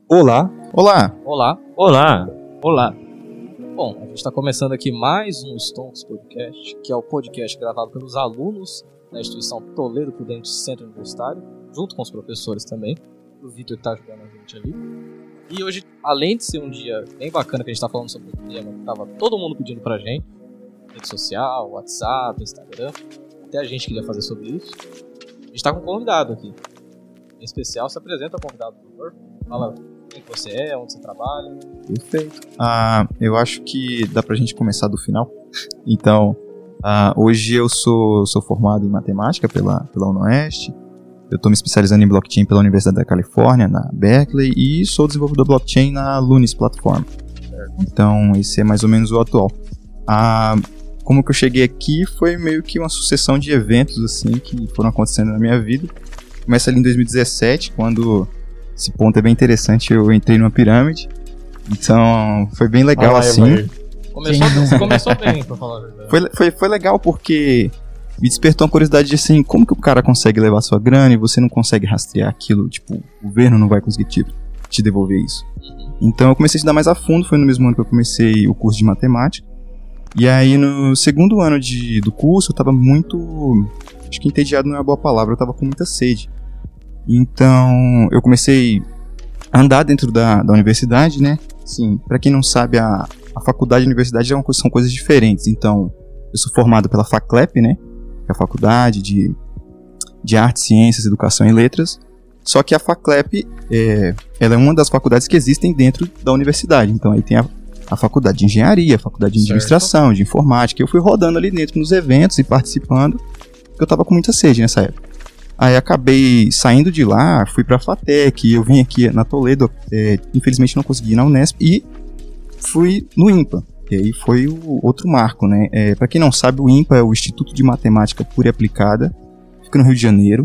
Olá. Olá. Olá. Olá. Olá. Bom, a gente está começando aqui mais um Stonks Podcast, que é o podcast gravado pelos alunos da instituição Toledo Prudente Centro Universitário, junto com os professores também. O Vitor está ajudando a gente ali. E hoje, além de ser um dia bem bacana que a gente está falando sobre o tema que estava todo mundo pedindo pra gente, rede social, WhatsApp, Instagram, até a gente queria fazer sobre isso, a gente está com um convidado aqui. Em especial, se apresenta o convidado, por favor. Fala quem que você é, onde você trabalha. Perfeito. Eu acho que dá pra gente começar do final. Então, hoje eu sou formado em matemática pela UniOeste. Eu estou me especializando em blockchain pela Universidade da Califórnia, na Berkeley, e sou desenvolvedor blockchain na Lunis Platform. Então, esse é mais ou menos o atual. Como que eu cheguei aqui foi meio que uma sucessão de eventos assim que foram acontecendo na minha vida. Começa ali em 2017, quando esse ponto é bem interessante, eu entrei numa pirâmide. Então, foi bem legal assim. Começou bem, pra falar a verdade. Foi legal porque me despertou uma curiosidade de assim, como que o cara consegue levar sua grana e você não consegue rastrear aquilo, tipo, o governo não vai conseguir te devolver isso. Então eu comecei a estudar mais a fundo, foi no mesmo ano que eu comecei o curso de matemática. E aí no segundo ano do curso eu tava muito, acho que entediado não é uma boa palavra, eu tava com muita sede. Então eu comecei a andar dentro da universidade, né? Sim, pra quem não sabe, a faculdade e a universidade são coisas diferentes. Então eu sou formado pela FACLEP, né? Que é a Faculdade de Artes, Ciências, Educação e Letras. Só que a FACLEP, ela é uma das faculdades que existem dentro da universidade. Então aí tem a Faculdade de Engenharia, a Faculdade de Administração, de Informática. Eu fui rodando ali dentro nos eventos e participando, porque eu tava com muita sede nessa época. Aí acabei saindo de lá, fui pra FATEC, eu vim aqui na Toledo, infelizmente não consegui ir na Unesp, e fui no IMPA. E aí foi o outro marco, né? Para quem não sabe, o IMPA é o Instituto de Matemática Pura e Aplicada, fica no Rio de Janeiro.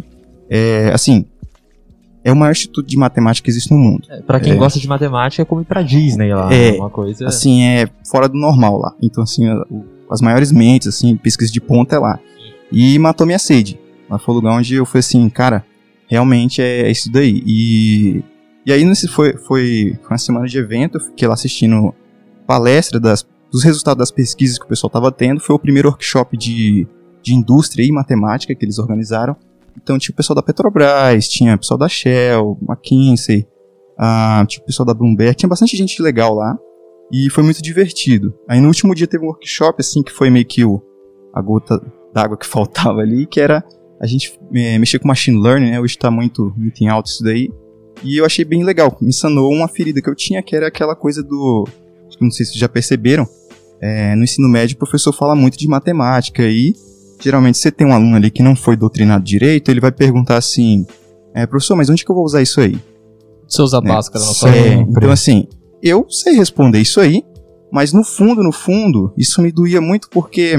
É o maior instituto de matemática que existe no mundo. Pra quem gosta de matemática, é como ir pra Disney lá. Uma coisa... Assim, é fora do normal lá. Então, assim, as maiores mentes, assim, pesquisa de ponta é lá. E matou minha sede. Lá foi o lugar onde eu fui assim, cara, realmente é isso daí. E aí, foi uma semana de evento, eu fiquei lá assistindo palestra dos resultados das pesquisas que o pessoal estava tendo. Foi o primeiro workshop de indústria e matemática que eles organizaram. Então tinha o pessoal da Petrobras, tinha o pessoal da Shell, McKinsey, tinha o pessoal da Bloomberg, tinha bastante gente legal lá. E foi muito divertido. Aí no último dia teve um workshop assim que foi meio que a gota d'água que faltava ali, que era a gente mexer com machine learning, né? Hoje está muito em alta isso daí. E eu achei bem legal, me sanou uma ferida que eu tinha, que era aquela coisa não sei se vocês já perceberam, no ensino médio o professor fala muito de matemática e geralmente você tem um aluno ali que não foi doutrinado direito, ele vai perguntar assim, professor, mas onde que eu vou usar isso aí? Você usa máscara na sua Então assim, eu sei responder isso aí, mas no fundo, isso me doía muito porque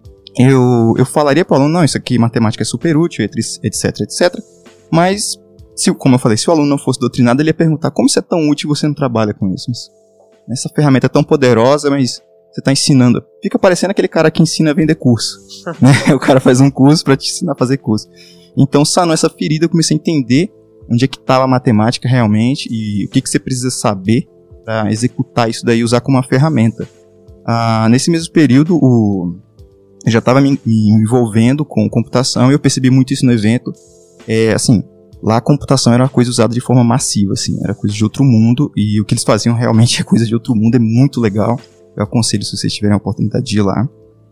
eu falaria para o aluno, não, isso aqui matemática é super útil, etc, mas, como eu falei, se o aluno não fosse doutrinado, ele ia perguntar, como isso é tão útil e você não trabalha com isso? Essa ferramenta é tão poderosa, mas você está ensinando. Fica parecendo aquele cara que ensina a vender curso. Né? O cara faz um curso para te ensinar a fazer curso. Então, sanou essa ferida, eu comecei a entender onde é que estava a matemática realmente e o que você precisa saber para executar isso daí e usar como uma ferramenta. Nesse mesmo período, eu já estava me envolvendo com computação e eu percebi muito isso no evento. Assim, lá a computação era uma coisa usada de forma massiva, assim, era coisa de outro mundo, e o que eles faziam realmente é coisa de outro mundo, é muito legal. Eu aconselho se vocês tiverem a oportunidade de ir lá.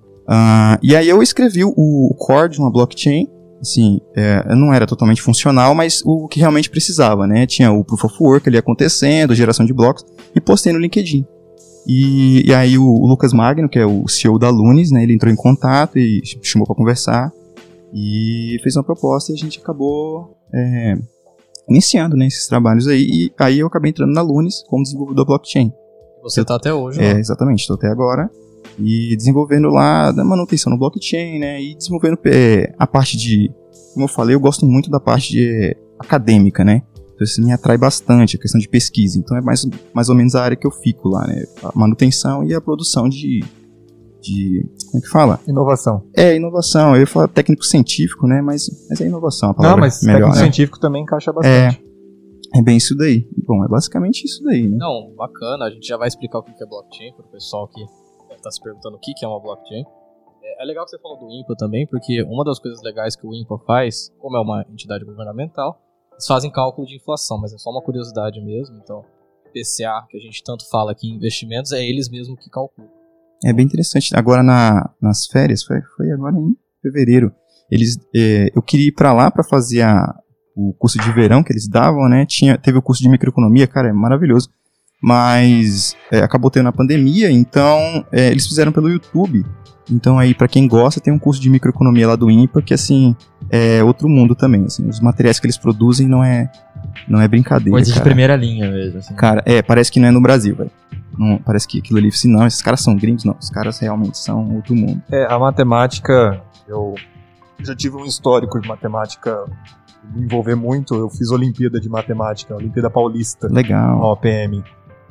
E aí eu escrevi o core de uma blockchain, assim, não era totalmente funcional, mas o que realmente precisava, né? Tinha o Proof of Work ali acontecendo, geração de blocos, e postei no LinkedIn. E aí o Lucas Magno, que é o CEO da Lunis, né, ele entrou em contato e chamou para conversar e fez uma proposta e a gente acabou iniciando, né, esses trabalhos aí. E aí eu acabei entrando na Lunis como desenvolvedor blockchain. Você tá até hoje, né? Exatamente, estou até agora. E desenvolvendo lá da manutenção no blockchain, né, e desenvolvendo a parte de, como eu falei, eu gosto muito da parte acadêmica, né. Então isso me atrai bastante, a questão de pesquisa. Então é mais ou menos a área que eu fico lá, né? A manutenção e a produção de como é que fala? Inovação. Inovação. Eu ia falar técnico científico, né? Mas é inovação a palavra. Não, mas melhor, técnico né? científico também encaixa bastante. É bem isso daí. Bom, é basicamente isso daí, né? Não, bacana. A gente já vai explicar o que é blockchain para o pessoal que deve estar se perguntando o que é uma blockchain. É legal que você falou do INPA também, porque uma das coisas legais que o INPA faz, como é uma entidade governamental, eles fazem cálculo de inflação, mas é só uma curiosidade mesmo. Então, PCA, que a gente tanto fala aqui em investimentos, é eles mesmos que calculam. É bem interessante. Agora nas férias, foi agora em fevereiro, eu queria ir pra lá pra fazer o curso de verão que eles davam, né? Teve o curso de microeconomia, cara, é maravilhoso. Mas acabou tendo a pandemia, então eles fizeram pelo YouTube. Então aí, pra quem gosta, tem um curso de microeconomia lá do INPA, que assim, é outro mundo também, assim. Os materiais que eles produzem não é brincadeira, coisa de primeira linha mesmo, assim. Cara, parece que não é no Brasil, velho. Parece que aquilo ali, assim, não, esses caras são gringos, não. Os caras realmente são outro mundo. A matemática, eu já tive um histórico de matemática, me envolver muito. Eu fiz Olimpíada de Matemática, Olimpíada Paulista. Legal. Na OPM.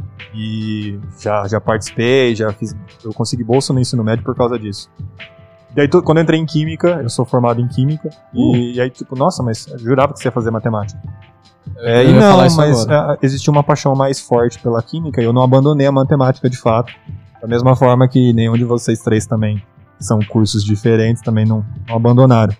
E já participei, eu consegui bolsa no ensino médio por causa disso. Daí, quando eu entrei em Química, eu sou formado em Química, e aí, tipo, nossa, mas eu jurava que você ia fazer matemática. E não, mas existia uma paixão mais forte pela Química, e eu não abandonei a matemática de fato. Da mesma forma que nenhum de vocês três também, que são cursos diferentes, também não abandonaram.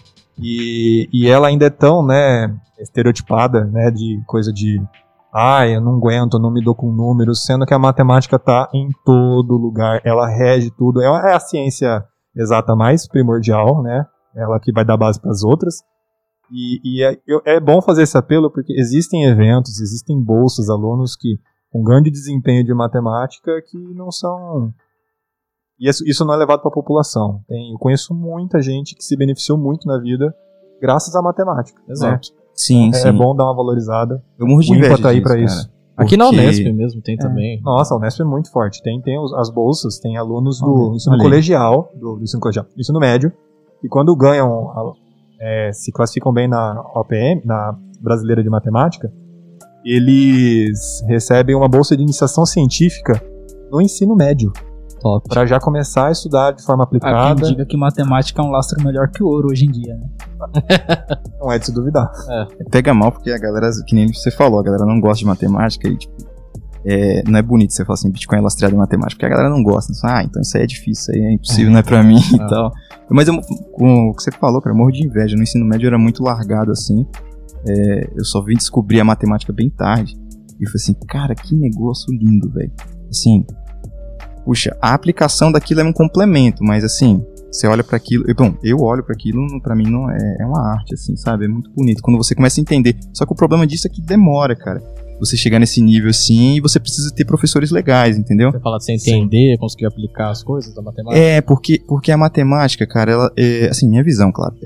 E ela ainda é tão, né, estereotipada, né, de coisa de eu não aguento, eu não me dou com números, sendo que a matemática tá em todo lugar, ela rege tudo, é a ciência exata mais primordial, né? Ela que vai dar base para as outras. E é bom fazer esse apelo porque existem eventos, existem bolsas, alunos que com grande desempenho de matemática que não são... E isso não é levado para a população. Eu conheço muita gente que se beneficiou muito na vida graças à matemática. Exato. Né? Sim. É bom dar uma valorizada. Eu morro de inveja tá aí disso, pra cara. isso. Aqui na Unesp mesmo tem também. Nossa, a Unesp é muito forte. Tem as bolsas, tem alunos do ensino colegial, ensino médio, e quando ganham, se classificam bem na OPM, na Brasileira de Matemática, eles recebem uma bolsa de iniciação científica no ensino médio. Top. Pra já começar a estudar de forma aplicada. Quem diga que matemática é um lastro melhor que o ouro hoje em dia, né? Não é de se duvidar. Pega mal porque a galera, que nem você falou, a galera não gosta de matemática e, tipo, não é bonito você falar assim, Bitcoin é lastreado em matemática, porque a galera não gosta. Então isso aí é difícil, isso aí é impossível, não é pra mim e tal. Mas com o que você falou, cara, eu morro de inveja. No ensino médio eu era muito largado, assim. Eu só vim descobrir a matemática bem tarde. E eu falei assim, cara, que negócio lindo, velho. Assim, puxa, a aplicação daquilo é um complemento, mas assim, você olha pra aquilo... Bom, eu olho pra aquilo, pra mim não é uma arte, assim, sabe? É muito bonito. Quando você começa a entender. Só que o problema disso é que demora, cara. Você chegar nesse nível assim e você precisa ter professores legais, entendeu? Você fala de você entender, conseguir aplicar as coisas da matemática? Porque a matemática, cara, ela... assim, minha visão, claro.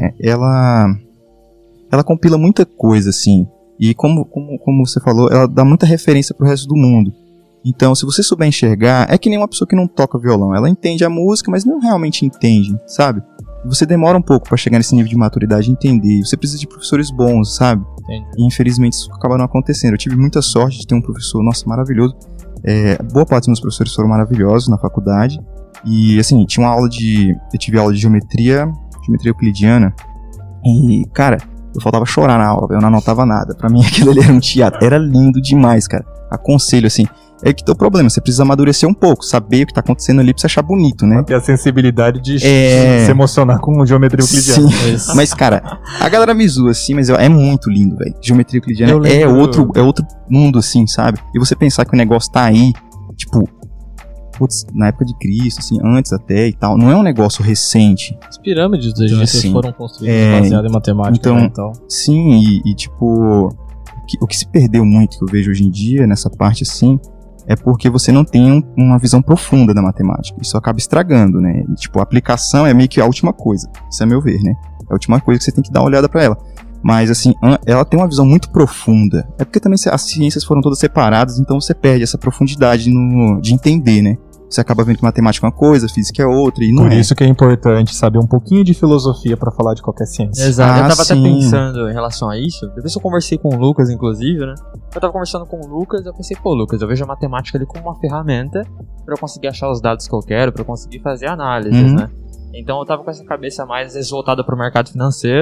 Ela compila muita coisa, assim. E como você falou, ela dá muita referência pro resto do mundo. Então, se você souber enxergar, é que nem uma pessoa que não toca violão. Ela entende a música, mas não realmente entende, sabe? Você demora um pouco pra chegar nesse nível de maturidade e entender. Você precisa de professores bons, sabe? Entendi. E infelizmente isso acaba não acontecendo. Eu tive muita sorte de ter um professor, nossa, maravilhoso. Boa parte dos meus professores foram maravilhosos na faculdade. E, assim, eu tive aula de geometria euclidiana. E, cara, eu faltava chorar na aula, eu não anotava nada. Pra mim aquilo ali era um teatro. Era lindo demais, cara. Aconselho, assim. É que tem o problema, você precisa amadurecer um pouco, saber o que tá acontecendo ali pra você achar bonito, né? Ter a sensibilidade de se emocionar com geometria euclidiana. Sim, mas cara, a galera me zoa assim, mas é muito lindo, velho. Geometria euclidiana é outro mundo, assim, sabe? E você pensar que o negócio tá aí, tipo, putz, na época de Cristo, assim, antes até e tal, não é um negócio recente. As pirâmides dos egípcios foram construídas baseadas em matemática, então. Sim, e tipo, o que se perdeu muito, que eu vejo hoje em dia, nessa parte assim, é porque você não tem uma visão profunda da matemática. Isso acaba estragando, né? E, tipo, a aplicação é meio que a última coisa. Isso é meu ver, né? É a última coisa que você tem que dar uma olhada pra ela. Mas, assim, ela tem uma visão muito profunda. É porque também as ciências foram todas separadas, então você perde essa profundidade de entender, né? Você acaba vendo que matemática é uma coisa, física é outra, e não Por isso que é importante saber um pouquinho de filosofia pra falar de qualquer ciência. Exato, eu tava até pensando em relação a isso. Depois eu conversei com o Lucas, inclusive, né? Eu tava conversando com o Lucas, eu pensei, Lucas, eu vejo a matemática ali como uma ferramenta pra eu conseguir achar os dados que eu quero, pra eu conseguir fazer análises, né? Então eu tava com essa cabeça mais, às vezes, voltada pro mercado financeiro,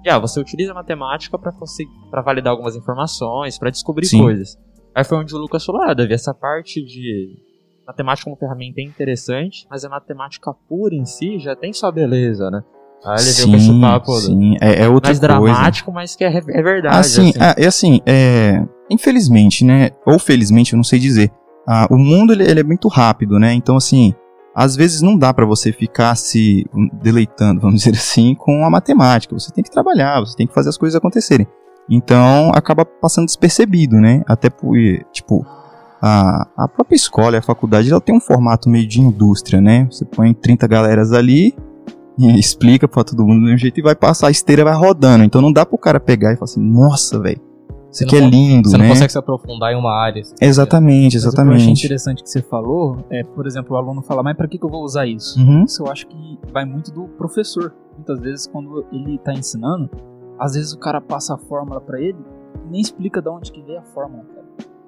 Você utiliza a matemática pra validar algumas informações, pra descobrir Sim. coisas. Aí foi onde o Lucas falou, Davi, essa parte de matemática como ferramenta é interessante, mas a matemática pura em si já tem sua beleza, né? Aí ele veio com esse papo sim, é outra mais coisa. dramático, mas que é verdade. Assim, infelizmente, né, ou felizmente, eu não sei dizer, o mundo ele é muito rápido, né, então assim, às vezes não dá pra você ficar se deleitando, vamos dizer assim, com a matemática, você tem que trabalhar, você tem que fazer as coisas acontecerem, então acaba passando despercebido, né, até por, tipo, a própria escola e a faculdade, ela tem um formato meio de indústria, né, você põe 30 galeras ali, e explica pra todo mundo do mesmo jeito e vai passar, a esteira vai rodando. Então não dá pro cara pegar e falar assim, nossa, velho, isso aqui é lindo, Você né? não consegue se aprofundar em uma área. Exatamente. Mas o que eu achei interessante que você falou é, por exemplo, o aluno fala, mas pra que eu vou usar isso? Uhum. Isso eu acho que vai muito do professor. Muitas vezes quando ele tá ensinando, às vezes o cara passa a fórmula pra ele e nem explica de onde que veio a fórmula, cara.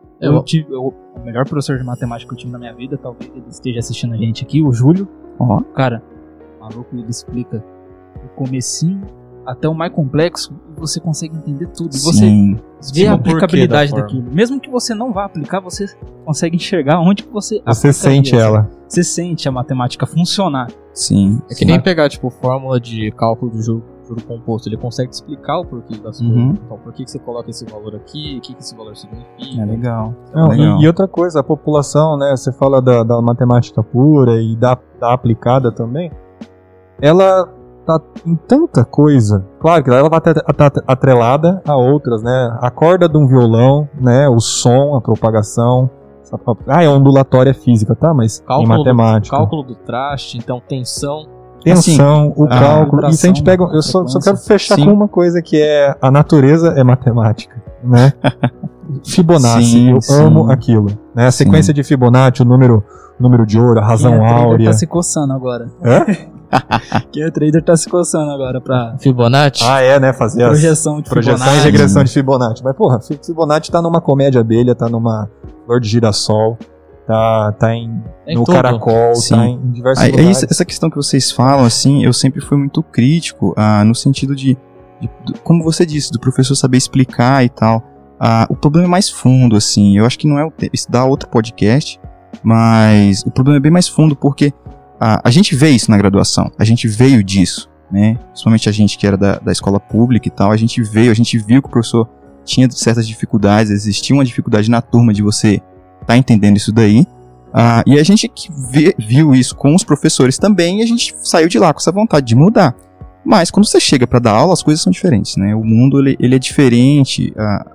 O melhor professor de matemática que eu tive na minha vida, talvez ele esteja assistindo a gente aqui, o Júlio. Ó. Cara, maluco, ele explica o comecinho até o mais complexo e você consegue entender tudo. E você vê a aplicabilidade daquilo. Mesmo que você não vá aplicar, você consegue enxergar onde que você sente ela. Você sente a matemática funcionar. Sim. É que nem pegar, tipo, fórmula de cálculo do juro composto. Ele consegue explicar o porquê das coisas. Então, por que você coloca esse valor aqui? O que esse valor significa? É legal. Não, e outra coisa, a população, né? Você fala da matemática pura e da aplicada também. Ela tá em tanta coisa. Claro que ela vai estar atrelada a outras, né? A corda de um violão, né? O som, a propagação. É ondulatória física, tá? Mas em matemática. Cálculo do traste, então tensão. Tensão, o cálculo. E se a gente pega. Eu só quero fechar com uma coisa que é a natureza é matemática, né? Fibonacci, eu amo aquilo. Né? A sequência de Fibonacci, o número de ouro, a razão áurea. Tá se coçando agora. Quem é trader tá se coçando agora pra Fibonacci? Né? Fazer projeção de Fibonacci. Projeção e regressão de Fibonacci. Mas, porra, Fibonacci tá numa comédia abelha, tá numa flor de girassol, tá no tudo. Caracol, tá em diversos lugares. Essa questão que vocês falam, assim, eu sempre fui muito crítico, no sentido de, como você disse, do professor saber explicar e tal. O problema é mais fundo, assim, eu acho que não é isso dá outro podcast, mas o problema é bem mais fundo porque a gente vê isso na graduação, a gente veio disso, né? Principalmente a gente que era da escola pública e tal, a gente viu que o professor tinha certas dificuldades, existia uma dificuldade na turma de você tá entendendo isso daí, e a gente que viu isso com os professores também, e a gente saiu de lá com essa vontade de mudar. Mas quando você chega para dar aula, as coisas são diferentes, né? O mundo ele é diferente,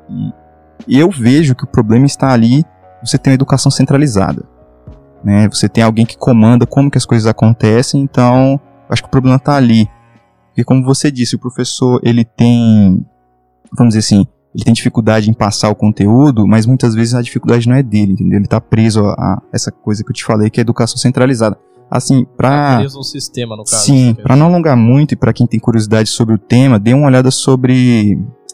e eu vejo que o problema está ali, você tem uma educação centralizada. Né, você tem alguém que comanda como que as coisas acontecem, então acho que o problema está ali. Porque como você disse, o professor ele tem, vamos dizer assim, ele tem dificuldade em passar o conteúdo, mas muitas vezes a dificuldade não é dele, entendeu? Ele está preso a essa coisa que eu te falei, que é a educação centralizada. Assim, preso no sistema, no caso. Sim, para não alongar muito e para quem tem curiosidade sobre o tema, dê uma olhada sobre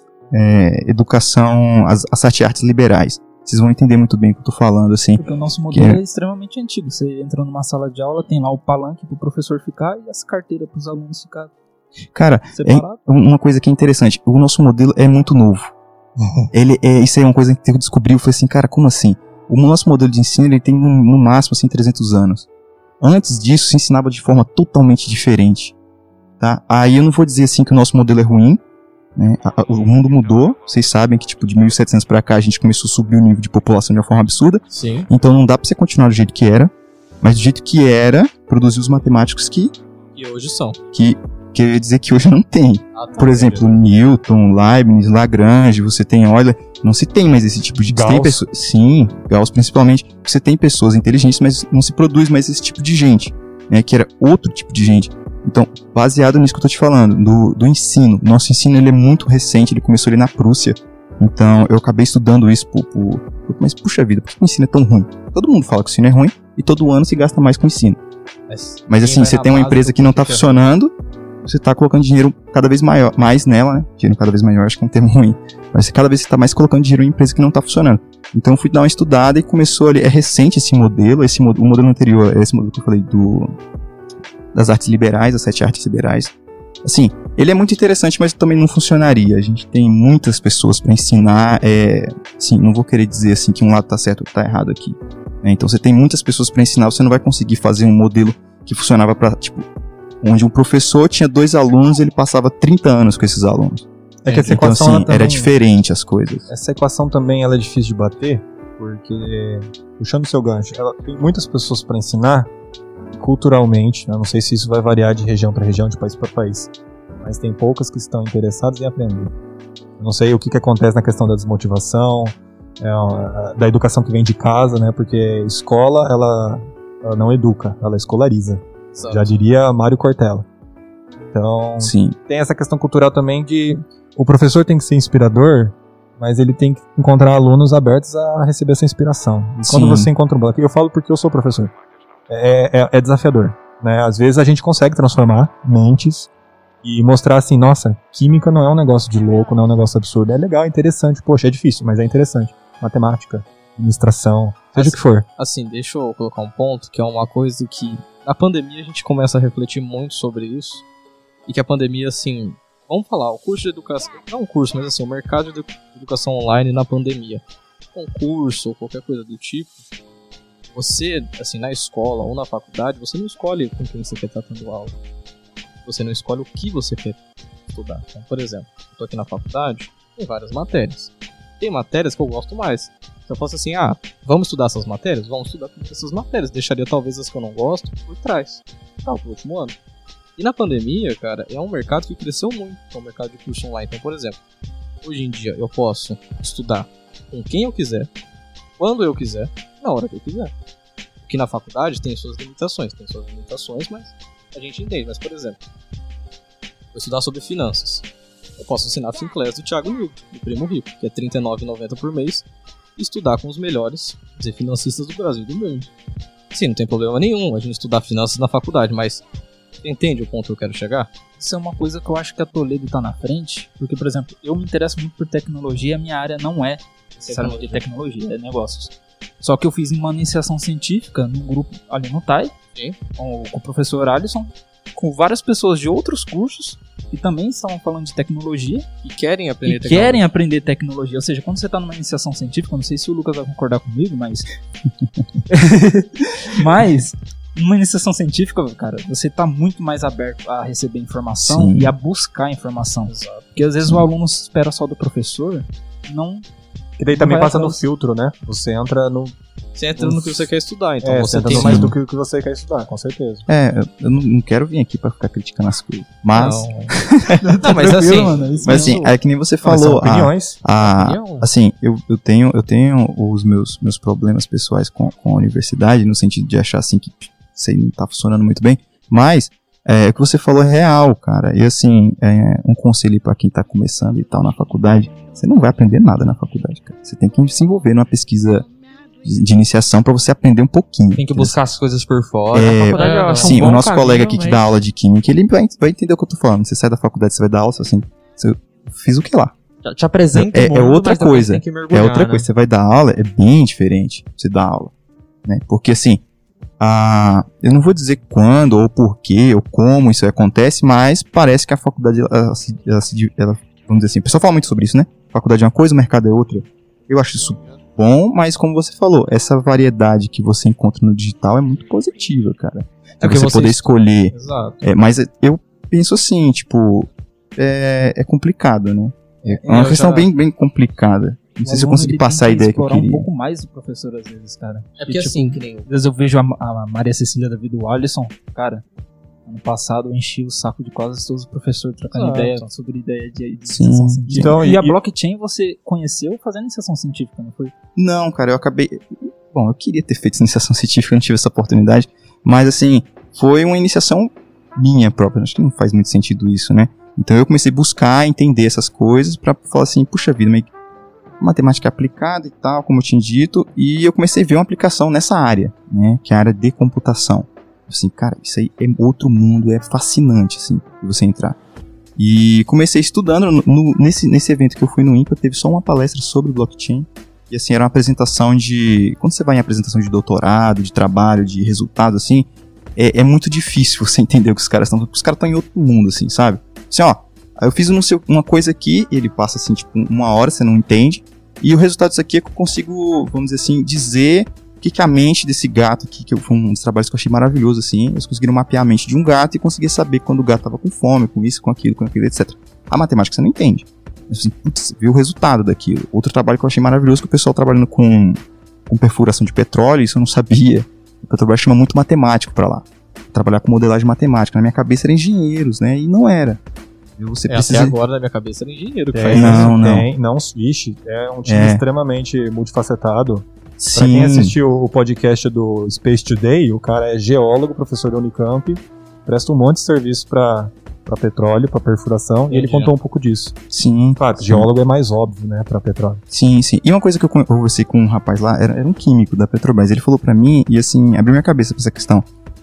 educação, as 7 artes liberais. Vocês vão entender muito bem o que eu tô falando, assim. Porque o nosso modelo é extremamente antigo. Você entra numa sala de aula, tem lá o palanque pro professor ficar e as carteiras pros alunos ficar. Cara, uma coisa que é interessante. O nosso modelo é muito novo. Isso aí é uma coisa que eu descobri. Eu falei assim, cara, como assim? O nosso modelo de ensino ele tem no máximo assim, 300 anos. Antes disso, se ensinava de forma totalmente diferente. Tá? Aí eu não vou dizer assim que o nosso modelo é ruim. Né? O mundo mudou, vocês sabem que tipo de 1700 pra cá a gente começou a subir o nível de população de uma forma absurda. Sim. Então não dá pra você continuar do jeito que era, mas do jeito que era, produziu os matemáticos que hoje são. Que eu ia dizer que hoje não tem. Por exemplo, Newton, Leibniz, Lagrange, você tem Euler, não se tem mais esse tipo de... Gauss. Sim, Gauss principalmente, você tem pessoas inteligentes, mas não se produz mais esse tipo de gente, né, que era outro tipo de gente. Então, baseado nisso que eu tô te falando, do ensino. Nosso ensino ele é muito recente, ele começou ali na Prússia. Então, eu acabei estudando isso mas, puxa vida, por que o ensino é tão ruim? Todo mundo fala que o ensino é ruim e todo ano se gasta mais com o ensino. Mas assim, você tem uma empresa que não tá funcionando, você tá colocando dinheiro cada vez mais nela, né? Dinheiro cada vez maior, acho que é um termo ruim. Mas cada vez você tá mais colocando dinheiro em empresa que não tá funcionando. Então, eu fui dar uma estudada e começou ali, é recente esse modelo, o modelo anterior, esse modelo que eu falei das artes liberais, das 7 artes liberais, Assim, ele é muito interessante, mas também não funcionaria. A gente tem muitas pessoas para ensinar. Assim, não vou querer dizer assim que um lado tá certo ou tá errado aqui. Né? Então você tem muitas pessoas para ensinar, você não vai conseguir fazer um modelo que funcionava para, tipo, onde um professor tinha 2 alunos e ele passava 30 anos com esses alunos. É que essa Então, equação assim, ela também, era diferente as coisas. essa equação também ela é difícil de bater, porque, puxando o seu gancho, ela tem muitas pessoas para ensinar culturalmente, eu não sei se isso vai variar de região para região, de país para país, mas tem poucas que estão interessadas em aprender. Eu não sei o que acontece na questão da desmotivação, da educação que vem de casa, né? Porque escola, ela não educa, ela escolariza. Exato. Já diria Mário Cortella. Então, Sim. tem essa questão cultural também de o professor tem que ser inspirador, mas ele tem que encontrar alunos abertos a receber essa inspiração. E quando Sim. você encontra um bloco, eu falo porque eu sou professor, é desafiador, né? Às vezes a gente consegue transformar mentes e mostrar assim, nossa, química não é um negócio de louco, não é um negócio absurdo, é legal, é interessante, poxa, é difícil, mas é interessante. Matemática, administração, seja o que for. Assim, deixa eu colocar um ponto, que é uma coisa que na pandemia a gente começa a refletir muito sobre isso, e que a pandemia, assim, vamos falar, o curso de educação, não um curso, mas assim, o mercado de educação online na pandemia, concurso ou qualquer coisa do tipo, você, assim, na escola ou na faculdade, você não escolhe com quem você quer estar tendo aula. Você não escolhe o que você quer estudar. Então, por exemplo, eu tô aqui na faculdade, tem várias matérias. Tem matérias que eu gosto mais. Então eu posso assim, vamos estudar essas matérias? Vamos estudar essas matérias. Deixaria talvez as que eu não gosto por trás. Pro último ano. E na pandemia, cara, é um mercado que cresceu muito. É um mercado de curso online. Então, por exemplo, hoje em dia eu posso estudar com quem eu quiser, quando eu quiser, na hora que eu quiser. Porque na faculdade tem suas limitações, mas a gente entende. Mas, por exemplo, vou estudar sobre finanças. Eu posso assinar a Finclass do Thiago Nigro, do Primo Rico, que é R$ 39,90 por mês, e estudar com os melhores financistas do Brasil e do mundo. Sim, não tem problema nenhum a gente estudar finanças na faculdade, mas entende o ponto que eu quero chegar? Isso é uma coisa que eu acho que a Toledo tá na frente, porque, por exemplo, eu me interesso muito por tecnologia, a minha área não é necessariamente tecnologia, é negócios. Só que eu fiz uma iniciação científica num grupo ali no TAI, com o professor Alisson, com várias pessoas de outros cursos que também estavam falando de tecnologia e querem aprender tecnologia. Ou seja, quando você está numa iniciação científica, eu não sei se o Lucas vai concordar comigo, mas numa iniciação científica, cara, você está muito mais aberto a receber informação. Sim. E a buscar informação. Exato. Porque às vezes o aluno espera só do professor, não... Que daí também passa no filtro, né? Você entra no que você quer estudar, então você tem mais do que o que você quer estudar, com certeza. Eu não quero vir aqui pra ficar criticando as coisas, mas... Não, mas assim... Mas assim, é que nem você falou... São opiniões. Assim, eu tenho os meus problemas pessoais com a universidade, no sentido de achar assim que isso aí não tá funcionando muito bem, mas... o que você falou é real, cara. E assim, um conselho pra quem tá começando e tal na faculdade, você não vai aprender nada na faculdade, cara. Você tem que se envolver numa pesquisa de iniciação pra você aprender um pouquinho. Tem que buscar as coisas por fora. Sim, o nosso colega aqui que dá aula de química, ele vai entender o que eu tô falando. Você sai da faculdade, você vai dar aula, assim, eu fiz o que lá? Te apresenta é outra coisa. É outra coisa. Você vai dar aula, é bem diferente você dar aula, né? Porque assim, eu não vou dizer quando, ou porquê, ou como isso acontece, mas parece que a faculdade, ela, vamos dizer assim, o pessoal fala muito sobre isso, né? A faculdade é uma coisa, o mercado é outra. Eu acho isso bom, mas como você falou, essa variedade que você encontra no digital é muito positiva, cara. Você poder escolher. Exato. Mas eu penso assim, tipo, é complicado, né? É uma questão bem complicada. Não sei se eu consegui passar a ideia que eu queria. Um pouco mais do professor às vezes, cara. É porque assim, que nem... Às vezes eu vejo a Maria Cecília da vida do Alisson, cara, ano passado eu enchi o saco de quase todos os professores trocando ideia sobre ideia de iniciação científica. Então, e a blockchain você conheceu fazendo iniciação científica, não foi? Não, cara, eu acabei... Bom, eu queria ter feito iniciação científica, eu não tive essa oportunidade, mas assim, foi uma iniciação minha própria, acho que não faz muito sentido isso, né? Então eu comecei a buscar, entender essas coisas pra falar assim, puxa vida, mas matemática aplicada e tal, como eu tinha dito, e eu comecei a ver uma aplicação nessa área, né, que é a área de computação. Assim, cara, isso aí é outro mundo, é fascinante, assim, de você entrar. E comecei estudando, nesse evento que eu fui no INPA, teve só uma palestra sobre blockchain, e assim, era uma apresentação quando você vai em apresentação de doutorado, de trabalho, de resultado, assim, é muito difícil você entender o que os caras estão em outro mundo, assim, sabe? Assim, ó, eu fiz uma coisa aqui, e ele passa assim, tipo, 1 hora, você não entende, e o resultado disso aqui é que eu consigo, vamos dizer assim, dizer o que a mente desse gato aqui, que foi um dos trabalhos que eu achei maravilhoso, assim, eles conseguiram mapear a mente de um gato e conseguir saber quando o gato tava com fome, com isso, com aquilo, etc. A matemática você não entende. Assim, putz, viu o resultado daquilo. Outro trabalho que eu achei maravilhoso, que o pessoal trabalhando com perfuração de petróleo, isso eu não sabia. O Petrobras chama muito matemático pra lá. Trabalhar com modelagem matemática. Na minha cabeça era engenheiros, né? E não era. Você precisa... Até agora na minha cabeça era engenheiro que faz isso. Não, vixe, é um time extremamente multifacetado. Sim. Pra quem assistiu o podcast do Space Today, o cara é geólogo, professor da Unicamp, presta um monte de serviço pra petróleo, pra perfuração, e ele contou um pouco disso. Sim. Claro, geólogo é mais óbvio, né, pra petróleo. Sim. E uma coisa que eu conversei com um rapaz lá, era um químico da Petrobras, ele falou pra mim, e assim, abriu minha cabeça pra essa questão.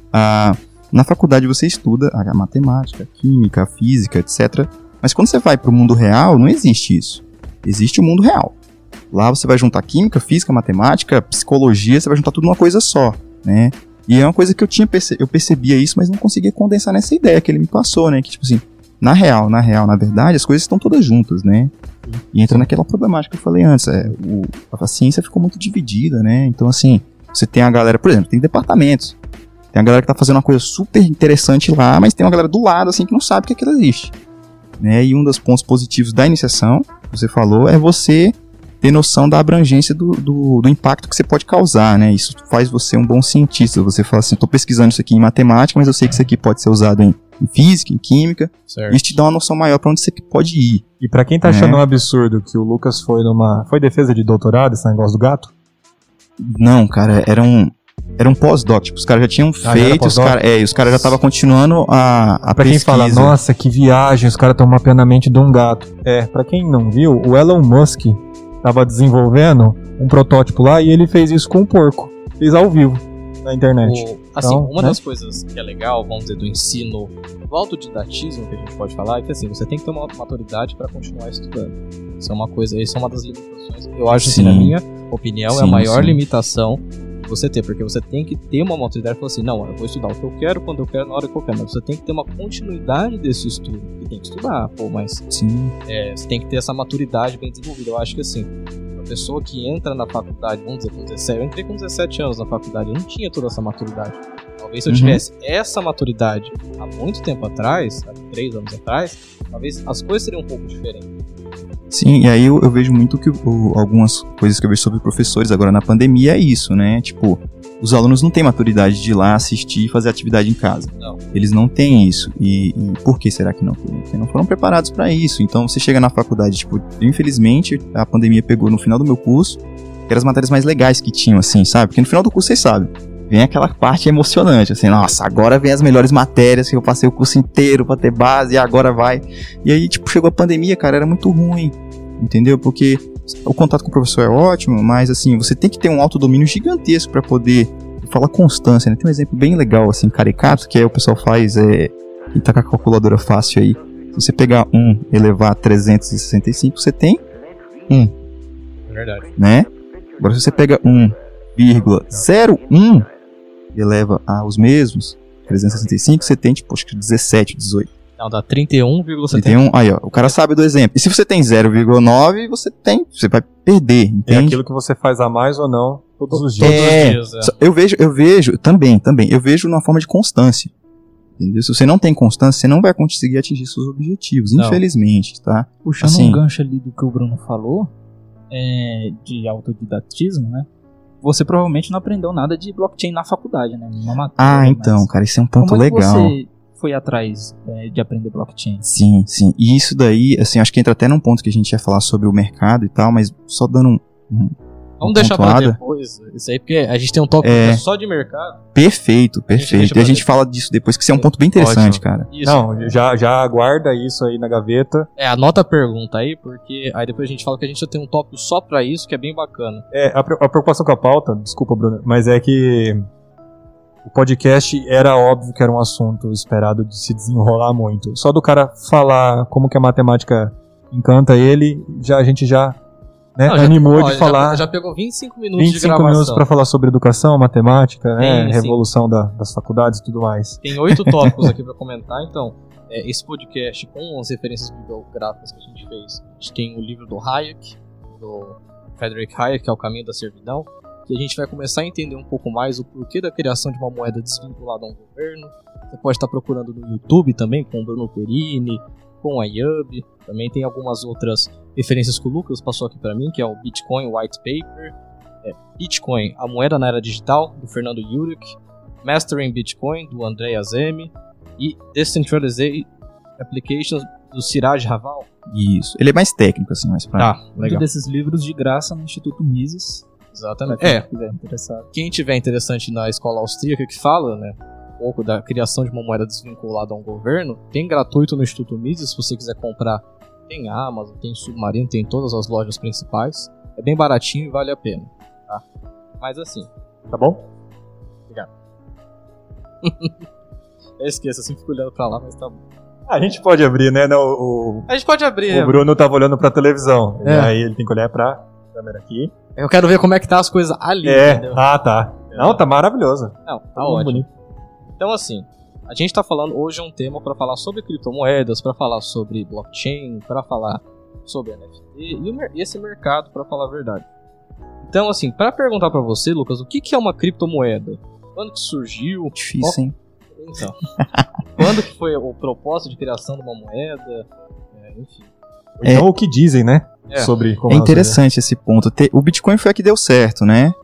Na faculdade você estuda a matemática, a química, a física, etc. Mas quando você vai pro mundo real, não existe isso. Existe o mundo real. Lá você vai juntar química, física, matemática, psicologia, você vai juntar tudo numa coisa só, né? E é uma coisa que eu percebia isso, mas não conseguia condensar nessa ideia que ele me passou, né? Que tipo assim, na verdade, as coisas estão todas juntas, né? E entra naquela problemática que eu falei antes, a ciência ficou muito dividida, né? Então assim, você tem a galera, por exemplo, tem departamentos. Tem a galera que tá fazendo uma coisa super interessante lá, mas tem uma galera do lado, assim, que não sabe que aquilo existe, né? E um dos pontos positivos da iniciação, que você falou, é você ter noção da abrangência do impacto que você pode causar, né? Isso faz você um bom cientista. Você fala assim, tô pesquisando isso aqui em matemática, mas eu sei que isso aqui pode ser usado em física, em química. Certo. Isso te dá uma noção maior pra onde você pode ir. E pra quem tá achando um absurdo que o Lucas foi defesa de doutorado, esse negócio do gato? Não, cara, era um pós-doc, tipo, os caras já tinham feito, os caras já estavam continuando a pra pesquisa. Quem fala, nossa, que viagem, os caras estão mapeando a mente de um gato. Pra quem não viu, o Elon Musk tava desenvolvendo um protótipo lá e ele fez isso com um porco. Fez ao vivo na internet. Uma das coisas que é legal, vamos dizer, do ensino, do autodidatismo que a gente pode falar, é que assim, você tem que ter uma maturidade para continuar estudando. Isso é uma das limitações. Eu acho que, na minha opinião, é a maior limitação que você ter, porque você tem que ter uma maturidade e falar assim, não, eu vou estudar o que eu quero, quando eu quero, na hora que eu quero, mas você tem que ter uma continuidade desse estudo, e tem que estudar, mas você tem que ter essa maturidade bem desenvolvida. Eu acho que assim, a pessoa que entra na faculdade, vamos dizer, com 17, eu entrei com 17 anos na faculdade, eu não tinha toda essa maturidade. Talvez se eu tivesse essa maturidade há muito tempo atrás, há 3 anos atrás, talvez as coisas seriam um pouco diferentes. Sim, e aí eu vejo muito que algumas coisas que eu vejo sobre professores agora na pandemia é isso, né? Tipo, os alunos não têm maturidade de ir lá assistir e fazer atividade em casa. Não. Eles não têm isso. E por que será que não têm? Porque não foram preparados para isso. Então você chega na faculdade, tipo, infelizmente a pandemia pegou no final do meu curso, que eram as matérias mais legais que tinham, assim, sabe? Porque no final do curso, vocês sabem, vem aquela parte emocionante, assim, nossa, agora vem as melhores matérias que eu passei o curso inteiro pra ter base, e agora vai. E aí, tipo, chegou a pandemia, cara, era muito ruim, entendeu? Porque o contato com o professor é ótimo, mas, assim, você tem que ter um autodomínio gigantesco pra poder falar constância, né? Tem um exemplo bem legal, assim, caricato, que é o pessoal faz, e tá com a calculadora fácil aí. Se você pegar 1 elevar a 365, você tem 1. É verdade. Né? Agora, se você pega 1,01 e eleva aos mesmos, 365, você tem, tipo, acho que 17, 18. Não, dá 31,71. 31, aí, ó, o cara sabe do exemplo. E se você tem 0,9, você vai perder, entende? É aquilo que você faz a mais ou não todos os dias. Eu vejo, também, eu vejo numa forma de constância. Entendeu? Se você não tem constância, você não vai conseguir atingir seus objetivos, infelizmente, tá? Puxando assim, um gancho ali do que o Bruno falou, de autodidatismo, né? Você provavelmente não aprendeu nada de blockchain na faculdade, né? Então, cara, isso é um ponto legal. Como você foi atrás de aprender blockchain? Sim. E isso daí, assim, acho que entra até num ponto que a gente ia falar sobre o mercado e tal, mas só dando Vamos deixar pra depois isso aí, porque a gente tem um tópico só de mercado. Perfeito. E a gente fala disso depois, que isso é um ponto bem interessante, cara. Isso. Não, já aguarda isso aí na gaveta. Anota a pergunta aí, porque aí depois a gente fala que a gente já tem um tópico só pra isso, que é bem bacana. A preocupação com a pauta, desculpa, Bruno, mas é que o podcast era óbvio que era um assunto esperado de se desenrolar muito. Só do cara falar como que a matemática encanta ele, a gente já... Né? Animou de falar. Já pegou 25 minutos de gravação. 25 minutos pra falar sobre educação, matemática, revolução das faculdades e tudo mais. Tem 8 tópicos aqui pra comentar, então. esse podcast com as referências bibliográficas que a gente fez. A gente tem o livro do Hayek, do Friedrich Hayek, que é O Caminho da Servidão, que a gente vai começar a entender um pouco mais o porquê da criação de uma moeda desvinculada a um governo. Você pode estar procurando no YouTube também, com o Bruno Perini, com a Yub. Também tem algumas outras referências que o Lucas passou aqui para mim, que é o Bitcoin White Paper, Bitcoin, a moeda na era digital, do Fernando Yurek, Mastering Bitcoin, do André Azemi, e Decentralized Applications, do Siraj Raval. Isso. Ele é mais técnico, assim, mais pra... Tá, legal. Desses livros de graça no Instituto Mises. Exatamente. Quem estiver interessado. Quem tiver interessante na escola austríaca que fala, né, um pouco da criação de uma moeda desvinculada a um governo, tem gratuito no Instituto Mises, se você quiser comprar, tem Amazon, tem Submarino, tem todas as lojas principais. É bem baratinho e vale a pena, tá? Mas assim... Tá bom? Obrigado. Eu esqueço, assim, fico olhando pra lá, mas tá bom. A gente pode abrir, né? A gente pode abrir. O Bruno tava olhando pra televisão. É. E aí ele tem que olhar pra câmera aqui. Eu quero ver como é que tá as coisas ali, entendeu? Ah, tá. Não, tá maravilhoso. Não, tá Muito ótimo. bonito. Então, assim, a gente tá falando hoje um tema pra falar sobre criptomoedas, pra falar sobre blockchain, pra falar sobre NFT e esse mercado, pra falar a verdade. Então, assim, pra perguntar pra você, Lucas, o que é uma criptomoeda? Quando que surgiu? Difícil, hein? Então, quando que foi o propósito de criação de uma moeda? Enfim. Então, o que dizem, né? É. Sobre como É ela interessante esse ponto. O Bitcoin foi a que deu certo, né?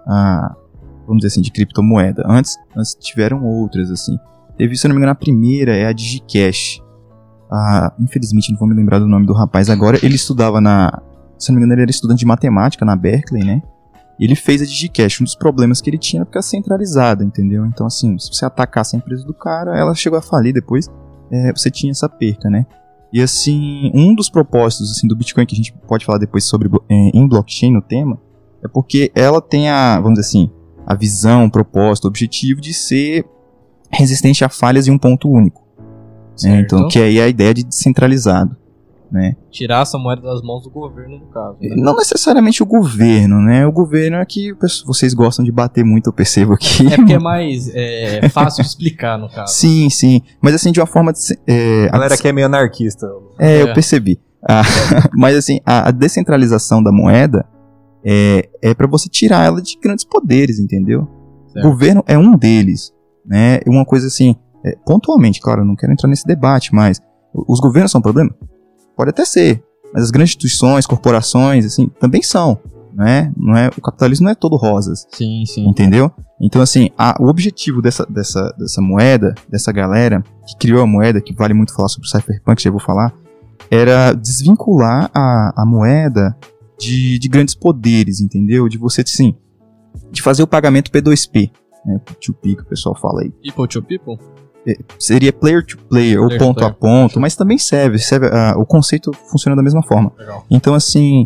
Vamos dizer assim, de criptomoeda. Antes tiveram outras, assim. Teve, se eu não me engano, a primeira é a DigiCash. Infelizmente, não vou me lembrar do nome do rapaz agora. Ele estudava se eu não me engano, ele era estudante de matemática na Berkeley, né? E ele fez a DigiCash. Um dos problemas que ele tinha era ficar centralizada, entendeu? Então, assim, se você atacasse a empresa do cara, ela chegou a falir depois, você tinha essa perca, né? E, assim, um dos propósitos, assim, do Bitcoin, que a gente pode falar depois sobre em blockchain no tema, é porque ela tem vamos dizer assim, a visão, o propósito, o objetivo de ser resistente a falhas em um ponto único. Né? Então, que aí é a ideia de descentralizado. Né? Tirar essa moeda das mãos do governo, no caso. Né? Não necessariamente o governo, né? O governo é que vocês gostam de bater muito, eu percebo aqui. É porque é mais fácil de explicar, no caso. Sim, sim. Mas assim, de uma forma... A galera aqui é meio anarquista. Eu percebi. Mas assim, a descentralização da moeda é para você tirar ela de grandes poderes, entendeu? Certo. O governo é um deles, né? Uma coisa assim, pontualmente, claro, eu não quero entrar nesse debate, mas os governos são um problema? Pode até ser, mas as grandes instituições, corporações, assim, também são, né? O capitalismo não é todo rosas. Sim, sim. Entendeu? Então, assim, o objetivo dessa moeda, dessa galera que criou a moeda, que vale muito falar sobre o Cypherpunk, já vou falar, era desvincular a moeda de grandes poderes, entendeu? De você, assim, de fazer o pagamento P2P, né? P2P, que o pessoal fala aí. People to people? Seria player to player, ou ponto a ponto, mas também serve o conceito funciona da mesma forma. Legal. Então, assim,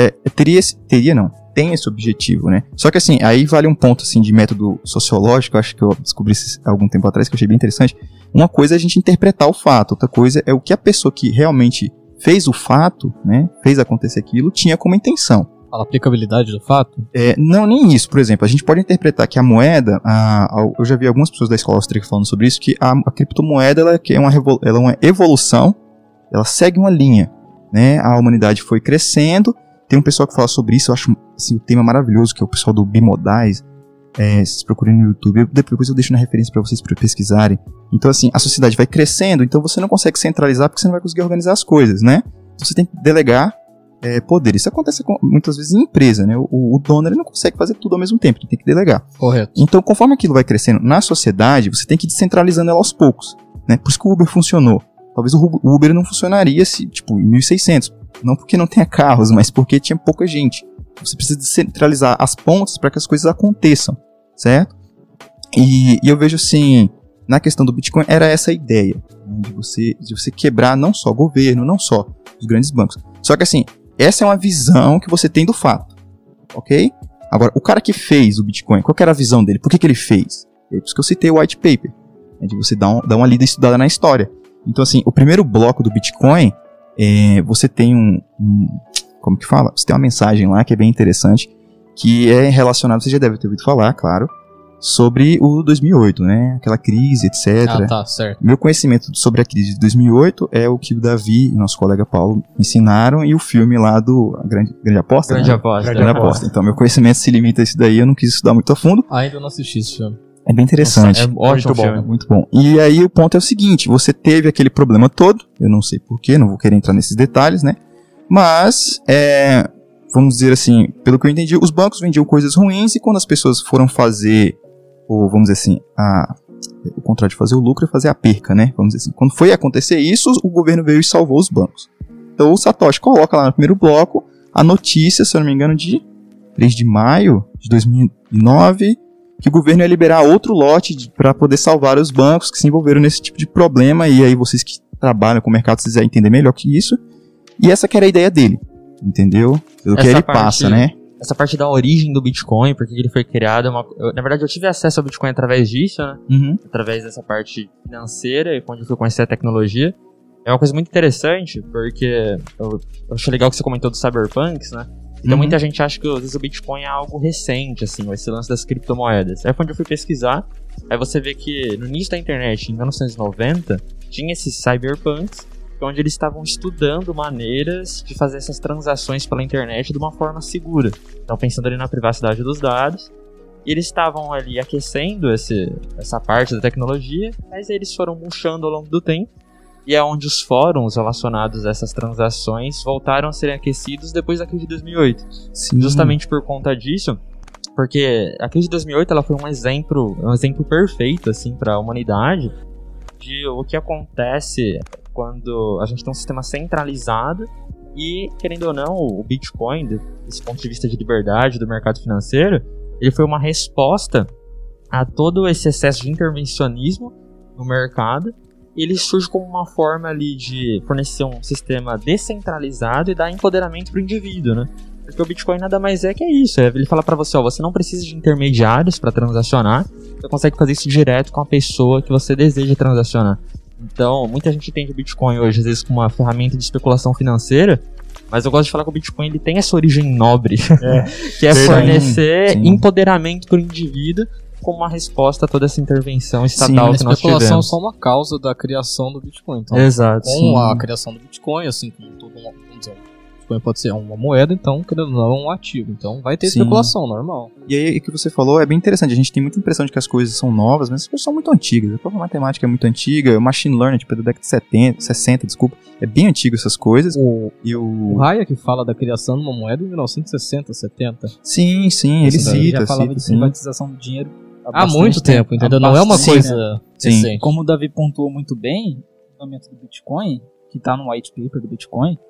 tem esse objetivo, né? Só que, assim, aí vale um ponto, assim, de método sociológico, acho que eu descobri isso há algum tempo atrás, que eu achei bem interessante. Uma coisa é a gente interpretar o fato, outra coisa é o que a pessoa que realmente fez o fato, né, fez acontecer aquilo, tinha como intenção. A aplicabilidade do fato? Não, nem isso. Por exemplo, a gente pode interpretar que a moeda, eu já vi algumas pessoas da escola austríaca falando sobre isso, que a criptomoeda ela é uma evolução, ela segue uma linha, né? A humanidade foi crescendo, tem um pessoal que fala sobre isso, eu acho assim, o tema maravilhoso, que é o pessoal do Bimodais, vocês procurem no YouTube, depois eu deixo na referência para vocês pesquisarem. Então, assim, a sociedade vai crescendo, então você não consegue centralizar porque você não vai conseguir organizar as coisas, né? Então, você tem que delegar poder. Isso acontece muitas vezes em empresa, né? O dono ele não consegue fazer tudo ao mesmo tempo, ele tem que delegar. Correto. Então, conforme aquilo vai crescendo na sociedade, você tem que ir descentralizando ela aos poucos, né? Por isso que o Uber funcionou. Talvez o Uber não funcionaria em 1600. Não porque não tenha carros, mas porque tinha pouca gente. Você precisa descentralizar as pontes para que as coisas aconteçam, certo? E eu vejo assim, na questão do Bitcoin, era essa a ideia, né? de você quebrar não só o governo, não só os grandes bancos. Só que assim, essa é uma visão que você tem do fato, ok? Agora, o cara que fez o Bitcoin, qual que era a visão dele? Por que ele fez? É por isso que eu citei o white paper, né? De você dar uma lida estudada na história. Então assim, o primeiro bloco do Bitcoin, você tem como que fala? Você tem uma mensagem lá que é bem interessante, que é relacionada, você já deve ter ouvido falar, claro, sobre o 2008, né? Aquela crise, etc. Ah, tá, certo. Meu conhecimento sobre a crise de 2008 é o que o Davi e o nosso colega Paulo ensinaram e o filme lá do Grande Aposta. Grande né? aposta. Grande Aposta. Então, meu conhecimento se limita a isso daí, eu não quis estudar muito a fundo. Ainda não assisti esse filme. É bem interessante. Nossa, é ótimo Muito bom. filme. Muito bom. E aí o ponto é o seguinte, você teve aquele problema todo, eu não sei porquê, não vou querer entrar nesses detalhes, né? Mas, vamos dizer assim, pelo que eu entendi, os bancos vendiam coisas ruins e quando as pessoas foram fazer, ou vamos dizer assim, o contrário de fazer o lucro é fazer a perca, né? Vamos dizer assim. Quando foi acontecer isso, o governo veio e salvou os bancos. Então o Satoshi coloca lá no primeiro bloco a notícia, se eu não me engano, de 3 de maio de 2009, que o governo ia liberar outro lote para poder salvar os bancos que se envolveram nesse tipo de problema, e aí vocês que trabalham com o mercado, vocês vão entender melhor que isso. E essa que era a ideia dele, entendeu? Pelo que ele passa, né? Essa parte da origem do Bitcoin, porque ele foi criado, na verdade eu tive acesso ao Bitcoin através disso, né? Uhum. Através dessa parte financeira, e quando eu fui conhecer a tecnologia. É uma coisa muito interessante, porque eu achei legal que você comentou dos cyberpunks, né? Então muita gente acha que às vezes o Bitcoin é algo recente, assim, esse lance das criptomoedas. Aí foi onde eu fui pesquisar, aí você vê que no início da internet, em 1990, tinha esses cyberpunks, onde eles estavam estudando maneiras de fazer essas transações pela internet de uma forma segura. Então pensando ali na privacidade dos dados, e eles estavam ali aquecendo essa parte da tecnologia, mas eles foram murchando ao longo do tempo, e é onde os fóruns relacionados a essas transações voltaram a serem aquecidos depois da crise de 2008. Sim. Justamente por conta disso, porque a crise de 2008 ela foi um exemplo perfeito assim, para a humanidade de o que acontece quando a gente tem um sistema centralizado e, querendo ou não, o Bitcoin, desse ponto de vista de liberdade do mercado financeiro, ele foi uma resposta a todo esse excesso de intervencionismo no mercado. Ele surge como uma forma ali de fornecer um sistema descentralizado e dar empoderamento para o indivíduo, né? Porque o Bitcoin nada mais é que isso. Ele fala para você, você não precisa de intermediários para transacionar, você consegue fazer isso direto com a pessoa que você deseja transacionar. Então, muita gente entende o Bitcoin hoje, às vezes, como uma ferramenta de especulação financeira, mas eu gosto de falar que o Bitcoin ele tem essa origem nobre, que é fornecer empoderamento para o indivíduo como uma resposta a toda essa intervenção estatal que nós tivemos. A especulação é só uma causa da criação do Bitcoin. Então, exato. Com a criação do Bitcoin, assim como todo mundo, vamos dizer, o Bitcoin pode ser uma moeda, então, querendo ou não, é um ativo. Então, vai ter especulação, normal. E aí, o que você falou é bem interessante. A gente tem muita impressão de que as coisas são novas, mas as coisas são muito antigas. A própria matemática é muito antiga, o machine learning, tipo, é da década de 60, é bem antigo essas coisas. O Hayek fala da criação de uma moeda em 1960, 70. Sim, ele cita. Já falava de privatização do dinheiro há muito tempo, entendeu? Não é uma coisa recente. Como o Davi pontuou muito bem, o fundamento do Bitcoin, que está no white paper do Bitcoin,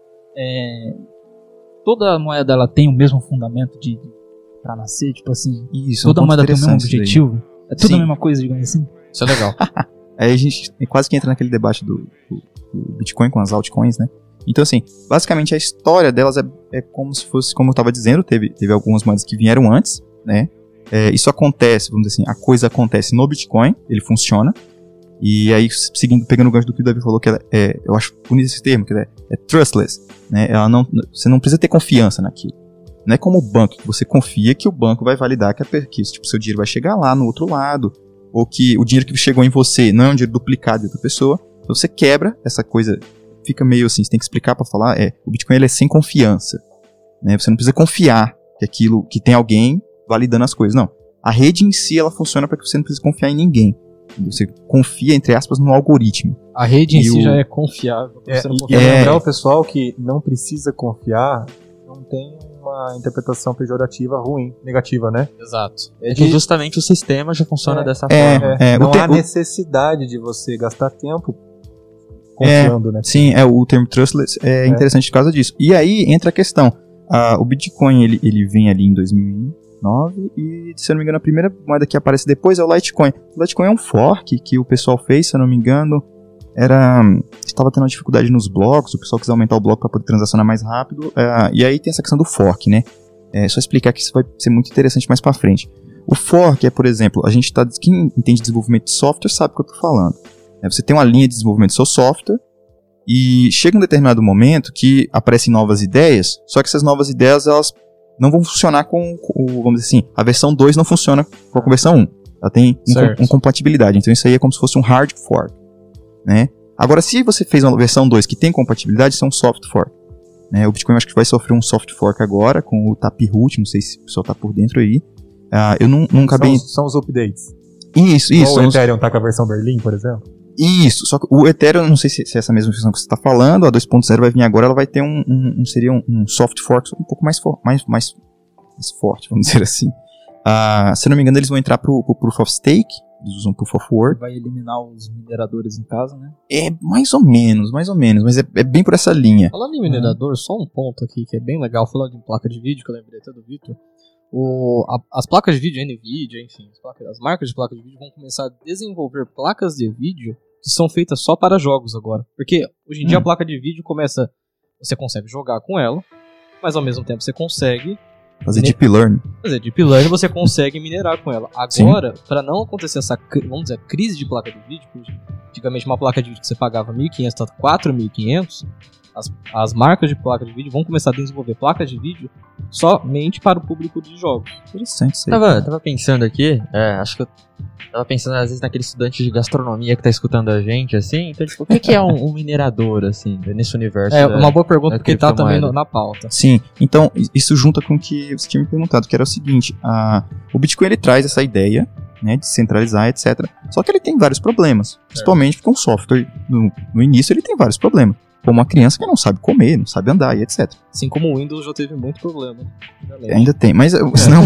toda moeda ela tem o mesmo fundamento para nascer, tipo assim, isso, toda moeda tem o mesmo objetivo, é tudo a mesma coisa, digamos assim. Isso é legal. Aí a gente quase que entra naquele debate do Bitcoin com as altcoins, né? Então assim, basicamente a história delas é como se fosse, como eu estava dizendo, teve algumas moedas que vieram antes, né? Isso acontece, vamos dizer assim, a coisa acontece no Bitcoin, ele funciona. E aí, pegando o gancho do que o Davi falou, que ela eu acho bonito esse termo, que ela é trustless, né? Você não precisa ter confiança naquilo. Não é como o banco, que você confia que o banco vai validar que tipo, seu dinheiro vai chegar lá no outro lado, ou que o dinheiro que chegou em você não é um dinheiro duplicado de outra pessoa. Então você quebra essa coisa, fica meio assim, você tem que explicar para falar, o Bitcoin ele é sem confiança, né? Você não precisa confiar que tem alguém validando as coisas, não. A rede em si, ela funciona para que você não precise confiar em ninguém. Você confia, entre aspas, no algoritmo. A rede em si já é confiável. E lembrar o pessoal que não precisa confiar, não tem uma interpretação pejorativa ruim, negativa, né? Exato. É que justamente o sistema já funciona dessa forma. Não há necessidade de você gastar tempo confiando, né? Sim, o termo trustless é interessante por causa disso. E aí entra a questão. O Bitcoin, ele vem ali em 2009 e, se eu não me engano, a primeira moeda que aparece depois é o Litecoin. O Litecoin é um fork que o pessoal fez, se eu não me engano, estava tendo uma dificuldade nos blocos, o pessoal quis aumentar o bloco para poder transacionar mais rápido, e aí tem essa questão do fork, né? Só explicar que isso vai ser muito interessante mais para frente. O fork é, por exemplo, quem entende desenvolvimento de software sabe o que eu estou falando. Você tem uma linha de desenvolvimento do seu software, e chega um determinado momento que aparecem novas ideias, só que essas novas ideias elas não vão funcionar vamos dizer assim, a versão 2 não funciona com a versão 1. Ela tem incompatibilidade. Então isso aí é como se fosse um hard fork, né? Agora, se você fez uma versão 2 que tem compatibilidade, isso é um soft fork, né? O Bitcoin eu acho que vai sofrer um soft fork agora com o Taproot, não sei se o pessoal tá por dentro aí. Eu nunca São os updates. Isso. Ou o Ethereum tá com a versão Berlim, por exemplo? Isso, só que o Ethereum, não sei se é essa mesma versão que você está falando, a 2.0 vai vir agora, ela vai ter seria um soft fork um pouco mais forte, vamos dizer assim. Se não me engano, eles vão entrar pro Proof of Stake, eles usam Proof of Work. Vai eliminar os mineradores no caso, né? É, mais ou menos, mas é bem por essa linha. Falando em minerador, só um ponto aqui que é bem legal, falando de placa de vídeo, que eu lembrei até do Vitor. As placas de vídeo, NVIDIA, enfim, as marcas de placa de vídeo vão começar a desenvolver placas de vídeo que são feitas só para jogos agora. Porque hoje em dia a placa de vídeo você consegue jogar com ela, mas ao mesmo tempo você consegue fazer deep learning, você consegue minerar com ela. Agora, para não acontecer essa, vamos dizer, crise de placa de vídeo, porque antigamente uma placa de vídeo que você pagava 1.500 tá 4.500, as marcas de placa de vídeo vão começar a desenvolver placas de vídeo somente para o público de jogos. Interessante isso aí. Tava pensando aqui, acho que eu tava pensando às vezes naquele estudante de gastronomia que tá escutando a gente, assim, então tipo, o que é um minerador, assim, nesse universo? É uma boa pergunta, porque tá também na pauta. Sim, então isso junta com o que você tinha me perguntado, que era o seguinte, o Bitcoin ele traz essa ideia, né, de centralizar, etc. Só que ele tem vários problemas, principalmente porque um software, no início, ele tem vários problemas. Como uma criança que não sabe comer, não sabe andar e etc. Assim como o Windows já teve muito problema. Ainda tem, mas senão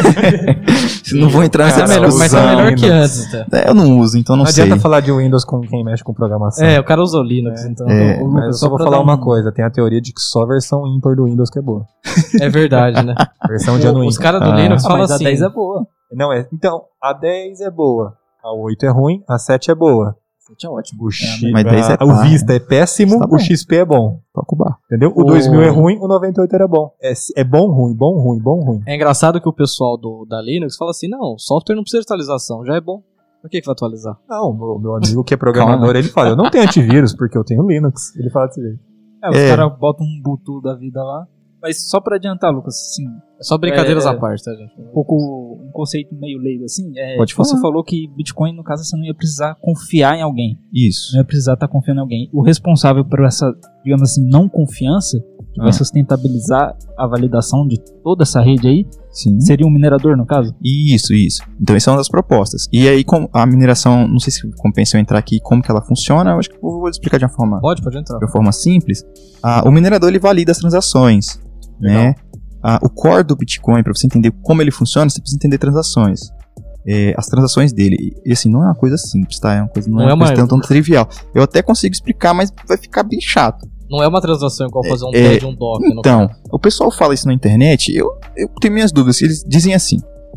não vou entrar nessa discussão. Mas é melhor que antes. Tá? Eu não uso, então não sei. Não adianta falar de Windows com quem mexe com programação. O cara usa o Linux, então. Mas eu só vou falar uma coisa, tem a teoria de que só a versão ímpar do Windows que é boa. É verdade, né? Versão de ano ímpar. Os caras do Linux falam assim. A 10 é boa. Não, então, a 10 é boa, a 8 é ruim, a 7 é boa. É ótimo. Mas 10 o Vista é péssimo, o XP é bom. Toca o bar. Entendeu? O 2000 é ruim, o 98 era bom. É bom, ruim, bom, ruim, bom, ruim. É engraçado que o pessoal da Linux fala assim, não, o software não precisa de atualização, já é bom. Por que vai atualizar? Não, o meu amigo que é programador, ele fala, eu não tenho antivírus porque eu tenho Linux. Ele fala desse jeito. Os caras botam um Ubuntu da vida lá. Mas só pra adiantar, Lucas, assim... É só brincadeiras à parte, tá, gente? Um conceito meio leigo, assim. Pode falar. Você falou que Bitcoin, no caso, você não ia precisar confiar em alguém. Isso. Não ia precisar estar confiando em alguém. O responsável por essa, digamos assim, não confiança, que vai sustentabilizar a validação de toda essa rede aí, seria um minerador, no caso? Isso. Então, essa é uma das propostas. E aí, a mineração, não sei se compensa eu entrar aqui como que ela funciona, eu acho que eu vou explicar de uma forma... Pode entrar. De uma forma simples. O minerador, ele valida as transações, né? O core do Bitcoin, para você entender como ele funciona, você precisa entender transações. As transações dele, e assim, não é uma coisa simples, tá? É uma coisa, não é uma coisa tão trivial. Eu até consigo explicar, mas vai ficar bem chato. Não é uma transação igual fazer um TED, um DOC. Então, o pessoal fala isso na internet, eu tenho minhas dúvidas. Eles dizem assim,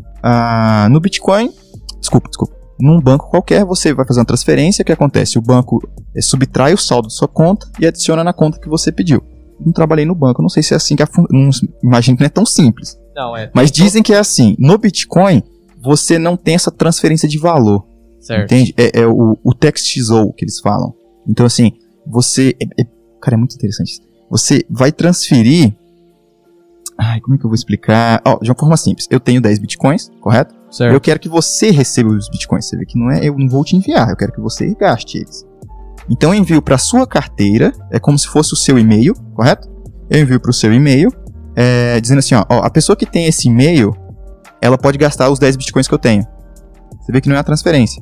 no Bitcoin, desculpa, num banco qualquer, você vai fazer uma transferência, o que acontece? O banco subtrai o saldo da sua conta e adiciona na conta que você pediu. Não trabalhei no banco, não sei se é assim que imagino que não é tão simples. Não, mas dizem que é assim. No Bitcoin, você não tem essa transferência de valor. Certo. Entende? É o TXO que eles falam. Então, assim, você... cara, é muito interessante isso. Você vai transferir... como é que eu vou explicar? De uma forma simples. Eu tenho 10 Bitcoins, correto? Certo. Eu quero que você receba os Bitcoins. Você vê que eu não vou te enviar. Eu quero que você gaste eles. Então eu envio para sua carteira, é como se fosse o seu e-mail, correto? Eu envio para o seu e-mail, dizendo assim, a pessoa que tem esse e-mail, ela pode gastar os 10 bitcoins que eu tenho. Você vê que não é uma transferência.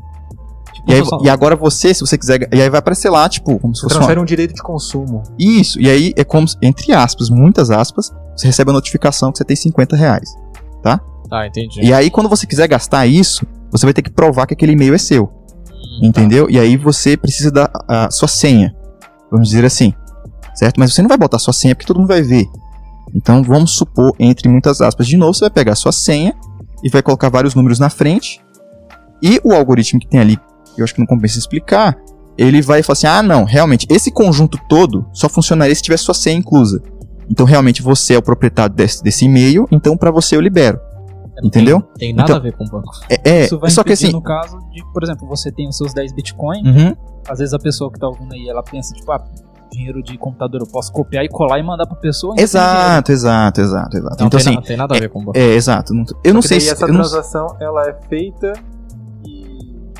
E agora você, se você quiser, e aí vai aparecer lá, tipo, como se fosse transfere um direito de consumo. Isso, e aí é como, entre aspas, muitas aspas, você recebe a notificação que você tem R$50, tá? Tá, entendi. E aí quando você quiser gastar isso, você vai ter que provar que aquele e-mail é seu. Entendeu? E aí você precisa da sua senha, vamos dizer assim, certo? Mas você não vai botar sua senha porque todo mundo vai ver. Então vamos supor, entre muitas aspas, de novo, você vai pegar a sua senha e vai colocar vários números na frente, e o algoritmo que tem ali, eu acho que não compensa explicar, ele vai falar assim, não, realmente, esse conjunto todo só funcionaria se tivesse sua senha inclusa. Então realmente você é o proprietário desse e-mail, então para você eu libero. Entendeu? Tem nada a ver com o banco. Isso vai só que assim, no caso de, por exemplo, você tem os seus 10 Bitcoin, às vezes a pessoa que tá ouvindo aí, ela pensa, tipo, dinheiro de computador eu posso copiar e colar e mandar pra pessoa. Exato. Não, então assim, não tem nada a ver com o banco. Exato. Eu não sei se... essa transação, ela é feita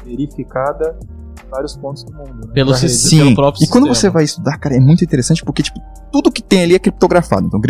verificada em vários pontos do mundo. Né? Pelo Da rede. sistema. Sim, próprio e quando sistema. você vai estudar, cara, é muito interessante porque, tipo, tudo que tem ali é criptografado. Então,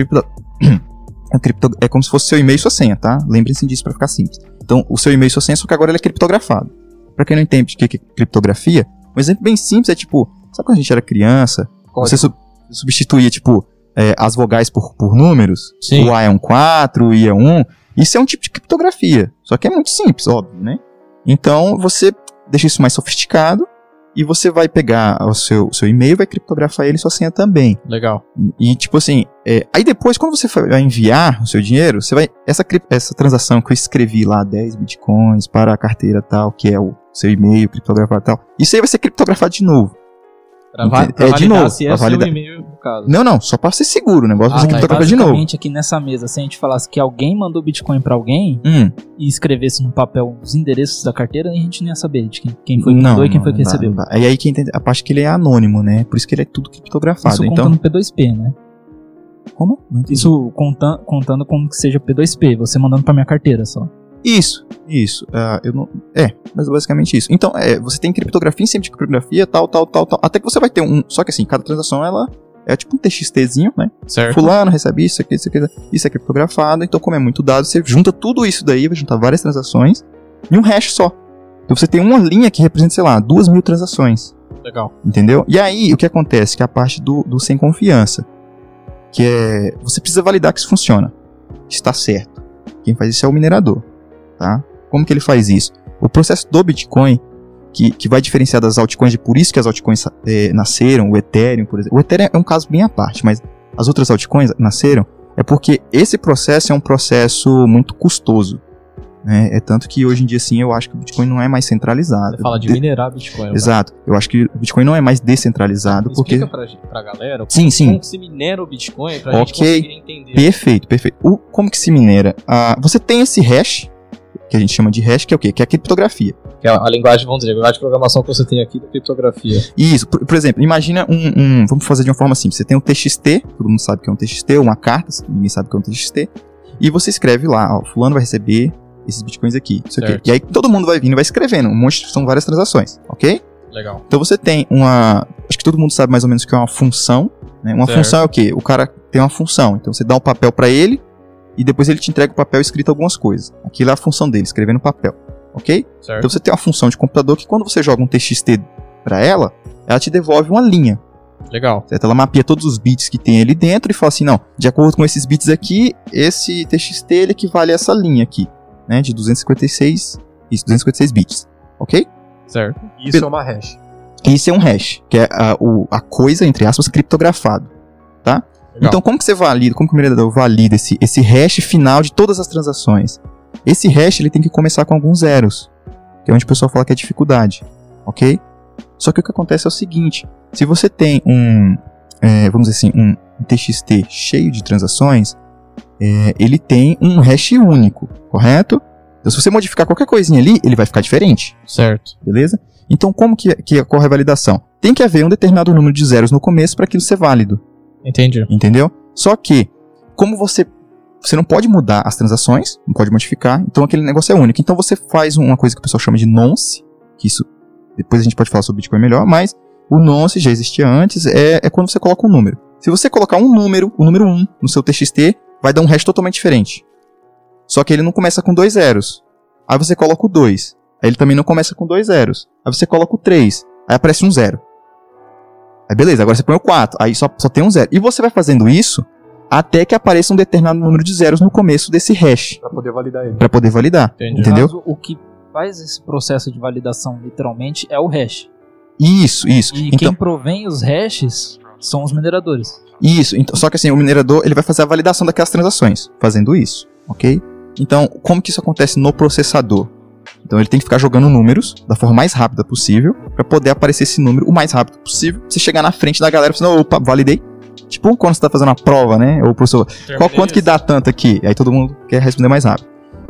é como se fosse seu e-mail e sua senha, tá? Lembrem-se disso pra ficar simples. Então, o seu e-mail e sua senha, só que agora ele é criptografado. Pra quem não entende o que é criptografia, um exemplo bem simples é, tipo, sabe quando a gente era criança? Você substituía, tipo, as vogais por números? Sim. O A é um 4, o I é 1. Isso é um tipo de criptografia. Só que é muito simples, óbvio, né? Então, você deixa isso mais sofisticado e você vai pegar o seu e-mail e vai criptografar ele e sua senha também. Legal. E, tipo assim, aí depois, quando você vai enviar o seu dinheiro, você vai. Essa transação que eu escrevi lá, 10 bitcoins para a carteira tal, que é o seu e-mail criptografado tal, isso aí vai ser criptografado de novo. Pra validar de novo, se pra é seu validar. e-mail, no caso. Não, só para ser seguro, o negócio vai ser tá. criptografado de novo. Basicamente, aqui nessa mesa, se a gente falasse que alguém mandou Bitcoin pra alguém e escrevesse no papel os endereços da carteira, a gente não ia saber de quem foi que mandou e quem foi que recebeu. Não dá. É aí que entende a parte que ele é anônimo, né? Por isso que ele é tudo criptografado. Isso Então, contando P2P, né? como? Não entendi. Isso contando como que seja P2P, você mandando pra minha carteira só. Isso. Eu não. Mas basicamente isso. Então, você tem criptografia em cima de criptografia, tal. Até que você vai ter um. Só que assim, cada transação ela é tipo um TXTzinho, né? Certo. Fulano recebe isso aqui. Isso é criptografado. Então, como é muito dado, você junta tudo isso daí, vai juntar várias transações em um hash só. Então, você tem uma linha que representa, sei lá, 2.000 transações. Legal. Entendeu? E aí, o que acontece? Que é a parte do sem confiança. Que é. Você precisa validar que isso funciona. Está certo. Quem faz isso é o minerador. Tá? Como que ele faz isso? O processo do Bitcoin, que vai diferenciar das altcoins, e por isso que as altcoins nasceram, o Ethereum, por exemplo. O Ethereum é um caso bem à parte, mas as outras altcoins nasceram, é porque esse processo é um processo muito custoso. Né? É tanto que hoje em dia, sim, eu acho que o Bitcoin não é mais centralizado. Você fala de minerar Bitcoin. Né? Exato. Eu acho que o Bitcoin não é mais descentralizado. Explica Porque... pra galera Sim. como que se minera o Bitcoin pra gente conseguir entender. Perfeito. Como que se minera? Você tem esse hash, que a gente chama de hash, que é o quê? Que é a criptografia. Que é a linguagem, vamos dizer, a linguagem de programação que você tem aqui da criptografia. Isso. Por exemplo, imagina vamos fazer de uma forma simples. Você tem um TXT, todo mundo sabe que é um TXT, uma carta, ninguém sabe que é um TXT, e você escreve lá, ó, fulano vai receber esses bitcoins aqui, isso aqui. E aí todo mundo vai vindo e vai escrevendo, são várias transações, ok? Legal. Então você tem acho que todo mundo sabe mais ou menos o que é uma função, né? Uma função é o quê? O cara tem uma função, então você dá um papel pra ele, e depois ele te entrega o papel escrito algumas coisas. Aquilo é a função dele, escrever no papel, ok? Certo. Então você tem uma função de computador que quando você joga um TXT pra ela te devolve uma linha. Legal. Certo? Ela mapeia todos os bits que tem ali dentro e fala assim, não, de acordo com esses bits aqui, esse TXT ele equivale a essa linha aqui, né, de 256 bits, ok? Certo. Isso é uma hash. Isso é um hash, que é a coisa, entre aspas, criptografado, tá? Legal. Então, como que você valida, como que o minerador valida esse hash final de todas as transações? Esse hash, ele tem que começar com alguns zeros, que é onde o pessoal fala que é dificuldade, ok? Só que o que acontece é o seguinte, se você tem vamos dizer assim, um TXT cheio de transações, ele tem um hash único, correto? Então, se você modificar qualquer coisinha ali, ele vai ficar diferente. Certo. Beleza? Então, como que ocorre a validação? Tem que haver um determinado número de zeros no começo para aquilo ser válido. Entendi. Entendeu? Só que, como você não pode mudar as transações, não pode modificar, então aquele negócio é único. Então você faz uma coisa que o pessoal chama de nonce, que isso, depois a gente pode falar sobre Bitcoin melhor, mas o nonce já existia antes, é quando você coloca um número. Se você colocar um número, o número 1 no seu TXT, vai dar um hash totalmente diferente. Só que ele não começa com 2 zeros. Aí você coloca o 2. Aí ele também não começa com 2 zeros. Aí você coloca o 3. Aí aparece um 0. Aí beleza, agora você põe o 4. Aí só tem um 0. E você vai fazendo isso até que apareça um determinado número de zeros no começo desse hash. Pra poder validar ele. Pra poder validar. Entendi. Entendeu? No caso, o que faz esse processo de validação, literalmente, é o hash. Isso. E Então, quem provém os hashes são os mineradores. isso. Então, só que assim, o minerador ele vai fazer a validação daquelas transações. Fazendo isso, ok? Então, como que isso acontece no processador? Então ele tem que ficar jogando números da forma mais rápida possível para poder aparecer esse número o mais rápido possível. Você chegar na frente da galera e falar, opa, validei. Tipo quando você tá fazendo a prova, né? Ou o professor, quanto que dá tanto aqui? Aí todo mundo quer responder mais rápido.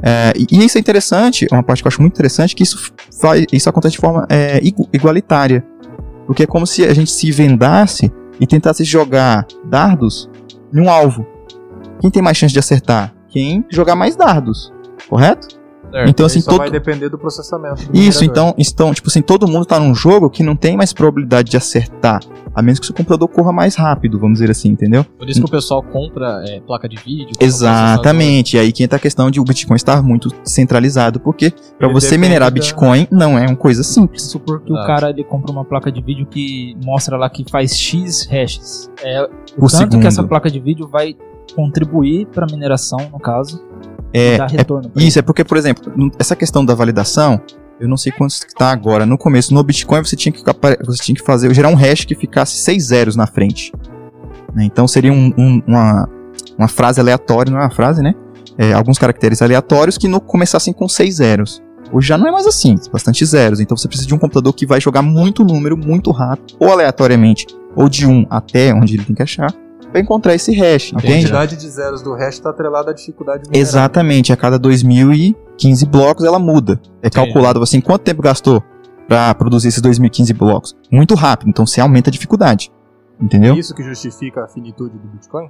E isso é interessante, é uma parte que eu acho muito interessante, que isso acontece de forma igualitária. Porque é como se a gente se vendasse e tentasse jogar dardos em um alvo. Quem tem mais chance de acertar? Quem jogar mais dardos, correto? Certo. Então, assim, Só vai depender do processamento do Isso, minerador. então, tipo assim, todo mundo tá num jogo que não tem mais probabilidade de acertar, a menos que o seu computador corra mais rápido, vamos dizer assim, entendeu? Por isso que o pessoal compra placa de vídeo. Exatamente, e aí que entra a questão de o Bitcoin estar muito centralizado, porque para Ele você depende minerar da- Bitcoin não é uma coisa simples. Isso porque o cara ele compra uma placa de vídeo que mostra lá que faz X hashes. Por Tanto segundo. que essa placa de vídeo vai contribuir para mineração, no caso, e dar retorno. pra Isso, é porque, por exemplo, essa questão da validação, eu não sei quanto está agora. No começo, no Bitcoin, você tinha que gerar um hash que ficasse 6 zeros na frente. Né? Então seria uma frase aleatória, não é uma frase, né? Alguns caracteres aleatórios que começassem com 6 zeros. Hoje já não é mais assim, bastante zeros. Então você precisa de um computador que vai jogar muito número, muito rápido, ou aleatoriamente, ou de 1 até onde ele tem que achar, para encontrar esse hash, A entende? quantidade de zeros do hash está atrelada à dificuldade de minerar. Exatamente, a cada 2015 blocos ela muda. É calculado assim, quanto tempo gastou para produzir esses 2015 blocos? Muito rápido, então você aumenta a dificuldade. Entendeu? Isso que justifica a finitude do Bitcoin?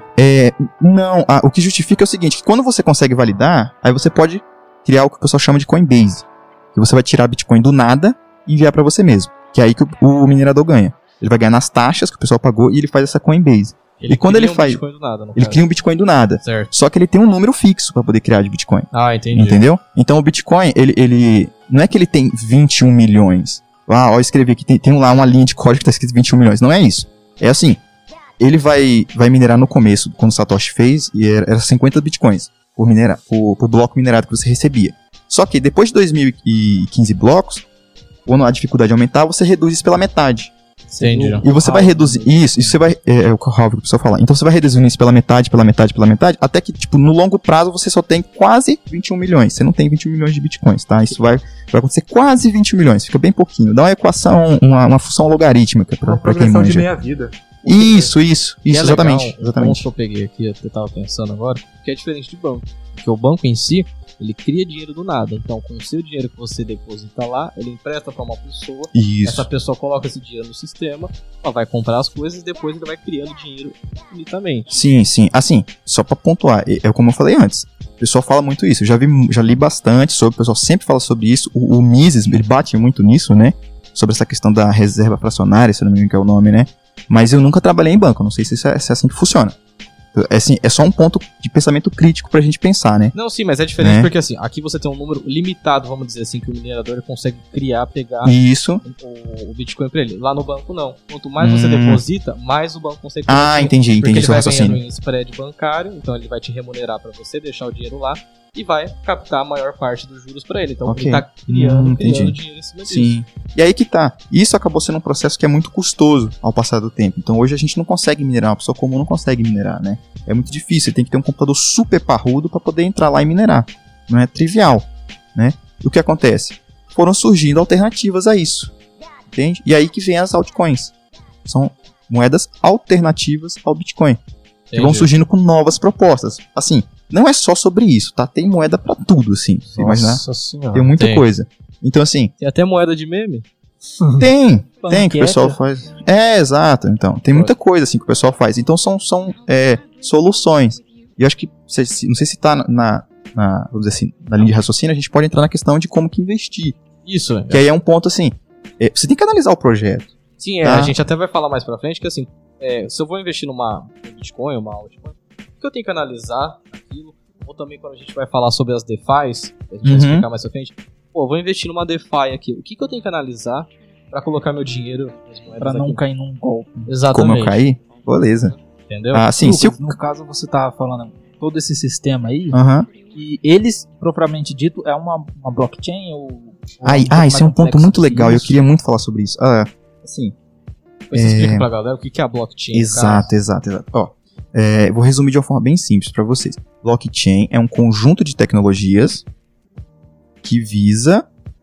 Não, o que justifica é o seguinte, que quando você consegue validar, aí você pode criar o que o pessoal chama de Coinbase. Que você vai tirar Bitcoin do nada e enviar para você mesmo. Que é aí que o minerador ganha. Ele vai ganhar nas taxas que o pessoal pagou e ele faz essa Coinbase. E quando ele faz, Bitcoin do nada, no ele caso. cria um Bitcoin do nada. Certo. Só que ele tem um número fixo para poder criar de Bitcoin. Ah, entendi. Entendeu? Então o Bitcoin, ele não é que ele tem 21 milhões. Ó, eu escrevi aqui, tem lá uma linha de código que tá escrito 21 milhões. Não é isso. É assim, ele vai minerar no começo, quando o Satoshi fez, e era 50 Bitcoins por bloco minerado que você recebia. Só que depois de 2015 blocos, quando a dificuldade aumentar, você reduz isso pela metade. Entendi. E você vai reduzir isso você vai. É o que o pessoal fala. Então você vai reduzindo isso pela metade, até que, tipo, no longo prazo você só tem quase 21 milhões. Você não tem 21 milhões de bitcoins, tá? Isso vai acontecer quase 21 milhões, fica bem pouquinho. Dá uma equação, uma função logarítmica Uma pra quem progressão de manja. meia-vida. Isso, E é exatamente. legal, Exatamente. que eu peguei aqui, eu tava pensando agora, que é diferente de banco. Porque o banco em si, ele cria dinheiro do nada. Então, com o seu dinheiro que você deposita lá, ele empresta pra uma pessoa. Isso. Essa pessoa coloca esse dinheiro no sistema, ela vai comprar as coisas e depois ele vai criando dinheiro infinitamente. Sim. Assim, só pra pontuar, é como eu falei antes. O pessoal fala muito isso. Eu já li bastante sobre, o pessoal sempre fala sobre isso. O Mises, ele bate muito nisso, né? Sobre essa questão da reserva fracionária, se eu não me engano que é o nome, né? Mas eu nunca trabalhei em banco, eu não sei se é assim que funciona. É só um ponto de pensamento crítico pra gente pensar, né? Não, sim, mas é diferente Né? porque assim, aqui você tem um número limitado, vamos dizer assim, que o minerador consegue criar, pegar Isso. o Bitcoin pra ele. Lá no banco não. Quanto mais você deposita, mais o banco consegue criar. Ah, entendi Porque ele seu vai ganhando raciocínio. em spread bancário, então ele vai te remunerar pra você deixar o dinheiro lá e vai captar a maior parte dos juros pra ele. Então Ok. ele tá criando Entendi. dinheiro em cima disso. Sim. E aí que tá. Isso acabou sendo um processo que é muito custoso ao passar do tempo. Então hoje a gente não consegue minerar, uma pessoa comum não consegue minerar, né? É muito difícil, tem que ter um computador super parrudo para poder entrar lá e minerar. Não é trivial, né? E o que acontece? Foram surgindo alternativas a isso. Entende? E aí que vem as altcoins. São moedas alternativas ao Bitcoin. Que vão surgindo com novas propostas. Assim, não é só sobre isso, tá? Tem moeda pra tudo, assim. Você imaginar? Nossa senhora. Tem muita Tem. coisa. Então, assim, Tem até moeda de meme. tem que o Panqueca. pessoal faz. Exato. Então, tem muita coisa assim que o pessoal faz. Então, são soluções. E eu acho que, não sei se tá vamos dizer assim, na linha de raciocínio, a gente pode entrar na questão de como que investir. Isso, Que aí é um ponto assim, você tem que analisar o projeto. Sim, Tá. a gente até vai falar mais pra frente que assim, se eu vou investir no Bitcoin, uma altcoin, o que eu tenho que analisar aquilo, ou também quando a gente vai falar sobre as DeFis, a gente vai explicar mais pra frente, eu vou investir numa DeFi aqui, o que eu tenho que analisar pra colocar meu dinheiro nas moedas Pra não aqui? cair num golpe. Exatamente. Como eu cair, beleza. Entendeu? Sim, se Lucas, no caso, você tá falando todo esse sistema aí, Aham. e eles, propriamente dito, é uma blockchain ou... Isso é um ponto muito legal, eu queria muito falar sobre isso. Assim, Você explica pra galera o que é a blockchain. exato. Ó, vou resumir de uma forma bem simples para vocês. Blockchain é um conjunto de tecnologias que visa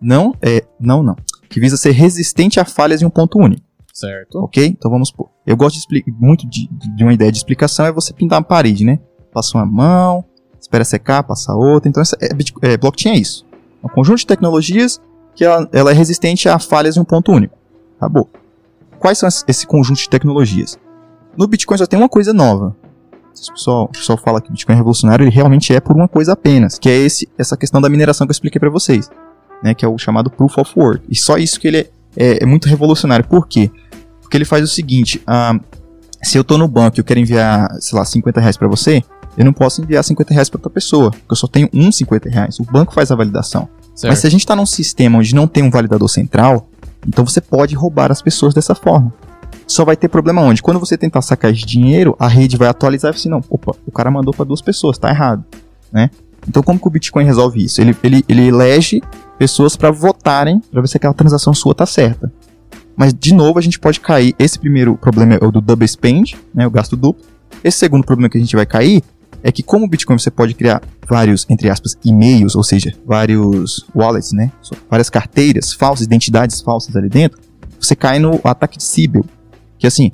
que visa ser resistente a falhas em um ponto único, Certo. ok? Então vamos supor. Eu gosto muito de uma ideia de explicação é você pintar uma parede, né? Passa uma mão, espera secar, passa outra. Então blockchain é isso. É um conjunto de tecnologias que ela é resistente a falhas em um ponto único. Acabou. Quais são esse conjunto de tecnologias? No Bitcoin só tem uma coisa nova, O pessoal fala que o Bitcoin é revolucionário, ele realmente é por uma coisa apenas, que é essa questão da mineração que eu expliquei para vocês, né, que é o chamado Proof of Work. E só isso que ele é muito revolucionário. Por quê? Porque ele faz o seguinte, se eu tô no banco e eu quero enviar, sei lá, R$50 para você, eu não posso enviar R$50 para outra pessoa, porque eu só tenho R$50. O banco faz a validação. Certo. Mas se a gente está num sistema onde não tem um validador central, então você pode roubar as pessoas dessa forma. Só vai ter problema onde? Quando você tentar sacar esse dinheiro, a rede vai atualizar e vai assim, não, opa, o cara mandou para 2 pessoas, tá errado, né? Então como que o Bitcoin resolve isso? Ele elege pessoas para votarem, para ver se aquela transação sua tá certa. Mas de novo a gente pode cair, esse primeiro problema é o do double spend, né, o gasto duplo. Esse segundo problema que a gente vai cair é que como o Bitcoin você pode criar vários, entre aspas, e-mails, ou seja, vários wallets, né, várias carteiras falsas, identidades falsas ali dentro, você cai no ataque de Sybil, que assim,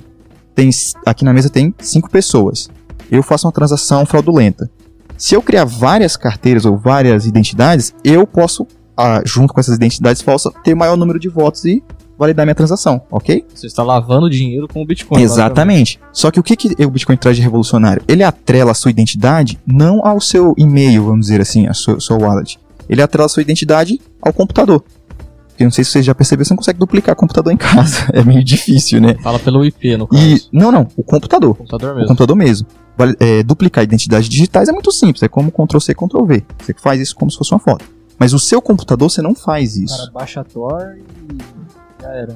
aqui na mesa tem 5 pessoas, eu faço uma transação fraudulenta. Se eu criar várias carteiras ou várias identidades, eu posso, junto com essas identidades falsas, ter o maior número de votos e validar minha transação, ok? Você está lavando dinheiro com o Bitcoin. Exatamente. Só que o que o Bitcoin traz de revolucionário? Ele atrela a sua identidade não ao seu e-mail, vamos dizer assim, a sua wallet. Ele atrela a sua identidade ao computador. Porque não sei se vocês já perceberam, você não consegue duplicar computador em casa. É meio difícil, né? Fala pelo IP, no caso. Não, o computador. O computador mesmo. O computador mesmo. Duplicar identidades digitais é muito simples, é como Ctrl+C, Ctrl+V. Você faz isso como se fosse uma foto. Mas o seu computador, você não faz isso. O cara baixa a Tor e já era.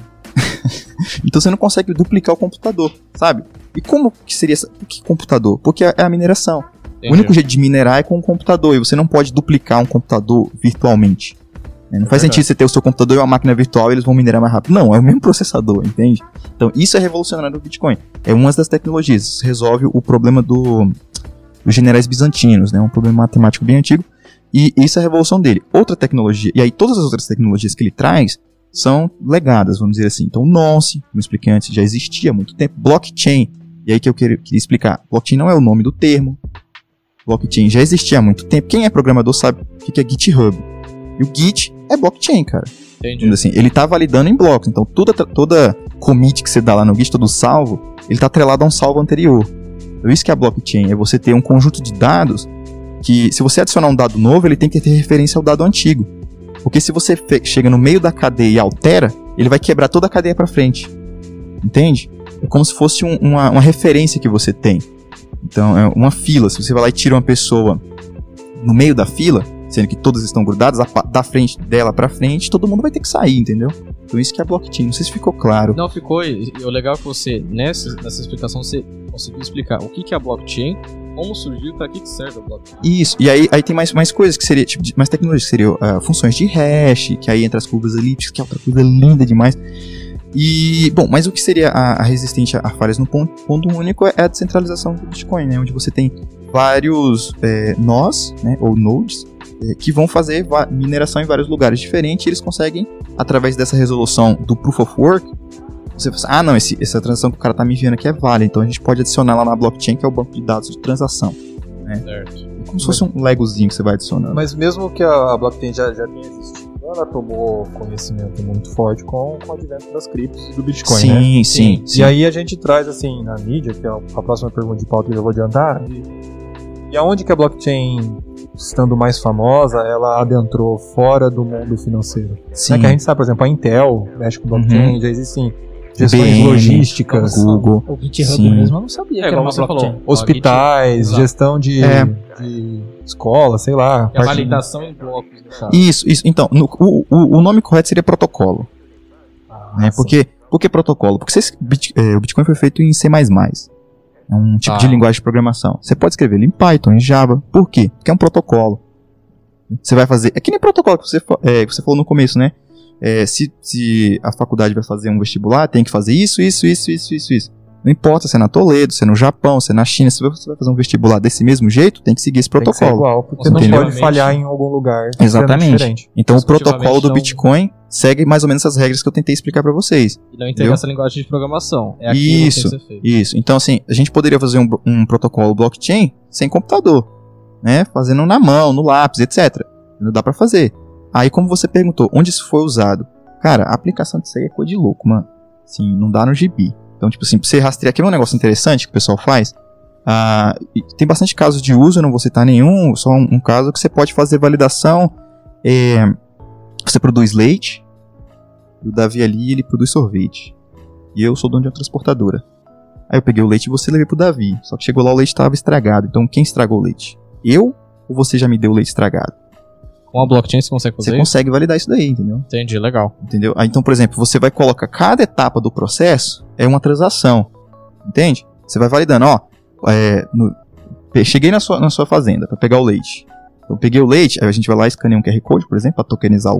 Então você não consegue duplicar o computador, sabe? E como que seria que computador? Porque é a mineração. Entendi. O único jeito de minerar é com o computador, e você não pode duplicar um computador virtualmente. Não faz sentido você ter o seu computador e uma máquina virtual e eles vão minerar mais rápido. Não, é o mesmo processador, entende? Então isso é revolucionário do Bitcoin. É uma das tecnologias. Isso resolve o problema dos generais bizantinos, né? Um problema matemático bem antigo. E isso é a revolução dele. Outra tecnologia, e aí todas as outras tecnologias que ele traz são legadas, vamos dizer assim. Então o Nonce, como eu expliquei antes, já existia há muito tempo. Blockchain, e aí que eu queria explicar. Blockchain não é o nome do termo. Blockchain já existia há muito tempo. Quem é programador sabe o que é GitHub. E o Git é blockchain, cara. Entendi. Assim, ele tá validando em blocos. Então toda commit que você dá lá no Git, todo salvo, ele tá atrelado a um salvo anterior. Então isso que é a blockchain. É você ter um conjunto de dados que, se você adicionar um dado novo, ele tem que ter referência ao dado antigo. Porque se você chega no meio da cadeia e altera, ele vai quebrar toda a cadeia para frente. Entende? É como se fosse uma referência que você tem. Então, é uma fila. Se você vai lá e tira uma pessoa no meio da fila, sendo que todas estão grudadas, da frente dela para frente, todo mundo vai ter que sair, entendeu? Então isso que é blockchain. Não sei se ficou claro. Não, ficou. E o legal é que você, nessa explicação, você conseguiu explicar o que é a blockchain, como surgiu, para que serve a blockchain. Isso, e aí tem mais coisas que seria, tipo, mais tecnologias que seriam funções de hash, que aí entra as curvas elípticas, que é outra coisa linda demais. E, bom, mas o que seria a resistente a falhas no ponto único é a descentralização do Bitcoin, né? Onde você tem vários nós, né, ou nodes, que vão fazer mineração em vários lugares diferentes, e eles conseguem, através dessa resolução do Proof of Work, você fala, não, essa transação que o cara tá me enviando aqui é válida, então a gente pode adicionar lá na blockchain, que é o banco de dados de transação, né? Certo. É como se fosse um legozinho que você vai adicionando. Mas mesmo que a blockchain já tenha existido, ela tomou conhecimento muito forte com o advento das criptos e do Bitcoin, né? Sim. E aí a gente traz, assim, na mídia, que é a próxima pergunta de pauta que eu vou adiantar, e aonde que a blockchain, estando mais famosa, ela adentrou fora do mundo financeiro? Sim. É que a gente sabe, por exemplo, a Intel mexe com blockchain, já existem gestões logísticas, Google. O GitHub mesmo eu não sabia que era uma blockchain. Hospitais, gestão de escola, sei lá. A validação em blocos. Isso. Então, o nome correto seria protocolo. Né? Por que protocolo? Porque o Bitcoin foi feito em C++. É um tipo de linguagem de programação. Você pode escrever ele em Python, em Java. Por quê? Porque é um protocolo. Você vai fazer... É que nem protocolo que você falou no começo, né? Se a faculdade vai fazer um vestibular, tem que fazer isso. Não importa se é na Toledo, se é no Japão, se é na China, se você vai fazer um vestibular desse mesmo jeito, tem que seguir esse protocolo. Tem que ser igual, porque não pode falhar em algum lugar. Exatamente. Então o protocolo do Bitcoin segue mais ou menos essas regras que eu tentei explicar para vocês. E não integra essa linguagem de programação. É aquilo que tem que ser feito. Isso. Então assim, a gente poderia fazer um protocolo blockchain sem computador, né? Fazendo na mão, no lápis, etc. Não dá para fazer. Aí, como você perguntou, onde isso foi usado? Cara, a aplicação disso aí é coisa de louco, mano. Assim, não dá no gibi. Então, tipo assim, pra você rastrear... Aqui é um negócio interessante que o pessoal faz. E tem bastante casos de uso, eu não vou citar nenhum, só um caso que você pode fazer validação. Você produz leite, e o Davi ali, ele produz sorvete. E eu sou dono de uma transportadora. Aí eu peguei o leite e você levei pro Davi. Só que chegou lá, o leite estava estragado. Então quem estragou o leite? Eu ou você já me deu o leite estragado? Com a blockchain você consegue fazer Você consegue validar isso daí, entendeu? Entendi, legal. Entendeu? Aí, então, por exemplo, você vai colocar cada etapa do processo é uma transação. Entende? Você vai validando, cheguei na sua fazenda para pegar o leite. Então, eu peguei o leite, aí a gente vai lá e escaneia um QR Code, por exemplo, para tokenizar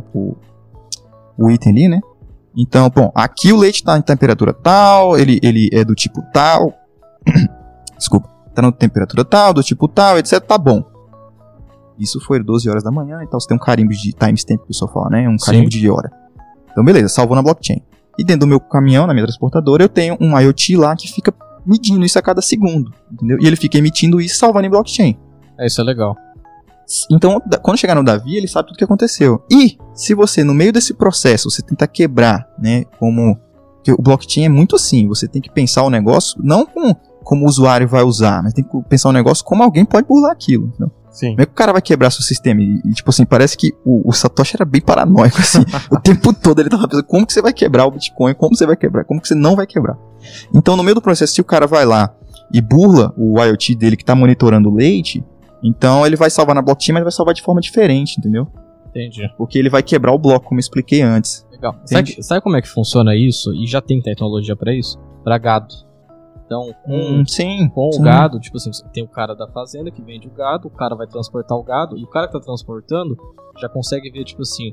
o item ali, né? Então, bom, aqui o leite tá em temperatura tal, ele é do tipo tal. Desculpa. Tá na temperatura tal, do tipo tal, etc. Tá bom. Isso foi 12 horas da manhã e tal. Você tem um carimbo de timestamp que o pessoal fala, né? Um carimbo de hora. Então, beleza, salvou na blockchain. E dentro do meu caminhão, na minha transportadora, eu tenho um IoT lá que fica medindo isso a cada segundo. Entendeu? E ele fica emitindo isso e salvando em blockchain. Isso é legal. Então, quando chegar no Davi, ele sabe tudo o que aconteceu. E, se você, no meio desse processo, você tentar quebrar, né? Porque o blockchain é muito assim. Você tem que pensar o negócio, não como o usuário vai usar, mas tem que pensar o negócio como alguém pode burlar aquilo. Entendeu? Sim. Como é que o cara vai quebrar seu sistema? E tipo assim, parece que o Satoshi era bem paranoico, assim. O tempo todo ele tava pensando, como que você vai quebrar o Bitcoin? Como você vai quebrar? Como que você não vai quebrar? Então, no meio do processo, se o cara vai lá e burla o IoT dele que tá monitorando o leite, então ele vai salvar na blockchain, mas vai salvar de forma diferente, entendeu? Entendi. Porque ele vai quebrar o bloco, como eu expliquei antes. Legal. Sabe como é que funciona isso? E já tem tecnologia pra isso? Pra gado. Então, com o gado, tipo assim, tem o cara da fazenda que vende o gado, o cara vai transportar o gado, e o cara que tá transportando já consegue ver, tipo assim,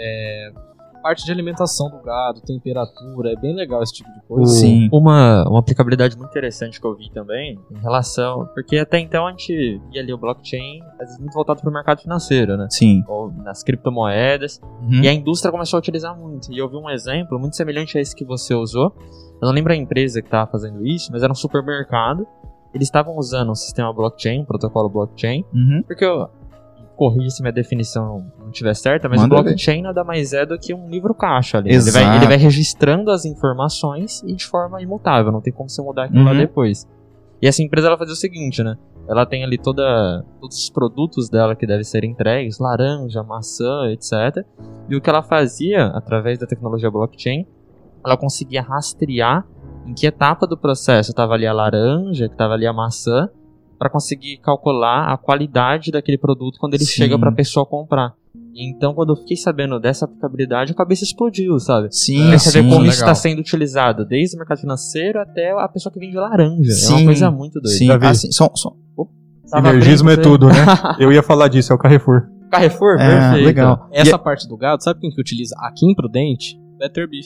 parte de alimentação do gado, temperatura, é bem legal esse tipo de coisa. Sim. Uma aplicabilidade muito interessante que eu vi também, em relação... Porque até então a gente via ali o blockchain, às vezes muito voltado pro mercado financeiro, né? Sim. Ou nas criptomoedas. E a indústria começou a utilizar muito. E eu vi um exemplo muito semelhante a esse que você usou. Eu não lembro a empresa que estava fazendo isso, mas era um supermercado. Eles estavam usando um sistema blockchain, um protocolo blockchain, porque corrija se minha definição não estiver certa, mas o blockchain nada mais é do que um livro caixa ali. Ele vai registrando as informações e de forma imutável, não tem como você mudar aquilo lá depois. E essa empresa ela fazia o seguinte, né? Ela tem ali todos os produtos dela que devem ser entregues, laranja, maçã, etc. E o que ela fazia, através da tecnologia blockchain, ela conseguia rastrear em que etapa do processo estava ali a laranja, que estava ali a maçã, para conseguir calcular a qualidade daquele produto quando ele chega para a pessoa comprar. Então, quando eu fiquei sabendo dessa aplicabilidade, a cabeça explodiu, sabe? Sim, você vê como isso está sendo utilizado, desde o mercado financeiro até a pessoa que vende laranja. Sim, é uma coisa muito doida. Sim, assim, sinergismo é tudo, né? Eu ia falar disso, é o Carrefour. Carrefour, perfeito. Legal. Essa parte do gado, sabe quem que utiliza aqui em Prudente? Better Beef.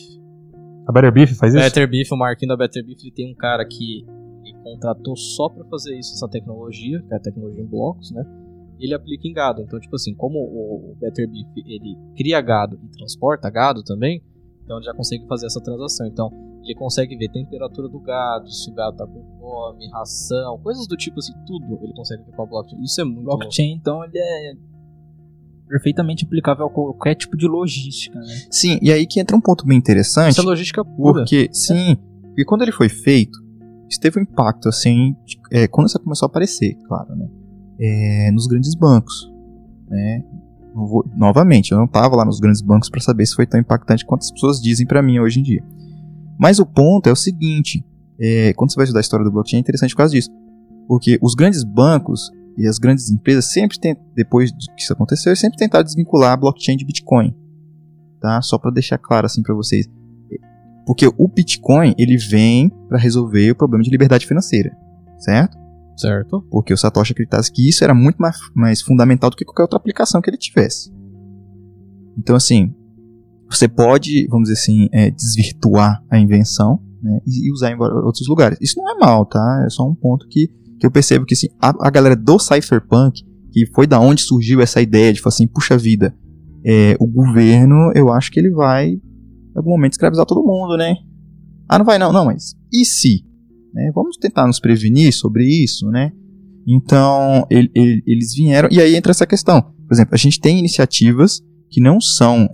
A Better Beef faz isso? Better Beef, o Marquinhos da Better Beef, ele tem um cara que ele contratou só pra fazer isso, essa tecnologia, que é a tecnologia em blocos, né? Ele aplica em gado. Então, tipo assim, como o Better Beef, ele cria gado e transporta gado também, então ele já consegue fazer essa transação. Então, ele consegue ver temperatura do gado, se o gado tá com fome, ração, coisas do tipo assim, tudo ele consegue ver com a blockchain. Isso é muito blockchain, louco. então, ele é perfeitamente aplicável a qualquer tipo de logística, né? Sim, e aí que entra um ponto bem interessante. Isso é logística pura. Porque quando ele foi feito, isso teve um impacto, assim, quando isso começou a aparecer, claro, né? Nos grandes bancos, né? Novamente, eu não estava lá nos grandes bancos para saber se foi tão impactante quanto as pessoas dizem para mim hoje em dia. Mas o ponto é o seguinte, quando você vai estudar a história do blockchain, é interessante por causa disso. Porque os grandes bancos e as grandes empresas sempre depois que isso aconteceu, eles sempre tentaram desvincular a blockchain de Bitcoin. Tá? Só para deixar claro assim para vocês. Porque o Bitcoin, ele vem para resolver o problema de liberdade financeira, certo? Certo. Porque o Satoshi acreditasse que isso era muito mais fundamental do que qualquer outra aplicação que ele tivesse. Então, assim, você pode, vamos dizer assim, desvirtuar a invenção, né, e usar em outros lugares. Isso não é mal, tá? É só um ponto que eu percebo que assim, a galera do Cypherpunk, que foi da onde surgiu essa ideia de falar assim, puxa vida, o governo, eu acho que ele vai, em algum momento, escravizar todo mundo, né? Ah, não vai não, mas e se? Né? Vamos tentar nos prevenir sobre isso, né? Então, eles vieram, e aí entra essa questão. Por exemplo, a gente tem iniciativas que não são,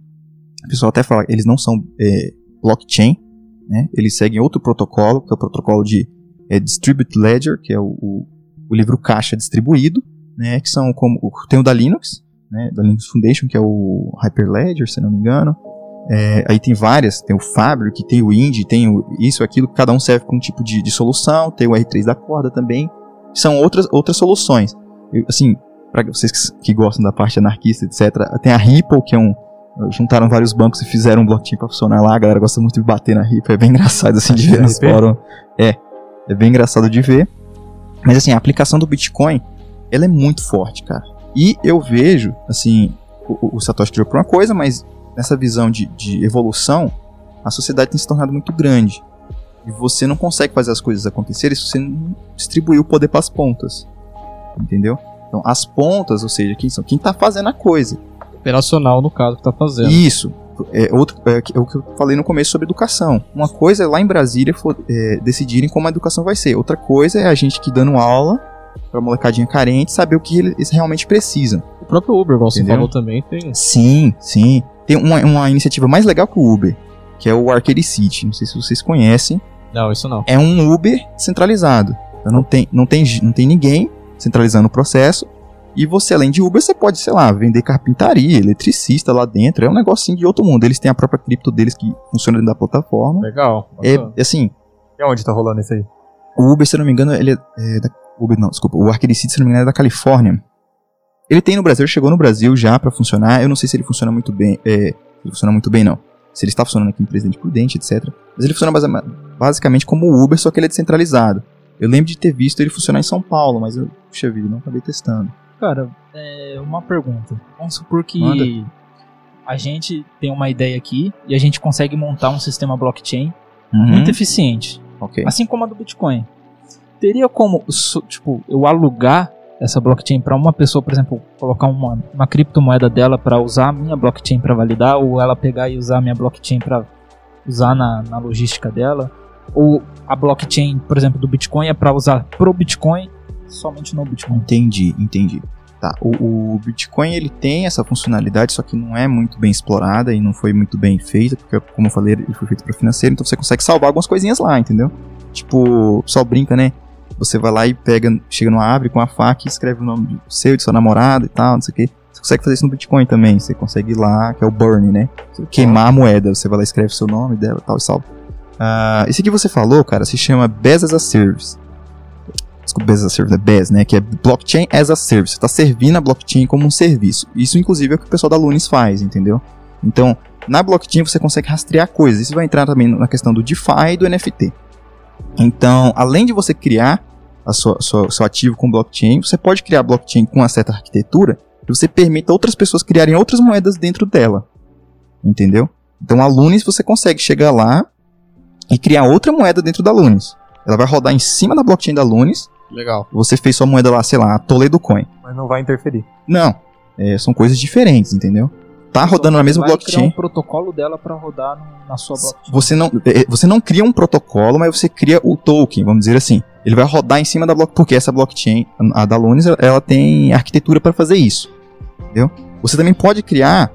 o pessoal até fala, eles não são blockchain, né? Eles seguem outro protocolo, que é o protocolo de Distributed Ledger, que é o livro caixa distribuído, né, que são como tem o da Linux, né, da Linux Foundation, que é o Hyperledger, se não me engano. Aí tem várias, tem o Fabric, tem o Indy, tem isso, aquilo, cada um serve para um tipo de solução. Tem o R3 da Corda também, são outras soluções. Assim, para vocês que gostam da parte anarquista, etc., tem a Ripple, que juntaram vários bancos e fizeram um blockchain para funcionar lá. A galera gosta muito de bater na Ripple, é bem engraçado assim de ver nos fóruns. É bem engraçado de ver. Mas assim, a aplicação do Bitcoin, ela é muito forte, cara. E eu vejo, assim, o Satoshi criou para uma coisa, mas nessa visão de evolução, a sociedade tem se tornado muito grande. E você não consegue fazer as coisas acontecerem se você não distribuir o poder para as pontas. Entendeu? Então, as pontas, ou seja, quem está fazendo a coisa. Operacional, no caso, que está fazendo. Isso. É o que eu falei no começo sobre educação. Uma coisa é lá em Brasília decidirem como a educação vai ser. Outra coisa é a gente que dando aula pra molecadinha carente saber o que eles realmente precisam. O próprio Uber, igual você falou também, tem... Sim. Tem uma iniciativa mais legal que o Uber, que é o Arcade City. Não sei se vocês conhecem. Não, isso não. É um Uber centralizado. Então não tem ninguém centralizando o processo. E você, além de Uber, você pode, sei lá, vender carpintaria, eletricista lá dentro. É um negocinho de outro mundo. Eles têm a própria cripto deles que funciona dentro da plataforma. Legal. Assim... E onde tá rolando isso aí? O Uber, se eu não me engano, ele o Arcade City, se não me engano, é da Califórnia. Ele tem no Brasil, chegou no Brasil já pra funcionar. Eu não sei se ele funciona muito bem. Não. Se ele está funcionando aqui em Presidente Prudente, etc. Mas ele funciona basicamente como o Uber, só que ele é descentralizado. Eu lembro de ter visto ele funcionar em São Paulo, mas puxa vida, não acabei testando. Cara, uma pergunta. Vamos supor que a gente tem uma ideia aqui e a gente consegue montar um sistema blockchain muito eficiente. Okay. Assim como a do Bitcoin. Teria como, eu alugar essa blockchain para uma pessoa, por exemplo, colocar uma criptomoeda dela para usar a minha blockchain para validar, ou ela pegar e usar a minha blockchain para usar na logística dela? Ou a blockchain, por exemplo, do Bitcoin é para usar pro Bitcoin, somente no Bitcoin? Entendi. Tá, o Bitcoin ele tem essa funcionalidade, só que não é muito bem explorada e não foi muito bem feita, porque, como eu falei, ele foi feito para financeiro, então você consegue salvar algumas coisinhas lá, entendeu? Tipo, o pessoal brinca, né? Você vai lá e chega numa árvore com a faca e escreve o nome do seu, de sua namorada e tal, não sei o que. Você consegue fazer isso no Bitcoin também, você consegue ir lá, que é o burn, né? Queimar a moeda, você vai lá e escreve o seu nome dela e tal, e salva. Esse que você falou, cara, se chama BES as a Service. Desculpa, BES as a Service, é BES, né? Que é Blockchain as a Service. Você tá servindo a blockchain como um serviço. Isso, inclusive, é o que o pessoal da Lunis faz, entendeu? Então, na blockchain você consegue rastrear coisas. Isso vai entrar também na questão do DeFi e do NFT. Então, além de você criar seu ativo com blockchain, você pode criar blockchain com uma certa arquitetura que você permita outras pessoas criarem outras moedas dentro dela. Entendeu? Então, a Lunis você consegue chegar lá e criar outra moeda dentro da Lunis. Ela vai rodar em cima da blockchain da Lunis. Legal. Você fez sua moeda lá, sei lá, a Toledo Coin. Mas não vai interferir. Não. São coisas diferentes, entendeu? Tá rodando na mesma blockchain. Você vai criar um protocolo dela para rodar na sua blockchain. Você não cria um protocolo, mas você cria o token, vamos dizer assim. Ele vai rodar em cima da blockchain, porque essa blockchain, a da Lunis, ela tem arquitetura para fazer isso. Entendeu? Você também pode criar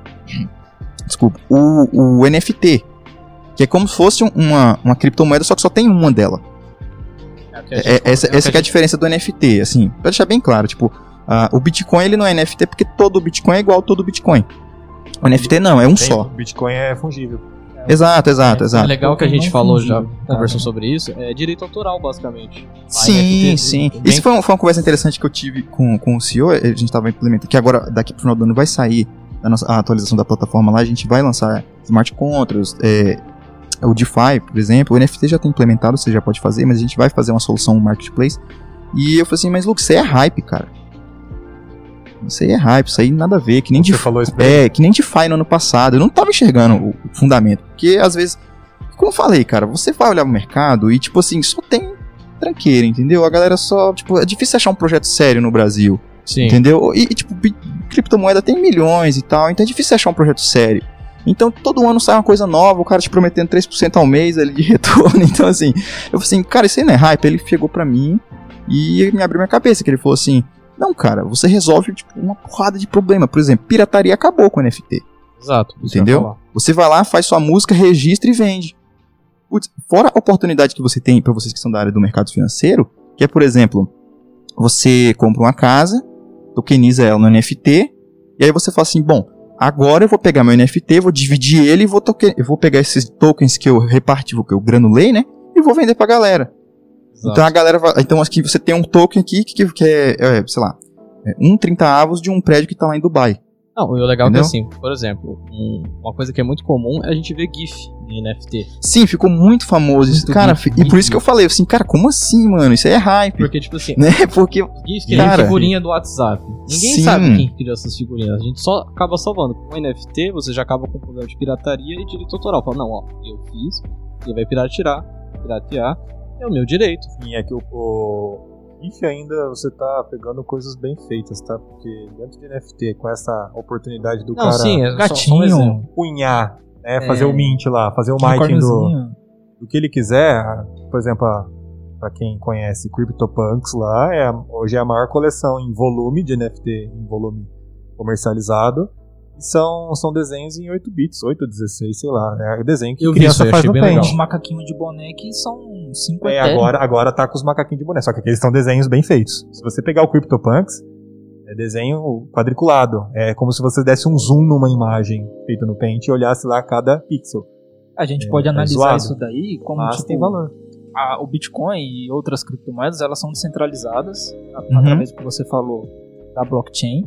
o NFT, que é como se fosse uma criptomoeda, só que só tem uma dela. Essa que é a diferença do NFT, assim, pra deixar bem claro, tipo, o Bitcoin ele não é NFT porque todo Bitcoin é igual a todo Bitcoin. O NFT não, é um só. O Bitcoin é fungível. Exato. É legal que a gente falou já, conversou sobre isso, é direito autoral, basicamente. Sim. Isso foi uma conversa interessante que eu tive com o CEO, a gente estava implementando, que agora, daqui pro final do ano, vai sair a atualização da plataforma lá, a gente vai lançar Smart Contracts, o DeFi, por exemplo, o NFT já tem implementado, você já pode fazer, mas a gente vai fazer uma solução no Marketplace. E eu falei assim, mas Lucas, isso aí é hype, cara. Isso aí é hype, isso aí nada a ver, que nem que nem DeFi no ano passado. Eu não tava enxergando o fundamento, porque às vezes, como eu falei, cara, você vai olhar o mercado e tipo assim, só tem tranqueira, entendeu? A galera só, tipo, é difícil achar um projeto sério no Brasil. Sim. Entendeu? E tipo, criptomoeda tem milhões e tal, então é difícil achar um projeto sério. Então todo ano sai uma coisa nova, o cara te prometendo 3% ao mês ali de retorno. Então assim, eu falei assim, cara, isso aí não é hype. Ele chegou pra mim e me abriu minha cabeça, que ele falou assim, não, cara, você resolve tipo, uma porrada de problema. Por exemplo, pirataria acabou com o NFT. Exato. Entendeu? Você vai lá, faz sua música, registra e vende. Putz, fora a oportunidade que você tem pra vocês que são da área do mercado financeiro, que é, por exemplo, você compra uma casa, tokeniza ela no NFT, e aí você fala assim, bom, agora eu vou pegar meu NFT, vou dividir ele e eu vou pegar esses tokens que eu reparti, que eu granulei, né? E vou vender pra galera. Exato. Então a galera vai... Então aqui você tem um token aqui que é sei lá, 1/30 de um prédio que tá lá em Dubai. Não, e o legal é que assim, por exemplo, uma coisa que é muito comum é a gente ver GIF em NFT. Sim, ficou muito famoso isso, cara. E por isso que eu falei assim, cara, como assim, mano? Isso aí é hype. Porque, tipo assim, né? Porque, GIF que é figurinha do WhatsApp. Ninguém sabe quem criou essas figurinhas. A gente só acaba salvando. Com NFT, você já acaba com o problema de pirataria e direito autoral. Fala, não, ó, eu fiz, ele vai piratear, é o meu direito. Sim, é que o GIF ainda você tá pegando coisas bem feitas, tá? Porque dentro de NFT, com essa oportunidade do cara gatinho, punhar, né? Fazer o mint lá, fazer o mining do que ele quiser. Por exemplo, pra quem conhece CryptoPunks lá, hoje é a maior coleção em volume de NFT, em volume comercializado. E são desenhos em 8 bits, 8 ou 16, sei lá. É desenho que criança faz no Paint. Os macaquinhos de boné que são 5 agora tá com os macaquinhos de boné, só que aqueles são desenhos bem feitos. Se você pegar o CryptoPunks, é desenho quadriculado. É como se você desse um zoom numa imagem feita no Paint e olhasse lá cada pixel. A gente pode analisar isso daí como tipo, tem valor. O Bitcoin e outras criptomoedas, elas são descentralizadas através do que você falou da blockchain.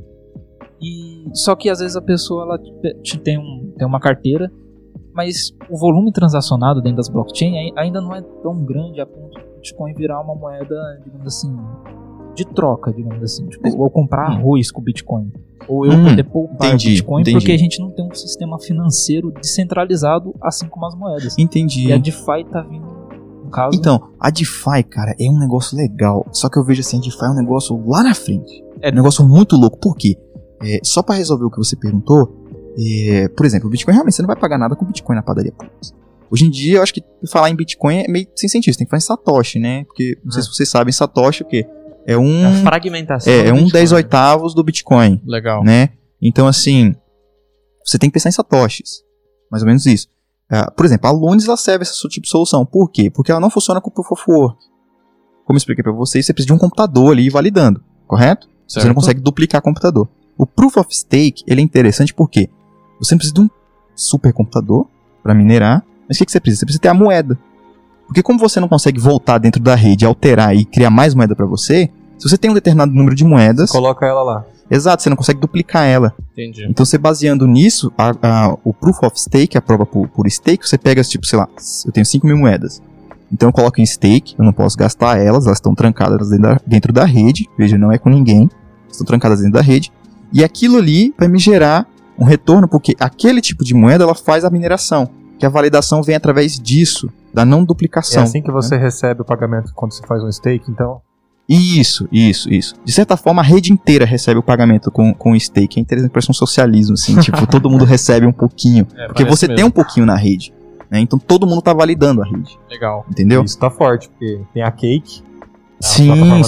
Só que às vezes a pessoa ela tem uma carteira, mas o volume transacionado dentro das blockchain ainda não é tão grande a ponto do Bitcoin virar uma moeda, digamos assim, de troca, digamos assim. Tipo, eu comprar arroz com Bitcoin. Ou eu poder poupar Bitcoin, porque a gente não tem um sistema financeiro descentralizado assim como as moedas. Entendi. E a DeFi tá vindo, no caso... Então, a DeFi, cara, é um negócio legal. Só que eu vejo assim, a DeFi é um negócio lá na frente. É um negócio muito louco. Por quê? Só pra resolver o que você perguntou, por exemplo, o Bitcoin realmente você não vai pagar nada com Bitcoin na padaria. Hoje em dia, eu acho que falar em Bitcoin é meio sem sentido. Você tem que falar em Satoshi, né? Porque, não sei se vocês sabem, Satoshi o quê? É a fragmentação. É um 10/8 do Bitcoin. Legal. Né? Então, assim, você tem que pensar em Satoshis. Mais ou menos isso. Por exemplo, a Lones, ela serve essa tipo de solução. Por quê? Porque ela não funciona com Proof of Work. Como eu expliquei pra vocês, você precisa de um computador ali validando, correto? Certo. Você não consegue duplicar computador. O Proof of Stake, ele é interessante porque você não precisa de um supercomputador para minerar, mas o que você precisa? Você precisa ter a moeda. Porque como você não consegue voltar dentro da rede, alterar e criar mais moeda para você, se você tem um determinado número de moedas... Você coloca ela lá. Exato, você não consegue duplicar ela. Entendi. Então você baseando nisso, o Proof of Stake, a prova por stake, você pega, tipo, sei lá, eu tenho 5.000 moedas. Então eu coloco em stake, eu não posso gastar elas estão trancadas dentro da rede, veja, não é com ninguém, estão trancadas dentro da rede. E aquilo ali vai me gerar um retorno, porque aquele tipo de moeda ela faz a mineração, que a validação vem através disso, da não duplicação. É assim que você recebe o pagamento quando você faz um stake, então? Isso. De certa forma, a rede inteira recebe o pagamento com o stake. É interessante, parece um socialismo, assim, tipo, todo mundo recebe um pouquinho, porque você tem um pouquinho na rede, né? Então todo mundo tá validando a rede. Legal. Entendeu? Isso tá forte, porque tem a Cake. Sim.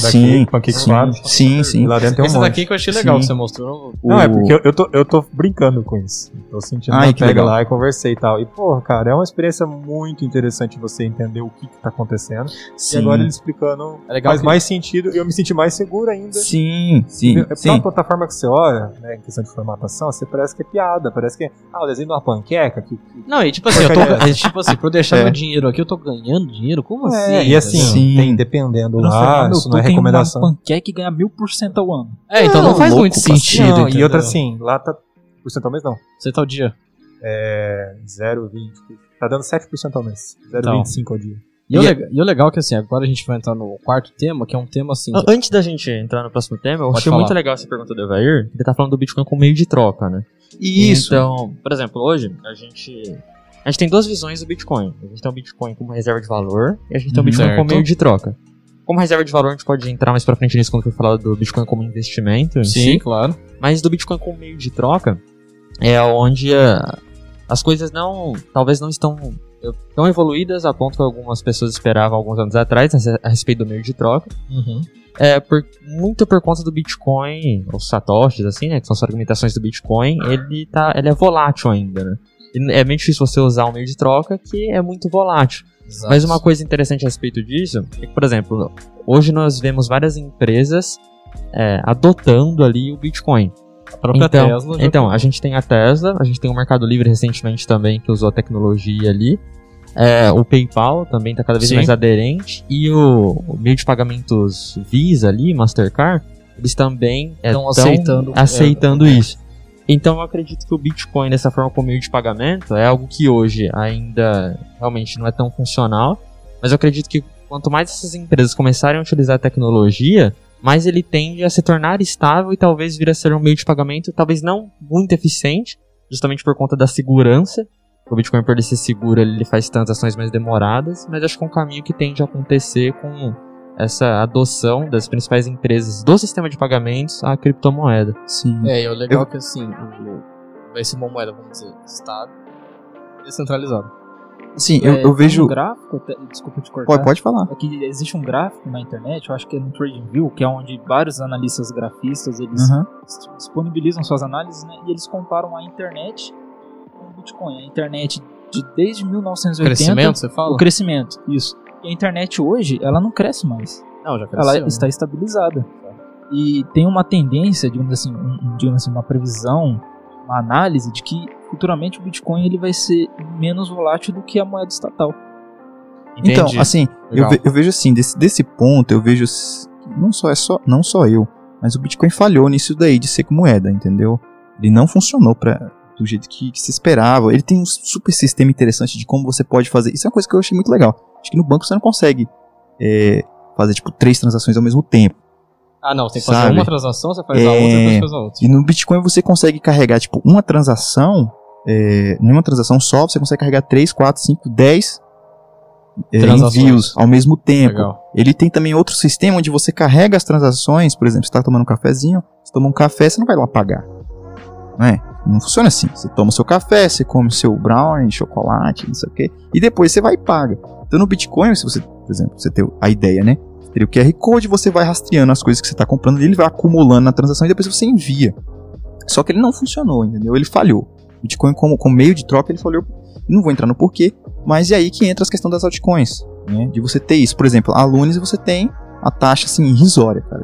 E lá dentro tem um esse monte. daqui que eu achei legal que você mostrou. Não, é porque eu tô brincando com isso. Tô sentindo uma pega lá e conversei e tal. E, pô, cara, é uma experiência muito interessante você entender o que tá acontecendo. Sim. E agora ele explicando faz mais sentido e eu me senti mais seguro ainda. Sim. É uma plataforma que você olha, né, em questão de formatação, você parece que é piada, parece que é o desenho de uma panqueca. Não, e tipo assim, pra eu deixar meu dinheiro aqui, eu tô ganhando dinheiro? Como assim? E assim, tem dependendo lá. Isso não é recomendação. Uma panqueca e ganha 1000% ao ano. Então não faz muito sentido. Não, e outra assim, lá tá 1% ao mês não. Você tá ao dia? 0,20. Tá dando 7% ao mês. 0,25 ao dia. E o legal é que assim, agora a gente vai entrar no quarto tema, que é um tema assim... Antes da gente entrar no próximo tema, eu achei muito legal essa pergunta do Evair, ele tá falando do Bitcoin como meio de troca, né? Isso. Então, por exemplo, hoje a gente tem duas visões do Bitcoin. A gente tem o Bitcoin como reserva de valor e a gente tem o Bitcoin como meio de troca. Como reserva de valor, a gente pode entrar mais pra frente nisso quando for falar do Bitcoin como investimento. Sim, claro. Mas do Bitcoin como meio de troca, é onde as coisas talvez não estão tão evoluídas a ponto que algumas pessoas esperavam alguns anos atrás a respeito do meio de troca. Muito por conta do Bitcoin, os satoshis, assim, né, que são as fragmentações do Bitcoin, ele é volátil ainda, né? É meio difícil você usar um meio de troca que é muito volátil. Exato. Mas uma coisa interessante a respeito disso é que, por exemplo, hoje nós vemos várias empresas adotando ali o Bitcoin. A própria Tesla. Então, a gente tem a Tesla, a gente tem o Mercado Livre recentemente também, que usou a tecnologia ali. O PayPal também está cada vez mais aderente. E o meio de pagamentos Visa ali, Mastercard, eles também estão aceitando isso. Então eu acredito que o Bitcoin dessa forma como meio de pagamento é algo que hoje ainda realmente não é tão funcional. Mas eu acredito que quanto mais essas empresas começarem a utilizar a tecnologia, mais ele tende a se tornar estável e talvez vir a ser um meio de pagamento talvez não muito eficiente, justamente por conta da segurança. O Bitcoin, por ele ser seguro, ele faz transações mais demoradas, mas acho que é um caminho que tende a acontecer com essa adoção das principais empresas do sistema de pagamentos à criptomoeda. Sim. E o legal é que assim, vai ser uma moeda, vamos dizer, estável e descentralizada. Sim, eu vejo... um gráfico, desculpa te cortar. Pode falar. Aqui existe um gráfico na internet, eu acho que é no TradingView, que é onde vários analistas grafistas, eles disponibilizam suas análises, né, e eles comparam a internet com o Bitcoin. A internet desde 1980... O crescimento, você fala? O crescimento, isso. E a internet hoje, ela não cresce mais. Não, já cresceu. Ela está estabilizada. E tem uma tendência, digamos assim, uma previsão, uma análise de que futuramente o Bitcoin ele vai ser menos volátil do que a moeda estatal. Entendi. Então, assim, eu vejo assim, desse ponto, eu vejo não só eu, mas o Bitcoin falhou nisso daí de ser moeda, entendeu? Ele não funcionou do jeito que se esperava. Ele tem um super sistema interessante de como você pode fazer. Isso é uma coisa que eu achei muito legal. Acho que no banco você não consegue fazer, 3 transações ao mesmo tempo. Ah, não, você tem que fazer uma transação, você faz a outra e depois faz a outra. E no Bitcoin você consegue carregar, uma transação, numa transação só, você consegue carregar 3, 4, 5, 10 envios ao mesmo tempo. Legal. Ele tem também outro sistema onde você carrega as transações, por exemplo, você está tomando um cafezinho, você toma um café, você não vai lá pagar. Não funciona assim. Você toma o seu café, você come o seu brownie, chocolate, não sei o quê, e depois você vai e paga. Então no Bitcoin, se você, por exemplo, você tem a ideia, né? Teria o QR Code, você vai rastreando as coisas que você está comprando, ele vai acumulando na transação e depois você envia. Só que ele não funcionou, entendeu? Ele falhou. O Bitcoin como meio de troca, ele falhou. Não vou entrar no porquê, mas é aí que entra a questão das altcoins, né? De você ter isso. Por exemplo, a Lunis você tem a taxa assim, irrisória, cara.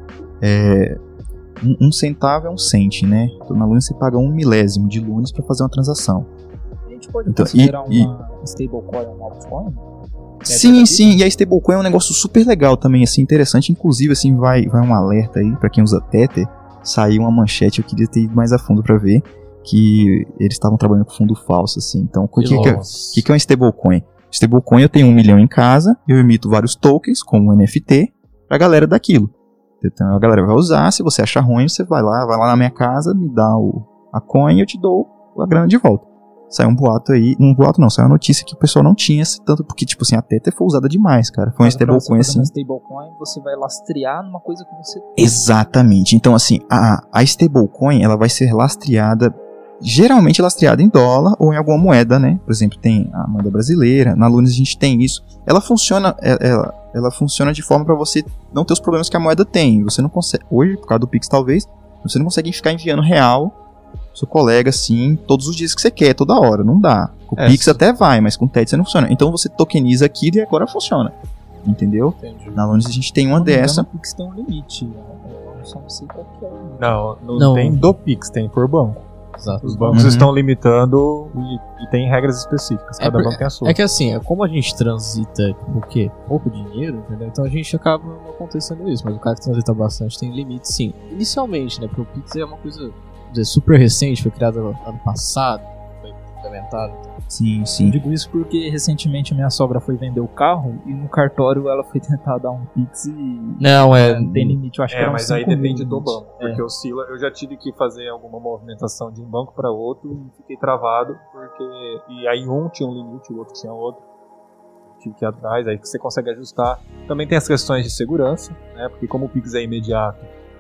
Um centavo é um cent, né? Então na Lunis você paga 1 milésimo de Lunis para fazer uma transação. A gente pode considerar uma stablecoin um altcoin? Sim, e a stablecoin é um negócio super legal também, assim, interessante. Inclusive, assim, vai um alerta aí pra quem usa Tether. Saiu uma manchete, eu queria ter ido mais a fundo pra ver, que eles estavam trabalhando com fundo falso, assim. Então, o que é um stablecoin? Stablecoin, eu tenho 1 milhão em casa, eu emito vários tokens, como um NFT, pra galera daquilo. Então, a galera vai usar, se você achar ruim, você vai lá na minha casa, me dá a coin e eu te dou a grana de volta. Saiu um boato aí, saiu uma notícia que o pessoal não tinha, tanto porque, a Tether foi usada demais, cara. Foi uma stablecoin assim. Uma stablecoin, você vai lastrear numa coisa que você tem. Exatamente. Então, assim, a stablecoin, ela vai ser geralmente lastreada em dólar ou em alguma moeda, né? Por exemplo, tem a moeda brasileira, na Lunis a gente tem isso. Ela funciona de forma para você não ter os problemas que a moeda tem. Você não consegue, hoje, por causa do Pix talvez, você não consegue ficar enviando real seu colega, assim, todos os dias que você quer, toda hora, não dá. Com o Pix até vai, mas com o TED você não funciona. Então você tokeniza aquilo e agora funciona. Entendeu? Entendi. Na Lunis a gente tem uma dessa. O Pix tem um limite. Eu só não sei qual que é. Não tem do Pix, tem por banco. Exato. Os bancos estão limitando e tem regras específicas. Cada banco tem a sua. É que assim, como a gente transita pouco dinheiro, entendeu? Então a gente acaba não acontecendo isso. Mas o cara que transita bastante tem limite, sim. Inicialmente, né? Porque o Pix é uma coisa super recente, foi criado ano passado, foi implementado. Sim. Eu digo isso porque recentemente minha sogra foi vender o carro e no cartório ela foi tentar dar um Pix e não tem limite, eu acho que era mas aí depende do banco, porque oscila. Eu já tive que fazer alguma movimentação de um banco para outro e fiquei travado, e aí um tinha um limite, o outro tinha outro. Tive que ir atrás, aí que você consegue ajustar. Também tem as questões de segurança, né? Porque como o Pix é imediato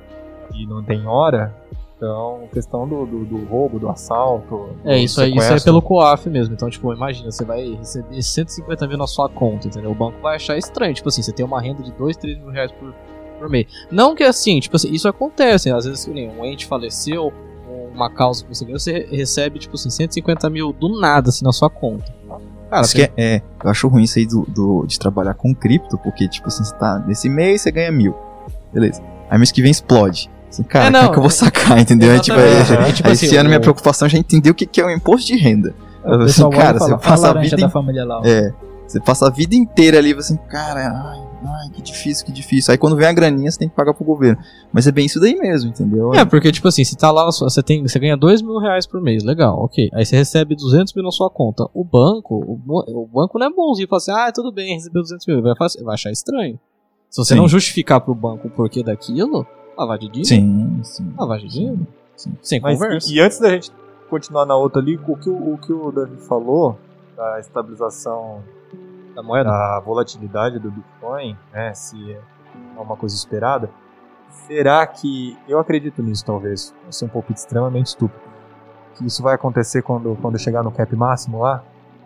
e não tem hora, então, questão do roubo, do assalto. Isso é pelo COAF mesmo. Então, imagina, você vai receber 150 mil na sua conta, entendeu? O banco vai achar estranho. Você tem uma renda de 2, 3 mil reais por mês. Não que assim, isso acontece. Às vezes, um ente faleceu, uma causa que você ganhou, você recebe, 150 mil do nada, assim, na sua conta. Cara, Isso que eu acho ruim isso aí de trabalhar com cripto, porque, tipo assim, você tá nesse mês você ganha 1.000. Beleza. Aí mês que vem explode. Assim, cara, como é que eu vou sacar, entendeu? Aí, tipo, assim, esse ano minha preocupação já entendeu o que é o imposto de renda. O pessoal cara, fala, você passa a vida da família lá. Você passa a vida inteira ali, você, cara, ai, que difícil. Aí quando vem a graninha, você tem que pagar pro governo. Mas é bem isso daí mesmo, entendeu? Porque, tipo assim, você tá lá, você ganha R$2.000 por mês, legal, ok. Aí você recebe 200 mil na sua conta. O banco não é bonzinho, fala assim, tudo bem, recebeu 200 mil. Vai achar estranho. Se você não justificar pro banco o porquê daquilo, lavagem de dinheiro. Sim. Lavagem de dinheiro. Sem Mas, conversa. E antes da gente continuar na outra ali, o que o Davi falou da estabilização Da moeda? da volatilidade do Bitcoin, né, se é uma coisa esperada, será que, eu acredito nisso talvez, vai ser um pouco extremamente estúpido, que isso vai acontecer quando chegar no cap máximo lá?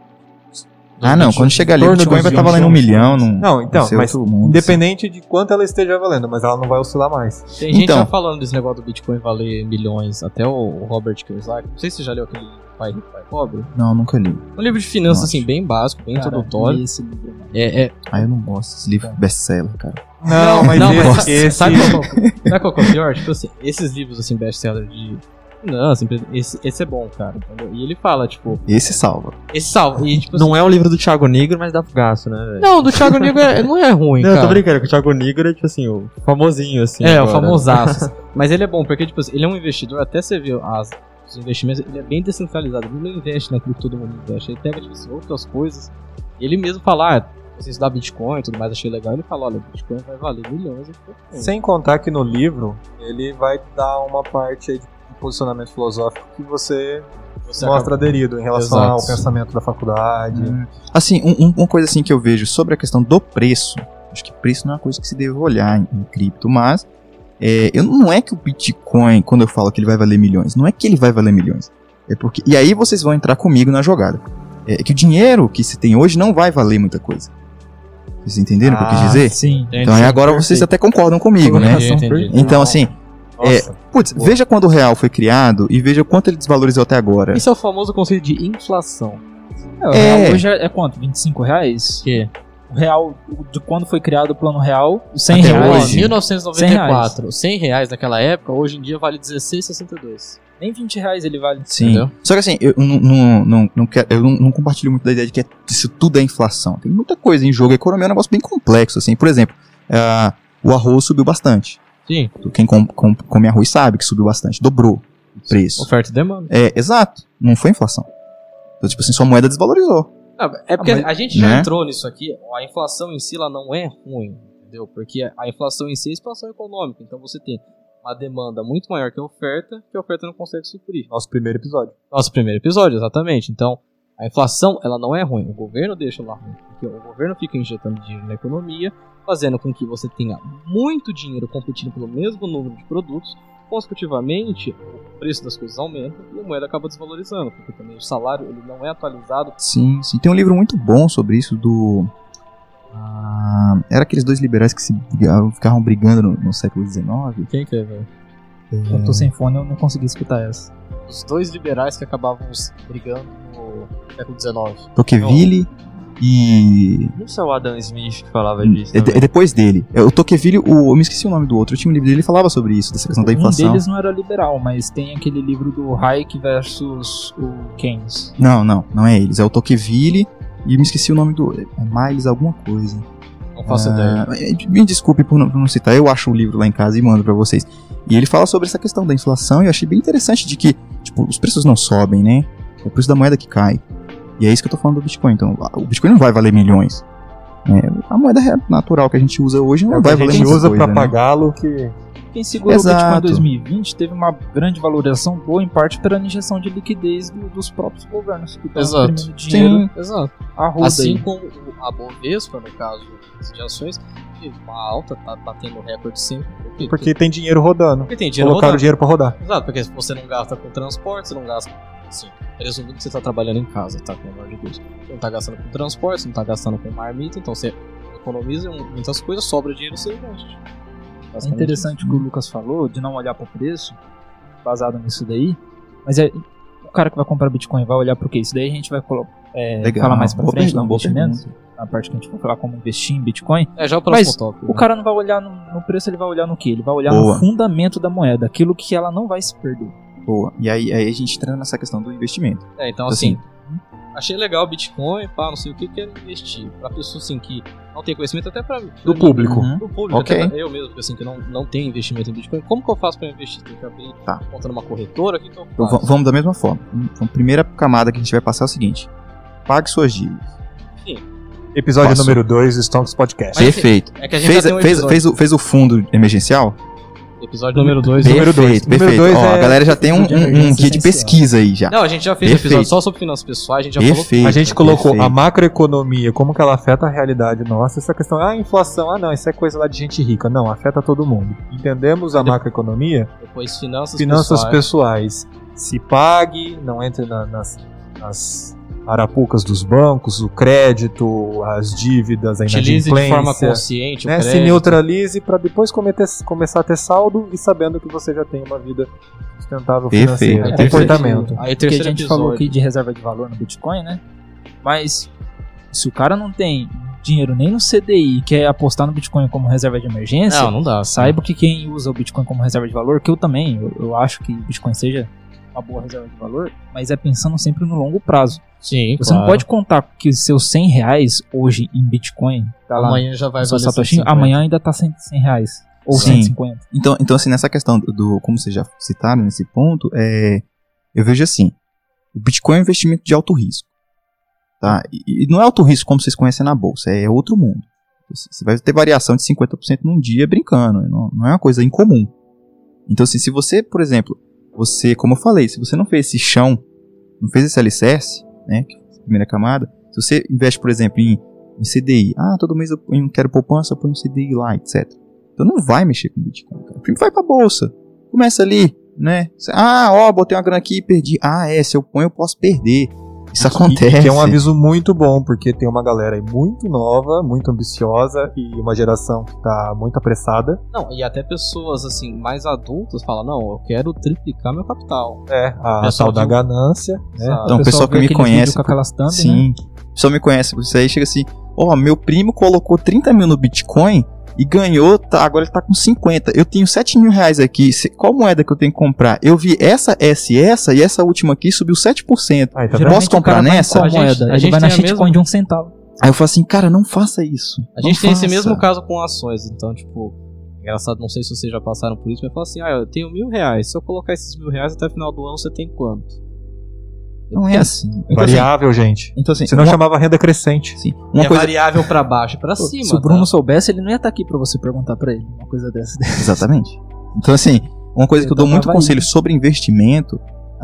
Não, quando chegar ali o Bitcoin vai estar valendo 1 milhão. Não, então, mas mundo, independente de quanto ela esteja valendo, mas ela não vai oscilar mais. Tem gente já falando desse negócio do Bitcoin valer milhões, até o Robert Kiyosaki, não sei se você já leu aquele Pai Rico, Pai Pobre. Não, nunca li. Um livro de finanças, assim, bem básico, bem introdutório. Esse livro, Eu não gosto desse livro best-seller, cara. Não, mas esse... Sabe qual que é o pior? Tipo assim, esses livros, assim, best-seller de... Não, assim, esse é bom, cara, entendeu? E ele fala, tipo... Esse salva. E, tipo, Não é um livro do Thiago Negro, mas dá pro gasto, né, velho? Não, do Thiago Negro não é ruim, Não, cara. eu tô brincando, que o Thiago Negro é, tipo assim, o famosinho, assim. O agora. famosaço. Mas ele é bom, porque, tipo assim, ele é um investidor, até você vê os investimentos, ele é bem descentralizado. Ele não investe naquilo que todo mundo investe. Ele pega, tipo assim, outras coisas. E ele mesmo fala, você estudar Bitcoin e tudo mais, achei legal. Ele fala, olha, Bitcoin vai valer milhões. Sem contar que no livro, ele vai dar uma parte aí de posicionamento filosófico que você mostra aderido em relação ao pensamento da faculdade. Assim, uma coisa assim que eu vejo sobre a questão do preço, acho que preço não é uma coisa que se deve olhar em cripto, mas não é que o Bitcoin, quando eu falo que ele vai valer milhões, não é que ele vai valer milhões. É porque, e aí vocês vão entrar comigo na jogada. É que o dinheiro que se tem hoje não vai valer muita coisa. Vocês entenderam o que eu quis dizer? Sim. Então aí agora vocês até concordam comigo, né? Entendi. Então assim, veja quando o real foi criado e veja o quanto ele desvalorizou até agora. Isso é o famoso conceito de inflação. O real hoje é quanto? R$25? Que? O real, de quando foi criado o plano real, R$100. Até hoje. 1994, R$100 naquela época, hoje em dia vale R$16,62. Nem R$20 ele vale. Sim. Entendeu? Só que assim, eu não compartilho muito da ideia de que isso tudo é inflação. Tem muita coisa em jogo. A economia é um negócio bem complexo, assim. Por exemplo, o arroz subiu bastante. Sim. Quem come arroz sabe que subiu bastante. Dobrou o preço. Oferta e demanda. Exato. Não foi inflação. Então, tipo assim, sua moeda desvalorizou. É porque mas, a gente já né? entrou nisso aqui. A inflação em si ela não é ruim, entendeu? Porque a inflação em si é expansão econômica. Então você tem uma demanda muito maior que a oferta não consegue suprir. Nosso primeiro episódio. Nosso primeiro episódio, exatamente. Então, a inflação ela não é ruim. O governo deixa ela ruim. Porque o governo fica injetando dinheiro na economia, fazendo com que você tenha muito dinheiro competindo pelo mesmo número de produtos. Consecutivamente, o preço das coisas aumenta e a moeda acaba desvalorizando, porque também o salário ele não é atualizado. Sim. Tem um livro muito bom sobre isso do... era aqueles dois liberais que ficavam brigando no século XIX. Quem que é, velho? Eu tô sem fone, eu não consegui escutar essa. Os dois liberais que acabavam brigando no século XIX. Tocqueville e... Não sei o Adam Smith que falava disso. É depois dele. O Tocqueville, eu me esqueci o nome do outro. Eu tinha um livro dele, ele falava sobre isso, dessa questão da inflação. Um deles não era liberal, mas tem aquele livro do Hayek versus o Keynes. Não é eles. É o Tocqueville e me esqueci o nome do... Miles alguma coisa. Não faço ideia. Me desculpe por não citar. Eu acho o livro lá em casa e mando pra vocês. E ele fala sobre essa questão da inflação e eu achei bem interessante de que, tipo, os preços não sobem, né? É o preço da moeda que cai. E é isso que eu tô falando do Bitcoin. Então, o Bitcoin não vai valer milhões. A moeda natural que a gente usa hoje não vai valer muita muita coisa. A gente usa coisa, pra pagá-lo que... Quem segurou Exato. o Bitcoin em 2020 teve uma grande valorização boa, em parte pela injeção de liquidez dos próprios governos que estão imprimindo dinheiro. Exato. Assim como a Bovespa, no caso de ações, teve uma alta, tá batendo recorde sempre. Porque tem dinheiro rodando. Porque tem dinheiro Colocaram rodando. dinheiro pra rodar. Exato, porque se você não gasta com transporte, você não gasta... Assim, presumindo que você tá trabalhando em casa, tá? Pelo amor de Deus. Você não tá gastando com transporte, você não tá gastando com marmita, então você economiza muitas coisas, sobra dinheiro, você investe. É interessante o que o Lucas falou, de não olhar para o preço, baseado nisso daí, mas o cara que vai comprar Bitcoin vai olhar pro quê? Isso daí a gente vai Legal. falar mais pra Boa frente no pergunta, investimento. A parte que a gente vai falar como investir em Bitcoin. Já o próximo Mas tópico. o cara não vai olhar no preço, ele vai olhar no quê? Ele vai olhar Boa. no fundamento da moeda, aquilo que ela não vai se perder. Boa. E aí a gente entra nessa questão do investimento. Então assim, achei legal o Bitcoin, não sei o que, quero investir. Pra pessoa assim que não tem conhecimento, até pra Do público. Uhum. do público, Ok. até pra eu mesmo, assim, que não tenho investimento em Bitcoin, como que eu faço pra investir? Tem que abrir conta numa corretora? O que eu Então, faço? vamos da mesma forma. Então, a primeira camada que a gente vai passar é o seguinte: pague suas dívidas. Episódio Passou. número 2 do Stonks Podcast. Mas, Perfeito. É que a gente já tem um episódio. Fez o fundo emergencial? Episódio número 2. Número dois. Perfeito, Número perfeito. dois Ó, a é galera já tem um de emergência guia de essencial. pesquisa aí já. Não, a gente já fez Perfeito. episódio só sobre finanças pessoais, a gente já Perfeito. A gente colocou perfeito. a macroeconomia, como que ela afeta a realidade nossa. Essa questão, inflação, não, isso é coisa lá de gente rica. Não, afeta todo mundo. Entendemos a macroeconomia? falou. Depois finanças Finanças pessoais. pessoais. Se pague, não entre nas arapucas dos bancos, o crédito, as dívidas, a Utilize de forma inadimplência. consciente o Né, se crédito. neutralize para depois começar a ter saldo e sabendo que você já tem uma vida sustentável Perfeito. financeira. Aí, Comportamento. Aí, Porque a terceiro gente episódio. falou aqui de reserva de valor no Bitcoin, né? Mas se o cara não tem dinheiro nem no CDI e quer apostar no Bitcoin como reserva de emergência, Não dá. saiba que quem usa o Bitcoin como reserva de valor, que eu acho que o Bitcoin seja uma boa reserva de valor, mas é pensando sempre no longo prazo. Sim, Você não pode contar que os seus R$100 hoje em Bitcoin, tá lá, Amanhã já vai no seu valer Satoshi, 150. amanhã ainda tá R$100. Ou Sim. 150. Então, assim, nessa questão como vocês já citaram nesse ponto, eu vejo assim: o Bitcoin é um investimento de alto risco. Tá? E não é alto risco como vocês conhecem na bolsa, é outro mundo. Você vai ter variação de 50% num dia brincando, não é uma coisa incomum. Então, assim, se você, por exemplo, como eu falei, se você não fez esse chão, não fez esse alicerce, né, que é a primeira camada, se você investe, por exemplo, em CDI, todo mês eu quero poupança, eu ponho um CDI lá, etc. Então não vai mexer com Bitcoin, cara. Primeiro vai pra bolsa, começa ali, né, botei uma grana aqui e perdi, se eu ponho eu posso perder. Isso acontece. Que é um aviso muito bom, porque tem uma galera aí muito nova, muito ambiciosa e uma geração que tá muito apressada. Não, e até pessoas assim, mais adultas falam, não, eu quero triplicar meu capital. A Pessoal tal da viu- ganância. Né? Sabe? Então, o pessoal que vê me aquele conhece, vídeo com aquelas thumb, né? sim, o pessoal me conhece, você aí chega assim, meu primo colocou 30 mil no Bitcoin e ganhou, agora ele tá com 50, eu tenho 7 mil reais aqui, qual moeda que eu tenho que comprar? Eu vi essa e essa última aqui subiu 7%. Aí, tá vendo? Geralmente Posso comprar o cara vai em nessa? qual A gente- moeda? a Ele gente vai na tem a shitcoin mesma- de 1 centavo. Aí eu falo assim, cara, não faça isso. A não gente tem esse faça. mesmo caso com ações, então, tipo, engraçado, não sei se vocês já passaram por isso, mas fala assim, eu tenho R$1.000, se eu colocar esses R$1.000 até o final do ano, você tem quanto? Não é assim. Variável, gente. Então, assim, Senão chamava renda crescente. sim, uma é coisa. variável pra baixo e pra cima. Se o Bruno soubesse, ele não ia estar aqui pra você perguntar pra ele uma coisa dessa. Exatamente. Então, assim, uma coisa que eu dou muito tava aí. conselho sobre investimento,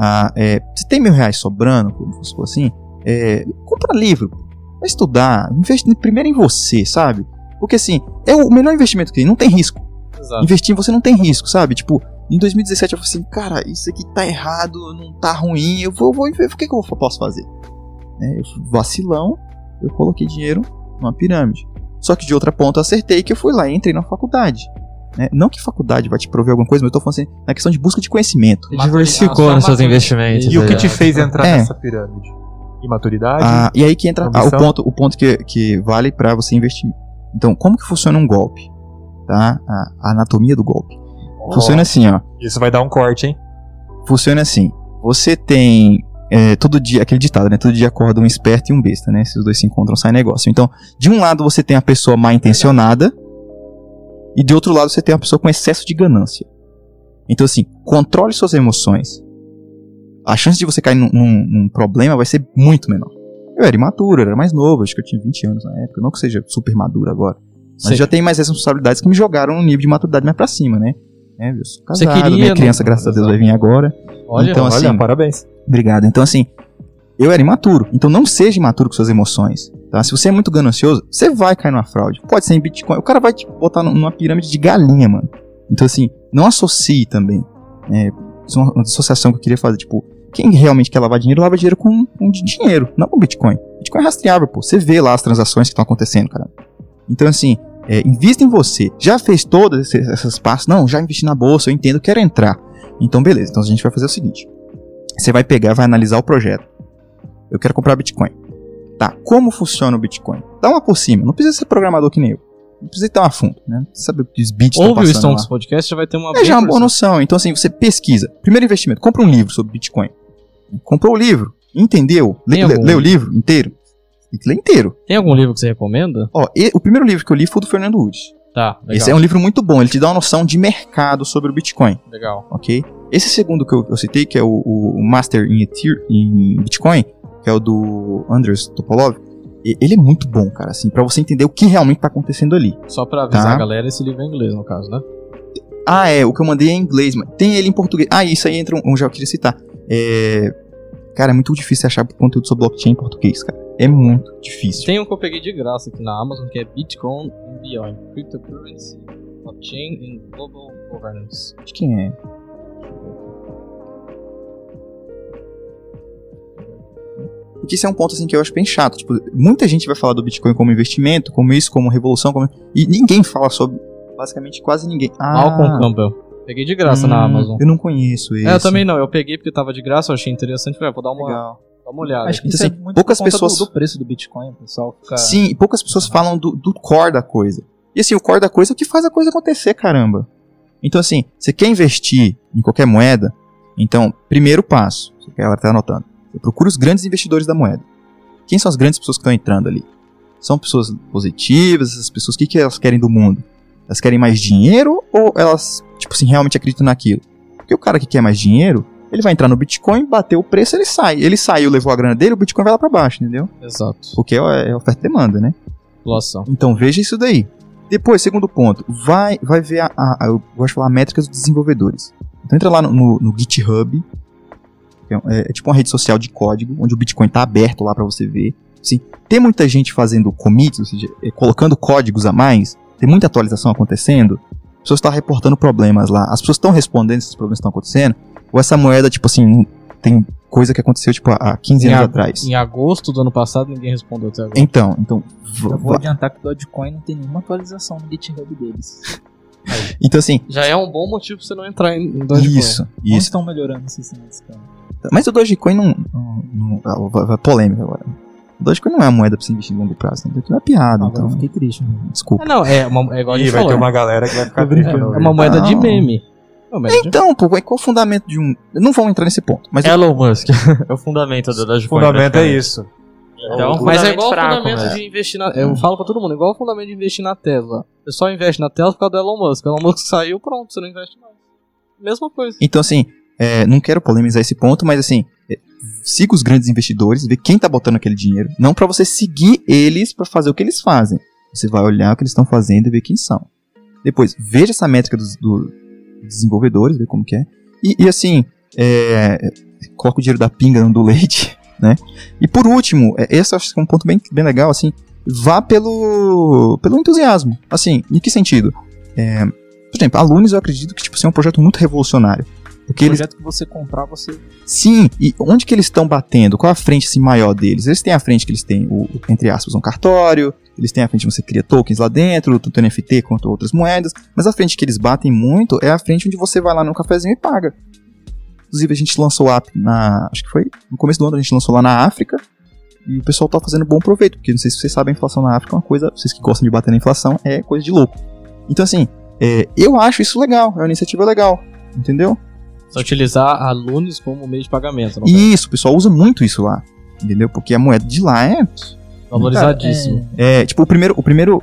se tem R$1.000 sobrando, como se fosse assim, compra livro, vai estudar, investe primeiro em você, sabe? Porque, assim, é o melhor investimento que tem, não tem risco. Exato. Investir em você não tem risco, sabe? Tipo, em 2017 eu falei assim, cara, isso aqui tá errado, não tá ruim, eu vou ver, o que eu posso fazer? Eu fui vacilão, eu coloquei dinheiro numa pirâmide. Só que de outra ponta eu acertei que eu fui lá e entrei na faculdade. Né? Não que faculdade vai te prover alguma coisa, mas eu tô falando assim, na questão de busca de conhecimento. Diversificou nos seus investimentos. E o que aí, te ó. fez entrar É. nessa pirâmide? Imaturidade? E aí que entra ambição. o ponto que vale pra você investir. Então, como que funciona um golpe? Tá? A anatomia do golpe. Funciona assim, ó. Isso vai dar um corte, hein? Funciona assim. Você tem todo dia, aquele ditado, né? Todo dia acorda um esperto e um besta, né? Se os dois se encontram, sai negócio. Então, de um lado você tem a pessoa mal intencionada e de outro lado você tem a pessoa com excesso de ganância. Então, assim, controle suas emoções. A chance de você cair num problema vai ser muito menor. Eu era imaturo, eu era mais novo, acho que eu tinha 20 anos na época. Não que eu seja super maduro agora. Mas eu já tenho mais responsabilidades que me jogaram no nível de maturidade mais pra cima, né? Eu sou Você casado, queria, minha criança, não? graças a Deus, vai vir agora. Olha, Então, Olha, assim, parabéns. Obrigado. Então, assim, eu era imaturo. Então, não seja imaturo com suas emoções. Tá? Se você é muito ganancioso, você vai cair numa fraude. Pode ser em Bitcoin. O cara vai te botar numa pirâmide de galinha, mano. Então, assim, não associe também. Isso é uma associação que eu queria fazer. Tipo, quem realmente quer lavar dinheiro, lava dinheiro com dinheiro, não com Bitcoin. Bitcoin é rastreável, pô. Você vê lá as transações que estão acontecendo, cara. Então, assim, invista em você. Já fez todas essas passos? Não, já investi na bolsa, eu entendo, quero entrar. Então, beleza. Então, a gente vai fazer o seguinte. Você vai pegar, vai analisar o projeto. Eu quero comprar Bitcoin. Tá, como funciona o Bitcoin? Dá uma por cima, não precisa ser programador que nem eu. Não precisa ir tão a fundo, né? Não precisa saber o que os bits estão passando. Ouve o Stonks Podcast, já vai ter uma já uma boa noção. Então, assim, você pesquisa. Primeiro investimento, compra um livro sobre Bitcoin. Comprou o livro, entendeu? Lê o livro inteiro. Tem que ler inteiro. Tem algum livro que você recomenda? Ó, o primeiro livro que eu li foi do Fernando Wood. Tá, legal. Esse é um livro muito bom, ele te dá uma noção de mercado sobre o Bitcoin. Legal. Ok? Esse segundo que eu citei, que é o Master in Bitcoin, que é o do Andres Topolov, ele é muito bom, cara, assim, pra você entender o que realmente tá acontecendo ali. Só pra avisar a galera, esse livro é em inglês, no caso, né? Ah, o que eu mandei é em inglês, mas tem ele em português. Ah, isso aí entra já eu queria citar. Cara, é muito difícil achar conteúdo sobre blockchain em português, cara. É muito difícil. Tem um que eu peguei de graça aqui na Amazon, que é Bitcoin and Beyond, Cryptocurrency, Blockchain and Global Governance. De quem é? Porque isso é um ponto assim que eu acho bem chato. Tipo, muita gente vai falar do Bitcoin como investimento, como isso, como revolução, e ninguém fala sobre. Basicamente, quase ninguém. Malcolm Campbell. Peguei de graça na Amazon. Eu não conheço esse. Eu também não. Eu peguei porque tava de graça, eu achei interessante. Falei, vou dar uma olhada. Acho que então, isso assim, é muito poucas por conta pessoas do preço do Bitcoin, pessoal. Fica... Sim, e poucas pessoas falam do core da coisa. E assim, o core da coisa é o que faz a coisa acontecer, caramba. Então assim, você quer investir em qualquer moeda, então, primeiro passo, ela tá anotando, você procura os grandes investidores da moeda. Quem são as grandes pessoas que estão entrando ali? São pessoas positivas, essas pessoas, o que elas querem do mundo? Elas querem mais dinheiro ou elas, tipo assim, realmente acreditam naquilo? Porque o cara que quer mais dinheiro, ele vai entrar no Bitcoin, bater o preço, ele sai. Ele saiu, levou a grana dele, o Bitcoin vai lá pra baixo, entendeu? Exato. Porque é oferta e demanda, né? População. Então veja isso daí. Depois, segundo ponto, vai ver eu gosto de falar métricas dos desenvolvedores. Então entra lá no GitHub, que é tipo uma rede social de código, onde o Bitcoin tá aberto lá pra você ver. Assim, tem muita gente fazendo commits, ou seja, colocando códigos a mais, tem muita atualização acontecendo, as pessoas estão reportando problemas lá, as pessoas estão respondendo se esses problemas estão acontecendo, ou essa moeda, tipo assim, tem coisa que aconteceu tipo há 15 anos atrás. Em agosto do ano passado, ninguém respondeu até agora. Então eu vou adiantar que o Dogecoin não tem nenhuma atualização no GitHub deles. Então assim... Já é um bom motivo pra você não entrar em Dogecoin. Isso. Como estão melhorando o sistema de sistema? Mas o Dogecoin não vai polêmica agora. O Dogecoin não é uma moeda pra você investir em longo prazo, né? Não é piada, então... Eu fiquei triste. Né? Desculpa. É igual a gente vai falou. ter uma galera que vai ficar brincando. É uma moeda de meme. Então, pô, qual o fundamento de um... Não vamos entrar nesse ponto. Mas Elon Musk é o fundamento do Dogecoin. O fundamento é isso. Então, mas é igual o fraco, fundamento de investir na... Eu falo pra todo mundo, igual o fundamento de investir na Tesla. Você só investe na Tesla por causa do Elon Musk. O Elon Musk saiu, pronto, você não investe mais. Mesma coisa. Então, assim, não quero polemizar esse ponto, mas assim, siga os grandes investidores, vê quem tá botando aquele dinheiro. Não pra você seguir eles pra fazer o que eles fazem. Você vai olhar o que eles estão fazendo e ver quem são. Depois, veja essa métrica dos desenvolvedores, ver como que é. E assim, coloca o dinheiro da pinga no do leite, né? E por último, esse eu acho que é um ponto bem legal, assim, vá pelo entusiasmo. Assim, em que sentido? Por exemplo, a Lunis eu acredito que tipo, assim, é um projeto muito revolucionário. Porque projeto que você comprar, você... Sim, e onde que eles estão batendo? Qual a frente assim, maior deles? Eles têm a frente que eles têm, entre aspas, um cartório, eles têm a frente que você cria tokens lá dentro, tanto NFT quanto outras moedas, mas a frente que eles batem muito é a frente onde você vai lá no cafezinho e paga. Inclusive a gente lançou o app acho que foi no começo do ano, a gente lançou lá na África, e o pessoal tá fazendo bom proveito, porque não sei se vocês sabem, a inflação na África é uma coisa, vocês que gostam de bater na inflação, é coisa de louco. Então assim, eu acho isso legal, é uma iniciativa legal, entendeu? Só utilizar a Lunis como meio de pagamento. Isso, o pessoal usa muito isso lá, entendeu? Porque a moeda de lá é valorizadíssimo. Tipo, o primeiro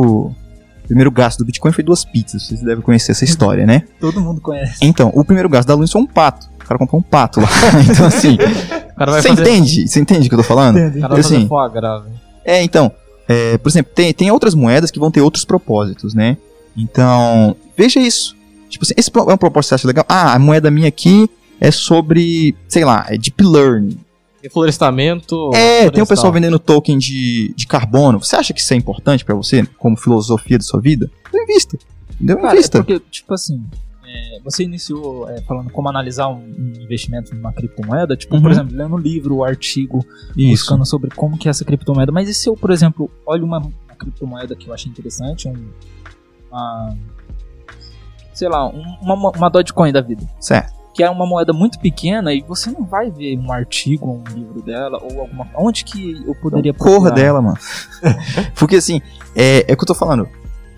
gasto do Bitcoin foi 2 pizzas. Vocês devem conhecer essa história, né? Todo mundo conhece. Então, o primeiro gasto da Lunis foi um pato. O cara comprou um pato lá. Então, assim, você entende o que eu tô falando? Entendi. O cara vai assim, fazer foie grave. Então, por exemplo, tem outras moedas que vão ter outros propósitos, né? Então, veja isso. Tipo assim, esse é um propósito que você acha legal? A moeda minha aqui é sobre, sei lá, Deep Learning. Reflorestamento. Tem o pessoal vendendo token de carbono. Você acha que isso é importante pra você, como filosofia da sua vida? Então invista. Entendeu? Invista. Porque, tipo assim, você iniciou falando como analisar um investimento numa criptomoeda, tipo, por exemplo, lendo um livro, um artigo, buscando sobre como que é essa criptomoeda. Mas e se eu, por exemplo, olho uma criptomoeda que eu achei interessante, sei lá, uma Dogecoin da vida. Certo. que é uma moeda muito pequena e você não vai ver um artigo, um livro dela ou alguma... Onde que eu poderia procurar? Corra dela, mano. Porque assim, é o que eu tô falando.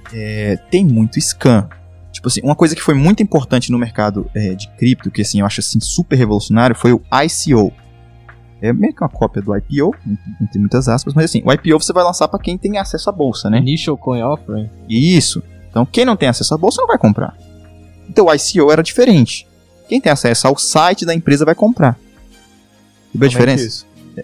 Tem muito scam. Tipo assim, uma coisa que foi muito importante no mercado de cripto, que assim, eu acho assim, super revolucionário, foi o ICO. É meio que uma cópia do IPO, entre muitas aspas, mas assim, o IPO você vai lançar pra quem tem acesso à bolsa, né? Initial Coin Offering. Isso. Então, quem não tem acesso à bolsa não vai comprar. Então, o ICO era diferente. Quem tem acesso ao site da empresa vai comprar. Viu a diferença?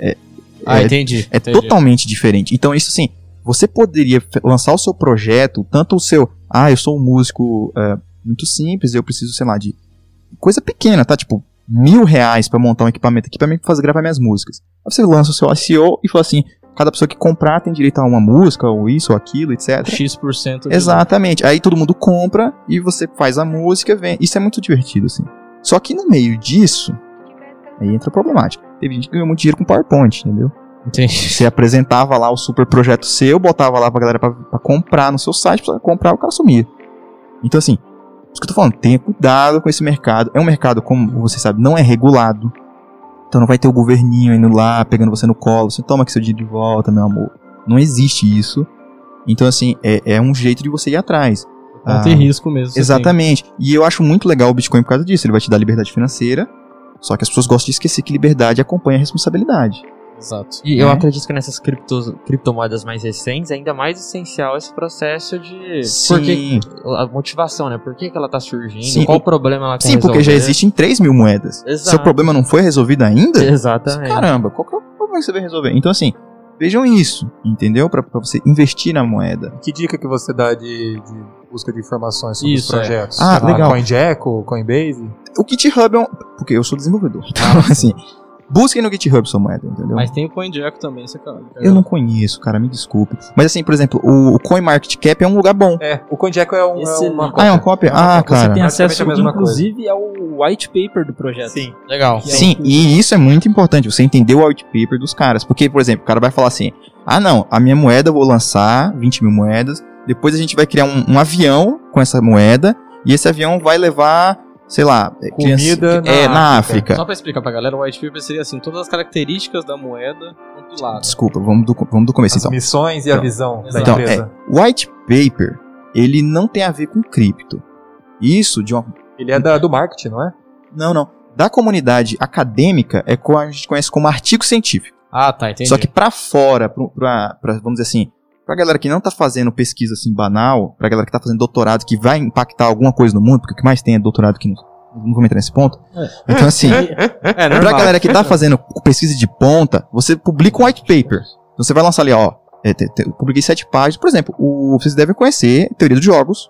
Entendi. É totalmente diferente. Então, isso assim, você poderia lançar o seu projeto, tanto o seu... eu sou um músico muito simples, eu preciso, sei lá, de coisa pequena, tá? Tipo, R$1.000 pra montar um equipamento aqui pra mim gravar minhas músicas. Aí você lança o seu ICO e fala assim, cada pessoa que comprar tem direito a uma música, ou isso, ou aquilo, etc. X%. Exatamente. Aí todo mundo compra e você faz a música, vem. Isso é muito divertido, assim. Só que no meio disso, aí entra a problemática. Teve gente que ganhou muito dinheiro com PowerPoint, entendeu? Entendi. Você apresentava lá o super projeto seu, botava lá pra galera pra comprar no seu site, pra comprar, o cara sumia. Então assim, isso que eu tô falando, tenha cuidado com esse mercado. É um mercado, como você sabe, não é regulado. Então não vai ter o governinho indo lá, pegando você no colo, você toma aqui seu dinheiro de volta, meu amor. Não existe isso. Então assim, é um jeito de você ir atrás. Não tem risco mesmo. Exatamente. E eu acho muito legal o Bitcoin por causa disso. Ele vai te dar liberdade financeira, só que as pessoas gostam de esquecer que liberdade acompanha a responsabilidade. Exato. E eu acredito que nessas criptomoedas mais recentes é ainda mais essencial esse processo de... Sim. A motivação, né? Por que ela tá surgindo? Sim. Qual o problema ela quer Sim, porque resolver? já existem 3.000 moedas. Exato. Seu problema não foi resolvido ainda? Exatamente. Caramba, qual que é o problema que você vai resolver? Então assim, vejam isso, entendeu? Pra você investir na moeda. Que dica que você dá de busca de informações sobre os projetos? Legal. CoinJack, Coinbase? O GitHub porque eu sou desenvolvedor. Então assim... Busquem no GitHub sua moeda, entendeu? Mas tem o CoinJack também, você cara. Eu não conheço, cara, me desculpe. Mas assim, por exemplo, o CoinMarketCap é um lugar bom. O CoinJack é uma cópia. É uma cópia? Cara. Você tem acesso, a mesma inclusive, ao white paper do projeto. Sim. Legal. Sim, e isso é muito importante, você entender o white paper dos caras. Porque, por exemplo, o cara vai falar assim, não, a minha moeda eu vou lançar 20.000 moedas, depois a gente vai criar um avião com essa moeda, e esse avião vai levar... sei lá, comida na África. Só pra explicar pra galera, o white paper seria assim, todas as características da moeda compilada. Desculpa, vamos do começo então. As missões e a visão da Então, empresa. O white paper, ele não tem a ver com cripto. Isso de uma... Ele é do marketing, não é? Não. Da comunidade acadêmica é o que a gente conhece como artigo científico. Tá, entendi. Só que pra fora, pra vamos dizer assim, pra galera que não tá fazendo pesquisa assim banal, pra galera que tá fazendo doutorado que vai impactar alguma coisa no mundo, porque o que mais tem é doutorado que não vou entrar nesse ponto. Então assim, pra galera que tá fazendo pesquisa de ponta, você publica um white paper. Então você vai lançar ali, eu publiquei 7 páginas, por exemplo, vocês devem conhecer teoria dos jogos,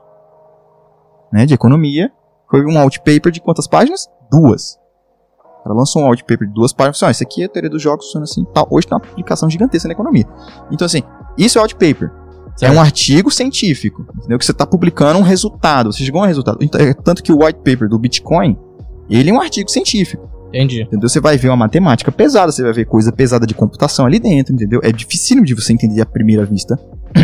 né, de economia. Foi um white paper de quantas páginas? 2. O cara lançou um white paper de 2 páginas, assim, isso aqui é a teoria dos jogos, funciona assim, tal. Hoje tem uma aplicação gigantesca na economia. Então assim, isso é white paper. Certo. É um artigo científico, entendeu? Que você está publicando um resultado, você chegou a um resultado. Tanto que o white paper do Bitcoin, ele é um artigo científico. Entendi. Entendeu? Você vai ver uma matemática pesada, você vai ver coisa pesada de computação ali dentro, entendeu? É dificílimo de você entender à primeira vista.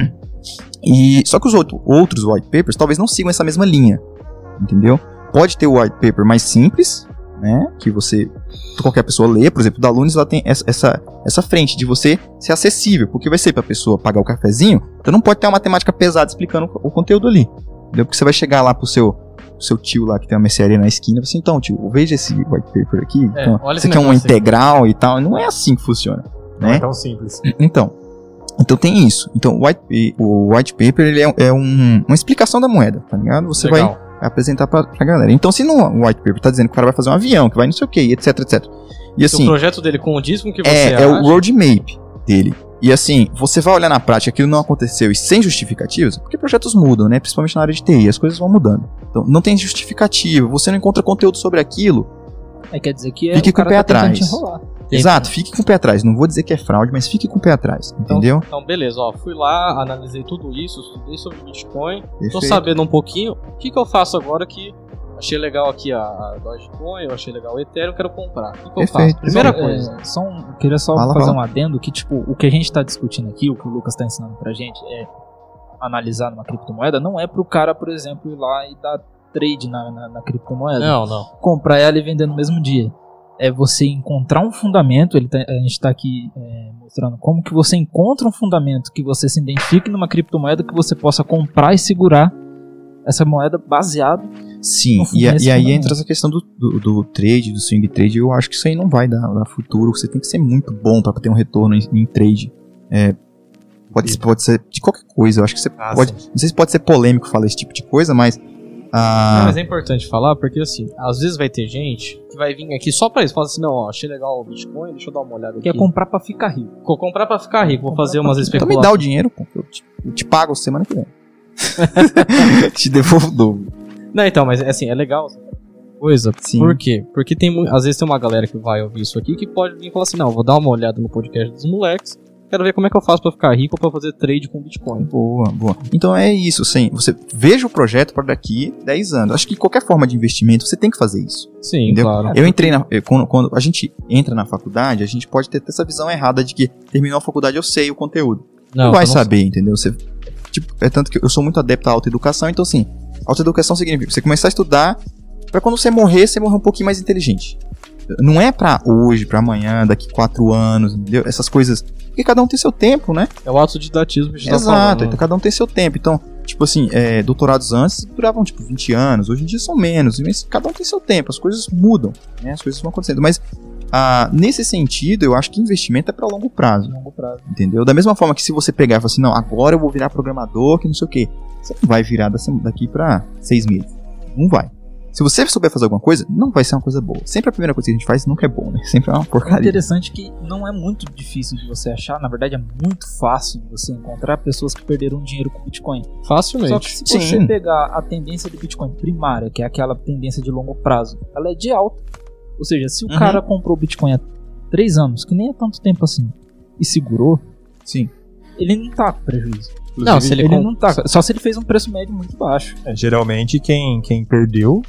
Só que os outros white papers talvez não sigam essa mesma linha, entendeu? Pode ter o white paper mais simples, né? Que qualquer pessoa lê, por exemplo, da Lunes, ela tem essa frente de você ser acessível, porque vai ser pra pessoa pagar o cafezinho, então não pode ter uma matemática pesada explicando o conteúdo ali, entendeu? Porque você vai chegar lá pro seu tio lá que tem uma mercearia na esquina e você, então tio, veja esse white paper aqui, então, você quer uma integral e tal, não é assim que funciona, né? Não é tão simples. Então tem isso. Então o white paper ele é uma explicação da moeda, tá ligado? Você vai apresentar pra galera. Então se no white paper tá dizendo que o cara vai fazer um avião, que vai não sei o que, etc. E assim, o projeto dele condiz com o que você acha? É o roadmap dele. E assim, você vai olhar na prática, aquilo não aconteceu e sem justificativas, porque projetos mudam, né? Principalmente na área de TI, as coisas vão mudando. Então não tem justificativa, você não encontra conteúdo sobre aquilo. Quer dizer que fique com o pé atrás. Enrolar. Exato, fique com o pé atrás. Não vou dizer que é fraude, mas fique com o pé atrás, entendeu? Então beleza, fui lá, analisei tudo isso, estudei sobre Bitcoin, Perfeito. Tô sabendo um pouquinho. O que eu faço agora que achei legal aqui a Dogecoin, eu achei legal o Ethereum, quero comprar. O que eu faço? Primeira coisa. Queria só fazer um adendo que, tipo, o que a gente tá discutindo aqui, o que o Lucas tá ensinando pra gente é analisar numa criptomoeda, não é pro cara, por exemplo, ir lá e dar trade na criptomoeda. Não. Comprar ela e vender no mesmo dia. É você encontrar um fundamento, a gente está aqui mostrando como que você encontra um fundamento que você se identifique numa criptomoeda que você possa comprar e segurar essa moeda baseado. Sim, e aí entra essa questão do trade, do swing trade. Eu acho que isso aí não vai dar futuro. Você tem que ser muito bom para ter um retorno em trade. Pode ser de qualquer coisa. Eu acho que você pode. Não sei se pode ser polêmico falar esse tipo de coisa, mas. Não, mas é importante falar porque assim, às vezes vai ter gente que vai vir aqui só pra isso. Fala assim: não, ó, achei legal o Bitcoin, deixa eu dar uma olhada aqui. Quer comprar pra ficar rico. Vou comprar pra ficar rico, vou fazer umas especulações. Então me dá o dinheiro, pô, eu te pago semana que vem. Te devolvo o dobro. Não, então, mas assim, é legal coisa. Sim. Por quê? Porque às vezes tem uma galera que vai ouvir isso aqui que pode vir e falar assim: não, vou dar uma olhada no podcast dos moleques, quero ver como é que eu faço pra ficar rico ou pra fazer trade com Bitcoin. Boa. Então é isso, sim. Você veja o projeto para daqui 10 anos. Acho que qualquer forma de investimento você tem que fazer isso. Sim, entendeu? claro. Eu entrei quando a gente entra na faculdade, a gente pode ter essa visão errada de que terminou a faculdade eu sei o conteúdo. Não vai saber, entendeu? É tanto que eu sou muito adepto à autoeducação, então assim, autoeducação significa você começar a estudar pra quando você morrer um pouquinho mais inteligente. Não é pra hoje, pra amanhã, daqui 4 anos, entendeu? Essas coisas. Porque cada um tem seu tempo, né? É o autodidatismo que a gente tá Exato, falando. então cada um tem seu tempo. Então, tipo assim, doutorados antes duravam tipo 20 anos, hoje em dia são menos, mas cada um tem seu tempo, as coisas mudam, né? As coisas vão acontecendo. Mas nesse sentido, eu acho que investimento é pra longo prazo. Entendeu? Da mesma forma que se você pegar e falar assim, não, agora eu vou virar programador, que não sei o quê. Você não vai virar daqui pra 6 meses. Não vai. Se você souber fazer alguma coisa, não vai ser uma coisa boa. Sempre a primeira coisa que a gente faz nunca é bom, né? Sempre é uma porcaria. É interessante que não é muito difícil de você achar, na verdade é muito fácil de você encontrar pessoas que perderam dinheiro com Bitcoin. Facilmente. Só que se você pegar a tendência do Bitcoin primária, que é aquela tendência de longo prazo, ela é de alta. Ou seja, se o cara comprou Bitcoin há 3 anos, que nem é tanto tempo assim, e segurou, sim, ele não tá com prejuízo. Não, se ele não tá. Só se ele fez um preço médio muito baixo. Geralmente quem perdeu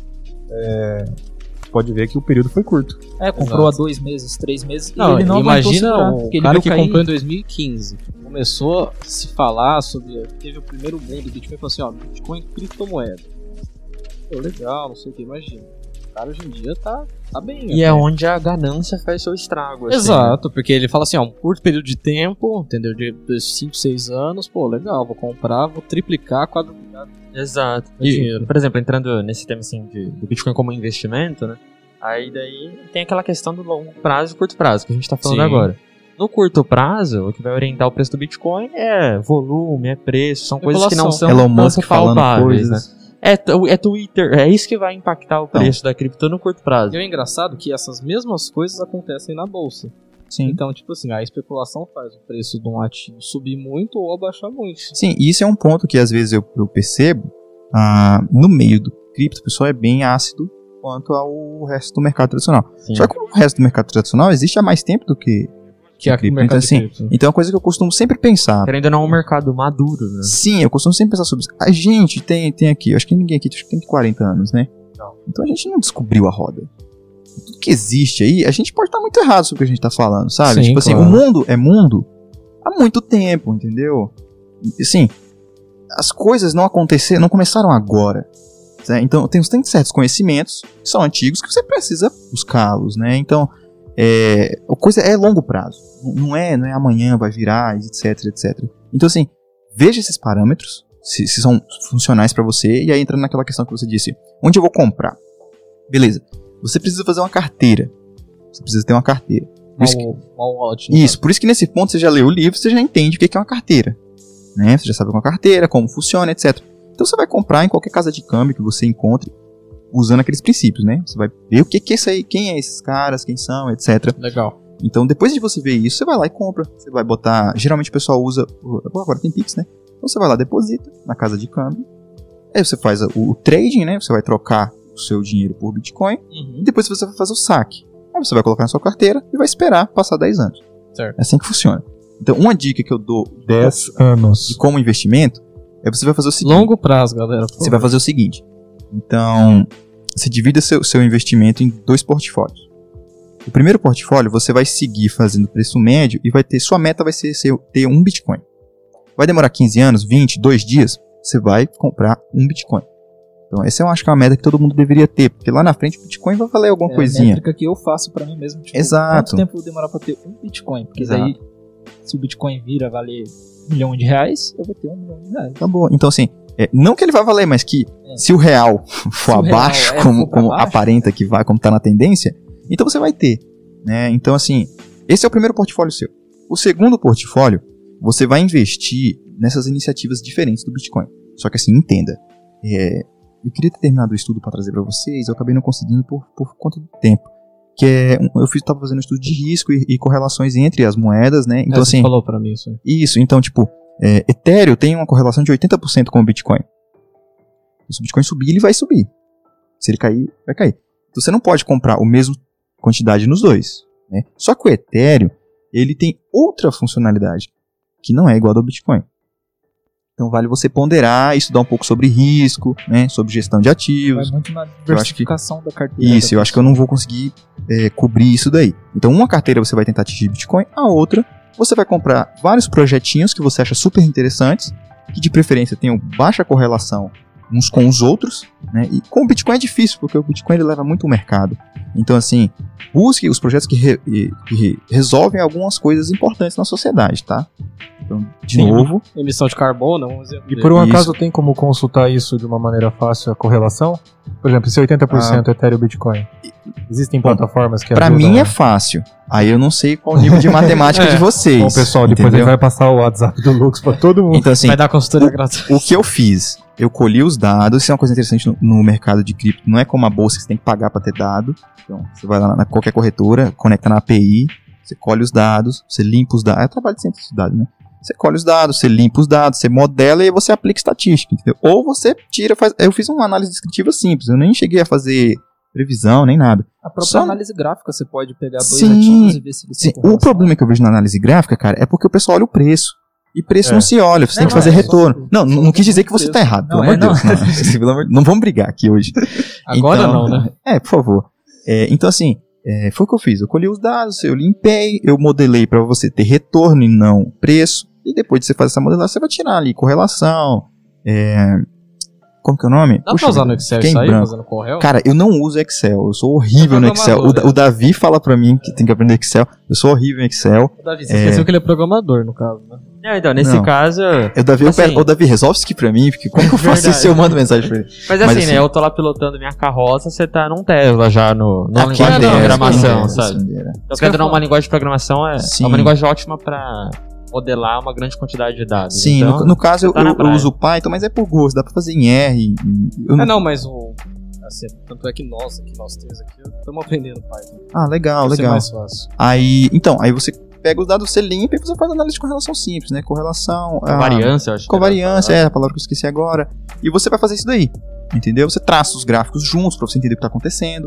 pode ver que o período foi curto. Comprou há 2 meses, 3 meses. Não, e ele não imagina o cara que cair. comprou em 2015. Começou a se falar sobre. Teve o primeiro boom do Bitcoin e falou assim: ó, Bitcoin criptomoeda. Pô, legal, não sei o que, imagina. O cara hoje em dia tá bem. E é onde a ganância faz seu estrago. Assim, exato, porque ele fala assim, ó, um curto período de tempo, entendeu? De 5, 6 anos, pô, legal, vou comprar, vou triplicar, quadruplicar. Exato. Dinheiro. Por exemplo, entrando nesse tema assim do Bitcoin como investimento, né? Aí daí tem aquela questão do longo prazo e curto prazo, que a gente tá falando agora. No curto prazo, o que vai orientar o preço do Bitcoin é volume, é preço, são coisas que não são Elon Musk tanto palpáveis, coisas, né? É Twitter, é isso que vai impactar o preço da cripto no curto prazo. E é engraçado que essas mesmas coisas acontecem na bolsa. Sim. Então, tipo assim, a especulação faz o preço de um ativo subir muito ou abaixar muito. Sim, e isso é um ponto que às vezes eu percebo, no meio do cripto, o pessoal é bem ácido quanto ao resto do mercado tradicional. Sim. Só que o resto do mercado tradicional existe há mais tempo do que a cripto. mercado Então, assim, cripto. então é uma coisa que eu costumo sempre pensar. Querendo ou não, é um mercado maduro, né? Sim, eu costumo sempre pensar sobre isso. A gente tem aqui, acho que ninguém aqui tem 40 anos, né? Não. Então a gente não descobriu a roda. Tudo que existe aí, a gente pode estar muito errado sobre o que a gente está falando, sabe? Sim, tipo assim, claro. o mundo é mundo há muito tempo, entendeu? Assim, as coisas não começaram agora. Né? Então tem certos conhecimentos que são antigos que você precisa buscá-los, né? Então, a coisa é longo prazo. Não é amanhã vai virar, etc, etc. Então, assim, veja esses parâmetros, se são funcionais para você, e aí entra naquela questão que você disse, onde eu vou comprar? Beleza, você precisa fazer uma carteira. Você precisa ter uma carteira. Por isso que nesse ponto você já leu o livro, você já entende o que é uma carteira. Né? Você já sabe o que é uma carteira, como funciona, etc. Então você vai comprar em qualquer casa de câmbio que você encontre, usando aqueles princípios, né? Você vai ver o que é isso aí, quem é esses caras, quem são, etc. Legal. Então, depois de você ver isso, você vai lá e compra. Você vai botar... Geralmente o pessoal usa... Agora tem Pix, né? Então você vai lá, deposita na casa de câmbio. Aí você faz o trading, né? Você vai trocar o seu dinheiro por Bitcoin. E depois você vai fazer o saque. Aí você vai colocar na sua carteira e vai esperar passar 10 anos. Certo. É assim que funciona. Então, uma dica que eu dou 10 anos de como investimento é você vai fazer o seguinte. Longo prazo, galera. Você vai fazer o seguinte. Então, você divide seu investimento em 2 portfólios. O primeiro portfólio você vai seguir fazendo preço médio e vai ter, sua meta vai ser ter 1 Bitcoin. Vai demorar 15 anos, 20, 2 dias, você vai comprar 1 Bitcoin. Então essa eu acho que é uma meta que todo mundo deveria ter, porque lá na frente o Bitcoin vai valer alguma coisinha. É a métrica que eu faço pra mim mesmo. Tipo, Exato. Quanto tempo eu vou demorar pra ter um Bitcoin? Porque Exato. daí, se o Bitcoin vir a valer R$1 milhão, eu vou ter R$1 milhão. Tá bom. Então assim, não que ele vai valer, mas que se o real for abaixo, como aparenta que vai, como tá na tendência, então você vai ter, né? Então assim, esse é o primeiro portfólio seu. O segundo portfólio, você vai investir nessas iniciativas diferentes do Bitcoin. Só que assim, entenda, eu queria ter terminado o estudo para trazer para vocês, eu acabei não conseguindo por conta do tempo. Que eu estava fazendo um estudo de risco e correlações entre as moedas, né? Então assim, você falou para mim isso aí. Isso, então tipo, Ethereum tem uma correlação de 80% com o Bitcoin. Se o Bitcoin subir, ele vai subir. Se ele cair, vai cair. Então você não pode comprar a mesma quantidade nos dois, né? Só que o Ethereum, ele tem outra funcionalidade, que não é igual ao do Bitcoin. Então vale você ponderar, estudar um pouco sobre risco, né, sobre gestão de ativos. Vai muito na diversificação da carteira. Isso, eu acho que eu não vou conseguir cobrir isso daí. Então uma carteira você vai tentar atingir Bitcoin, a outra você vai comprar vários projetinhos que você acha super interessantes, que de preferência tenham baixa correlação uns com os outros, né? E com o Bitcoin é difícil, porque o Bitcoin ele leva muito o mercado. Então assim, busque os projetos que resolvem algumas coisas importantes na sociedade, tá? Então, de novo... Emissão de carbono, vamos dizer. E por um acaso tem como consultar isso de uma maneira fácil, a correlação? Por exemplo, se 80% Ethereum e Bitcoin. Existem plataformas que pra ajudam... mim é fácil. Aí eu não sei qual o nível de matemática de vocês. Bom, pessoal, depois entendeu? ele vai passar o WhatsApp do Lux pra todo mundo. Então, assim, vai dar consultoria gratuita. O que eu fiz? Eu colhi os dados, isso é uma coisa interessante no mercado de cripto. Não é como a bolsa que você tem que pagar pra ter dado. Então, você vai lá na qualquer corretora, conecta na API, você colhe os dados, você limpa os dados. É trabalho de cientista de dados, né? Você colhe os dados, você limpa os dados, você modela e aí você aplica estatística, entendeu? Ou você tira, eu fiz uma análise descritiva simples, eu nem cheguei a fazer previsão, nem nada. A própria análise gráfica, você pode pegar dois ativos e ver se eles têm o problema que eu vejo na análise gráfica, cara, é porque o pessoal olha o preço. E preço não se olha, você tem que fazer retorno. Não quis dizer que você tá errado, pelo amor de Deus. Não vamos brigar aqui hoje. Agora então, não, né? Por favor. Então assim, foi o que eu fiz. Eu colhi os dados, eu limpei, eu modelei pra você ter retorno e não preço. E depois de você fazer essa modelagem, você vai tirar ali correlação, como que é o nome? Dá pra usar no Excel isso aí, fazendo Corel? Cara, eu não uso Excel, eu sou horrível no Excel. O Davi fala pra mim que tem que aprender Excel, eu sou horrível em Excel. O Davi, você esqueceu que ele é programador, no caso, né? Então, nesse caso... O Davi, resolve isso aqui pra mim, porque como que eu faço isso se eu mando mensagem pra ele? Mas assim, né, eu tô lá pilotando minha carroça, você tá num Tesla já na linguagem de programação, sabe? Então, querendo uma linguagem de programação é uma linguagem ótima pra modelar uma grande quantidade de dados. Sim, então, no caso eu uso Python, mas é por gosto, dá pra fazer em R. Mas assim, tanto é que nós três aqui, estamos aprendendo Python. Ah, legal. Mais fácil. Aí você pega os dados, você limpa e você faz análise de correlação simples, né? Correlação... Covariância, eu acho. Covariância, a palavra que eu esqueci agora. E você vai fazer isso daí, entendeu? Você traça os gráficos juntos pra você entender o que tá acontecendo.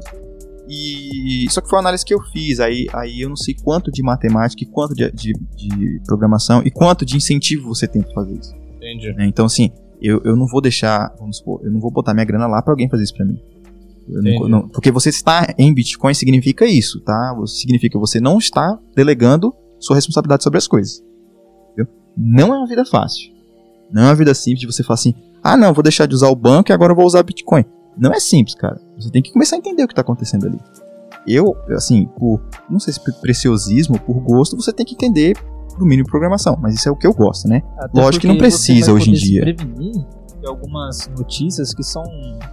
Só que foi uma análise que eu fiz, aí eu não sei quanto de matemática e quanto de programação e quanto de incentivo você tem pra fazer isso. Entendi. Então assim, eu não vou deixar, vamos supor, eu não vou botar minha grana lá pra alguém fazer isso pra mim. Porque você estar em Bitcoin significa isso, tá? Significa que você não está delegando sua responsabilidade sobre as coisas. Entendeu? Não é uma vida fácil. Não é uma vida simples de você falar assim, não, vou deixar de usar o banco e agora eu vou usar Bitcoin. Não é simples, cara. Você tem que começar a entender o que está acontecendo ali. Assim, não sei se por preciosismo, por gosto, você tem que entender no mínimo programação. Mas isso é o que eu gosto, né? Até lógico que não precisa hoje em dia. Você prevenir de algumas notícias que são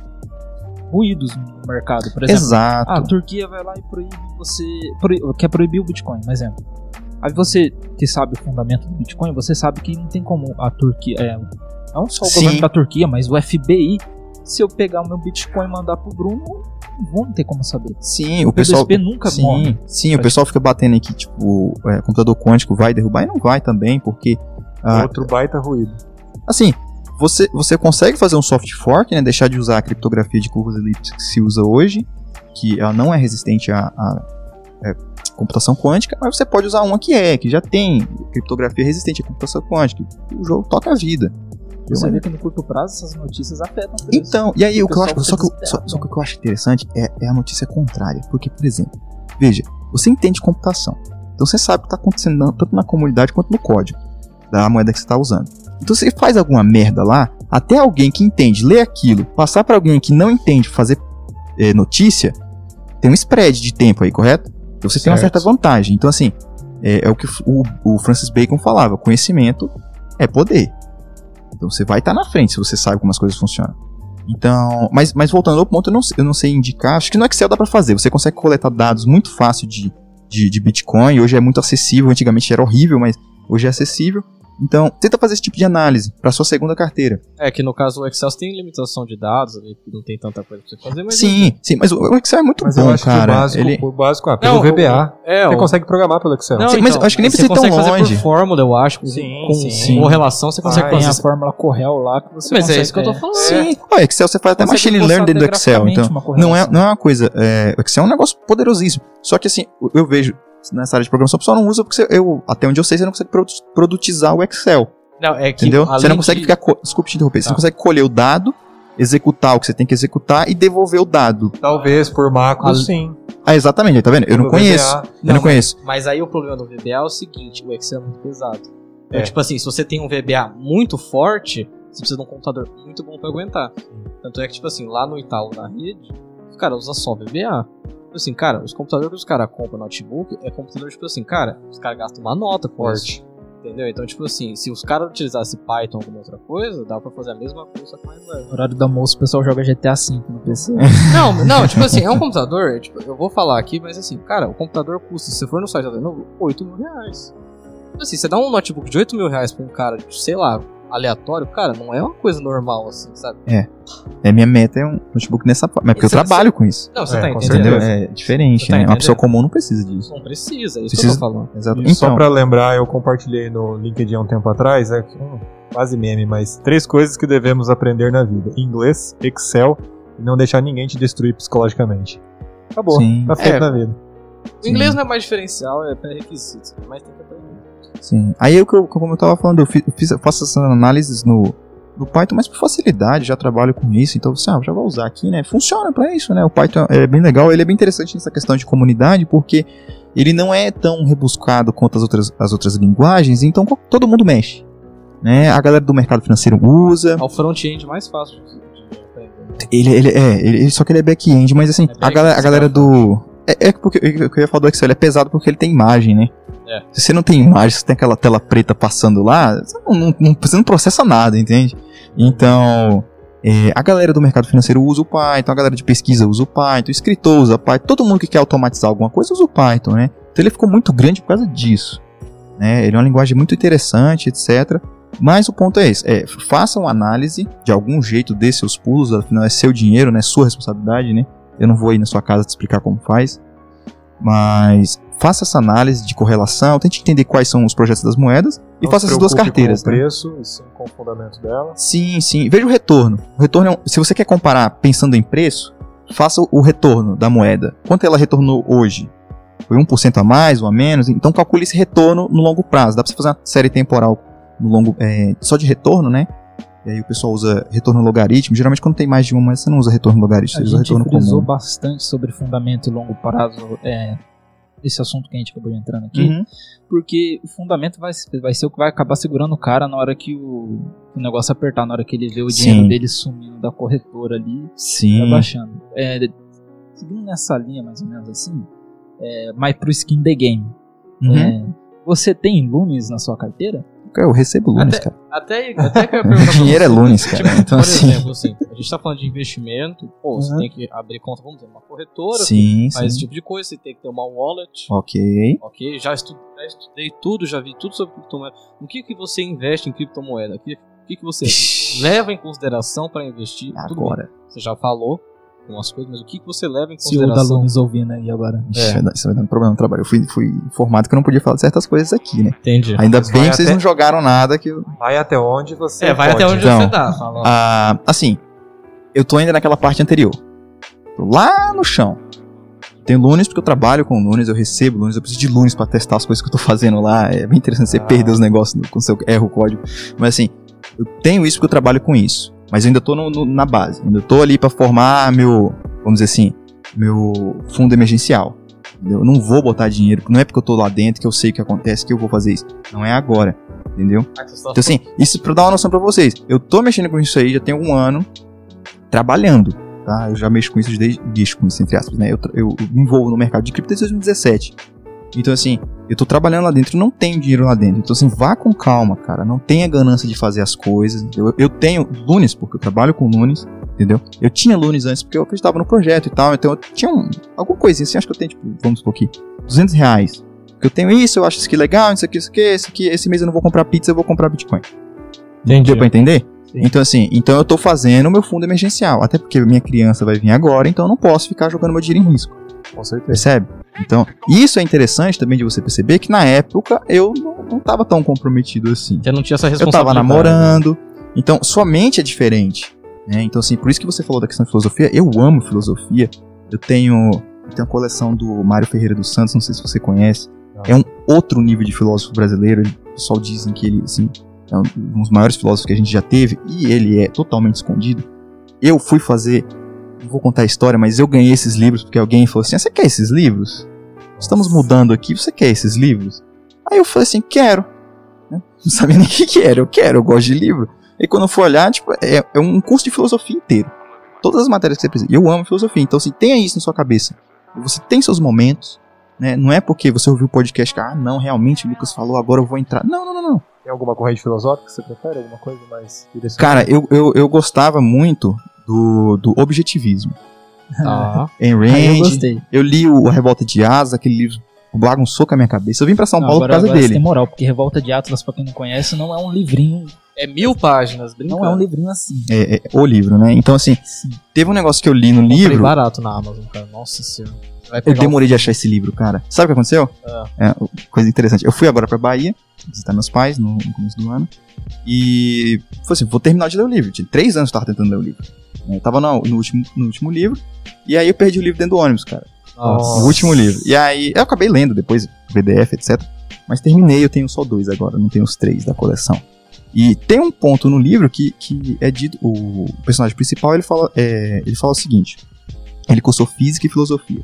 ruídos no mercado. Por exemplo, exato. A Turquia vai lá e proíbe quer proibir o Bitcoin, por exemplo. Aí você que sabe o fundamento do Bitcoin, você sabe que não tem como a Turquia... não só o governo da Turquia, mas o FBI... Se eu pegar o meu Bitcoin e mandar pro Bruno, não vão ter como saber. Sim, o pessoal nunca morre. Sim, o pessoal fica batendo aqui, tipo, computador quântico vai derrubar e não vai também, porque... outro baita ruído. Assim, você consegue fazer um soft fork, né, deixar de usar a criptografia de curvas elípticas que se usa hoje, que ela não é resistente à computação quântica, mas você pode usar uma que já tem criptografia resistente à computação quântica. O jogo toca a vida. Você vê que no curto prazo essas notícias afetam. Então, e aí o que eu acho, só que o que eu acho interessante é a notícia contrária, porque, por exemplo, veja, você entende computação, então você sabe o que está acontecendo tanto na comunidade quanto no código da moeda que você está usando. Então você faz alguma merda lá, até alguém que entende ler aquilo, passar para alguém que não entende fazer notícia, tem um spread de tempo aí, correto? Então você tem uma certa vantagem. Então assim, é o que o Francis Bacon falava, conhecimento é poder. Então você vai estar na frente se você sabe como as coisas funcionam. Então, mas voltando ao ponto, eu não sei indicar, acho que no Excel dá para fazer, você consegue coletar dados muito fácil de Bitcoin, hoje é muito acessível, antigamente era horrível, mas hoje é acessível. Então, tenta fazer esse tipo de análise para sua segunda carteira. Que no caso o Excel você tem limitação de dados, não tem tanta coisa pra você fazer, mas... Sim, mas o Excel é muito bom, eu acho cara. Que o básico pelo VBA, você consegue programar pelo Excel. Não, sim, mas eu acho que nem precisa ir tão longe. Você consegue fazer por fórmula, eu acho, com correlação você consegue fazer. Tem a fórmula Corel lá que você mas consegue... é isso que eu tô falando. Sim, o Excel você faz até machine learning dentro do Excel, então não é uma coisa... o Excel é um negócio poderosíssimo, só que assim, eu vejo nessa área de programação, o pessoal não usa porque até onde eu sei, você não consegue produtizar o Excel. Não, que entendeu? Você não consegue ficar... Desculpa te interromper. Você não consegue colher o dado, executar o que você tem que executar e devolver o dado. Talvez por macro, sim. Exatamente, tá vendo? Eu não conheço. Eu não conheço. Mas aí o problema do VBA é o seguinte, o Excel é muito pesado. Então, tipo assim, se você tem um VBA muito forte, você precisa de um computador muito bom pra aguentar. Tanto é que, tipo assim, lá no Itaú, na rede, os caras usam só VBA. Tipo assim, cara, os computadores que os caras compram no notebook é computador, tipo assim, cara, os caras gastam uma nota com isso. Entendeu? Então, tipo assim, se os caras utilizassem Python ou alguma outra coisa, dá pra fazer a mesma coisa, só que mais leve. No horário do almoço, o pessoal joga GTA V no PC. Não, tipo assim, é um computador, tipo, eu vou falar aqui, mas assim, cara, o computador custa, se você for no site da Lenovo, R$8.000. Tipo assim, você dá um notebook de R$8.000 pra um cara, sei lá, aleatório, cara, não é uma coisa normal, assim, sabe? Minha meta é um notebook nessa forma. Mas porque eu trabalho com isso. Não, você tá entendendo? É diferente, né? Uma pessoa comum não precisa disso. Não precisa, é isso que eu tô falando. Exato. Então, só pra lembrar, eu compartilhei no LinkedIn há um tempo atrás, quase meme, mas 3 coisas que devemos aprender na vida: inglês, Excel e não deixar ninguém te destruir psicologicamente. Acabou, tá feito na vida. O inglês não é mais diferencial, é pré-requisito, mas tem que aprender. Sim. Aí, como eu tava falando, eu faço essas análises no Python, mas por facilidade, já trabalho com isso, então você já vou usar aqui, né? Funciona pra isso, né? O Python é bem legal, ele é bem interessante nessa questão de comunidade, porque ele não é tão rebuscado quanto as outras linguagens, então todo mundo mexe, né? A galera do mercado financeiro usa. É o front-end mais fácil de só que ele é back-end, mas assim, a galera do... porque eu ia falar do Excel, ele é pesado porque ele tem imagem, né? Se você não tem imagem, você tem aquela tela preta passando lá, você não processa nada, entende? Então, a galera do mercado financeiro usa o Python, a galera de pesquisa usa o Python, o escritor usa o Python, todo mundo que quer automatizar alguma coisa usa o Python, né? Então ele ficou muito grande por causa disso, né? Ele é uma linguagem muito interessante, etc. Mas o ponto é esse, faça uma análise de algum jeito, dê seus pulos, afinal é seu dinheiro, né? Sua responsabilidade, né? Eu não vou ir na sua casa te explicar como faz, mas faça essa análise de correlação, tente entender quais são os projetos das moedas e faça essas 2 carteiras. Com o preço, e sim com o fundamento dela. Sim. Veja o retorno. O retorno se você quer comparar pensando em preço, faça o retorno da moeda. Quanto ela retornou hoje? Foi 1% a mais ou a menos? Então calcule esse retorno no longo prazo. Dá pra você fazer uma série temporal no longo, só de retorno, né? E aí o pessoal usa retorno logaritmo. Geralmente quando tem mais de uma, você não usa retorno logaritmo, você usa retorno comum. A gente frisou bastante sobre fundamento e longo prazo, esse assunto que a gente acabou de entrando aqui, porque o fundamento vai ser o que vai acabar segurando o cara na hora que o negócio apertar, na hora que ele vê o dinheiro dele sumindo da corretora ali, vai baixando. Seguindo nessa linha mais ou menos assim, mas pro skin the game, você tem Lunes na sua carteira? Eu recebo Lunes, cara. Até que eu ia perguntar dinheiro é Lunes, cara. Tipo, então, por exemplo, assim, a gente tá falando de investimento, você tem que abrir conta, vamos dizer, uma corretora, faz esse tipo de coisa, você tem que ter uma wallet. Ok, já estudei tudo, já vi tudo sobre criptomoeda. O que você investe em criptomoeda? O que você leva em consideração para investir? Agora. Tudo bem, você já falou umas coisas, mas o que você leva em consideração? Se o da Lunes ouvindo aí agora. Isso vai dar um problema no trabalho. Eu fui informado que eu não podia falar de certas coisas aqui, né? Entendi. Ainda bem que vocês não jogaram nada que... Vai até onde você vai pode. até onde você dá. Assim, eu tô ainda naquela parte anterior. Tô lá no chão. Tenho Lunes porque eu trabalho com Lunes, eu recebo Lunes, eu preciso de Lunes pra testar as coisas que eu tô fazendo lá. É bem interessante você perder os negócios com seu erro, código. Mas assim, eu tenho isso porque eu trabalho com isso. Mas eu ainda tô na base. Ainda tô ali pra formar vamos dizer assim, meu fundo emergencial. Entendeu? Eu não vou botar dinheiro, não é porque eu tô lá dentro que eu sei o que acontece que eu vou fazer isso. Não é agora. Entendeu? Então assim, isso pra dar uma noção pra vocês. Eu tô mexendo com isso aí já tem um ano, trabalhando, tá? Eu já mexo com isso entre aspas, né? Eu me envolvo no mercado de cripto desde 2017. Então assim, eu tô trabalhando lá dentro, não tenho dinheiro lá dentro. Então assim, vá com calma, cara. Não tenha ganância de fazer as coisas. Eu tenho Lunes, porque eu trabalho com Lunes, entendeu? Eu tinha Lunes antes porque eu acreditava no projeto e tal. Então eu tinha alguma coisinha assim, acho que eu tenho, tipo, vamos supor aqui, R$200. Porque eu tenho isso, eu acho isso aqui legal, isso aqui, esse mês eu não vou comprar pizza, eu vou comprar Bitcoin. Entendi. Deu pra entender? Sim. Então assim, eu tô fazendo o meu fundo emergencial. Até porque minha criança vai vir agora, então eu não posso ficar jogando meu dinheiro em risco. Com certeza. Percebe? Então, isso é interessante também de você perceber que na época eu não tava tão comprometido assim. Você não tinha essa Eu responsabilidade. tava namorando. Então, sua mente é diferente. Né? Então, assim, por isso que você falou da questão de filosofia. Eu amo filosofia. Eu tenho uma coleção do Mário Ferreira dos Santos, não sei se você conhece. Não. É um outro nível de filósofo brasileiro. O pessoal dizem que ele, assim, é um dos maiores filósofos que a gente já teve. E ele é totalmente escondido. Eu fui fazer... Não vou contar a história, mas eu ganhei esses livros porque alguém falou assim, você quer esses livros? Estamos mudando aqui, você quer esses livros? Aí eu falei assim, quero. Não sabia nem o que era, eu gosto de livro. E quando eu for olhar, tipo, é um curso de filosofia inteiro. Todas as matérias que você precisa. Eu amo filosofia, então assim, tenha isso na sua cabeça. Você tem seus momentos, né? Não é porque você ouviu o podcast que, não, realmente o Lucas falou, agora eu vou entrar. Não. Tem alguma corrente filosófica que você prefere? Alguma coisa mais direcionada? Cara, eu gostava muito do objetivismo. Ayn Aí eu Rand, gostei. eu li o Revolta de Atlas, aquele livro bagunçou com a minha cabeça. Eu vim pra São Paulo por causa agora dele. Tem moral, porque Revolta de Atlas, pra quem não conhece, não é um livrinho. É 1000 páginas, brincando. Não é um livrinho assim. É o livro, né? Então, assim, teve um negócio que eu li no Comprei livro. barato na Amazon, cara. Nossa senhora. Vai Eu pegar demorei de achar esse livro, cara. Sabe o que aconteceu? Coisa interessante. Eu fui agora pra Bahia visitar meus pais no começo do ano. E falei assim, vou terminar de ler o livro. Tinha 3 anos que eu tava tentando ler o livro. Eu tava no último livro. E aí eu perdi o livro dentro do ônibus, cara. Nossa. O último livro. E aí eu acabei lendo depois, PDF, etc. Mas terminei, eu tenho só 2 agora, não tenho os 3 da coleção. E tem um ponto no livro que é dito. O personagem principal ele fala o seguinte: ele cursou física e filosofia.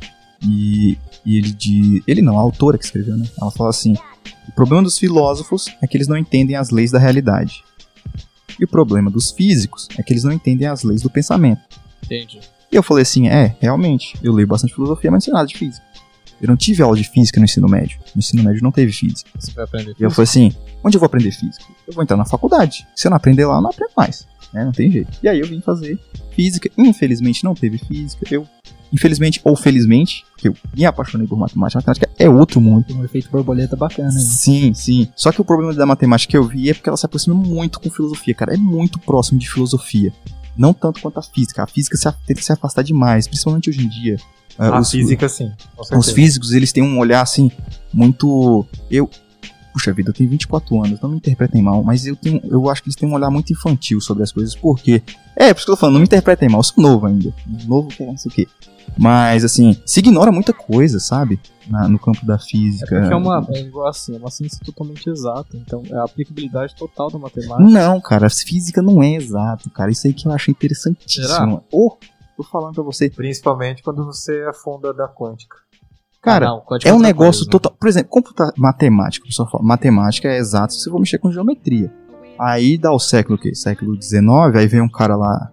E ele não, a autora que escreveu, né? Ela fala assim: o problema dos filósofos é que eles não entendem as leis da realidade. E o problema dos físicos é que eles não entendem as leis do pensamento. Entendi. E eu falei assim, realmente, eu leio bastante filosofia, mas não sei nada de física. Eu não tive aula de física no ensino médio. No ensino médio não teve física. Você vai aprender. E eu falei assim, onde eu vou aprender física? Eu vou entrar na faculdade. Se eu não aprender lá, eu não aprendo mais. Né? Não tem jeito. E aí eu vim fazer física. Infelizmente não teve física. Infelizmente ou felizmente, porque eu me apaixonei por matemática. Matemática é outro mundo. Tem um efeito borboleta bacana aí. Sim. Só que o problema da matemática que eu vi é porque ela se aproxima muito com filosofia, cara. É muito próximo de filosofia. Não tanto quanto a física. A física tenta se afastar demais, principalmente hoje em dia. A física, sim. Os físicos, eles têm um olhar, assim, muito... Puxa vida, eu tenho 24 anos, não me interpretem mal, mas eu acho que eles têm um olhar muito infantil sobre as coisas, porque... por isso que eu tô falando, não me interpretem mal, eu sou novo ainda. Novo que não sei o quê. Mas, assim, se ignora muita coisa, sabe? No campo da física. É igual assim, é uma ciência totalmente exata. Então, é a aplicabilidade total da matemática. Não, cara, física não é exato, cara. Isso aí que eu acho interessantíssimo. Será? Tô falando pra você. Principalmente quando você afunda da quântica. Cara, Não, é um negócio total... Por exemplo, matemática, o pessoal fala, matemática é exato se você for mexer com geometria. Aí dá o século o quê? Século XIX, aí vem um cara lá,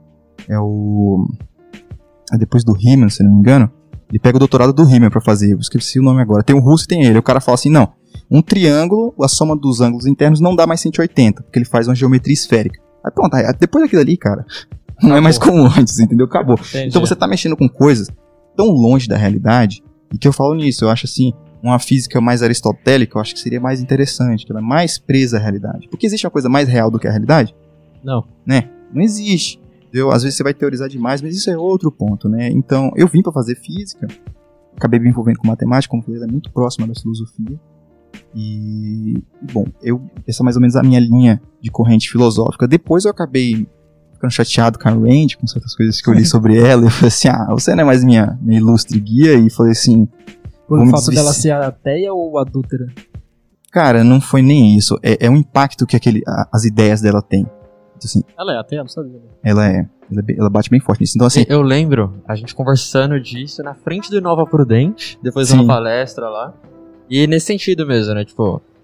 depois do Riemann, se não me engano, ele pega o doutorado do Riemann pra fazer, eu esqueci o nome agora, tem um russo e tem ele, o cara fala assim, não, um triângulo, a soma dos ângulos internos não dá mais 180, porque ele faz uma geometria esférica. Aí pronto, depois daquilo ali, cara, não é mais como antes, entendeu? Acabou. Entendi. Então você tá mexendo com coisas tão longe da realidade, e que eu falo nisso, eu acho assim, uma física mais aristotélica, eu acho que seria mais interessante, que ela é mais presa à realidade. Porque existe uma coisa mais real do que a realidade? Não. Né? Não existe. Entendeu? Às vezes você vai teorizar demais, mas isso é outro ponto, né? Então, eu vim pra fazer física, acabei me envolvendo com matemática, como eu falei, ela é muito próxima da filosofia. E bom, essa é mais ou menos a minha linha de corrente filosófica. Depois eu acabei ficando chateado com a Rand, com certas coisas que eu li sobre ela, e eu falei assim, você não é mais minha ilustre guia, e falei assim... Por fato dela ser ateia ou adúltera? Cara, não foi nem isso. É um impacto que as ideias dela têm. Então, assim, Ela é ateia, não sabia. ela bate bem forte nisso. Então, assim, Eu lembro a gente conversando disso na frente do Nova Prudente, depois de Sim. uma palestra lá. E nesse sentido mesmo, né? Tipo,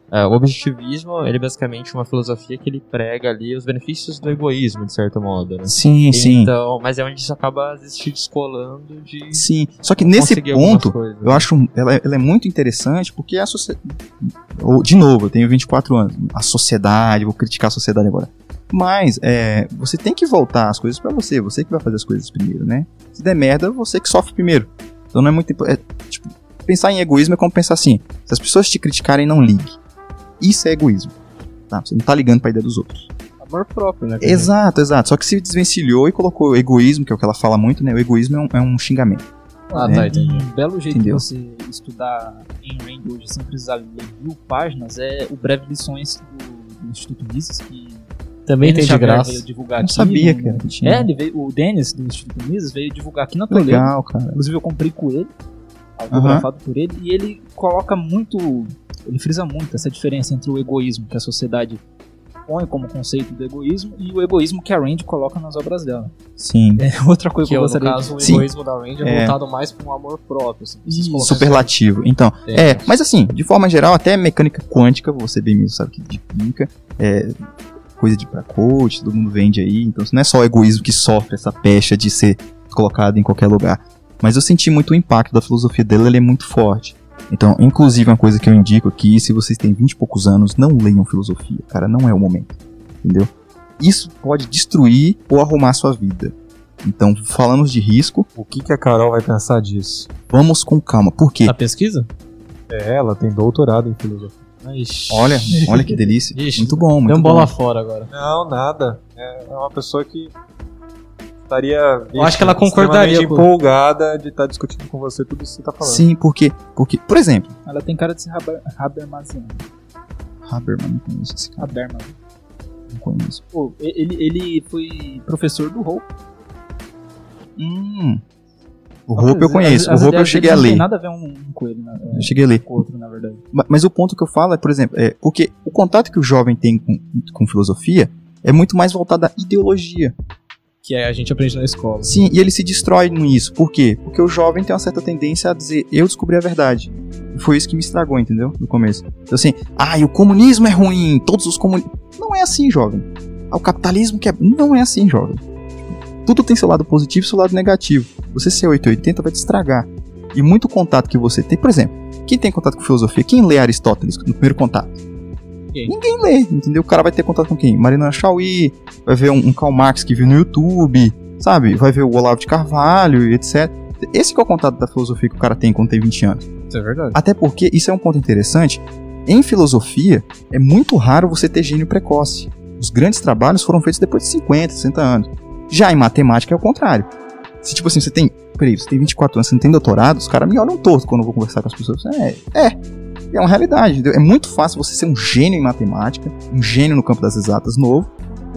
O objetivismo, ele é basicamente uma filosofia que ele prega ali os benefícios do egoísmo, de certo modo, né? Sim, sim. Então, mas é onde isso acaba se descolando de... Sim, só que nesse conseguir algumas ponto, coisas, eu né? acho ela é muito interessante porque a sociedade... De novo, eu tenho 24 anos. A sociedade, vou criticar a sociedade agora. Mas, você tem que voltar as coisas pra você. Você que vai fazer as coisas primeiro, né? Se der merda, você que sofre primeiro. Então não é muito... tipo, pensar em egoísmo é como pensar assim, se as pessoas te criticarem, não ligue. Isso é egoísmo. Tá? Você não tá ligando pra ideia dos outros. Amor próprio, né? Exato. Só que se desvencilhou e colocou o egoísmo, que é o que ela fala muito, né? O egoísmo é um xingamento. Ah, né? tá, entendi. Um belo jeito Entendeu? de você estudar em Rand hoje sem precisar ler 1000 páginas é o Breve Lições do Instituto Mises, que Também tem Denis de Xavier graça. veio divulgar Eu não aqui. sabia, cara, que tinha. Ele veio, o Denis do Instituto Mises veio divulgar aqui na Toledo. Legal, cara. Inclusive eu comprei com ele, autografado por ele, e ele coloca muito, ele frisa muito essa diferença entre o egoísmo que a sociedade põe como conceito do egoísmo e o egoísmo que a Rand coloca nas obras dela. Sim. É outra coisa que Que eu no gostaria caso, o Sim. egoísmo da Rand é voltado mais para um amor próprio. Assim, vocês Isso. colocarem- Superlativo. Então, É. mas assim, de forma geral, até mecânica quântica, você bem mesmo sabe que de química, coisa de pra coach, todo mundo vende aí, então não é só o egoísmo que sofre essa pecha de ser colocado em qualquer lugar. Mas eu senti muito o impacto da filosofia dela, ele é muito forte. Então, inclusive, uma coisa que eu indico aqui, se vocês têm 20 e poucos anos, não leiam filosofia, cara, não é o momento, entendeu? Isso pode destruir ou arrumar sua vida. Então, falamos de risco, O que a Carol vai pensar disso? vamos com calma. Por quê? Na pesquisa? Ela tem doutorado em filosofia. Ixi. Olha que delícia. Ixi, Muito bom, Deu muito um bom. bola fora agora. Não, nada. É uma pessoa que estaria Eu acho que ela concordaria extremamente com- empolgada de estar discutindo com você tudo isso que você tá falando. Sim, porque, por exemplo, Ela tem cara de ser Habermasiano. Habermas, não conheço esse cara, Habermas. não conheço. Pô, ele foi professor do Hope. O Hope eu conheço, o Hope eu cheguei a Não tem ler. nada a ver um com ele, né? Eu cheguei a ler. Com o outro, na verdade. Mas o ponto que eu falo é, por exemplo, porque o contato que o jovem tem com filosofia é muito mais voltado à ideologia. Que a gente aprende na escola. Sim, e ele se destrói nisso. Por quê? Porque o jovem tem uma certa tendência a dizer, eu descobri a verdade. E foi isso que me estragou, entendeu? No começo. Então assim, e o comunismo é ruim, todos os comunistas... Não é assim, jovem. O capitalismo que é... Não é assim, jovem. Tudo tem seu lado positivo e seu lado negativo. Você ser 880 vai te estragar. E muito contato que você tem... Por exemplo, quem tem contato com filosofia? Quem lê Aristóteles no primeiro contato? Quem? Ninguém lê, entendeu? O cara vai ter contato com quem? Mariana Chauí, vai ver um Karl Marx que viu no YouTube, sabe? Vai ver o Olavo de Carvalho e etc. Esse que é o contato da filosofia que o cara tem quando tem 20 anos. Isso é verdade. Até porque, isso é um ponto interessante, em filosofia, é muito raro você ter gênio precoce. Os grandes trabalhos foram feitos depois de 50, 60 anos. Já em matemática é o contrário. Se tipo assim, você tem 24 anos, você não tem doutorado, os caras me olham torto quando eu vou conversar com as pessoas. É uma realidade, entendeu? É muito fácil você ser um gênio em matemática, um gênio no campo das exatas novo,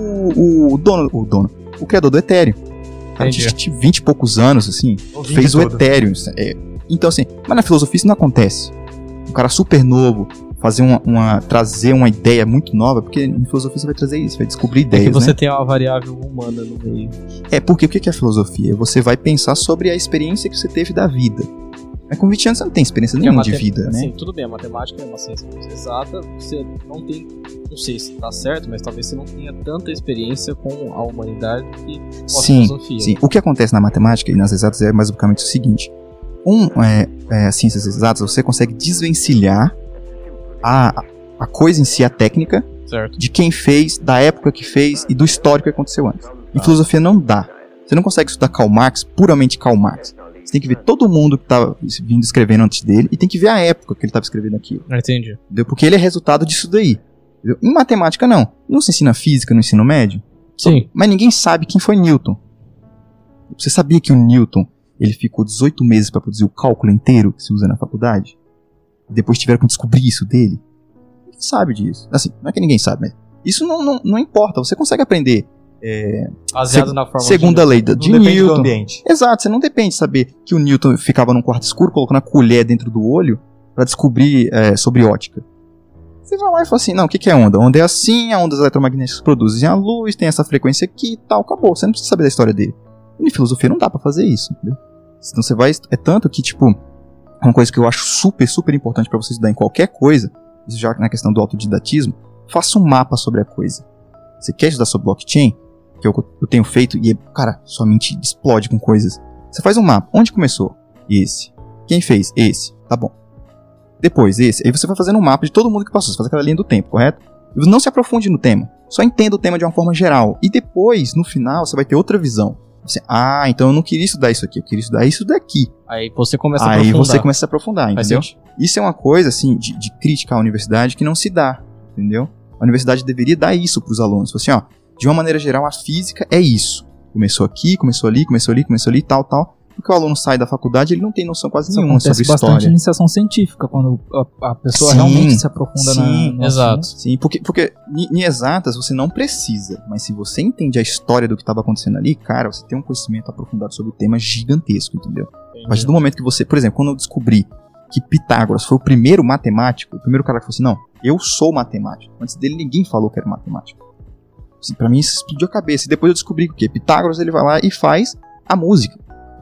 o criador do Ethereum. O cara Entendi. tinha 20 e poucos anos, assim, fez o todo. Ethereum. Então assim, mas na filosofia isso não acontece. Um cara super novo fazer trazer uma ideia muito nova, porque em filosofia você vai trazer isso, vai descobrir É ideias, que você né? tem uma variável humana no meio. Porque o que é filosofia? Você vai pensar sobre a experiência que você teve da vida. Mas com 20 anos você não tem experiência nenhuma de vida, né? Sim, tudo bem, a matemática é uma ciência muito exata, você não tem, não sei se tá certo, mas talvez você não tenha tanta experiência com a humanidade que com a Sim, filosofia. sim. O que acontece na matemática e nas exatas é basicamente o seguinte. Ciências exatas, você consegue desvencilhar a coisa em si, a técnica, Certo. de quem fez, da época que fez e do histórico que aconteceu antes. Em filosofia não dá. Você não consegue estudar Karl Marx, puramente Karl Marx. Você tem que ver todo mundo que estava vindo escrevendo antes dele e tem que ver a época que ele estava escrevendo aquilo. Entendi. Entendeu? Porque ele é resultado disso daí. Entendeu? Em matemática, não. Não se ensina física no ensino médio. Sim. Mas ninguém sabe quem foi Newton. Você sabia que o Newton ele ficou 18 meses para produzir o cálculo inteiro que se usa na faculdade? E depois tiveram que descobrir isso dele? Ninguém sabe disso. Assim, não é que ninguém sabe, mas isso não importa. Você consegue aprender Baseado na forma segunda lei Não de depende do Newton. ambiente. Exato, você não depende de saber que o Newton ficava num quarto escuro colocando a colher dentro do olho para descobrir sobre ótica. Você vai lá e fala assim, não, o que é onda? Onda é assim, a ondas eletromagnéticas produzem a luz, tem essa frequência aqui e tal, acabou. Você não precisa saber da história dele. E em filosofia não dá pra fazer isso, entendeu? Então você vai... É tanto que, tipo, uma coisa que eu acho super, super importante pra você estudar em qualquer coisa isso já na questão do autodidatismo, faça um mapa sobre a coisa. Você quer estudar sobre blockchain? Que eu tenho feito, e, cara, sua mente explode com coisas. Você faz um mapa. Onde começou? Esse. Quem fez? Esse. Tá bom. Depois, esse. Aí você vai fazendo um mapa de todo mundo que passou. Você faz aquela linha do tempo, correto? E não se aprofunde no tema. Só entenda o tema de uma forma geral. E depois, no final, você vai ter outra visão. Você, então eu não queria estudar isso aqui. Eu queria estudar isso daqui. Aí você começa a aprofundar. Aí você começa a aprofundar, entendeu? Isso é uma coisa, assim, de crítica à universidade que não se dá, entendeu? A universidade deveria dar isso pros alunos. Assim, ó, de uma maneira geral, a física é isso. Começou aqui, começou ali, tal. Porque o aluno sai da faculdade, ele não tem noção quase nenhuma sobre história. Bastante iniciação científica, quando a pessoa realmente se aprofunda no exato. Sim, porque em exatas você não precisa, mas se você entende a história do que estava acontecendo ali, cara, você tem um conhecimento aprofundado sobre o tema gigantesco, entendeu? A partir do momento que você, por exemplo, quando eu descobri que Pitágoras foi o primeiro matemático, o primeiro cara que falou assim, não, eu sou matemático. Antes dele ninguém falou que era matemático. Assim, pra mim isso explodiu a cabeça. E depois eu descobri que Pitágoras ele vai lá e faz a música.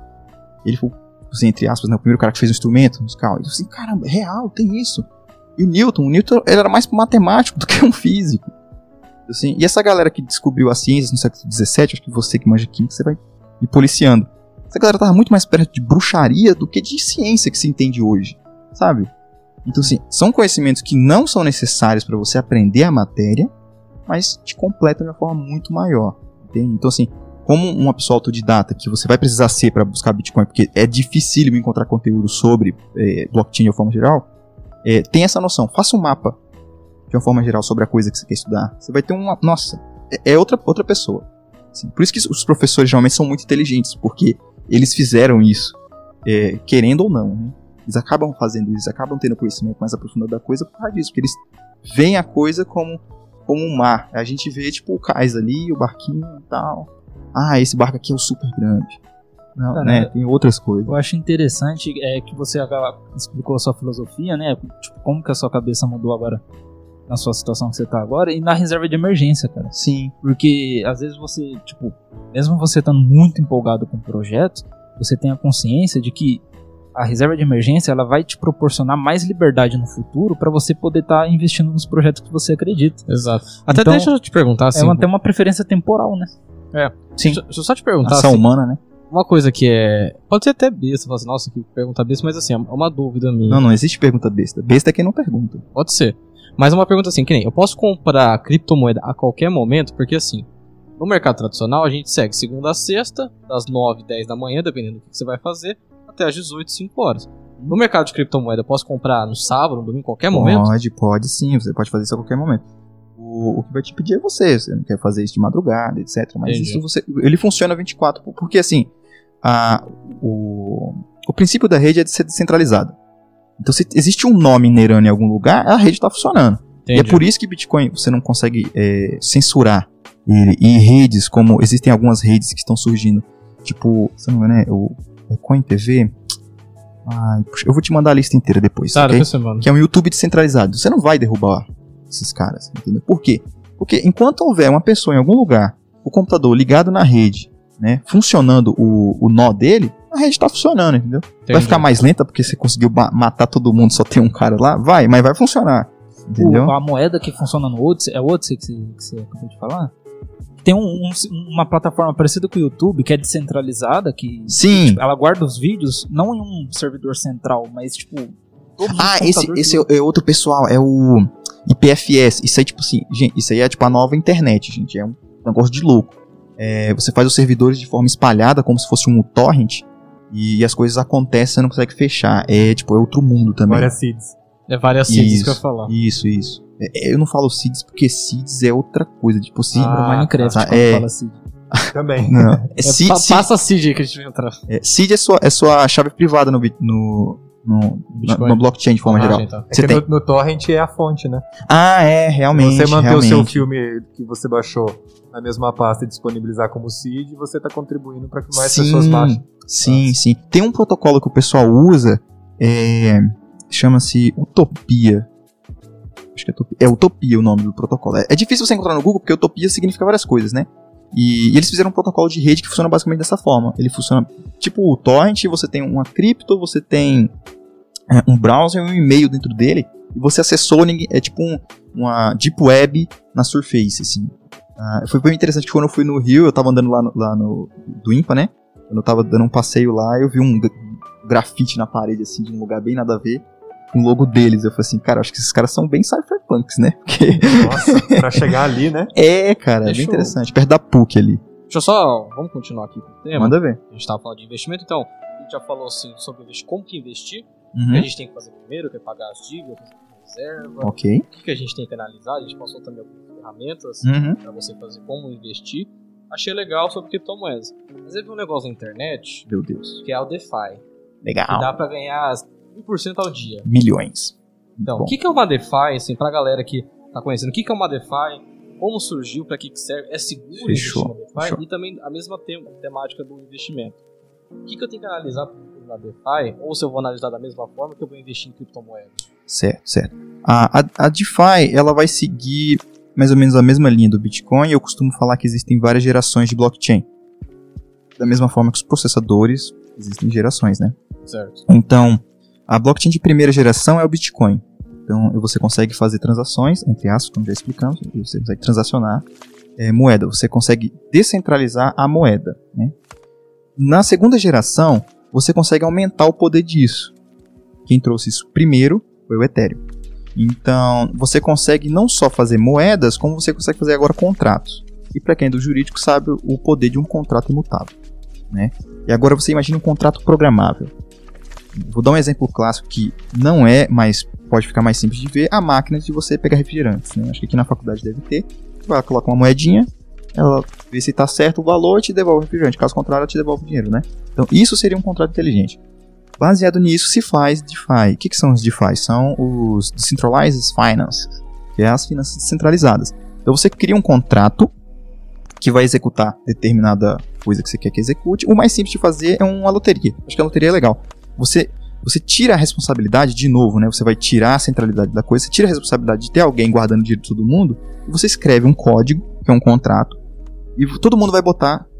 Ele foi, assim, entre aspas, né, o primeiro cara que fez um instrumento musical. Eu assim, caramba, é real, tem isso. E o Newton ele era mais matemático do que um físico. Assim, e essa galera que descobriu as ciências no século XVII, acho que você que manja química, você vai me policiando. Essa galera tava muito mais perto de bruxaria do que de ciência que se entende hoje, sabe? Então, assim, são conhecimentos que não são necessários para você aprender a matéria, mas te completam de uma forma muito maior, entende? Então, assim, como uma pessoa autodidata, que você vai precisar ser para buscar Bitcoin, porque é dificílimo encontrar conteúdo sobre blockchain de uma forma geral, tem essa noção. Faça um mapa de uma forma geral sobre a coisa que você quer estudar. Você vai ter uma... Nossa, é outra pessoa. Assim, por isso que os professores geralmente são muito inteligentes, porque eles fizeram isso, querendo ou não, né? Eles acabam fazendo isso, eles acabam tendo conhecimento mais aprofundado da coisa por causa disso, porque eles veem a coisa como um mar. A gente vê, tipo, o cais ali, o barquinho e tal. Esse barco aqui é o super grande. Não, cara, né? Tem outras coisas. Eu acho interessante que você explicou a sua filosofia, né? Tipo, como que a sua cabeça mudou agora na sua situação que você tá agora e na reserva de emergência, cara. Sim. Porque às vezes você, tipo, mesmo você estando muito empolgado com o projeto, você tem a consciência de que a reserva de emergência ela vai te proporcionar mais liberdade no futuro para você poder estar investindo nos projetos que você acredita. Exato. Até então, deixa eu te perguntar assim. Tem uma preferência temporal, né? Sim. Deixa eu só te perguntar. Ação humana, né? Uma coisa que pode ser até besta, falar assim, nossa, que pergunta besta, mas assim, é uma dúvida minha. Não existe pergunta besta. Besta é quem não pergunta. Pode ser. Mas uma pergunta assim, que nem, eu posso comprar criptomoeda a qualquer momento, porque assim, no mercado tradicional a gente segue segunda a sexta, das 9, 10 da manhã, dependendo do que você vai fazer, até às 18, 5 horas. No mercado de criptomoeda, eu posso comprar no sábado, no domingo, qualquer momento? Pode sim, você pode fazer isso a qualquer momento. O que vai te pedir é você não quer fazer isso de madrugada, etc. Mas Entendi. isso ele funciona 24, porque assim, o princípio da rede é de ser descentralizado. Então se existe um nome Nerano em algum lugar, a rede está funcionando. Entendi. E é por isso que Bitcoin você não consegue censurar ele. E redes, como existem algumas redes que estão surgindo, tipo, você não é, né, o CoinTV. Eu vou te mandar a lista inteira depois, tá, okay? Depois Que é um YouTube descentralizado. Você não vai derrubar esses caras, entendeu? Por quê? Porque enquanto houver uma pessoa em algum lugar, o computador ligado na rede, né, funcionando o nó dele, a rede está funcionando, entendeu? Entendi. Vai ficar mais lenta porque você conseguiu matar todo mundo, só tem um cara lá? Mas vai funcionar, entendeu? A moeda que funciona no Odyssey, é o Odyssey que você acabou de falar? Tem uma plataforma parecida com o YouTube, que é descentralizada, que Sim. Tipo, ela guarda os vídeos, não em um servidor central, mas tipo... Esse é outro pessoal, é o IPFS. Isso aí, tipo assim, gente, isso aí é tipo a nova internet, gente. É um negócio de louco. Você faz os servidores de forma espalhada, como se fosse um torrent, e as coisas acontecem, você não consegue fechar. É outro mundo também. Várias seeds. Várias seeds que eu ia falar. Isso. Eu não falo seeds porque seeds é outra coisa. Tipo, seed Minecraft, fala seed. Também. Não. Passa a seed aí que a gente vai entrar. Seed é sua chave privada no blockchain de forma geral. Então. Você tem... no torrent é a fonte, né? Realmente. Se você manter o seu filme que você baixou na mesma pasta e disponibilizar como seed, você está contribuindo para que mais pessoas baixem. Sim. Tem um protocolo que o pessoal usa, chama-se Utopia. Acho que é Utopia o nome do protocolo. É difícil você encontrar no Google, porque Utopia significa várias coisas, né? E eles fizeram um protocolo de rede que funciona basicamente dessa forma. Ele funciona tipo o torrent, você tem uma cripto, você tem um browser e um e-mail dentro dele. e você acessou, é tipo uma Deep Web na Surface, assim. Foi bem interessante que quando eu fui no Rio, eu tava andando lá no do IMPA, né? Quando eu tava dando um passeio lá, eu vi um grafite na parede, assim, de um lugar bem nada a ver, com o logo deles. Eu falei assim, cara, acho que esses caras são bem cypherpunks, né? Porque... Nossa, pra chegar ali, né? Cara, é bem interessante. Perto da PUC ali. Deixa eu só... Vamos continuar aqui com o tema. Manda ver. A gente tava falando de investimento, então... A gente já falou, assim, sobre como que investir. O que a gente tem que fazer primeiro, que é pagar as dívidas, reserva. Ok. O que a gente tem que analisar. A gente passou também algumas ferramentas pra você fazer como investir. Achei legal sobre criptomoedas. Mas eu vi um negócio na internet... Meu Deus. Que é o DeFi. Legal. Que dá pra ganhar 1% ao dia. Milhões. Então, Bom. o que é uma DeFi, assim, pra galera que tá conhecendo? O que é uma DeFi? Como surgiu? Pra que serve? É seguro investir na DeFi? Fechou. E também a mesma temática do investimento. O que eu tenho que analisar na DeFi? Ou se eu vou analisar da mesma forma que eu vou investir em criptomoedas? Certo. A DeFi, ela vai seguir mais ou menos a mesma linha do Bitcoin. Eu costumo falar que existem várias gerações de blockchain. Da mesma forma que os processadores, existem gerações, né? Certo. Então, a blockchain de primeira geração é o Bitcoin. Então, você consegue fazer transações, entre aspas, como já explicamos, você consegue transacionar moeda, você consegue descentralizar a moeda, né? Na segunda geração, você consegue aumentar o poder disso. Quem trouxe isso primeiro foi o Ethereum. Então, você consegue não só fazer moedas, como você consegue fazer agora contratos. E para quem é do jurídico sabe o poder de um contrato imutável, né? E agora você imagina um contrato programável. Vou dar um exemplo clássico que não é, mas pode ficar mais simples de ver, a máquina de você pegar refrigerantes, né? Acho que aqui na faculdade deve ter. Ela coloca uma moedinha, ela vê se está certo o valor e te devolve o refrigerante. Caso contrário, ela te devolve o dinheiro, né? Então, isso seria um contrato inteligente. Baseado nisso, se faz DeFi. O que são os DeFi? São os Decentralized Finance, que é as finanças descentralizadas. Então, você cria um contrato que vai executar determinada coisa que você quer que execute. O mais simples de fazer é uma loteria. Acho que a loteria é legal. Você tira a responsabilidade, de novo, né? Você vai tirar a centralidade da coisa, você tira a responsabilidade de ter alguém guardando o dinheiro de todo mundo, e você escreve um código, que é um contrato, e todo mundo vai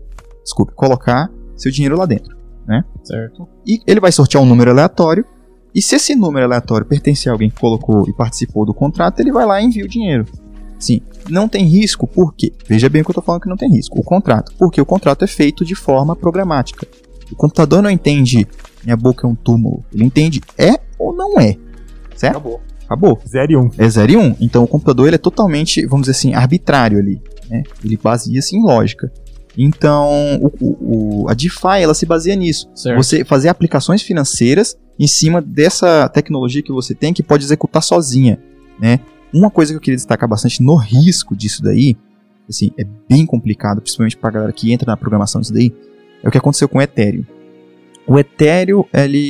colocar seu dinheiro lá dentro, né? Certo. E ele vai sortear um número aleatório, e se esse número aleatório pertencer a alguém que colocou e participou do contrato, ele vai lá e envia o dinheiro. Sim, não tem risco, por quê? Veja bem o que eu estou falando que não tem risco. O contrato, porque o contrato é feito de forma programática. O computador não entende minha boca é um túmulo. Ele entende é ou não é. Certo? Acabou. 0 e 1. É 0 e 1. Então o computador ele é totalmente, vamos dizer assim, arbitrário ali, né? Ele baseia-se em lógica. Então a DeFi ela se baseia nisso. Certo. Você fazer aplicações financeiras em cima dessa tecnologia que você tem que pode executar sozinha, né? Uma coisa que eu queria destacar bastante no risco disso daí, assim, é bem complicado, principalmente para a galera que entra na programação disso daí, é o que aconteceu com o Ethereum. O Ethereum,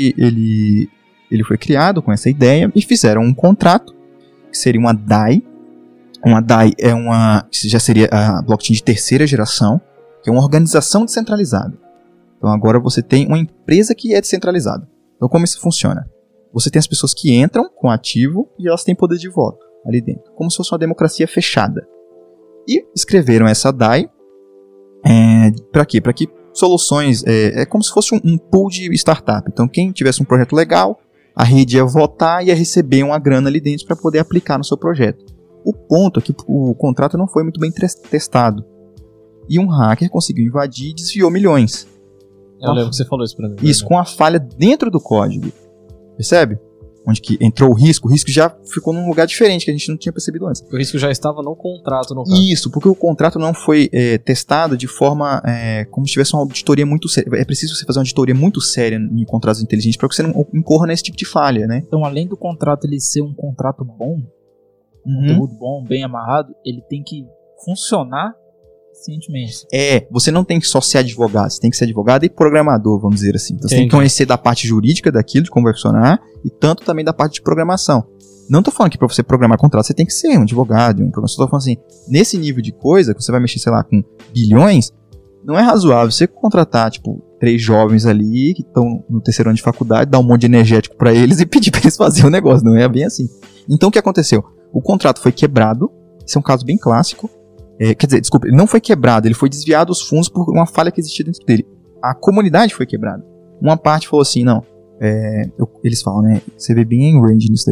ele foi criado com essa ideia e fizeram um contrato, que seria uma DAI. Uma DAI já seria a blockchain de terceira geração, que é uma organização descentralizada. Então agora você tem uma empresa que é descentralizada. Então como isso funciona? Você tem as pessoas que entram com ativo e elas têm poder de voto ali dentro, como se fosse uma democracia fechada. E escreveram essa DAI para quê? Para que soluções, é como se fosse um pool de startup. Então quem tivesse um projeto legal, a rede ia votar e ia receber uma grana ali dentro para poder aplicar no seu projeto. O ponto é que o contrato não foi muito bem testado. E um hacker conseguiu invadir e desviou milhões. Eu lembro que você falou isso pra mim. Isso, com a falha dentro do código. Percebe? Onde que entrou o risco já ficou num lugar diferente que a gente não tinha percebido antes. O risco já estava no contrato, no caso. Isso, porque o contrato não foi testado de forma como se tivesse uma auditoria muito séria. É preciso você fazer uma auditoria muito séria em contratos inteligentes para que você não incorra nesse tipo de falha, né? Então, além do contrato ele ser um contrato bom, conteúdo bom, bem amarrado, ele tem que funcionar eficientemente. Você não tem que só ser advogado, você tem que ser advogado e programador, vamos dizer assim. Então você tem que conhecer da parte jurídica daquilo, de como vai funcionar, e tanto também da parte de programação. Não tô falando que para você programar contrato você tem que ser um advogado, um programador. Tô falando assim, nesse nível de coisa, que você vai mexer, sei lá, com bilhões, não é razoável você contratar, 3 jovens ali que estão no terceiro ano de faculdade, dar um monte de energético para eles e pedir para eles fazerem o negócio. Não é bem assim. Então o que aconteceu? O contrato foi quebrado, esse é um caso bem clássico. Quer dizer, desculpa, ele não foi quebrado, ele foi desviado os fundos por uma falha que existia dentro dele. A comunidade foi quebrada. Uma parte falou assim, não, eles falam, né, você vê bem em range nisso daí.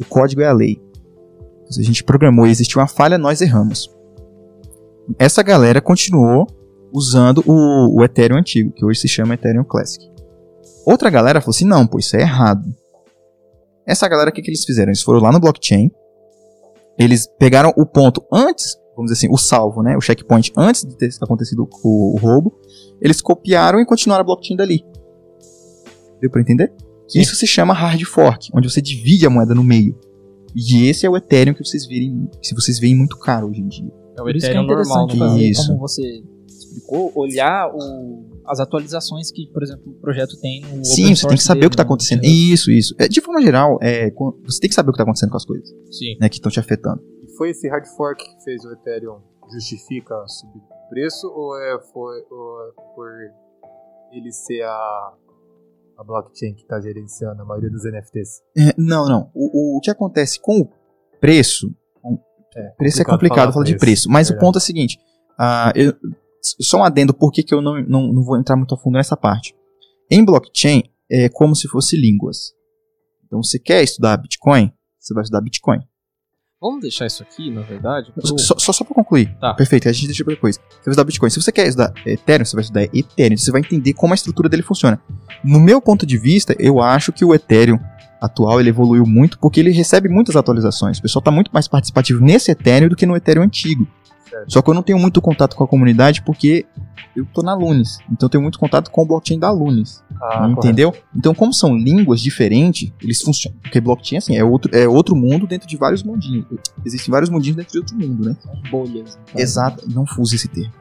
O código é a lei. Se a gente programou e existiu uma falha, nós erramos. Essa galera continuou usando o Ethereum antigo, que hoje se chama Ethereum Classic. Outra galera falou assim, não, pô, isso é errado. Essa galera, o que eles fizeram? Eles foram lá no blockchain, eles pegaram o ponto antes, vamos dizer assim, o salvo, né, o checkpoint antes de ter acontecido o roubo, eles copiaram e continuaram a blockchain dali. Deu pra entender? Sim. Isso se chama hard fork, onde você divide a moeda no meio. E esse é o Ethereum que vocês veem muito caro hoje em dia. É o Ethereum normal, de fazer, como você explicou, olhar as atualizações que, por exemplo, o projeto tem no Sim, você tem que saber o que está acontecendo. Isso. De forma geral, você tem que saber o que está acontecendo com as coisas. Sim. Né, que estão te afetando. E foi esse hard fork que fez o Ethereum justifica subir o preço ou foi por ele ser a blockchain que está gerenciando a maioria dos NFTs? Não. O que acontece com o preço... preço é complicado falar de preço. Mas o ponto é o seguinte... só um adendo por que eu não vou entrar muito a fundo nessa parte. Em blockchain, é como se fosse línguas. Então, você quer estudar Bitcoin? Você vai estudar Bitcoin. Vamos deixar isso aqui, na verdade? Só pra concluir. Tá. Perfeito, a gente deixa pra depois. Você vai estudar Bitcoin. Se você quer estudar Ethereum, você vai estudar Ethereum. Você vai entender como a estrutura dele funciona. No meu ponto de vista, eu acho que o Ethereum atual ele evoluiu muito porque ele recebe muitas atualizações. O pessoal está muito mais participativo nesse Ethereum do que no Ethereum antigo. Certo. Só que eu não tenho muito contato com a comunidade porque eu tô na Lunis. Então eu tenho muito contato com o blockchain da Lunis. Entendeu? Correto. Então, como são línguas diferentes, eles funcionam. Porque blockchain assim, é outro mundo dentro de vários mundinhos. Existem vários mundinhos dentro de outro mundo, né? Bolhas. Exato. Não use esse termo.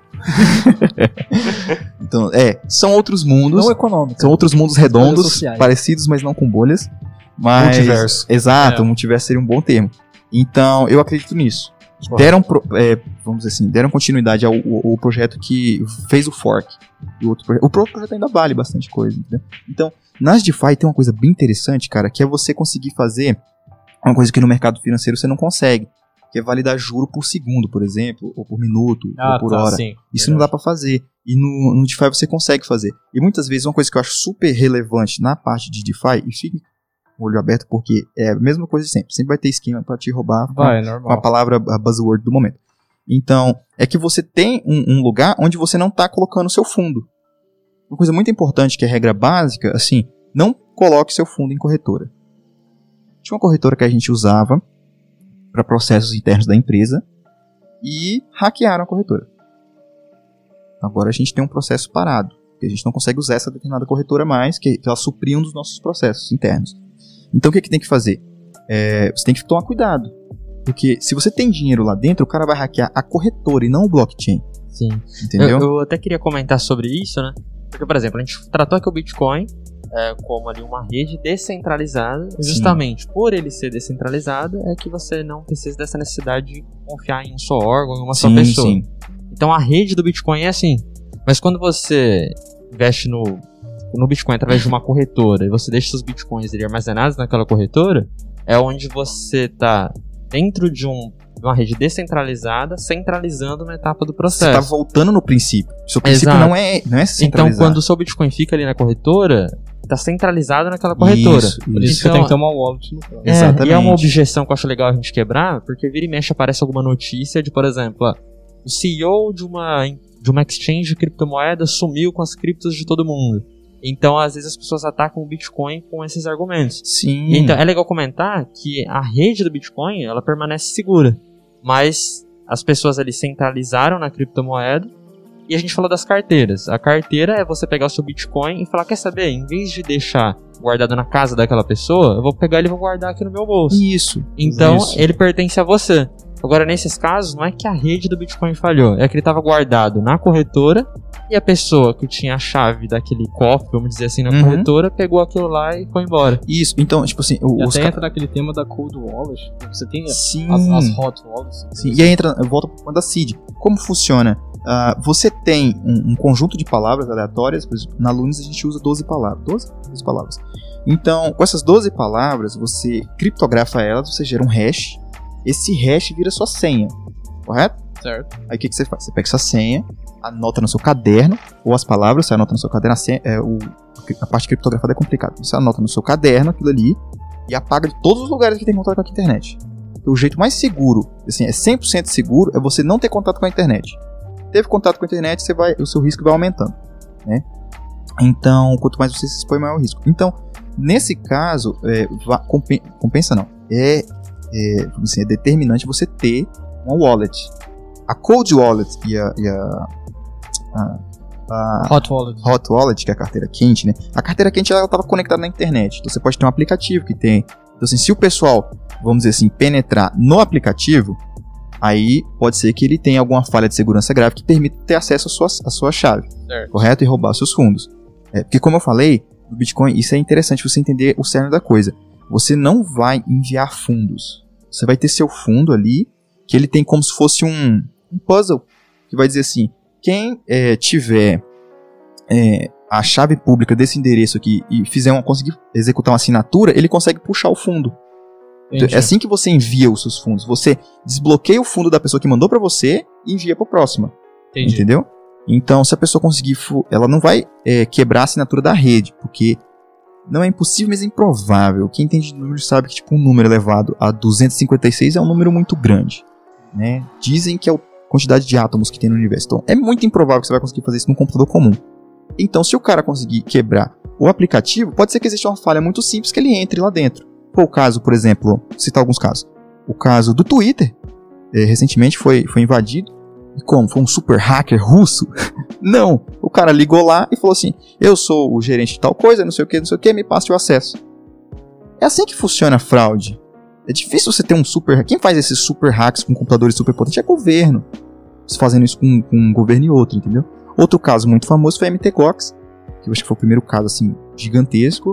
Então, são outros mundos. Não econômicos. São outros mundos redondos, parecidos, mas não com bolhas. Mas, multiverso. Exato, multiverso seria um bom termo. Então, eu acredito nisso. Vamos dizer assim, deram continuidade ao projeto que fez o fork. O próprio projeto ainda vale bastante coisa, entendeu? Então, nas DeFi tem uma coisa bem interessante, cara, que é você conseguir fazer uma coisa que no mercado financeiro você não consegue, que é validar juro por segundo, por exemplo, ou por minuto, ou por hora. Sim, isso não dá pra fazer. E no DeFi você consegue fazer. E muitas vezes uma coisa que eu acho super relevante na parte de DeFi, e fique olho aberto porque é a mesma coisa de sempre. Sempre vai ter esquema para te roubar com a palavra a buzzword do momento. Então, é que você tem um lugar onde você não está colocando o seu fundo. Uma coisa muito importante que é regra básica, assim, não coloque seu fundo em corretora. Tinha uma corretora que a gente usava para processos internos da empresa e hackearam a corretora. Agora a gente tem um processo parado, porque a gente não consegue usar essa determinada corretora mais, que ela supria um dos nossos processos internos. Então o que tem que fazer? Você tem que tomar cuidado. Porque se você tem dinheiro lá dentro, o cara vai hackear a corretora e não o blockchain. Sim. Entendeu? Eu até queria comentar sobre isso, né? Porque, por exemplo, a gente tratou aqui o Bitcoin como ali uma rede descentralizada. Justamente por ele ser descentralizado é que você não precisa dessa necessidade de confiar em um só órgão, em uma só pessoa. Sim. Então a rede do Bitcoin é assim. Mas quando você investe no Bitcoin através de uma corretora e você deixa seus Bitcoins armazenados naquela corretora, é onde você está dentro de uma rede descentralizada, centralizando uma etapa do processo. Você está voltando no princípio. Seu princípio não é centralizado. Então, quando o seu Bitcoin fica ali na corretora, está centralizado naquela corretora. Isso. Por isso você tem que ter uma wallet no plano. Exatamente. E é uma objeção que eu acho legal a gente quebrar, porque vira e mexe aparece alguma notícia de, por exemplo, o CEO de uma exchange de criptomoedas sumiu com as criptos de todo mundo. Então, às vezes, as pessoas atacam o Bitcoin com esses argumentos. Sim. Então, é legal comentar que a rede do Bitcoin, ela permanece segura. Mas as pessoas ali centralizaram na criptomoeda. E a gente falou das carteiras. A carteira é você pegar o seu Bitcoin e falar, quer saber? Em vez de deixar guardado na casa daquela pessoa, eu vou pegar ele e vou guardar aqui no meu bolso. Isso. Então, ele pertence a você. Agora, nesses casos, não é que a rede do Bitcoin falhou. É que ele estava guardado na corretora e a pessoa que tinha a chave daquele cofre, vamos dizer assim, na corretora, pegou aquilo lá e foi embora. Isso, então, tipo assim... até entra naquele tema da cold wallet. Você tem as hot wallets. Sim, e aí volta para o ponto da seed. Como funciona? Você tem um conjunto de palavras aleatórias. Por exemplo, na Lunis a gente usa 12 palavras. 12 palavras. Então, com essas 12 palavras, você criptografa elas, você gera um hash. Esse hash vira sua senha, correto? Certo. Aí o que você faz? Você pega essa senha, anota no seu caderno, ou as palavras, você anota no seu caderno, a parte criptografada é complicada. Você anota no seu caderno aquilo ali, e apaga de todos os lugares que tem contato com a internet. O jeito mais seguro, assim, é 100% seguro, é você não ter contato com a internet. Teve contato com a internet, o seu risco vai aumentando, né? Então, quanto mais você se expõe, maior o risco. Então, nesse caso, compensa não. É determinante você ter uma wallet. A Cold Wallet e a Hot Wallet, que é a carteira quente, né? A carteira quente ela estava conectada na internet. Então você pode ter um aplicativo que tem. Então, assim, se o pessoal, vamos dizer assim, penetrar no aplicativo, aí pode ser que ele tenha alguma falha de segurança grave que permita ter acesso à sua chave, certo. Correto? E roubar seus fundos. Porque, como eu falei, no Bitcoin, isso é interessante você entender o cerne da coisa. Você não vai enviar fundos. Você vai ter seu fundo ali, que ele tem como se fosse um puzzle, que vai dizer assim, quem tiver a chave pública desse endereço aqui e conseguir executar uma assinatura, ele consegue puxar o fundo. Entendi. É assim que você envia os seus fundos. Você desbloqueia o fundo da pessoa que mandou pra você e envia pra próxima. Entendi. Entendeu? Então, se a pessoa conseguir, ela não vai quebrar a assinatura da rede, porque não é impossível, mas é improvável. Quem entende de números sabe que tipo, um número elevado a 256 é um número muito grande, né? Dizem que é a quantidade de átomos que tem no universo. Então, é muito improvável que você vai conseguir fazer isso num computador comum. Então, se o cara conseguir quebrar o aplicativo, pode ser que exista uma falha muito simples que ele entre lá dentro. Foi o caso, por exemplo, vou citar alguns casos. O caso do Twitter, recentemente foi invadido. E como? Foi um super hacker russo? Não! O cara ligou lá e falou assim, eu sou o gerente de tal coisa, não sei o que, me passe o acesso. É assim que funciona a fraude. É difícil você ter um super... Quem faz esses super hacks com computadores super potentes é governo. Você fazendo isso com um governo e outro, entendeu? Outro caso muito famoso foi a MTGOX, que eu acho que foi o primeiro caso assim, gigantesco.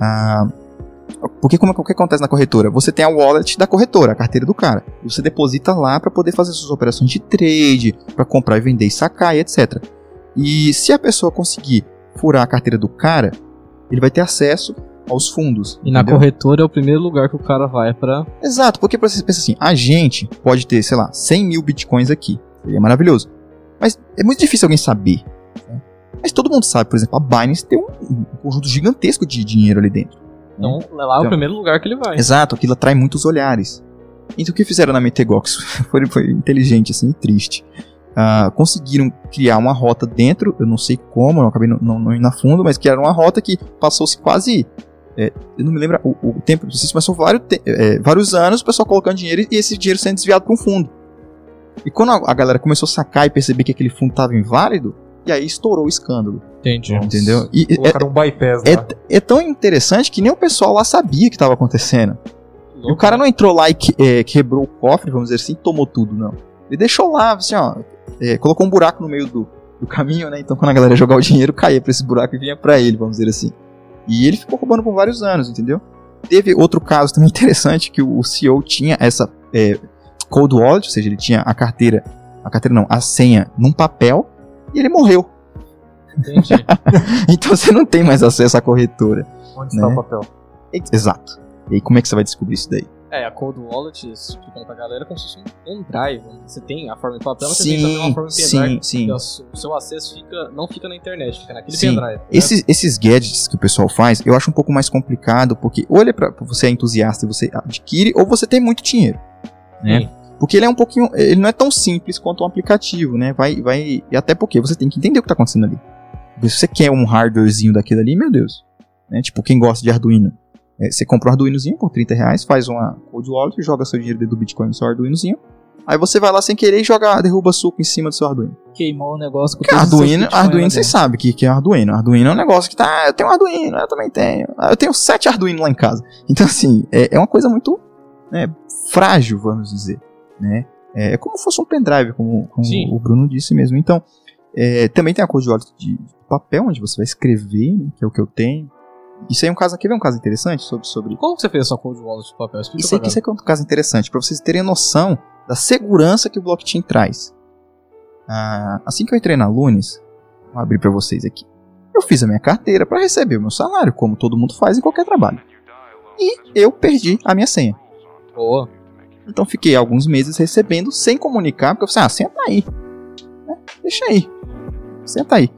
Porque o que acontece na corretora? Você tem a wallet da corretora, a carteira do cara. Você deposita lá para poder fazer suas operações de trade, para comprar e vender e sacar e etc. E se a pessoa conseguir furar a carteira do cara, ele vai ter acesso aos fundos. E na corretora é o primeiro lugar que o cara vai para... Exato, porque você pensa assim, a gente pode ter, sei lá, 100 mil bitcoins aqui. Seria maravilhoso. Mas é muito difícil alguém saber. Né? Mas todo mundo sabe, por exemplo, a Binance tem um conjunto gigantesco de dinheiro ali dentro. Então, lá é o primeiro lugar que ele vai. Exato, aquilo atrai muitos olhares. Então, o que fizeram na MTGOX foi inteligente, assim, e triste. Conseguiram criar uma rota dentro, eu não sei como, eu acabei não indo a fundo, mas criaram uma rota que passou-se quase... eu não me lembro o tempo, mas passou vários anos, o pessoal colocando dinheiro e esse dinheiro sendo desviado para um fundo. E quando a galera começou a sacar e perceber que aquele fundo estava inválido, e aí estourou o esquândalo. Entendi. Entendeu? E colocaram um bypass lá. É tão interessante que nem o pessoal lá sabia que estava acontecendo. E o cara não entrou lá e quebrou o cofre, vamos dizer assim, e tomou tudo, não. Ele deixou lá, assim, ó, colocou um buraco no meio do caminho, né? Então quando a galera jogar o dinheiro, caía pra esse buraco e vinha pra ele, vamos dizer assim. E ele ficou roubando por vários anos, entendeu? Teve outro caso também interessante, que o CEO tinha essa cold wallet, ou seja, ele tinha a senha num papel, e ele morreu. Entendi. Então você não tem mais acesso à corretora. Onde está o papel? Exato. E aí como é que você vai descobrir isso daí? A Cold Wallet, explicando pra galera, como se fosse um pendrive. Você tem a forma em papel, mas você tem também uma forma em pendrive. Sim. O seu acesso não fica na internet, fica naquele pendrive. Esses gadgets que o pessoal faz, eu acho um pouco mais complicado, porque ou ele é pra você é entusiasta e você adquire, ou você tem muito dinheiro, né? Porque ele é ele não é tão simples quanto um aplicativo, né? E até porque você tem que entender o que tá acontecendo ali. Se você quer um hardwarezinho daquele ali, meu Deus. Né? Tipo, quem gosta de Arduino. Você compra um Arduinozinho por R$30, faz uma cold wallet, joga seu dinheiro dentro do Bitcoin no seu Arduinozinho. Aí você vai lá sem querer e derruba suco em cima do seu Arduino. Queimou o negócio com Arduino você sabe que é Arduino. Arduino é um negócio que eu tenho um Arduino, eu também tenho. Eu tenho 7 Arduino lá em casa. Então assim, é uma coisa muito frágil, vamos dizer. Né? É como se fosse um pendrive, como o Bruno disse mesmo. Então, também tem a cold wallet de papel, onde você vai escrever, né, que é o que eu tenho. Isso aí é um caso, quer ver um caso interessante sobre... Como você fez a sua cold wallet de papel? Isso aqui é um caso interessante, para vocês terem noção da segurança que o blockchain traz. Assim que eu entrei na Lunis, vou abrir para vocês aqui, eu fiz a minha carteira para receber o meu salário, como todo mundo faz em qualquer trabalho. E eu perdi a minha senha. Boa. Então fiquei alguns meses recebendo sem comunicar, porque eu falei, senta aí. Deixa aí. Senta aí.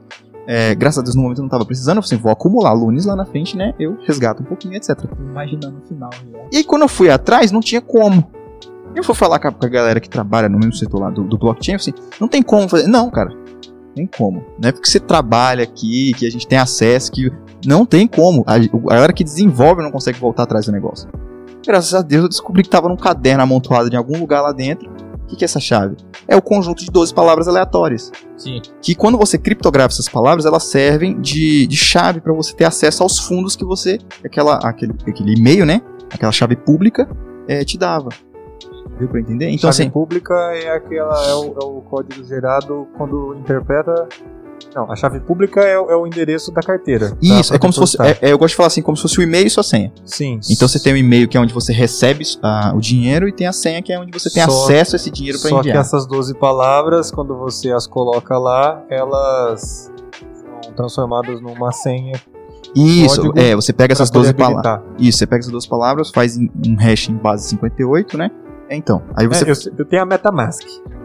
graças a Deus no momento eu não tava precisando, eu falei assim, vou acumular lunes lá na frente, né? Eu resgato um pouquinho, etc. Imaginando o final. Já. E aí quando eu fui atrás, não tinha como. Eu fui falar com a galera que trabalha no mesmo setor lá do blockchain, eu falei assim, não tem como fazer. Não, cara, tem como. Não é porque você trabalha aqui, que a gente tem acesso, que não tem como. A galera que desenvolve não consegue voltar atrás do negócio. Graças a Deus eu descobri que tava num caderno amontoado em algum lugar lá dentro. O que é essa chave? É o conjunto de 12 palavras aleatórias. Sim. Que quando você criptografa essas palavras, elas servem de chave para você ter acesso aos fundos que você, aquele e-mail, né? Aquela chave pública te dava. Deu pra entender? Então, chave assim, pública é o código gerado quando interpreta. Não, a chave pública é o endereço da carteira. Isso, é como se fosse. Eu gosto de falar assim, como se fosse o e-mail e sua senha. Sim. Então você tem o e-mail que é onde você recebe o dinheiro e tem a senha que é onde você tem acesso a esse dinheiro para enviar. Só que essas 12 palavras, quando você as coloca lá, elas são transformadas numa senha. Isso, você pega essas 12 palavras. Isso, você pega essas 12 palavras, faz um hash em base 58, né? Então, aí você. Eu tenho a MetaMask.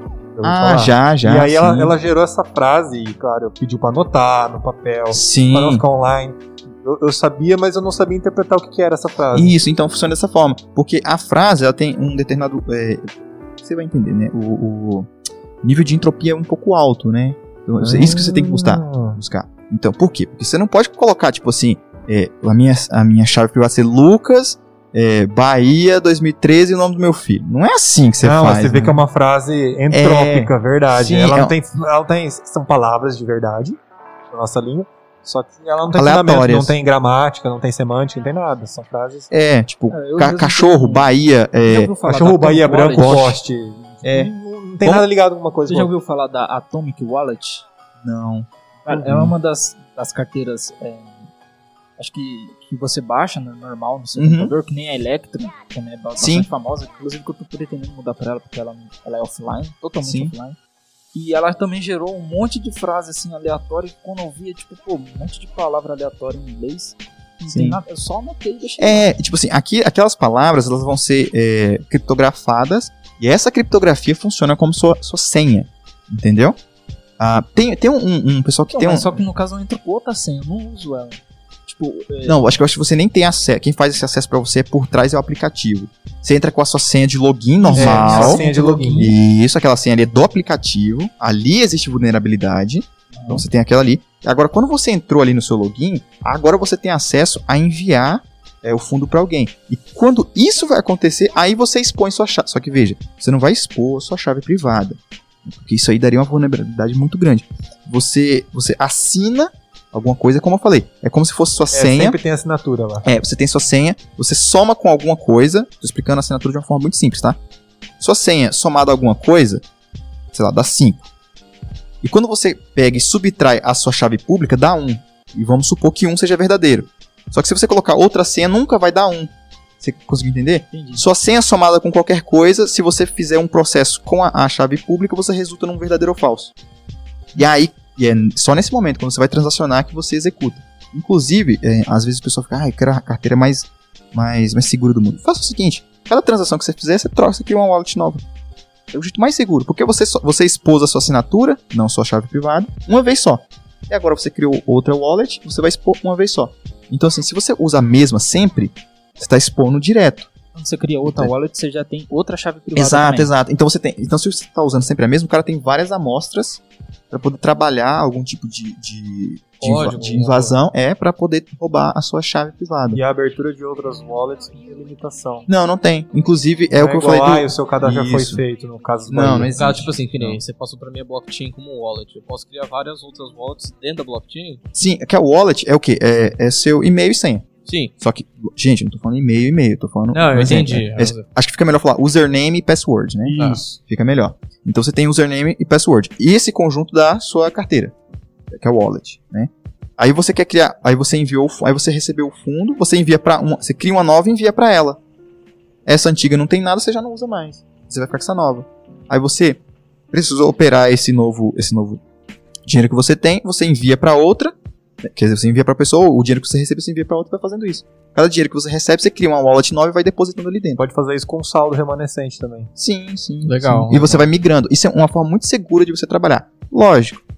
Já. E aí ela gerou essa frase e, claro, pediu pra anotar no papel, sim, pra não ficar online. Eu sabia, mas eu não sabia interpretar o que era essa frase. Isso, então funciona dessa forma. Porque a frase, ela tem um determinado... você vai entender, né? O nível de entropia é um pouco alto, né? Então, isso que você tem que buscar. Então, por quê? Porque você não pode colocar, tipo assim, a minha chave privada ser Lucas... Bahia 2013 e o nome do meu filho. Não é assim que você faz. Não, você vê que é uma frase entrópica, verdade. Sim, ela não tem. São palavras de verdade na nossa língua. Só que ela não tem fundamento, não tem gramática, não tem semântica, não tem nada. São frases. Tipo, cachorro, Bahia. Cachorro, Bahia, branco, poste. Não tem nada ligado com uma coisa. Você já ouviu falar da Atomic Wallet? Não. Cara, é uma das carteiras. Acho que você baixa normal no seu computador, que nem a Electrum, que é bastante famosa. Inclusive que eu tô pretendendo mudar pra ela, porque ela é offline, totalmente offline. E ela também gerou um monte de frases assim, aleatórias, que quando eu via, tipo, um monte de palavra aleatória em inglês. Não tem nada, eu só anotei e deixei. Tipo assim, aquelas palavras, elas vão ser criptografadas, e essa criptografia funciona como sua senha, entendeu? Tem um pessoal que tem Só que no caso eu entro com outra senha, eu não uso ela. Não, acho que você nem tem acesso. Quem faz esse acesso pra você por trás é o aplicativo. Você entra com a sua senha de login normal. A senha de login. Isso, aquela senha ali é do aplicativo. Ali existe vulnerabilidade. Então você tem aquela ali. Agora, quando você entrou ali no seu login, agora você tem acesso a enviar o fundo pra alguém. E quando isso vai acontecer, aí você expõe sua chave. Só que veja, você não vai expor sua chave privada. Porque isso aí daria uma vulnerabilidade muito grande. Você assina alguma coisa, como eu falei, é como se fosse sua senha. Sempre tem assinatura lá. Você tem sua senha, você soma com alguma coisa, tô explicando a assinatura de uma forma muito simples, tá? Sua senha somada a alguma coisa, sei lá, dá 5. E quando você pega e subtrai a sua chave pública, dá 1. E vamos supor que 1 seja verdadeiro. Só que se você colocar outra senha, nunca vai dar 1. Você conseguiu entender? Entendi. Sua senha somada com qualquer coisa, se você fizer um processo com a chave pública, você resulta num verdadeiro ou falso. E aí, é só nesse momento, quando você vai transacionar, que você executa. Inclusive, às vezes o pessoal fica, eu quero a carteira mais segura do mundo. Faça o seguinte, cada transação que você fizer, você troca, você cria uma wallet nova. É o jeito mais seguro, porque você expôs a sua assinatura, não sua chave privada, uma vez só. E agora você criou outra wallet, você vai expor uma vez só. Então assim, se você usa a mesma sempre, você está expondo direto. Quando você cria outra wallet, você já tem outra chave privada. Exato. Então se você está usando sempre a mesma, o cara tem várias amostras para poder trabalhar algum tipo de invasão, para poder roubar a sua chave privada. E a abertura de outras wallets tem limitação. Não tem. Inclusive, o que eu falei. O seu cadastro já foi feito, no caso do não existe. Tipo assim, que nem você passou pra minha blockchain como wallet. Eu posso criar várias outras wallets dentro da blockchain? Sim, que a wallet é o quê? É seu e-mail e senha. Sim. Só que, gente, eu não tô falando e-mail, tô falando... Não, eu entendi. Acho que fica melhor falar username e password, né? Isso. Fica melhor. Então você tem username e password. E esse conjunto da sua carteira, que é o wallet, né? Aí você quer criar, aí você recebeu o fundo, você envia você cria uma nova e envia pra ela. Essa antiga não tem nada, você já não usa mais. Você vai ficar com essa nova. Aí você precisou operar esse novo dinheiro que você tem, você envia pra outra. Quer dizer, você envia pra pessoa, o dinheiro que você recebe, você envia pra outra e vai fazendo isso. Cada dinheiro que você recebe, você cria uma wallet nova e vai depositando ali dentro. Pode fazer isso com saldo remanescente também. Sim. Legal. E você vai migrando. Isso é uma forma muito segura de você trabalhar. Lógico, se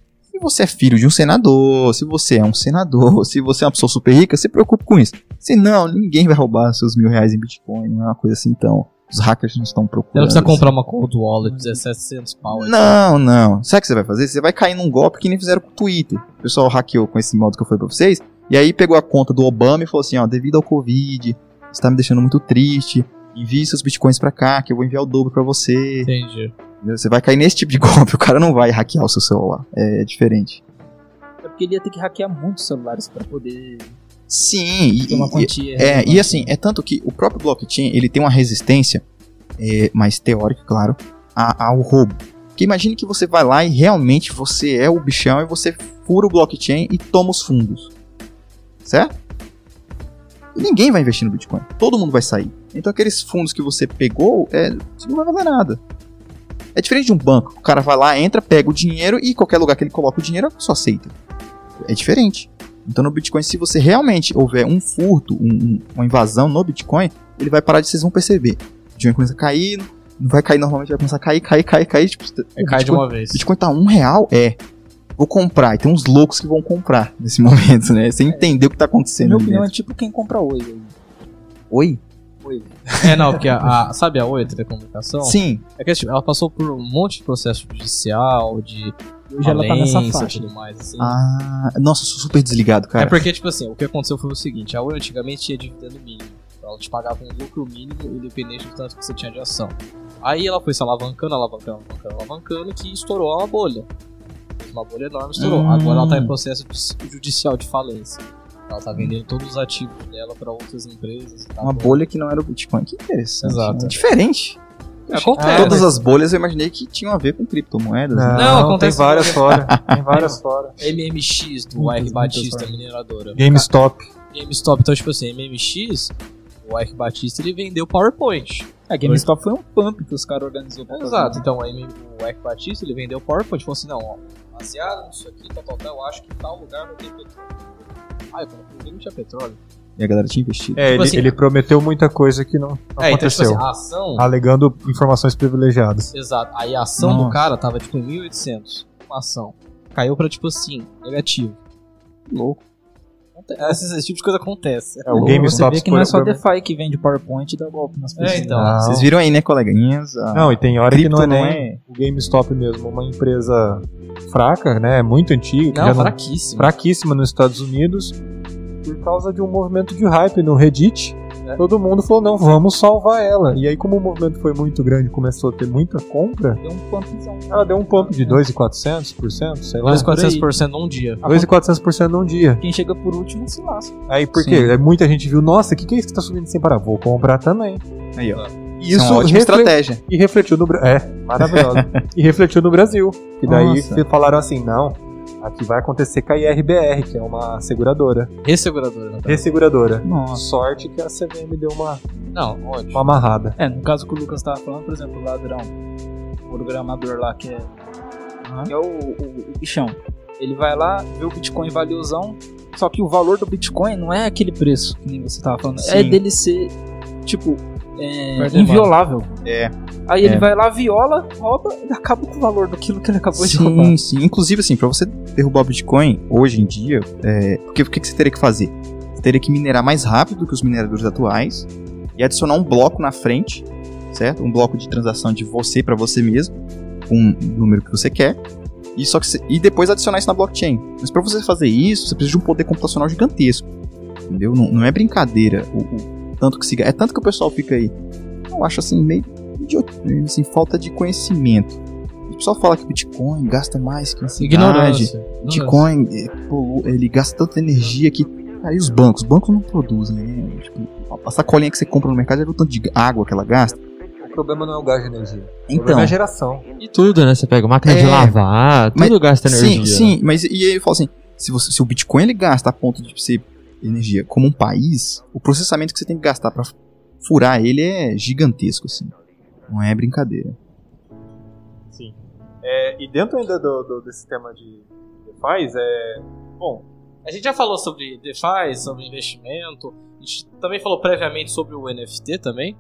você é filho de um senador, se você é um senador, se você é uma pessoa super rica, se preocupe com isso. Se não, ninguém vai roubar seus R$1.000 em Bitcoin, não é uma coisa assim, então... Os hackers não estão procurando. Você não precisa comprar uma cold wallet de 1.700 pau. Não. Sabe o que você vai fazer? Você vai cair num golpe que nem fizeram com o Twitter. O pessoal hackeou com esse modo que eu falei pra vocês, e aí pegou a conta do Obama e falou assim, ó, devido ao Covid, você tá me deixando muito triste, envie seus Bitcoins pra cá, que eu vou enviar o dobro pra você. Entendi. Você vai cair nesse tipo de golpe, o cara não vai hackear o seu celular. É diferente. É porque ele ia ter que hackear muitos celulares pra poder Sim, ter uma quantia. e assim, é tanto que o próprio blockchain, ele tem uma resistência, mais teórica, claro, ao roubo. Porque imagine que você vai lá e realmente você é o bichão e você fura o blockchain e toma os fundos. Certo? E ninguém vai investir no Bitcoin. Todo mundo vai sair. Então aqueles fundos que você pegou, não vai valer nada. É diferente de um banco. O cara vai lá, entra, pega o dinheiro e qualquer lugar que ele coloca o dinheiro, a pessoa aceita. É diferente. Então no Bitcoin, se você realmente houver um furto, uma invasão no Bitcoin, ele vai parar de, vocês vão perceber. O dinheiro começa a cair, não vai cair normalmente, vai começar a cair. Tipo, cai de uma vez. O Bitcoin tá R$1, vou comprar. E tem uns loucos que vão comprar nesse momento, né? Sem entender o que tá acontecendo. Na minha opinião, é tipo quem compra Oi. Oi? Não, porque sabe a Oi, telecomunicação? Sim. É que tipo, ela passou por um monte de processo judicial, de hoje ela tá nessa falência faixa. e tudo mais, assim. Nossa, eu sou super desligado, cara. É porque, tipo assim, o que aconteceu foi o seguinte, a Oi antigamente tinha dividendo mínimo. Ela te pagava um lucro mínimo, independente do tanto que você tinha de ação. Aí ela foi se alavancando, que estourou uma bolha. Uma bolha enorme, estourou. Agora ela tá em processo judicial de falência. Ela tá vendendo todos os ativos dela pra outras empresas. Tá uma bolha que não era o Bitcoin. Que interessante. Exato. Né? Diferente. Acontece. Todas as bolhas eu imaginei que tinham a ver com criptomoedas. Não, acontece. Tem várias fora. Tem várias fora. MMX do R. Batista, mineradora. GameStop. Então, tipo assim, MMX, o R. Batista, ele vendeu PowerPoint. A GameStop foi um pump que os caras organizou. Exato, então o R. Batista, ele vendeu PowerPoint, falou assim, não, ó, baseado nisso aqui, tal, eu acho que tal lugar não tem petróleo. Quando eu não tinha petróleo. E a galera tinha investido. Tipo assim, ele prometeu muita coisa que não então, aconteceu. tipo assim, a ação... Alegando informações privilegiadas. Exato. Aí a ação do cara tava, tipo, em 1.800. Uma ação. Caiu pra, tipo assim, negativo. Louco. Esse tipo de coisa acontece. O GameStop... Você vê que não é só DeFi que vende PowerPoint e dá golpe nas pessoas. Então. Vocês viram aí, né, coleguinhas? Não, e tem hora que não é não nem o GameStop mesmo. Uma empresa fraca, né? Muito antiga. Não, fraquíssima. Fraquíssima nos Estados Unidos. Por causa de um movimento de hype no Reddit, todo mundo falou, não, vamos salvar ela. E aí, como o movimento foi muito grande, começou a ter muita compra, Deu um pumpzão. Ela deu um pump de 2.400%, sei lá. 2.400% num dia. 2.400% num dia. Quem chega por último se lasca. Aí, por quê? Muita gente viu, nossa, o que é isso que tá subindo sem parar? Vou comprar também. Aí, ó. Isso é uma ótima estratégia. E refletiu no Brasil. Maravilhoso. E refletiu no Brasil. E daí falaram assim, não, aqui vai acontecer com a IRBR, que é uma seguradora. Resseguradora. Nossa. Sorte que a CVM deu uma ótimo. amarrada. No caso que o Lucas tava falando, por exemplo, o ladrão, o programador lá, que é o bichão. Ele vai lá, vê o Bitcoin valiosão, só que o valor do Bitcoin não é aquele preço que nem você tava falando. Sim. É dele ser, tipo, inviolável. Aí ele vai lá, viola, rouba e acaba com o valor daquilo que ele acabou de roubar. Sim. Inclusive, assim, pra você derrubar o Bitcoin, hoje em dia, o que você teria que fazer? Você teria que minerar mais rápido do que os mineradores atuais e adicionar um bloco na frente, certo? Um bloco de transação de você pra você mesmo, com o número que você quer, e depois adicionar isso na blockchain. Mas pra você fazer isso, você precisa de um poder computacional gigantesco, entendeu? Não é brincadeira o tanto que é tanto que o pessoal fica aí. Eu acho assim, meio assim, falta de conhecimento. O pessoal fala que o Bitcoin gasta mais que a cidade. Bitcoin, ele gasta tanta energia que... Aí os bancos não produzem, né? Tipo, a sacolinha que você compra no mercado é o tanto de água que ela gasta. O problema não é o gás de energia. Então, o problema é a geração. E tudo, né? Você pega máquina de lavar, tudo gasta energia. Sim, mas e aí eu falo assim, se o Bitcoin ele gasta a ponto de ser energia como um país, o processamento que você tem que gastar pra furar ele é gigantesco, assim. Não é brincadeira. Sim. E dentro ainda desse tema de DeFi, bom, a gente já falou sobre DeFi, sobre investimento, a gente também falou previamente sobre o NFT também.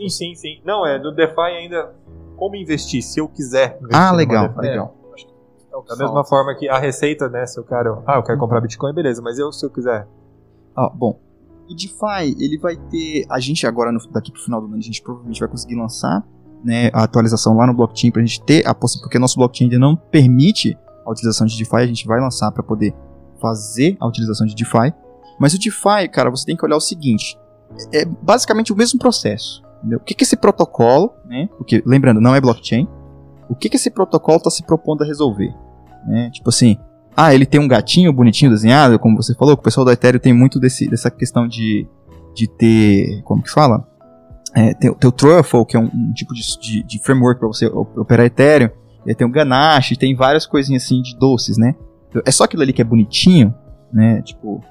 Sim. Não, do DeFi ainda, como investir, se eu quiser investir legal. Acho que Da mesma forma que a receita, né, se eu quero comprar Bitcoin, beleza, mas se eu quiser... Bom, o DeFi, ele vai ter... A gente agora, daqui pro final do ano, a gente provavelmente vai conseguir lançar, né, a atualização lá no blockchain pra gente ter a possibilidade, porque nosso blockchain ainda não permite a utilização de DeFi, a gente vai lançar pra poder fazer a utilização de DeFi. Mas o DeFi, cara, você tem que olhar o seguinte, é basicamente o mesmo processo, entendeu? O que esse protocolo, né, porque, lembrando, não é blockchain, o que esse protocolo está se propondo a resolver, né? Tipo assim, ele tem um gatinho bonitinho desenhado, como você falou, que o pessoal do Ethereum tem muito dessa questão de ter, como que fala? Tem o Truffle, que é um tipo de framework para você operar Ethereum, e tem o Ganache, tem várias coisinhas assim de doces, né? É só aquilo ali que é bonitinho, né? Tipo...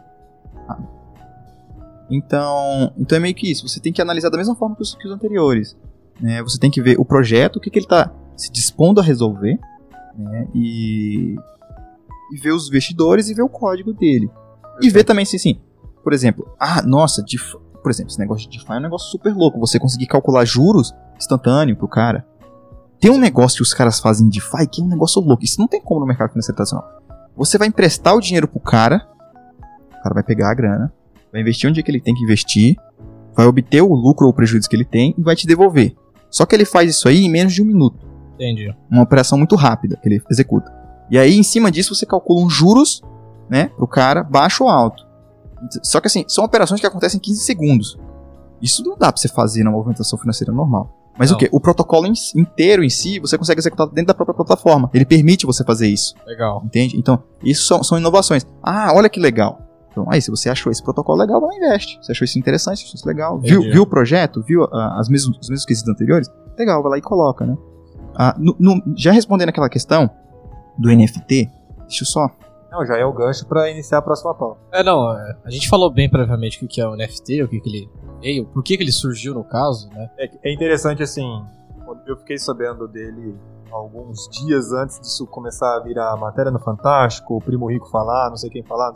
Então é meio que isso. Você tem que analisar da mesma forma que os anteriores, né? Você tem que ver o projeto, o que ele está se dispondo a resolver, né? E ver os investidores e ver o código dele. E ver também se, assim, por exemplo, por exemplo, esse negócio de DeFi é um negócio super louco. Você conseguir calcular juros instantâneo pro cara. Tem um negócio que os caras fazem em DeFi que é um negócio louco. Isso não tem como no mercado financeiro tradicional. Você vai emprestar o dinheiro pro cara, o cara vai pegar a grana, vai investir onde é que ele tem que investir, vai obter o lucro ou o prejuízo que ele tem e vai te devolver. Só que ele faz isso aí em menos de 1 minuto. Entendi. Uma operação muito rápida que ele executa. E aí, em cima disso, você calcula uns juros, né, pro cara, baixo ou alto. Só que assim, são operações que acontecem em 15 segundos. Isso não dá pra você fazer na movimentação financeira normal. Mas não. O quê? O protocolo inteiro em si, você consegue executar dentro da própria plataforma. Ele permite você fazer isso. Legal. Entende? Então, isso são inovações. Olha que legal. Então, aí, se você achou esse protocolo legal, vai lá, investe. Você achou isso interessante, achou isso legal. Viu o projeto? Viu os mesmos quesitos anteriores? Legal, vai lá e coloca, né? Já respondendo aquela questão do NFT, deixa eu só... Não, já é o gancho pra iniciar a próxima pauta. A gente falou bem previamente o que é o NFT, o que ele veio, por que ele surgiu no caso, né? É interessante, assim, eu fiquei sabendo dele alguns dias antes disso começar a virar matéria no Fantástico, o Primo Rico falar, não sei quem falar.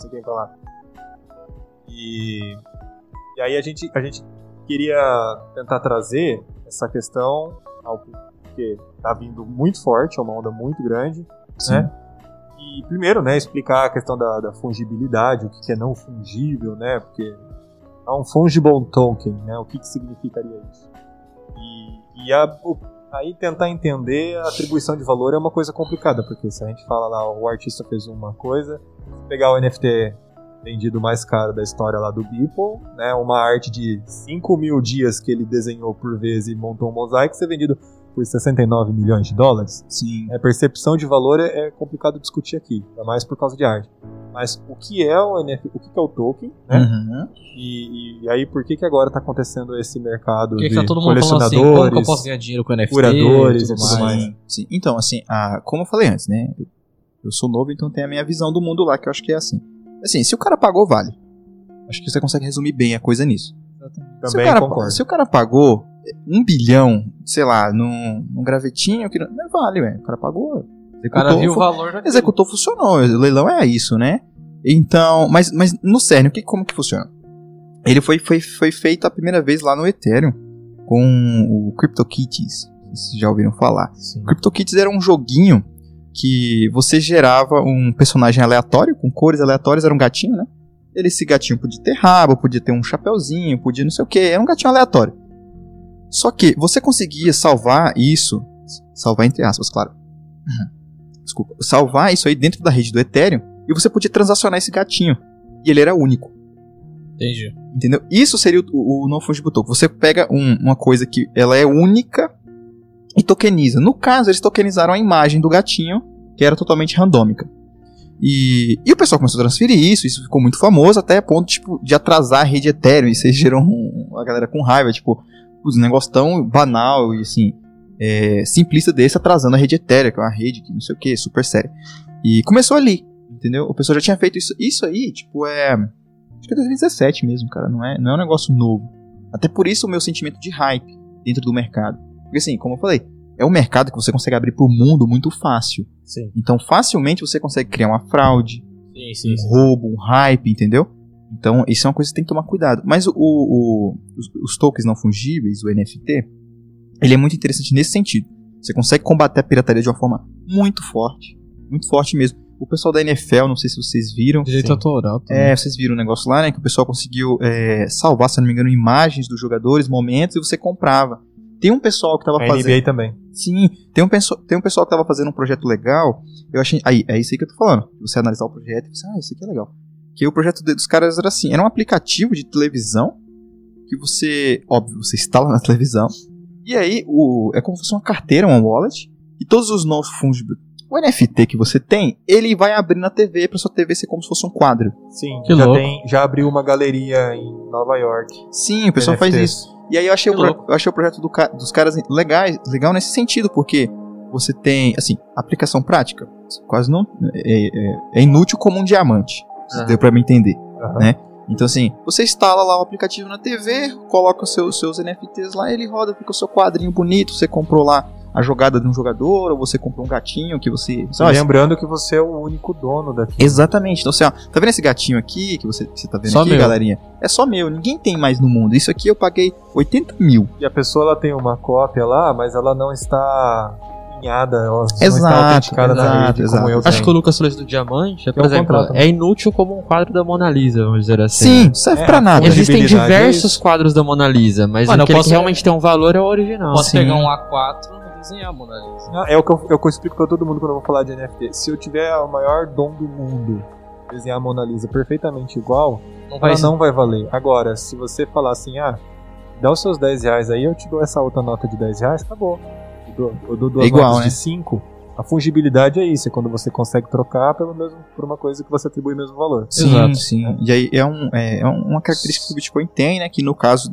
E aí a gente queria tentar trazer essa questão, porque tá vindo muito forte, é uma onda muito grande, Sim. né? E primeiro, né, explicar a questão da fungibilidade, o que é não fungível, né? Porque há um fungible token, né? O que significaria isso? Aí tentar entender a atribuição de valor é uma coisa complicada, porque se a gente fala lá, o artista fez uma coisa, pegar o NFT vendido mais caro da história lá do Beeple, né, uma arte de 5.000 dias que ele desenhou por vez e montou um mosaico, ser vendido por 69 milhões de dólares. Sim. A percepção de valor é complicado discutir aqui, ainda mais por causa de arte. Mas o que é o NFT, o que é o token, né? Uhum. E aí por que agora está acontecendo esse mercado de tá todo mundo colecionadores, falando assim, como que eu posso ganhar dinheiro com NFT, curadores e tudo tudo mais. Sim. Então, assim, como eu falei antes, né? Eu sou novo, então tem a minha visão do mundo lá, que eu acho que é assim. Assim, se o cara pagou, vale. Acho que você consegue resumir bem a coisa nisso. Também concordo. Se o cara pagou 1 bilhão, sei lá, num gravetinho, que não vale, velho. O cara pagou. O cara viu o valor daquilo. Executou, funcionou. O leilão é isso, né? Então, mas no CERN, como que funciona? Ele foi feito a primeira vez lá no Ethereum com o CryptoKitties. Vocês já ouviram falar? Sim. CryptoKitties era um joguinho que você gerava um personagem aleatório, com cores aleatórias, era um gatinho, né? Esse gatinho podia ter rabo, podia ter um chapeuzinho, podia não sei o que, era um gatinho aleatório. Só que você conseguia salvar entre aspas, claro. Desculpa. Salvar isso aí dentro da rede do Ethereum e você podia transacionar esse gatinho. E ele era único. Entendi. Entendeu? Isso seria o non-fungible token. Você pega uma coisa que ela é única e tokeniza. No caso, eles tokenizaram a imagem do gatinho, que era totalmente randômica. E o pessoal começou a transferir isso ficou muito famoso, até a ponto de atrasar a rede Ethereum. E vocês gerou a galera com raiva, um negócio tão banal e assim, simplista desse, atrasando a rede Ethereum, que é uma rede que não sei o que, super séria. E começou ali, entendeu? O pessoal já tinha feito isso. Isso aí, acho que é 2017 mesmo, cara. Não é um negócio novo. Até por isso o meu sentimento de hype dentro do mercado. Porque assim, como eu falei, é um mercado que você consegue abrir pro mundo muito fácil. Sim. Então facilmente você consegue criar uma fraude, sim. roubo, um hype, entendeu? Então isso é uma coisa que você tem que tomar cuidado. Mas os tokens não fungíveis, o NFT, ele é muito interessante nesse sentido. Você consegue combater a pirataria de uma forma muito forte, muito forte mesmo. O pessoal da NFL, não sei se vocês viram. Direito autoral também. Vocês viram o negócio lá, né? Que o pessoal conseguiu salvar, se não me engano, imagens dos jogadores, momentos, e você comprava. Tem um pessoal que tava fazendo... NBA também. Sim, tem um pessoal que tava fazendo um projeto legal. Eu achei... é isso aí que eu tô falando. Você analisar o projeto e você, isso aqui é legal. Que o projeto dos caras era assim, era um aplicativo de televisão que você, óbvio, você instala na televisão. E aí, é como se fosse uma carteira, uma wallet, e todos os novos fundos, o NFT que você tem, ele vai abrir na TV, pra sua TV ser como se fosse um quadro. Sim, Que já, louco. já abriu uma galeria em Nova York. Sim, o pessoal faz isso. E aí eu achei o projeto dos caras legal nesse sentido, porque você tem, assim, aplicação prática, quase não, é inútil como um diamante, se deu pra me entender, né? Então assim, você instala lá o aplicativo na TV, coloca os seus NFTs lá, ele roda, fica o seu quadrinho bonito, você comprou lá a jogada de um jogador, ou você comprou um gatinho que você... Lembrando que você é o único dono daquilo. Exatamente. Então assim, ó, tá vendo esse gatinho aqui, que você tá vendo Só aqui, meu. galerinha? É só meu, ninguém tem mais no mundo. Isso aqui eu paguei 80 mil. E a pessoa ela tem uma cópia lá, mas ela não está pinhada, ela não está Exato, autenticada na rede, como eu Acho tenho. que o Lucas falou isso do diamante, por um exemplo, contrato. é inútil como um quadro da Mona Lisa, vamos dizer assim. Sim, né? serve pra nada. Existem Fungibilidade diversos é isso. quadros da Mona Lisa, mas Mano, eu aquele posso- que realmente tem um valor é o original. Posso Sim. pegar um A4 e desenhar a Mona Lisa. É o que eu explico pra todo mundo quando eu vou falar de NFT. Se eu tiver o maior dom do mundo, desenhar a Mona Lisa perfeitamente igual, Não vai ela ser. não vai valer. Agora, se você falar assim, dá os seus 10 reais aí, eu te dou essa outra nota de 10 reais, acabou. Eu dou duas Igual, notas né? de 5. A fungibilidade é isso, é quando você consegue trocar por uma coisa que você atribui o mesmo valor. Sim, Exato. sim. E aí é uma característica que o Bitcoin tem, né? Que no caso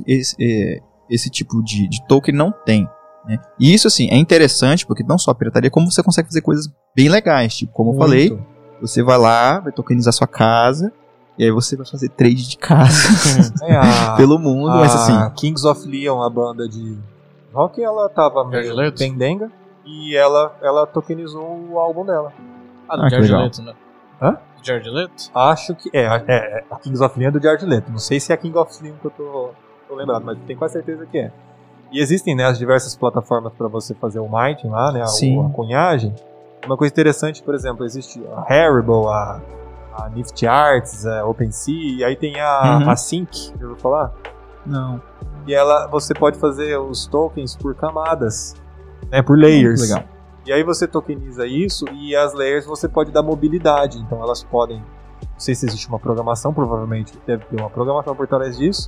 esse tipo de token não tem. Né? E isso, assim, é interessante porque não só a pirataria, como você consegue fazer coisas bem legais. Tipo, como eu falei, você vai lá, vai tokenizar sua casa, e aí você vai fazer trade de casa pelo mundo. Mas assim, Kings of Leon, a banda de rock, ela tava meio Jared Leto? pendenga e ela tokenizou o álbum dela. Ah, do que Jared legal. Leto, né? Hã? Do Jared Leto? Acho que a Kings of Leon é do Jared Leto. Não sei se é a King of Leon que eu tô lembrado, mas tenho quase certeza que é. E existem, né, as diversas plataformas para você fazer o mining lá, né, Sim. a cunhagem. Uma coisa interessante, por exemplo, existe a Haribo, a Nifty Arts, a OpenSea, e aí tem a Sync, já ouviu falar? não. E você pode fazer os tokens por camadas, né, por layers. Legal. E aí você tokeniza isso e as layers você pode dar mobilidade. Então elas podem... Não sei se existe uma programação, provavelmente deve ter uma programação por trás disso.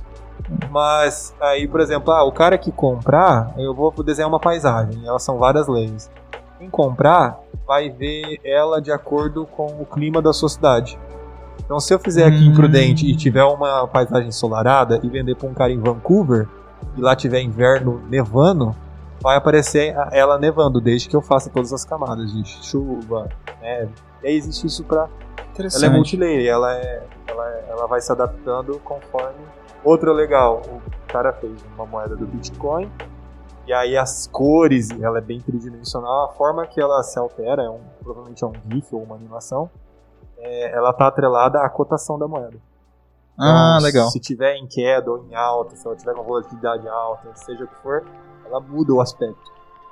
Mas aí, por exemplo, o cara que comprar, eu vou desenhar uma paisagem. Elas são várias layers. Quem comprar vai ver ela de acordo com o clima da sua cidade. Então se eu fizer aqui em Prudente e tiver uma paisagem ensolarada e vender para um cara em Vancouver, e lá tiver inverno nevando, vai aparecer ela nevando, desde que eu faça todas as camadas de chuva, neve. E aí existe isso pra... Ela é multilayer, ela vai se adaptando conforme... Outra legal, o cara fez uma moeda do Bitcoin, e aí as cores, ela é bem tridimensional, a forma que ela se altera, provavelmente é um GIF ou uma animação, ela tá atrelada à cotação da moeda. Então, Legal. Se tiver em queda ou em alta, se ela tiver com volatilidade alta, seja o que for, ela muda o aspecto.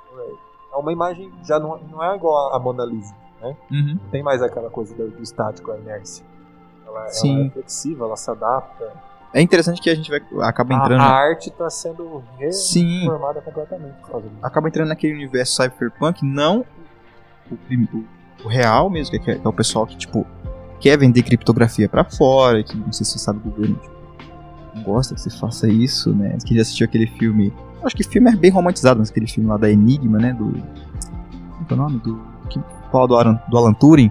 É uma imagem já não é igual a Mona Lisa, né? Uhum. Não tem mais aquela coisa do estático, a inércia. Ela Sim. é flexível, ela se adapta. É interessante que a gente acaba entrando... A arte está sendo Sim. reformada completamente por causa disso. Acaba entrando naquele universo cyberpunk, não o real mesmo, que é o pessoal que, tipo, quer vender criptografia pra fora, que não sei se você sabe, o governo tipo, não gosta que você faça isso, né? Que já assistiu aquele filme, acho que o filme é bem romantizado, mas aquele filme lá da Enigma, né? Como é o nome? Que fala do Alan Turing.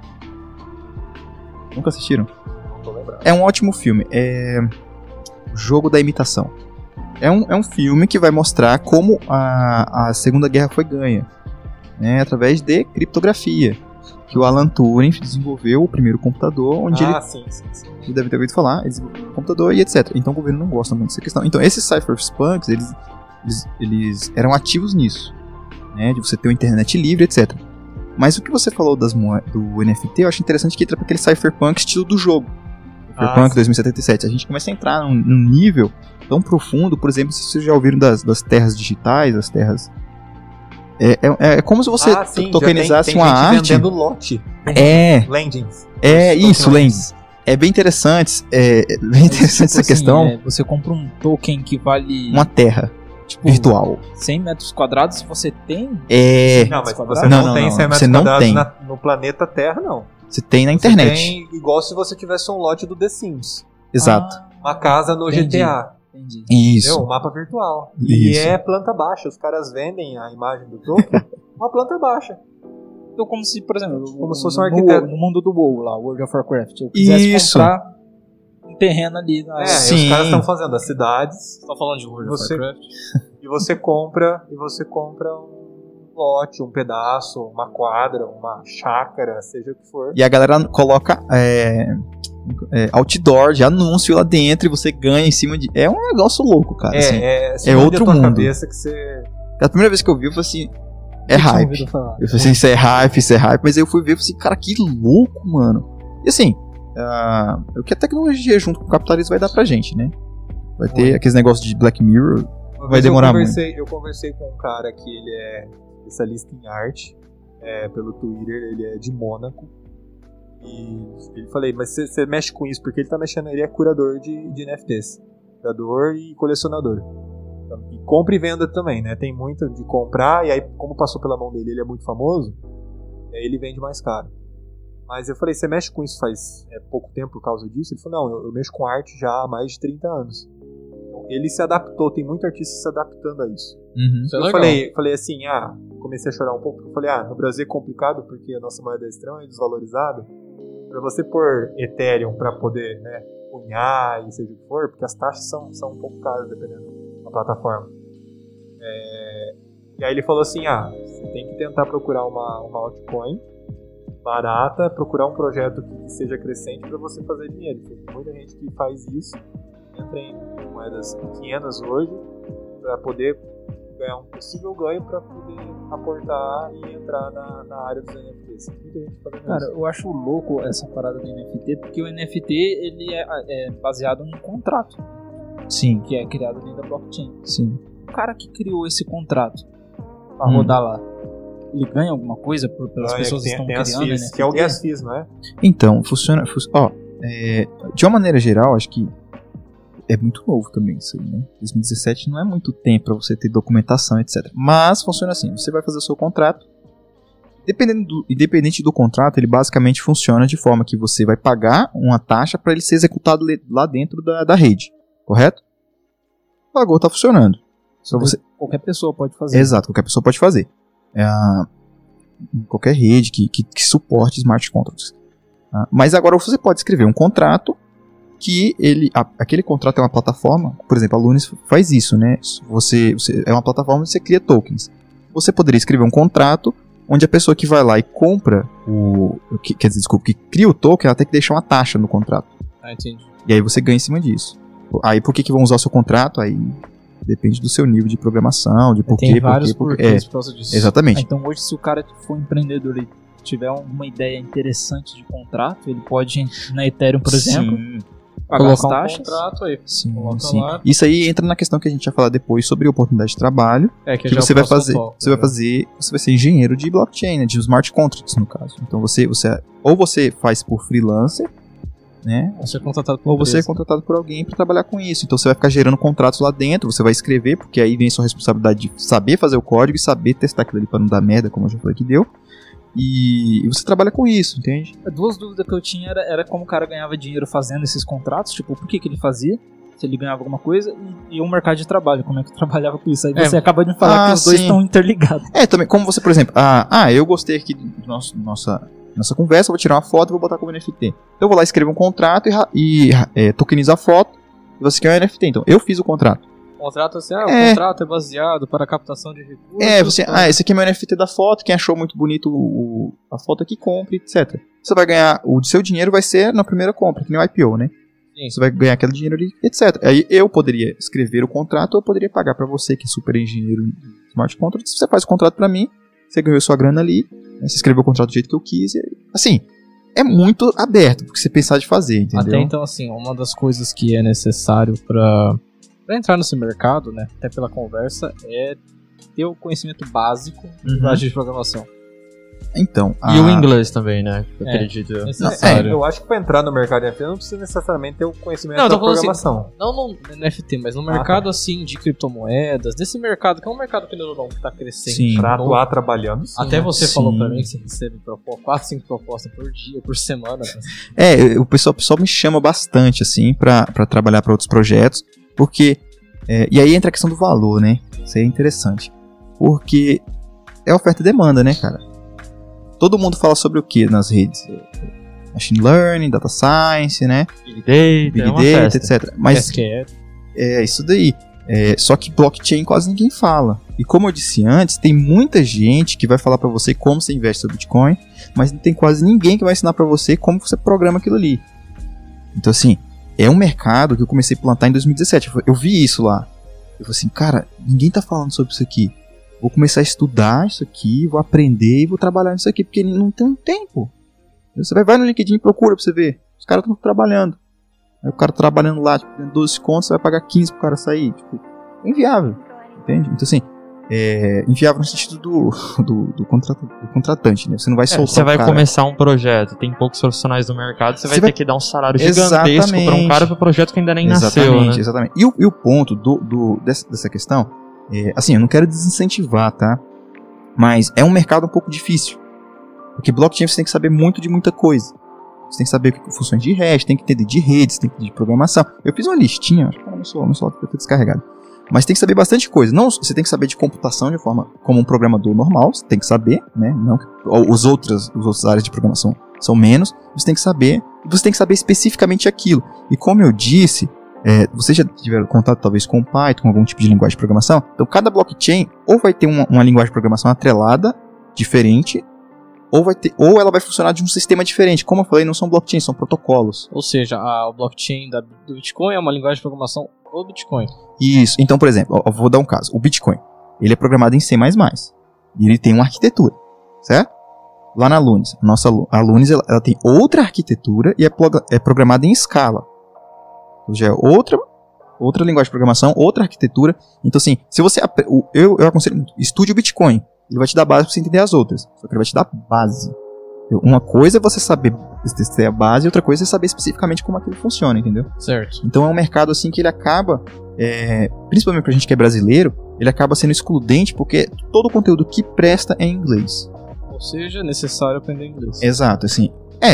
Nunca assistiram? Não tô lembrado. É um ótimo filme. É O Jogo da Imitação. É um filme que vai mostrar como a Segunda Guerra foi ganha, né, através de criptografia. Que o Alan Turing desenvolveu o primeiro computador, onde Sim. ele deve ter ouvido falar, ele desenvolveu o computador e etc. Então o governo não gosta muito dessa questão. Então esses cypherpunks, eles eram ativos nisso, né, de você ter uma internet livre, etc. Mas o que você falou do NFT, eu acho interessante que entra para aquele cypherpunk estilo do jogo. Cyberpunk 2077. A gente começa a entrar num nível tão profundo, por exemplo, se vocês já ouviram das terras digitais, as terras É como se você tokenizasse tem uma gente arte. vendendo lote. Landings. Isso, Lens. É bem interessante. Bem interessante essa questão. Você compra um token que vale Uma terra virtual. 100 metros quadrados, você tem? Não, mas você Não, não tem 100 metros você não quadrados tem. no planeta Terra, não. Você tem na Você internet. tem igual se você tivesse um lote do The Sims. Exato. Uma casa no Entendi. GTA. Entendi. Isso. Entendeu? Um mapa virtual. E Isso. é planta baixa. Os caras vendem a imagem do token uma planta baixa. Então, como se, por exemplo, Como se fosse um arquiteto. no mundo do WoW lá, World of Warcraft, eu quisesse Isso. comprar um terreno ali. Na... E Sim. os caras estão fazendo as cidades. Você tá falando de World of Você- Warcraft? E você compra um lote, um pedaço, uma quadra, uma chácara, seja o que for. E a galera coloca outdoor de anúncio lá dentro e você ganha em cima de. É um negócio louco, cara. assim. Explode outro a tua mundo. cabeça que você... A primeira vez que eu vi, eu falei assim. É Eu tinha hype. ouvido falar. Eu falei assim, isso é hype, mas aí eu fui ver e falei assim, cara, que louco, mano. E assim, o que a tecnologia junto com o capitalismo vai dar pra gente, né? Vai ter aqueles negócios de Black Mirror. Vai demorar Eu conversei com um cara que ele é especialista em arte, pelo Twitter, ele é de Mônaco. E ele falei, mas você mexe com isso, porque ele tá mexendo, ele é curador de NFTs. Curador e colecionador. E compra e venda também, né? Tem muito de comprar, e aí, como passou pela mão dele, ele é muito famoso, aí ele vende mais caro. Mas eu falei, você mexe com isso faz pouco tempo por causa disso? Ele falou, não, eu mexo com arte já há mais de 30 anos. Então, ele se adaptou, tem muito artista se adaptando a isso. Uhum. Isso é Eu legal. falei assim, comecei a chorar um pouco, porque eu falei, no Brasil é complicado porque a nossa moeda é extremamente desvalorizada. Pra você pôr Ethereum pra poder, né, cunhar e seja o que for, porque as taxas são um pouco caras dependendo da plataforma. E aí ele falou assim, você tem que tentar procurar uma altcoin barata, procurar um projeto que seja crescente pra você fazer dinheiro. Tem muita gente que faz isso, entra em moedas pequenas hoje pra poder ganhar um possível ganho pra poder aportar e entrar na área dos NFTs. Muita gente fazendo Cara, isso. eu acho louco essa parada do NFT, porque o NFT ele é baseado num contrato Sim, que é criado dentro da blockchain. sim. O cara que criou esse contrato pra rodar lá, ele ganha alguma coisa pelas pessoas que estão tem as criando fees, NFT? que é o gas fees, não é? Então, funciona. De uma maneira geral, acho que é muito novo também isso aí, né? 2017 não é muito tempo pra você ter documentação, etc. Mas funciona assim: você vai fazer o seu contrato. Independente do contrato, ele basicamente funciona de forma que você vai pagar uma taxa para ele ser executado lá dentro da rede, correto? Pagou, tá funcionando. Só você... Qualquer pessoa pode fazer. Exato, qualquer pessoa pode fazer. Qualquer rede que suporte smart contracts. Mas agora você pode escrever um contrato que aquele contrato é uma plataforma, por exemplo, a Lunis faz isso, né? Você é uma plataforma onde você cria tokens. Você poderia escrever um contrato onde a pessoa que vai lá e compra que cria o token, ela tem que deixar uma taxa no contrato. Entendi. E aí você ganha em cima disso. Aí por que vão usar o seu contrato? Aí depende do seu nível de programação, de por Tem quê, vários porquês Por causa disso. exatamente. Então hoje, se o cara for empreendedor e tiver uma ideia interessante de contrato, ele pode ir na Ethereum, por exemplo, pagar as Colocar um taxas. contrato aí. Sim, Coloca sim. lá. Isso aí entra na questão que a gente vai falar depois sobre oportunidade de trabalho, Que que já é você o vai próximo fazer, tópico, você vai né? fazer, você vai ser engenheiro de blockchain, né, de smart contracts no caso. Então você ou você faz por freelancer, né? Você é contratado por Ou você é empresa. contratado por alguém para trabalhar com isso. Então você vai ficar gerando contratos lá dentro, você vai escrever, porque aí vem a sua responsabilidade de saber fazer o código e saber testar aquilo ali para não dar merda, como eu já falei que deu. E você trabalha com isso, entende? Duas dúvidas que eu tinha era como o cara ganhava dinheiro fazendo esses contratos, tipo, por que ele fazia, se ele ganhava alguma coisa, e o mercado de trabalho, como é que trabalhava com isso. Aí você acaba de me falar que os dois sim. estão interligados. Também, como você, por exemplo, eu gostei aqui da nossa conversa, eu vou tirar uma foto e vou botar como NFT. Então eu vou lá escrever um contrato e tokenizo a foto, e você quer um NFT. Então eu fiz o contrato. O contrato assim, o contrato é baseado para captação de recursos. Esse aqui é meu NFT da foto, quem achou muito bonito a foto aqui, compre, etc. Você vai ganhar, o seu dinheiro vai ser na primeira compra, que nem o IPO, né? Sim. Você vai ganhar aquele dinheiro ali, etc. Aí eu poderia escrever o contrato, ou eu poderia pagar pra você, que é super engenheiro em smart contracts. Você faz o contrato pra mim, você ganhou sua grana ali, né? Você escreveu o contrato do jeito que eu quis. Assim, é muito aberto porque você pensar de fazer, entendeu? Até então, assim, uma das coisas que é necessário pra entrar nesse mercado, né, até pela conversa, é ter o conhecimento básico de linguagem de programação. Então, E o inglês também, né? Eu acredito. Necessário. Eu acho que pra entrar no mercado de NFT não precisa necessariamente ter o conhecimento Não, eu da tô falando programação. Não no NFT, mas no mercado assim de criptomoedas, desse mercado, que é um mercado que não tá crescendo. Sim. Pra novo. atuar trabalhando, sim. Até você Sim. falou pra mim que você recebe 4, 5 propostas por dia, por semana. o pessoal me chama bastante, assim, pra trabalhar pra outros projetos, porque... e aí entra a questão do valor, né? Isso aí é interessante. Porque é oferta e demanda, né, cara? Todo mundo fala sobre o que nas redes? Machine Learning, Data Science, né? Big Data, etc. Mas é isso daí. Só que blockchain quase ninguém fala. E como eu disse antes, tem muita gente que vai falar pra você como você investe seu Bitcoin, mas não tem quase ninguém que vai ensinar pra você como você programa aquilo ali. Então assim, é um mercado que eu comecei a plantar em 2017. Eu vi isso lá. Eu falei assim, cara, ninguém tá falando sobre isso aqui. Vou começar a estudar isso aqui, vou aprender e vou trabalhar nisso aqui, porque não tem um tempo. Você vai no LinkedIn e procura pra você ver. Os caras estão trabalhando. Aí o cara trabalhando lá, tipo, 12 contos, você vai pagar 15 pro cara sair. Tipo, é inviável. Entende? Então assim, inviável no sentido do contratante, né? Você não vai soltar Você vai o cara. começar um projeto, tem poucos profissionais no mercado, você vai ter que dar um salário gigantesco Exatamente. pra um cara pro projeto que ainda nem nasceu, né? Exatamente. E o ponto dessa questão, assim, eu não quero desincentivar, tá? Mas é um mercado um pouco difícil. Porque blockchain você tem que saber muito de muita coisa. Você tem que saber funções de hash, tem que entender de redes, tem que entender de programação. Eu fiz uma listinha, acho que meu celular vai ter descarregado. Mas tem que saber bastante coisa. Não, você tem que saber de computação de forma como um programador normal, você tem que saber, né? Não que os outras áreas de programação são menos, você tem que saber, e você tem que saber especificamente aquilo. E como eu disse, vocês já tiveram contato talvez com Python, com algum tipo de linguagem de programação? Então cada blockchain ou vai ter uma linguagem de programação atrelada, diferente, ou ela vai funcionar de um sistema diferente. Como eu falei, não são blockchains, são protocolos. Ou seja, o blockchain do Bitcoin é uma linguagem de programação do Bitcoin. Isso. Então, por exemplo, eu vou dar um caso. O Bitcoin, ele é programado em C++. E ele tem uma arquitetura, certo? Lá na Lunis, a Lunis ela tem outra arquitetura e é programada em Scala. Já é outra linguagem de programação, outra arquitetura. Então, assim, se você... Eu aconselho muito, estude o Bitcoin. Ele vai te dar base pra você entender as outras. Só que ele vai te dar base. Uma coisa é você saber ter a base, e outra coisa é saber especificamente como aquilo funciona, entendeu? Certo. Então é um mercado assim que ele acaba, principalmente pra gente que é brasileiro, ele acaba sendo excludente porque todo o conteúdo que presta é em inglês. Ou seja, é necessário aprender inglês. Exato, assim.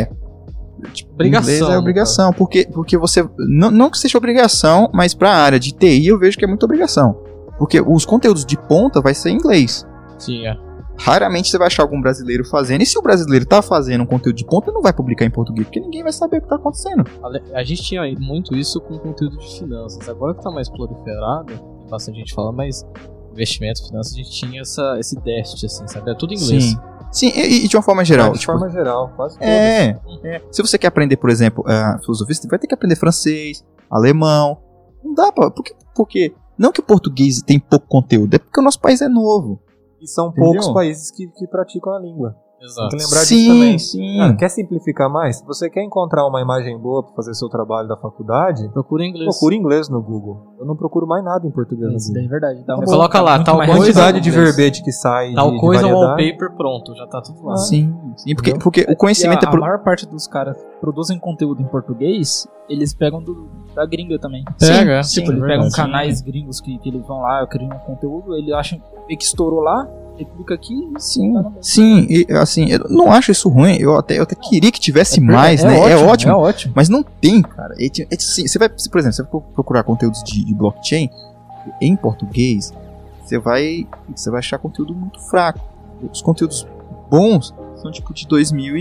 Obrigação. Inglês é obrigação, porque você... Não que seja obrigação, mas pra área de TI eu vejo que é muita obrigação. Porque os conteúdos de ponta vai ser em inglês. Sim, Raramente você vai achar algum brasileiro fazendo. E se o brasileiro tá fazendo um conteúdo de ponta, não vai publicar em português, porque ninguém vai saber o que tá acontecendo. A gente tinha muito isso com conteúdo de finanças. Agora que tá mais proliferado, tem bastante gente fala, mas investimento, finanças, a gente tinha esse déficit, assim, sabe? É tudo em inglês. Sim, e de uma forma geral. De forma geral, quase todas. Se você quer aprender, por exemplo, filosofia, você vai ter que aprender francês, alemão. Não dá pra... Porque não que o português tem pouco conteúdo, é porque o nosso país é novo. E são Entendeu? poucos países que praticam a língua. Exato. Tem que lembrar disso também. Sim. Quer simplificar mais? Se você quer encontrar uma imagem boa para fazer seu trabalho da faculdade, Procura inglês. procura inglês no Google. Eu não procuro mais nada em português Isso no daí é Google. verdade. Dá Coloca lá, tal A coisa, quantidade de inglês. verbete que sai Tal de coisa, variedade. wallpaper, pronto, já tá tudo lá. Sim, porque o conhecimento a maior parte dos caras que produzem conteúdo em português, eles pegam da gringa também. Pega, Sim, Tipo, eles verdade. pegam canais gringos que eles vão lá, criam um conteúdo, ele acha que estourou lá, ele publica aqui e Sim, e assim, eu não acho isso ruim, eu até queria que tivesse mais, né? É ótimo. Mas não tem, cara. Assim, você vai, por exemplo, você vai procurar conteúdos de blockchain em português, você vai achar conteúdo muito fraco. Os conteúdos bons são tipo de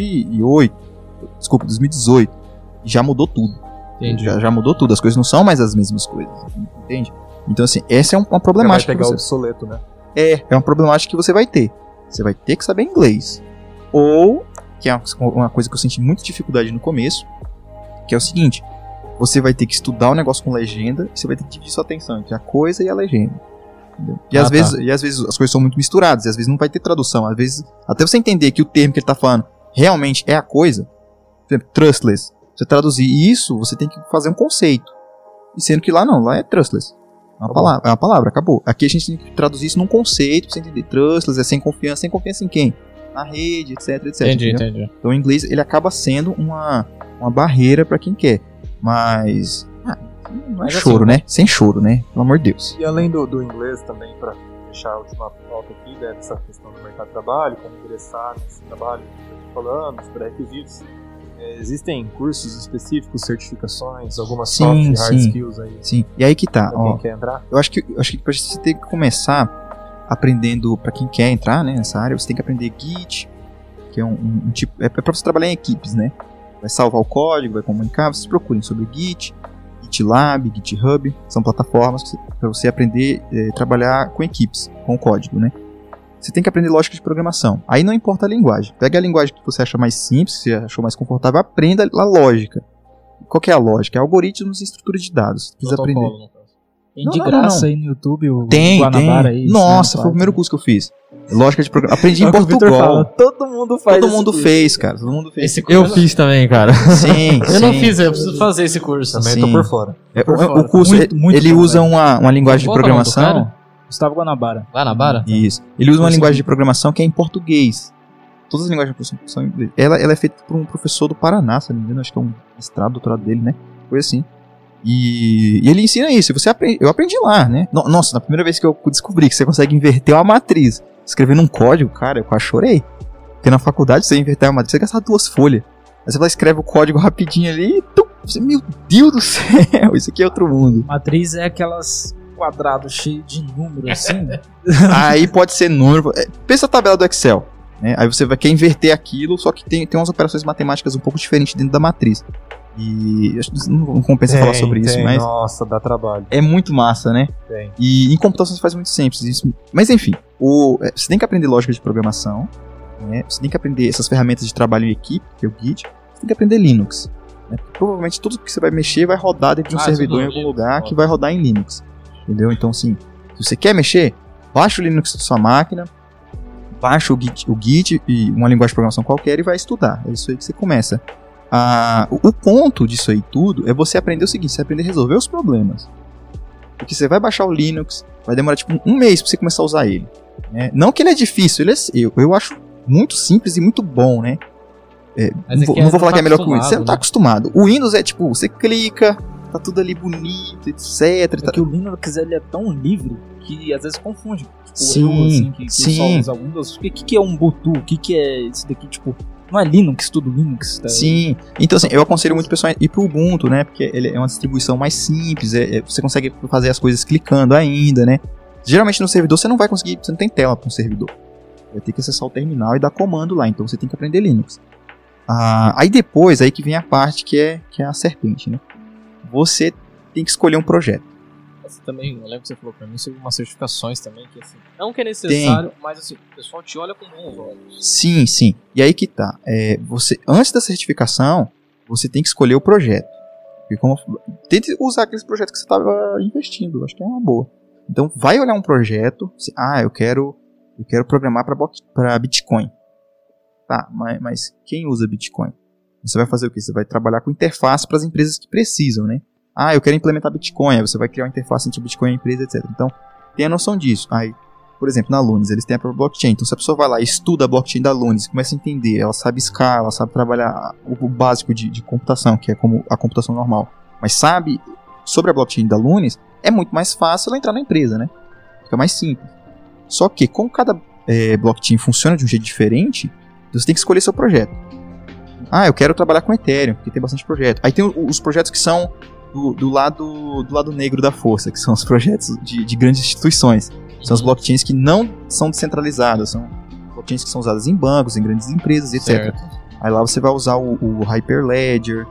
2008, desculpa, 2018. Já mudou tudo. Entendi. Já mudou tudo, as coisas não são mais as mesmas coisas, entende? Então assim, essa é uma problemática. Vai pegar obsoleto, né? É uma problemática que você vai ter. Você vai ter que saber inglês. Ou, que é uma coisa que eu senti muita dificuldade no começo, que é o seguinte: você vai ter que estudar o negócio com legenda e você vai ter que dividir sua atenção entre a coisa e a legenda. Entendeu? E às vezes as coisas são muito misturadas, e às vezes não vai ter tradução. Às vezes, até você entender que o termo que ele tá falando realmente é a coisa, por exemplo, trustless. Você traduzir isso, você tem que fazer um conceito. E sendo que lá não, lá é trustless. É uma palavra, acabou. Aqui a gente tem que traduzir isso num conceito, pra você entender. Trustless é sem confiança em quem? Na rede, etc. Entendi. Então o inglês, ele acaba sendo uma barreira pra quem quer. Mas... não é choro, né? Sem choro, né? Pelo amor de Deus. E além do inglês também, pra fechar a última pauta aqui, dessa questão do mercado de trabalho, como ingressar nesse trabalho que eu tô falando, os pré-requisitos, existem cursos específicos, certificações, algumas soft e hard skills aí? Sim, e aí que tá. Pra quem quer entrar? Eu acho que pra você ter que começar aprendendo, pra quem quer entrar, né, nessa área, você tem que aprender Git, que é um tipo... É pra você trabalhar em equipes, né? Vai salvar o código, vai comunicar, vocês procurem sobre Git, GitLab, GitHub, são plataformas para você aprender a trabalhar com equipes, com o código, né? Você tem que aprender lógica de programação. Aí não importa a linguagem. Pega a linguagem que você acha mais simples, que você achou mais confortável, aprenda a lógica. Qual que é a lógica? É algoritmos e estrutura de dados. Você precisa aprender. Tem de graça aí no YouTube, o tem, Guanabara aí. Nossa, foi o primeiro curso que eu fiz. Lógica de programação. Aprendi em Portugal. Todo mundo faz. Todo mundo fez, cara. Todo mundo fez. Esse curso Eu fiz também, cara. Sim, eu não fiz, eu preciso fazer esse curso. Também Sim. tô por fora. O curso, Muito ele bom, usa uma linguagem de Qual é o nome do programação. cara? Gustavo Guanabara. Guanabara? Isso. Ele usa uma linguagem de programação que é em português. Todas as linguagens de programação são em inglês. Ela é feita por um professor do Paraná, se não me engano. Acho que é um mestrado, doutorado dele, né? Coisa assim. E ele ensina isso. Eu aprendi lá, né? Nossa, na primeira vez que eu descobri que você consegue inverter uma matriz escrevendo um código, cara, eu quase chorei. Porque na faculdade, você inverter uma matriz, você gasta 2 folhas. Aí você vai escreve o código rapidinho ali e você, meu Deus do céu, isso aqui é outro mundo. Matriz é aquelas quadrados cheios de números assim. Aí pode ser número. Pensa a tabela do Excel, né? Aí você quer inverter aquilo, só que tem umas operações matemáticas um pouco diferentes dentro da matriz. E acho que não compensa falar sobre isso, mas Nossa, dá trabalho. é muito massa, né? Tem. E em computação você faz muito simples isso. Mas enfim, você tem que aprender lógica de programação, né? Você tem que aprender essas ferramentas de trabalho em equipe, que é o Git. Você tem que aprender Linux, né? Provavelmente tudo que você vai mexer vai rodar dentro de um servidor em algum lugar que vai rodar em Linux. Entendeu? Então, assim, se você quer mexer, baixa o Linux da sua máquina, baixa o Git e uma linguagem de programação qualquer e vai estudar. É isso aí que você começa. O ponto disso aí tudo é você aprender o seguinte, você aprender a resolver os problemas. Porque você vai baixar o Linux, vai demorar tipo um mês pra você começar a usar ele, né? Não que ele é difícil, eu acho muito simples e muito bom, né? Não vou falar que é melhor que o Windows, você não tá acostumado. O Windows é tipo, você clica, tá tudo ali bonito, etc. Porque o Linux ele é tão livre que às vezes confunde. Tipo, Sim, que sim. só usa Windows. O que é um Ubuntu? O que é isso daqui? Tipo, não é Linux, tudo Linux. Tá? Sim, então assim, eu aconselho muito o pessoal a ir pro Ubuntu, né? Porque ele é uma distribuição mais simples, você consegue fazer as coisas clicando ainda, né? Geralmente no servidor você não vai conseguir, você não tem tela para um servidor. Vai ter que acessar o terminal e dar comando lá, então você tem que aprender Linux. Aí depois, aí que vem a parte que é a serpente, né? Você tem que escolher um projeto. Você também, eu lembro que você falou pra mim sobre umas certificações também, que assim, não que é necessário, mas assim, o pessoal te olha com bons olhos. Sim, sim. E aí que tá. Antes da certificação, você tem que escolher o projeto. Tente usar aqueles projetos que você estava investindo, acho que é uma boa. Então vai olhar um projeto, eu quero programar para Bitcoin. Tá, mas quem usa Bitcoin? Você vai fazer o quê? Você vai trabalhar com interface para as empresas que precisam, né? Eu quero implementar Bitcoin, aí você vai criar uma interface entre o Bitcoin e a empresa, etc. Então, tenha noção disso. Aí, por exemplo, na Lunis, eles têm a própria blockchain. Então, se a pessoa vai lá e estuda a blockchain da Lunis, começa a entender, ela sabe escala, ela sabe trabalhar o básico de computação, que é como a computação normal, mas sabe sobre a blockchain da Lunis, é muito mais fácil ela entrar na empresa, né? Fica mais simples. Só que, como cada blockchain funciona de um jeito diferente, você tem que escolher seu projeto. Eu quero trabalhar com Ethereum, porque tem bastante projeto. Aí tem os projetos que são do lado negro da força, que são os projetos de grandes instituições. São as blockchains que não são descentralizadas, são blockchains que são usadas em bancos, em grandes empresas, etc. Certo. Aí lá você vai usar o Hyperledger,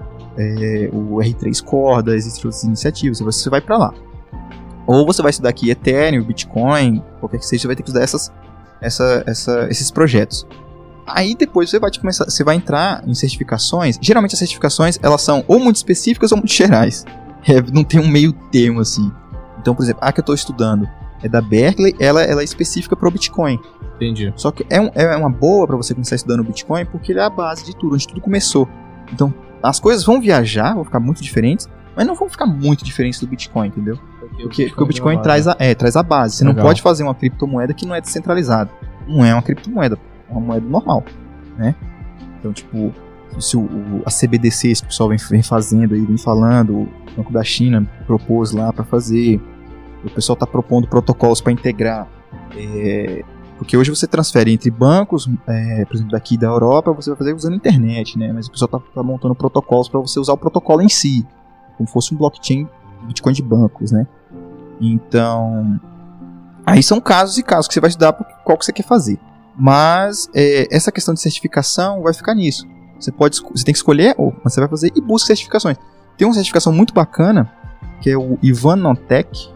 o R3 Corda, existem outras iniciativas, você vai para lá. Ou você vai estudar aqui Ethereum, Bitcoin, qualquer que seja, você vai ter que estudar esses projetos. Aí depois você vai entrar em certificações. Geralmente as certificações elas são ou muito específicas ou muito gerais. Não tem um meio termo assim. Então, por exemplo, a que eu estou estudando é da Berkeley, ela é específica para o Bitcoin. Entendi. Só que é uma boa para você começar estudando o Bitcoin porque ele é a base de tudo, onde tudo começou. Então, as coisas vão viajar, vão ficar muito diferentes, mas não vão ficar muito diferentes do Bitcoin, entendeu? Porque o Bitcoin é traz a base. Você Legal. não pode fazer uma criptomoeda que não é descentralizada. Não é uma criptomoeda, é uma moeda normal, né? Então, tipo, se a CBDC, esse pessoal vem fazendo aí, vem falando, o Banco da China propôs lá para fazer, o pessoal tá propondo protocolos para integrar, porque hoje você transfere entre bancos, por exemplo, daqui da Europa, você vai fazer usando a internet, né? Mas o pessoal tá montando protocolos para você usar o protocolo em si, como fosse um blockchain Bitcoin de bancos, né? Então, aí são casos e casos que você vai estudar qual que você quer fazer. Mas essa questão de certificação vai ficar nisso. Você tem que escolher ou você vai fazer e busca certificações. Tem uma certificação muito bacana que é o Ivan Nontech.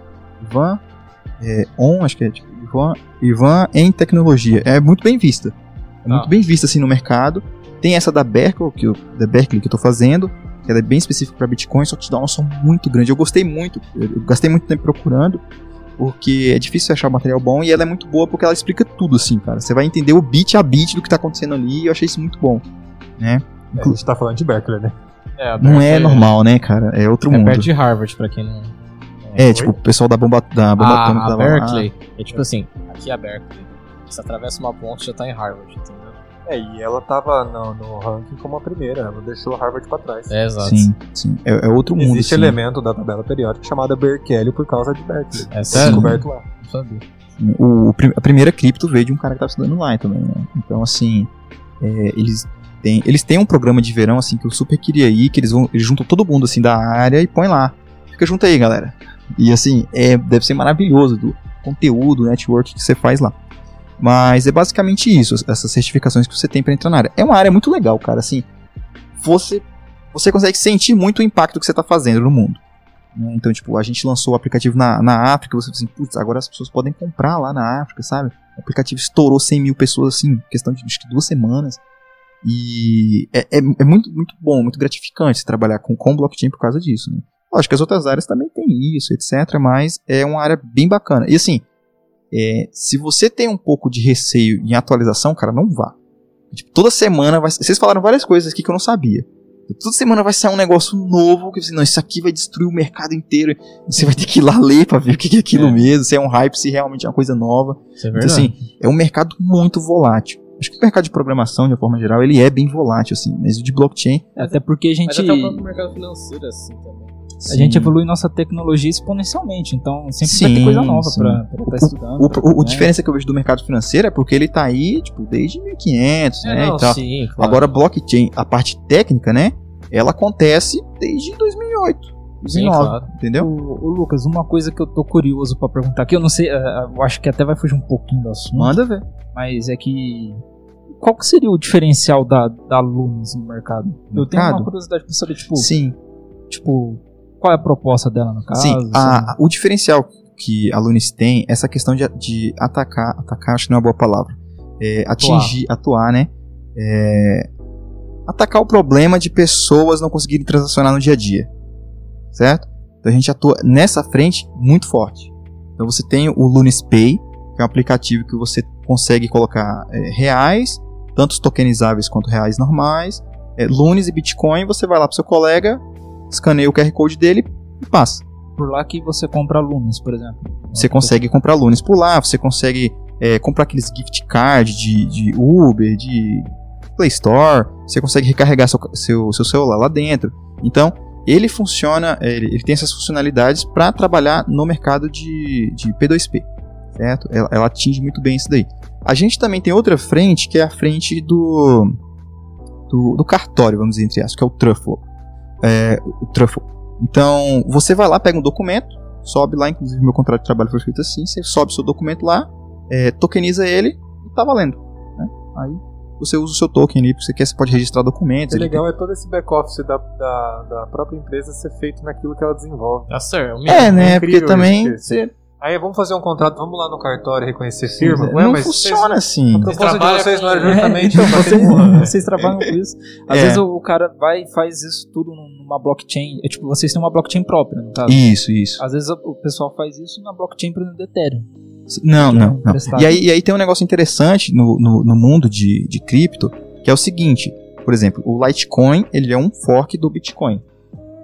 Acho que é tipo Ivan em tecnologia. É muito bem vista. Muito bem vista assim no mercado. Tem essa da Berkeley que eu tô fazendo, que ela é bem específica para Bitcoin, só que te dá uma noção muito grande. Eu gostei muito, eu gastei muito tempo procurando, porque é difícil achar material bom e ela é muito boa porque ela explica tudo assim, cara. Você vai entender o bit a bit do que tá acontecendo ali e eu achei isso muito bom, né? A gente tá falando de Berkeley, né? Não é normal, né, cara? É outro mundo. É perto de Harvard, pra quem não... Tipo, o pessoal da bomba atômica a Berkeley. É tipo assim, aqui é a Berkeley. Você atravessa uma ponte e já tá em Harvard, entendeu? E ela tava no ranking como a primeira, ela deixou Harvard pra trás. Exato. Sim. É outro mundo. Existe sim. elemento da tabela periódica chamada Berkeley por causa de Berkeley. É sério? Descoberto lá. Não sabia. A primeira cripto veio de um cara que tava estudando lá também, né? Então, assim, eles têm um programa de verão, assim, que eu super queria ir, que eles juntam todo mundo, assim, da área e põem lá. Fica junto aí, galera. E, assim, deve ser maravilhoso do conteúdo, network que você faz lá. Mas é basicamente isso, essas certificações que você tem pra entrar na área. É uma área muito legal, cara, assim, você consegue sentir muito o impacto que você tá fazendo no mundo. Né? Então, tipo, a gente lançou o aplicativo na África, você assim, putz, agora as pessoas podem comprar lá na África, sabe? O aplicativo estourou 100 mil pessoas, assim, em questão de acho que 2 semanas. E é muito, muito bom, muito gratificante se trabalhar com blockchain por causa disso, né? Lógico que as outras áreas também tem isso, etc, mas é uma área bem bacana. E assim, se você tem um pouco de receio em atualização, cara, não vá. Tipo, toda semana vocês falaram várias coisas aqui que eu não sabia. Toda semana vai sair um negócio novo que você, não, isso aqui vai destruir o mercado inteiro. E você vai ter que ir lá ler pra ver o que é aquilo mesmo, se é um hype, se realmente é uma coisa nova. Isso é então, verdade. assim, é um mercado muito volátil. Acho que o mercado de programação, de uma forma geral, ele é bem volátil, assim. Mas o de blockchain... Até porque a gente... Mas até o próprio mercado financeiro, assim, também. A gente evolui nossa tecnologia exponencialmente, então sempre vai ter coisa nova pra estar estudando. A diferença que eu vejo do mercado financeiro é porque ele tá aí, tipo, desde 1500, né, não, e tal. sim, claro. Agora, blockchain, a parte técnica, né, ela acontece desde 2008, 2009, Sim, claro. entendeu? Ô, Lucas, uma coisa que eu tô curioso pra perguntar aqui, eu não sei, eu acho que até vai fugir um pouquinho do assunto. Manda ver. Mas é que... Qual que seria o diferencial da Lunis no mercado? Eu tenho uma curiosidade pra saber, tipo... Sim. Tipo, qual é a proposta dela no caso? Sim, o diferencial que a Lunis tem, essa questão de atacar, acho que não é uma boa palavra, atuar, né? Atacar o problema de pessoas não conseguirem transacionar no dia a dia, certo? Então a gente atua nessa frente muito forte. Então você tem o Lunis Pay, que é um aplicativo que você consegue colocar reais, tanto tokenizáveis quanto reais normais, Lunis e Bitcoin, você vai lá pro seu colega, escaneia o QR Code dele e passa. Por lá que você compra Lunis, por exemplo. Você consegue comprar Lunis por lá, você consegue comprar aqueles gift cards de Uber, de Play Store, você consegue recarregar seu celular lá dentro. Então, ele funciona, ele tem essas funcionalidades para trabalhar no mercado de P2P, certo? Ela atinge muito bem isso daí. A gente também tem outra frente, que é a frente do cartório, vamos dizer, entre aspas, que é o Truffle. O Truffle. Então, você vai lá, pega um documento, sobe lá, inclusive meu contrato de trabalho foi feito assim, você sobe seu documento lá, tokeniza ele e tá valendo, né? Aí você usa o seu token ali, porque você pode registrar documentos. O legal é todo esse back-office da própria empresa ser feito naquilo que ela desenvolve. Tá certo. Né? Porque também você... Aí vamos fazer um contrato, vamos lá no cartório reconhecer firma. Não funciona assim. A proposta de vocês não era justamente... Vocês trabalham com isso. Às vezes o cara vai e faz isso tudo numa blockchain. Tipo, vocês têm uma blockchain própria, no caso. Isso. Às vezes o pessoal faz isso na blockchain, por exemplo, do Ethereum. Não. E aí tem um negócio interessante no mundo de cripto, que é o seguinte, por exemplo, o Litecoin, ele é um fork do Bitcoin,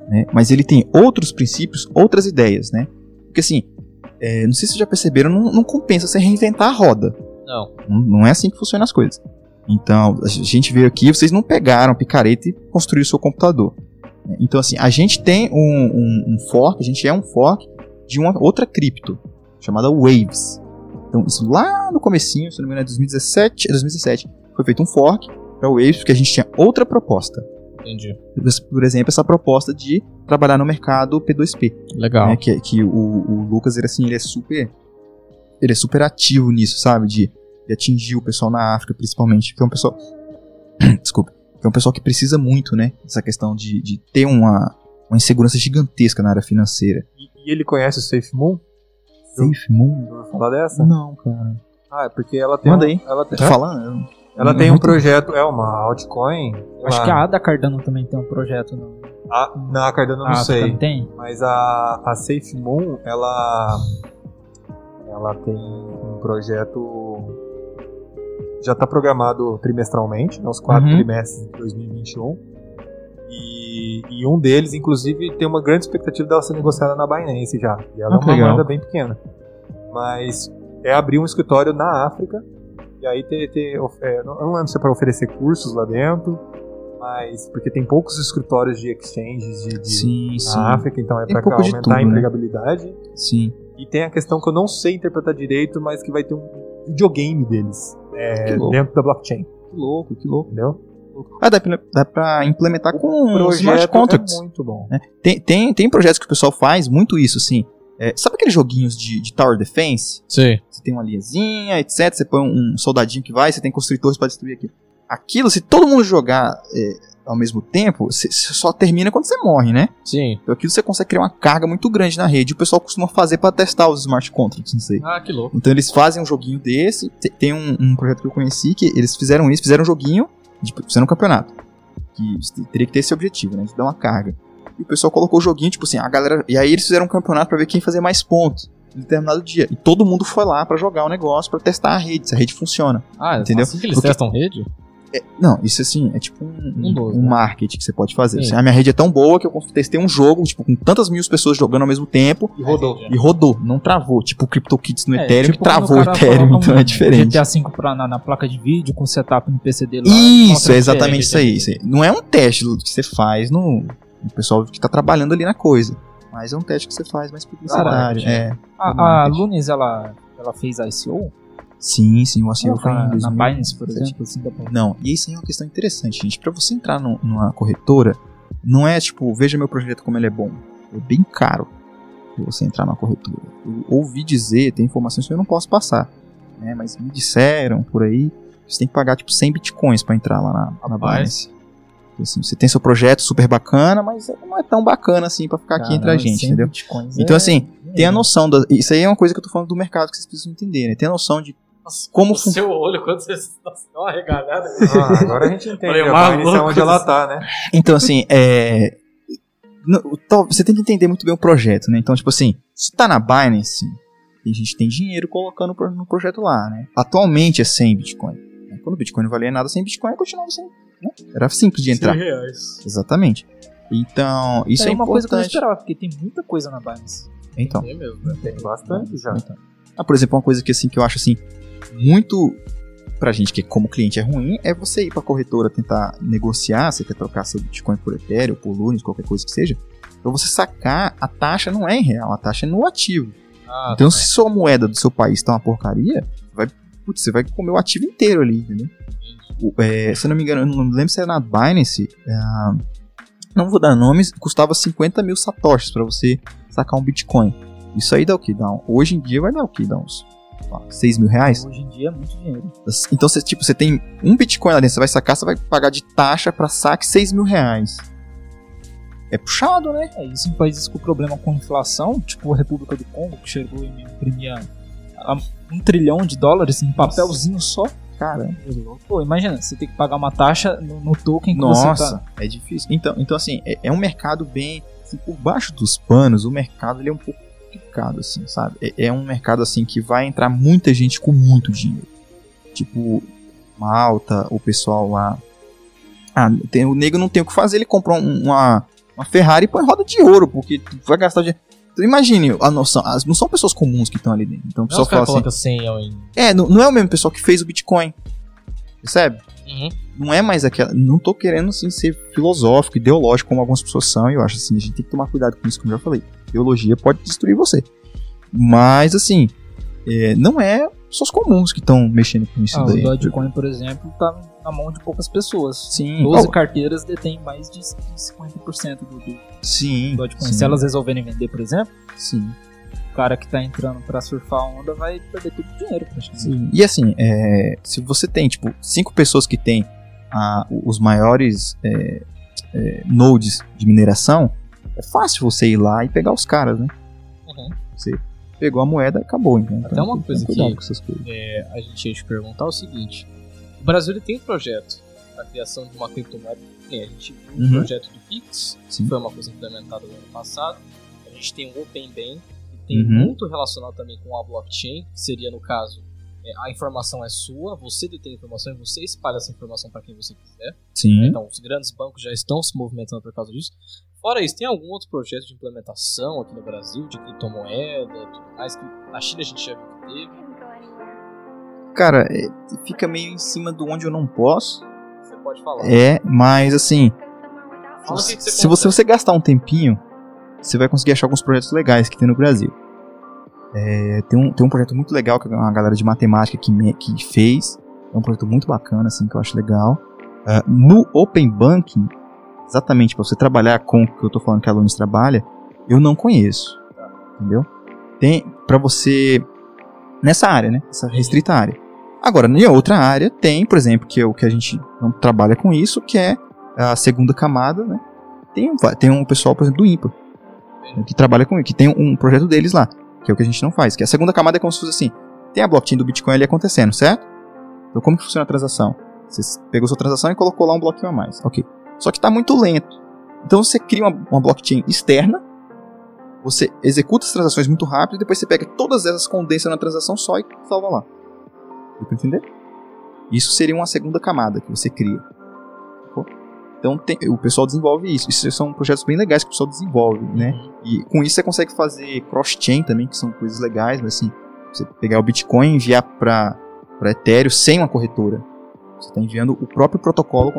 né? Mas ele tem outros princípios, outras ideias, né? Porque assim, não sei se vocês já perceberam, não compensa você reinventar a roda. Não é assim que funcionam as coisas. Então, a gente veio aqui, vocês não pegaram picareta e construíram o seu computador. Então, assim, a gente tem um fork, a gente é um fork de uma outra cripto, chamada Waves. Então, isso lá no comecinho, se não me engano, é 2017, foi feito um fork para Waves, porque a gente tinha outra proposta. Entendi. Por exemplo, essa proposta de trabalhar no mercado P2P. Legal. Né, que o Lucas, ele é super ativo nisso, sabe? De atingir o pessoal na África, principalmente, que é um pessoal... Desculpa. Que é um pessoal que precisa muito, né? Dessa questão de ter uma insegurança gigantesca na área financeira. E ele conhece o SafeMoon? SafeMoon? Vou falar dessa? Não, cara. É porque ela tem... Manda aí. Ela tem, Tô falando. Ela tem um projeto, uma altcoin. Acho que a Ada Cardano também tem um projeto. Não, a Cardano não sei. Tem? Mas a SafeMoon, ela tem um projeto... Já está programado trimestralmente, nos 4 trimestres de 2021. E um deles, inclusive, tem uma grande expectativa dela ser negociada na Binance já. E ela é uma moeda bem pequena. Mas é abrir um escritório na África. E aí não lembro se é para oferecer cursos lá dentro. Mas porque tem poucos escritórios de exchanges na África. Então é para aumentar a empregabilidade. Né? Sim. E tem a questão que eu não sei interpretar direito, mas que vai ter um videogame deles. Dentro da blockchain. Que louco. Entendeu? Dá pra implementar com os smart contracts. É muito bom. Né? Tem projetos que o pessoal faz muito isso, assim. Sabe aqueles joguinhos de Tower Defense? Sim. Você tem uma linhazinha, etc. Você põe um soldadinho que vai, você tem construtores pra destruir aquilo. Aquilo, se todo mundo jogar ao mesmo tempo, você só termina quando você morre, né? Sim. Então aquilo você consegue criar uma carga muito grande na rede. O pessoal costuma fazer pra testar os smart contracts, não sei. Que louco. Então eles fazem um joguinho desse. Tem um projeto que eu conheci que eles fizeram um joguinho fizeram um campeonato. Que teria que ter esse objetivo, né? De dar uma carga. E o pessoal colocou o joguinho, tipo assim, a galera... E aí eles fizeram um campeonato pra ver quem fazia mais pontos em determinado dia. E todo mundo foi lá pra jogar o negócio, pra testar a rede, se a rede funciona. Entendeu? Assim que eles testam rede? Não, isso assim, é tipo um marketing que você pode fazer. Assim, a minha rede é tão boa que eu testei um jogo, tipo, com tantas mil pessoas jogando ao mesmo tempo. E rodou. Não travou. Tipo o CryptoKitties no Ethereum, que travou o Ethereum, então é diferente. GTA V na placa de vídeo, com setup no PC dele lá. Isso, é exatamente isso aí. Não é um teste que você faz no pessoal que tá trabalhando ali na coisa. Mas é um teste que você faz mais publicitário. A Lunes, ela fez ICO? Sim, o ICO foi em 2000. Na Binance, por exemplo. Assim, não, e isso aí é uma questão interessante, gente. Pra você entrar numa corretora, não é tipo, veja meu projeto como ele é bom. É bem caro pra você entrar numa corretora. Eu ouvi dizer, tem informações que eu não posso passar, né? Mas me disseram por aí, você tem que pagar tipo 100 bitcoins pra entrar lá na Binance. Então, assim, você tem seu projeto super bacana, mas não é tão bacana assim pra ficar aqui entre a gente, entendeu? Então assim, tem a noção isso aí é uma coisa que eu tô falando do mercado que vocês precisam entender, né? Tem a noção de como seu olho quando você dá uma regalhada. Agora a gente entende a Binance é onde ela tá, né? Então assim, você tem que entender muito bem o projeto, né? Então tipo assim, se tá na Binance, a gente tem dinheiro colocando no projeto lá, né? Atualmente é 100 Bitcoin. Quando o Bitcoin não valia nada, 100 Bitcoin continuava sendo, né? Era simples de entrar. R$100. Exatamente. Então, isso é uma importante. coisa que eu não esperava, porque tem muita coisa na Binance. Então. Tem mesmo, né? Tem bastante já. Então. Por exemplo, uma coisa que eu acho assim, muito pra gente que como cliente é ruim, é você ir pra corretora tentar negociar, você quer trocar seu Bitcoin por Ethereum, por Lunis, qualquer coisa que seja, pra você sacar, a taxa não é em real, a taxa é no ativo. Então se sua moeda do seu país tá uma porcaria, você vai comer o ativo inteiro ali, entendeu? Se eu não me engano, eu não lembro se era na Binance, não vou dar nomes, custava 50 mil satoshis pra você sacar um Bitcoin. Isso aí dá o que? Hoje em dia vai dar o que? Dá uns 6 mil reais? Hoje em dia é muito dinheiro. Então você tem um Bitcoin lá dentro, você vai sacar, você vai pagar de taxa pra saque 6 mil reais. É puxado, né? Isso em países com problema com inflação, tipo a República do Congo, que chegou e imprimia $1 trilhão em papelzinho só. Caramba. Pô, imagina, você tem que pagar uma taxa no token que você tá... Nossa, é difícil. Então assim, é um mercado bem... Assim, por baixo dos panos, o mercado ele é um pouco complicado, assim, sabe? É um mercado, assim, que vai entrar muita gente com muito dinheiro. Tipo, Malta, o pessoal lá... o nego não tem o que fazer, ele compra uma uma Ferrari e põe roda de ouro, porque tu vai gastar dinheiro. Então imagine a noção, não são pessoas comuns que estão ali dentro. Então o pessoal fala coloca 100 não é o mesmo pessoal que fez o Bitcoin. Percebe? Não é mais aquela. Não tô querendo assim ser filosófico, ideológico, como algumas pessoas são. E eu acho assim, a gente tem que tomar cuidado com isso, como eu já falei. Ideologia pode destruir você. Mas assim, não é pessoas comuns que estão mexendo com isso daí. O Dogecoin, por exemplo, tá na mão de poucas pessoas. Sim. 12 carteiras detêm mais de 50% do Dogecoin. Se elas resolverem vender, por exemplo, o cara que tá entrando pra surfar a onda vai perder todo o dinheiro, praticamente. Sim. E assim, se você tem, tipo, 5 pessoas que tem os maiores nodes de mineração, é fácil você ir lá e pegar os caras, né? Você pegou a moeda e acabou. Então, até uma coisa que com essas coisas. A gente ia te perguntar é o seguinte: o Brasil ele tem um projeto para a criação de uma criptomoeda. A gente viu um projeto do Pix, que foi uma coisa implementada no ano passado. A gente tem o Open Bank, que tem muito relacionado também com a blockchain, que seria, no caso, a informação é sua, você detém a informação e você espalha essa informação para quem você quiser. Sim. Então, os grandes bancos já estão se movimentando por causa disso. Fora isso, tem algum outro projeto de implementação aqui no Brasil, de criptomoeda e tudo mais, que na China a gente já viu que teve? Cara, fica meio em cima do onde eu não posso. Você pode falar. Mas assim, Fala se você gastar um tempinho, você vai conseguir achar alguns projetos legais que tem no Brasil. Tem um projeto muito legal que uma galera de matemática que fez. É um projeto muito bacana, assim, que eu acho legal. No Open Banking, exatamente para você trabalhar com o que eu tô falando que a Lunis trabalha, eu não conheço. Entendeu? Tem para você nessa área, né? Essa restrita área. Agora, em outra área tem, por exemplo, que a gente não trabalha com isso, que é a segunda camada, né? Tem um pessoal, por exemplo, do IMPA, que trabalha com isso, que tem um projeto deles lá, que é o que a gente não faz, que a segunda camada é como se fosse assim, tem a blockchain do Bitcoin ali acontecendo, certo? Então como que funciona a transação? Você pegou sua transação e colocou lá um bloquinho a mais, ok. Só que está muito lento. Então você cria uma blockchain externa, você executa as transações muito rápido e depois você pega todas essas, condensa na transação só e salva lá. Deu pra entender? Isso seria uma segunda camada que você cria. Então o pessoal desenvolve isso. Isso são projetos bem legais que o pessoal desenvolve, né? E com isso você consegue fazer cross-chain também, que são coisas legais, mas assim, você pegar o Bitcoin e enviar para Ethereum sem uma corretora. Você está enviando o próprio protocolo,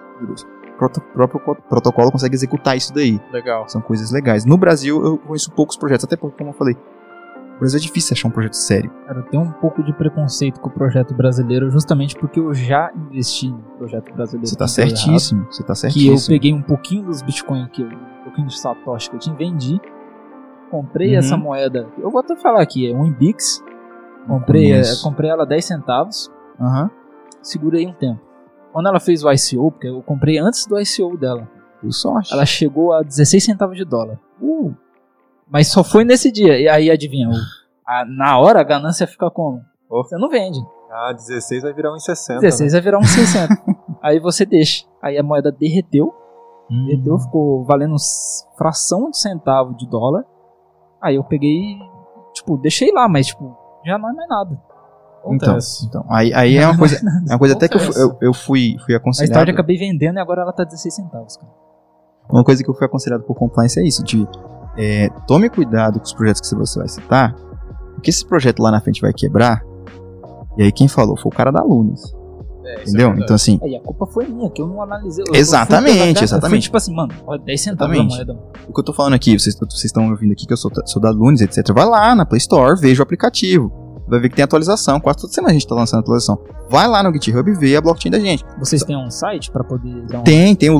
protocolo consegue executar isso daí. Legal. São coisas legais. No Brasil eu conheço poucos projetos, até porque, como eu falei, no Brasil é difícil achar um projeto sério. Cara, eu tenho um pouco de preconceito com o projeto brasileiro, justamente porque eu já investi no projeto brasileiro. Você tá certíssimo, errado, que eu peguei um pouquinho dos Bitcoin, um pouquinho de Satoshi que eu te vendi, comprei essa moeda, eu vou até falar aqui, é um Inbix, comprei ela 10 centavos, segurei um tempo. Quando ela fez o ICO, porque eu comprei antes do ICO dela, ela chegou a 16 centavos de dólar. Mas só foi nesse dia. E aí, adivinha, na hora a ganância fica como? Você não vende. 16 vai virar 1,60. 16 vai virar 1,60. Aí você deixa. Aí a moeda derreteu, ficou valendo fração de centavo de dólar. Aí eu peguei, deixei lá, mas já não é mais nada. Então aí é uma coisa até que eu fui aconselhado. A história eu acabei vendendo e agora ela tá 16 centavos, cara. Uma coisa que eu fui aconselhado por compliance é isso, tome cuidado com os projetos que você vai citar, porque esse projeto lá na frente vai quebrar, e aí quem falou foi o cara da Lunis. Entendeu? Então assim... Aí a culpa foi minha, que eu não analisei. Exatamente. Eu fui mano, 10 centavos da moeda. O que eu tô falando aqui, vocês estão ouvindo aqui que eu sou da Lunis, etc. Vai lá na Play Store, veja o aplicativo. Vai ver que tem atualização, quase toda semana a gente tá lançando atualização. Vai lá no GitHub e vê a blockchain da gente. Vocês têm um site pra poder dar Tem o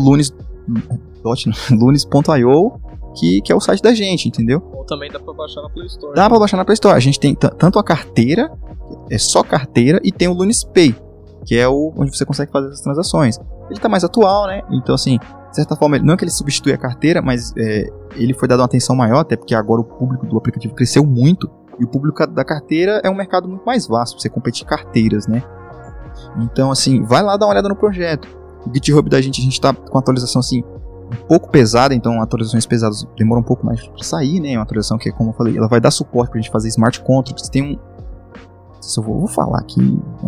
Lunis.io, que é o site da gente, entendeu? Ou também dá pra baixar na Play Store. Dá pra baixar na Play Store. A gente tem tanto a carteira, é só carteira, e tem o Lunis Pay, que é onde você consegue fazer essas transações. Ele tá mais atual, né? Então, assim, de certa forma, não é que ele substitui a carteira, mas ele foi dado uma atenção maior, até porque agora o público do aplicativo cresceu muito. E o público da carteira é um mercado muito mais vasto pra você competir carteiras, né? Então, assim, vai lá dar uma olhada no projeto. O GitHub da gente tá com uma atualização, assim, um pouco pesada. Então, atualizações pesadas demoram um pouco mais pra sair, né? Uma atualização que, como eu falei, ela vai dar suporte pra gente fazer smart contracts. Tem um... Não sei se eu vou falar aqui, né?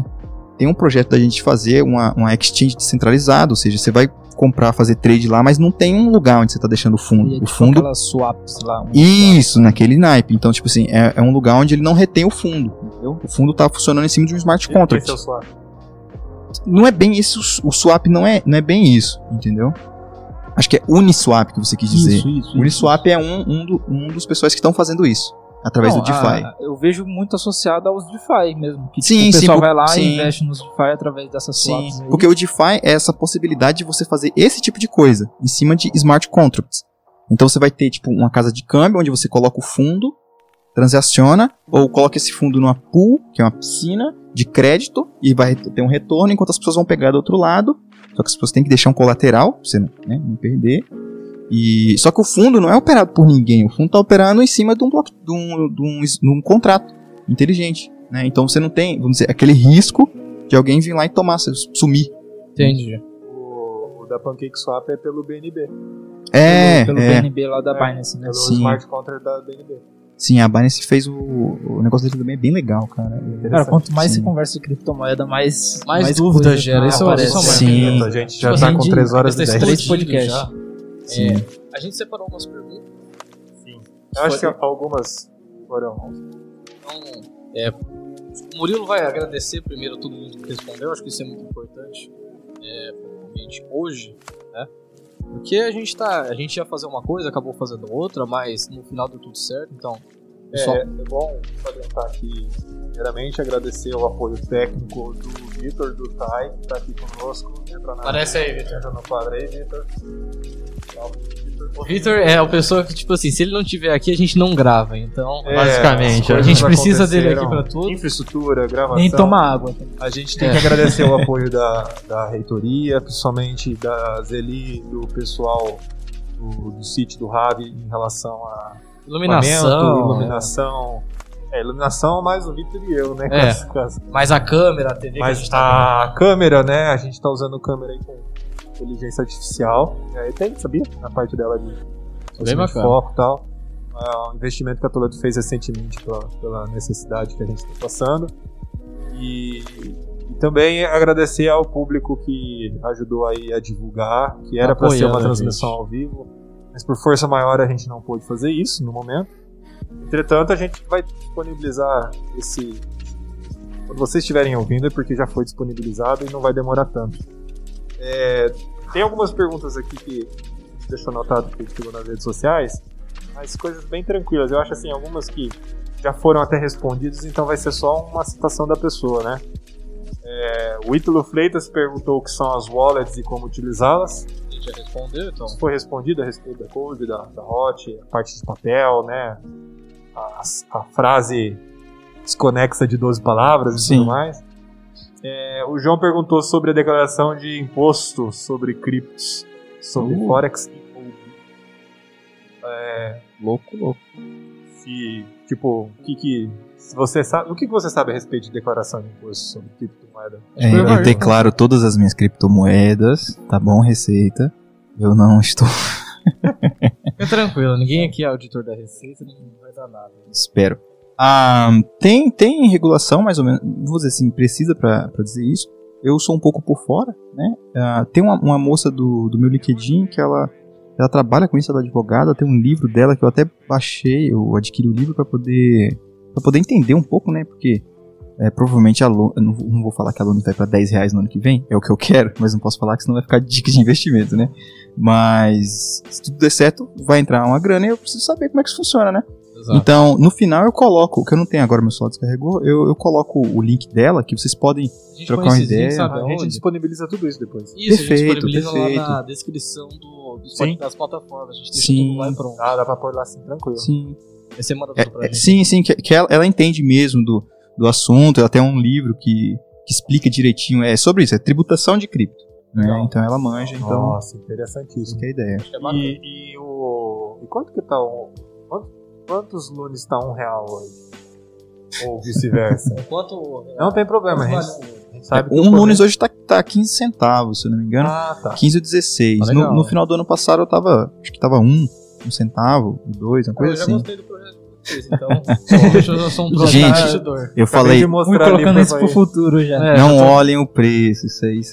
tem um projeto da gente fazer uma exchange descentralizada, ou seja, você vai comprar, fazer trade lá, mas não tem um lugar onde você tá deixando o fundo. O fundo... aquelas swaps lá. Isso, naquele naipe. Então, tipo assim, é um lugar onde ele não retém o fundo, entendeu? O fundo tá funcionando em cima de um smart contract. Esse é o swap. Não é bem isso, o swap não é bem isso, entendeu? Acho que é Uniswap que você quis dizer. Isso. Uniswap é um dos pessoas que estão fazendo isso, através do DeFi. Eu vejo muito associado aos DeFi mesmo. Que Sim, o pessoal vai lá sim. e investe nos DeFi através dessas swaps. Sim, porque o DeFi é essa possibilidade de você fazer esse tipo de coisa em cima de smart contracts. Então você vai ter tipo uma casa de câmbio onde você coloca o fundo, transaciona, ou coloca esse fundo numa pool, que é uma piscina de crédito, e vai ter um retorno enquanto as pessoas vão pegar do outro lado. Só que as pessoas têm que deixar um colateral, pra você não perder. Só que o fundo não é operado por ninguém. O fundo está operando em cima de um contrato inteligente. Né? Então você não tem, vamos dizer, aquele risco de alguém vir lá e tomar, sumir. Entendi. O da PancakeSwap é pelo BNB. Pelo BNB lá da Binance, né? Pelo Sim. smart contract da BNB. Sim, a Binance fez o negócio dele também é bem legal, cara. Cara, quanto mais Sim. você conversa de criptomoeda, mais dúvidas gera. Isso aparece. Sim. A gente já tá com 3 horas e 10. 3 podcasts. Já. Sim. A gente separou umas perguntas. Sim. Eu acho que algumas foram. Então, o Murilo vai agradecer primeiro todo mundo que respondeu. Acho que isso é muito importante, principalmente hoje, né? Porque a gente ia fazer uma coisa, acabou fazendo outra, mas no final deu tudo certo, então... É bom salientar aqui, primeiramente, agradecer o apoio técnico do Vitor, do Tai, que tá aqui conosco. Aparece aí, Vitor. Entra no quadro aí, Vitor. O Vitor é a pessoa que, tipo assim, se ele não estiver aqui, a gente não grava, então... basicamente, a gente precisa dele aqui pra tudo. Infraestrutura, gravação. Nem tomar água. A gente tem que agradecer o apoio da reitoria, principalmente da Zeli, do pessoal do sítio do Ravi em relação a iluminação. Iluminação mais o Vitor e eu, né? Mas a câmera, a TV mas que a gente tá a câmera, né? A gente tá usando câmera aí com inteligência artificial. Tem, sabia? Na parte dela de foco e tal. É um investimento que a Toledo fez recentemente pela necessidade que a gente está passando. E também agradecer ao público que ajudou aí a divulgar, que era para ser uma transmissão ao vivo, mas por força maior a gente não pôde fazer isso no momento. Entretanto, a gente vai disponibilizar esse... Quando vocês estiverem ouvindo é porque já foi disponibilizado e não vai demorar tanto. Tem algumas perguntas aqui que a gente deixou anotado que a gente pegou nas redes sociais, mas coisas bem tranquilas. Eu acho assim, algumas que já foram até respondidas, então vai ser só uma citação da pessoa, né? O Ítalo Freitas perguntou o que são as wallets e como utilizá-las. A gente já respondeu, então. Foi respondido a respeito da Code, da HOT, a parte de papel, né? A frase desconexa de 12 palavras e tudo mais. O João perguntou sobre a declaração de imposto sobre criptos, sobre Forex e Gold. Louco. Se, tipo, o que você sabe a respeito de declaração de imposto sobre criptomoeda? Eu declaro todas as minhas criptomoedas, tá bom, Receita? Eu não estou... Fica tranquilo, ninguém aqui é auditor da Receita, não vai dar nada. Espero. Tem regulação, mais ou menos, vou dizer assim, precisa pra dizer isso. Eu sou um pouco por fora, né? Tem uma moça do meu LinkedIn que ela trabalha com isso, ela é advogada, tem um livro dela que eu até baixei, eu adquiri o livro pra poder entender um pouco, né? Porque provavelmente eu não vou falar que a Luna vai pra R$10 no ano que vem, é o que eu quero, mas não posso falar que senão vai ficar dica de investimento, né? Mas se tudo der certo, vai entrar uma grana e eu preciso saber como é que isso funciona, né? Exato. Então, no final eu coloco, o que eu não tenho agora, meu celular descarregou, eu coloco o link dela, que vocês podem trocar uma ideia. A gente disponibiliza tudo isso depois. Isso, perfeito, a gente disponibiliza lá na descrição das plataformas, a gente deixa tudo lá e pronto. Dá pra pôr lá assim, tranquilo. Sim. Aí você manda tudo pra gente. Sim, que ela entende mesmo do assunto, ela tem um livro que explica direitinho, sobre isso, tributação de cripto. Né? Então ela manja, Nossa, interessantíssimo. Isso que é a ideia. E quanto que tá quantos lunes tá R$1 hoje? Ou vice-versa? Não tem problema, a gente sabe que lunes hoje tá 15 centavos, se eu não me engano. Tá. 15 ou 16. No final do ano passado acho que tava 1 centavo, 2, uma coisa assim. Eu já gostei do projeto de Então, eu sou um investidor. Eu falei, Muito colocando isso pro futuro já. não olhem o preço, isso aí.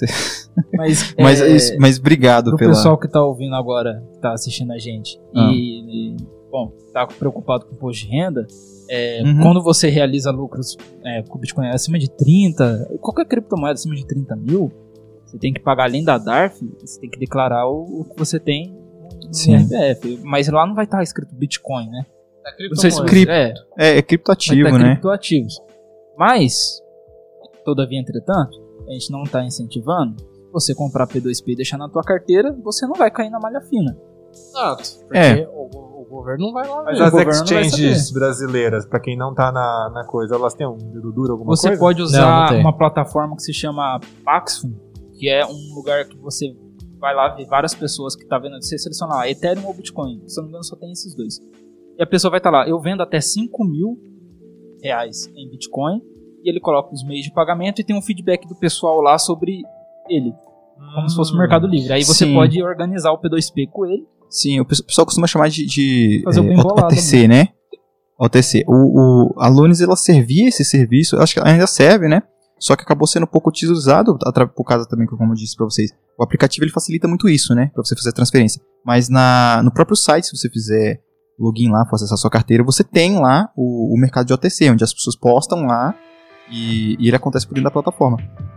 Mas obrigado pro pessoal que tá ouvindo agora, que tá assistindo a gente, e bom, tá preocupado com o imposto de renda, quando você realiza lucros com o Bitcoin acima de 30, qualquer criptomoeda acima de 30 mil, você tem que pagar além da DARF, você tem que declarar o que você tem no RPF. Mas lá não vai estar escrito Bitcoin, né? Não sei se é criptoativo, né? Criptoativos. Mas, todavia, entretanto, a gente não está incentivando você comprar P2P e deixar na tua carteira, você não vai cair na malha fina. Exato. Porque o governo não vai lá. Mas as exchanges brasileiras, pra quem não tá na coisa, elas têm um dedo duro, alguma coisa? Você pode usar uma plataforma que se chama Paxful, que é um lugar que você vai lá ver várias pessoas que tá vendo, você seleciona lá, Ethereum ou Bitcoin, se eu não me engano só tem esses dois. E a pessoa vai estar lá, eu vendo até 5 mil reais em Bitcoin, e ele coloca os meios de pagamento e tem um feedback do pessoal lá sobre ele, como se fosse o Mercado Livre. Aí você pode organizar o P2P com ele. Sim, o pessoal costuma chamar de OTC, né? OTC. A Lones, ela servia esse serviço, acho que ainda serve, né? Só que acabou sendo um pouco utilizado, por causa também, como eu disse pra vocês, o aplicativo ele facilita muito isso, né? Pra você fazer a transferência. Mas no próprio site, se você fizer login lá, for acessar a sua carteira, você tem lá o mercado de OTC, onde as pessoas postam lá e ele acontece por dentro da plataforma.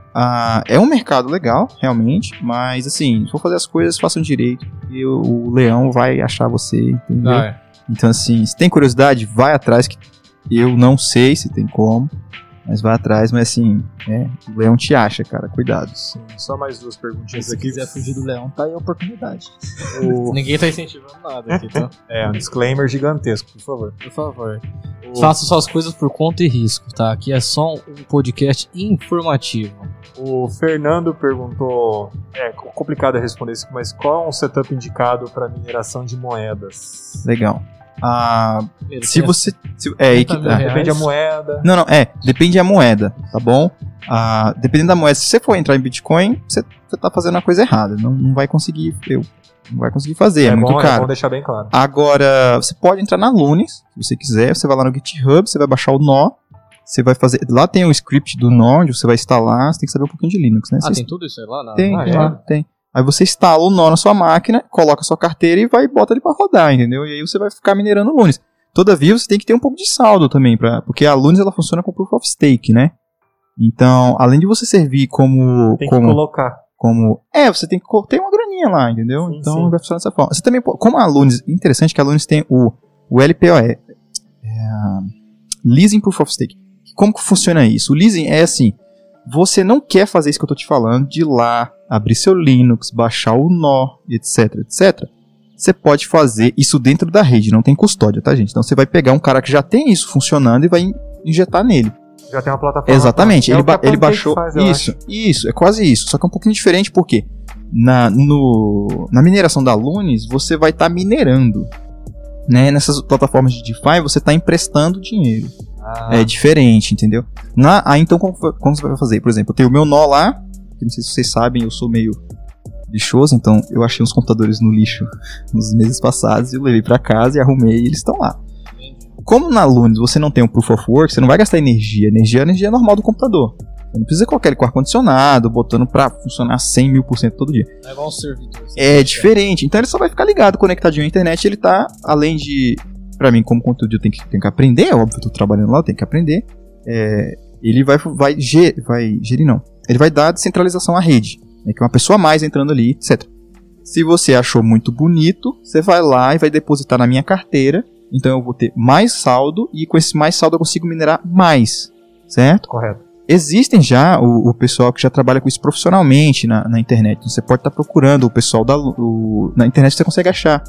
É um mercado legal, realmente, mas assim, se for fazer as coisas, façam direito e o leão vai achar você, entendeu? Então assim, se tem curiosidade, vai atrás, que eu não sei se tem como, mas vai atrás, mas assim, o leão te acha, cara, cuidado. Sim, só mais duas perguntinhas aqui. Se quiser fugir do leão, tá aí a oportunidade. Ninguém tá incentivando nada aqui, tá? Um disclaimer gigantesco, por favor. Por favor. Faça suas coisas por conta e risco, tá? Aqui é só um podcast informativo. O Fernando perguntou, complicado responder isso, mas qual é um setup indicado para mineração de moedas? Legal. Se você... Depende da moeda. Não, depende da moeda, tá bom? Dependendo da moeda, se você for entrar em Bitcoin, você tá fazendo a coisa errada. Não vai conseguir... Não vai conseguir fazer, é muito caro. É bom deixar bem claro. Agora, você pode entrar na Lunis, se você quiser. Você vai lá no GitHub, você vai baixar o nó. Você vai fazer... Lá tem o script do nó, onde você vai instalar. Você tem que saber um pouquinho de Linux, né? Tem tudo isso aí lá? Tem. Aí você instala o nó na sua máquina, coloca a sua carteira e bota ele pra rodar, entendeu? E aí você vai ficar minerando o Lunis. Todavia, você tem que ter um pouco de saldo também, porque a Lunis ela funciona com Proof of Stake, né? Então, além de você servir como... Tem que colocar. Você tem que ter uma graninha lá, entendeu? Sim, então vai funcionar dessa forma. Você também, como a Lunis, interessante que a Lunis tem o LPO, Leasing Proof of Stake. Como que funciona isso? O leasing é assim, você não quer fazer isso que eu tô te falando, de ir lá, abrir seu Linux, baixar o nó, etc, etc. Você pode fazer isso dentro da rede, não tem custódia, tá, gente? Então você vai pegar um cara que já tem isso funcionando e vai injetar nele. Já tem uma plataforma. Exatamente, ele baixou isso, é quase isso, só que é um pouquinho diferente porque na mineração da Lunis você vai estar minerando, né? Nessas plataformas de DeFi você está emprestando dinheiro. É diferente, entendeu? Então como você vai fazer? Por exemplo, eu tenho o meu nó lá, que não sei se vocês sabem, eu sou meio lixoso, então eu achei uns computadores no lixo nos meses passados e eu levei para casa e arrumei e eles estão lá. Como na Lunis você não tem um Proof of Work, você não vai gastar energia. Energia é normal do computador. Você não precisa colocar ele com ar-condicionado, botando pra funcionar 100.000% todo dia. É igual um servidor. É diferente. Então ele só vai ficar ligado, conectadinho à internet. Ele tá, além de... Pra mim, como conteúdo, eu tenho que aprender. É óbvio, eu tô trabalhando lá, eu tenho que aprender. Ele vai gerir, não. Ele vai dar descentralização à rede. Né, que é uma pessoa a mais entrando ali, etc. Se você achou muito bonito, você vai lá e vai depositar na minha carteira. Então eu vou ter mais saldo e com esse mais saldo eu consigo minerar mais, certo? Correto. Existem já o pessoal que já trabalha com isso profissionalmente na internet. Então, você pode estar procurando o pessoal na internet, você consegue achar.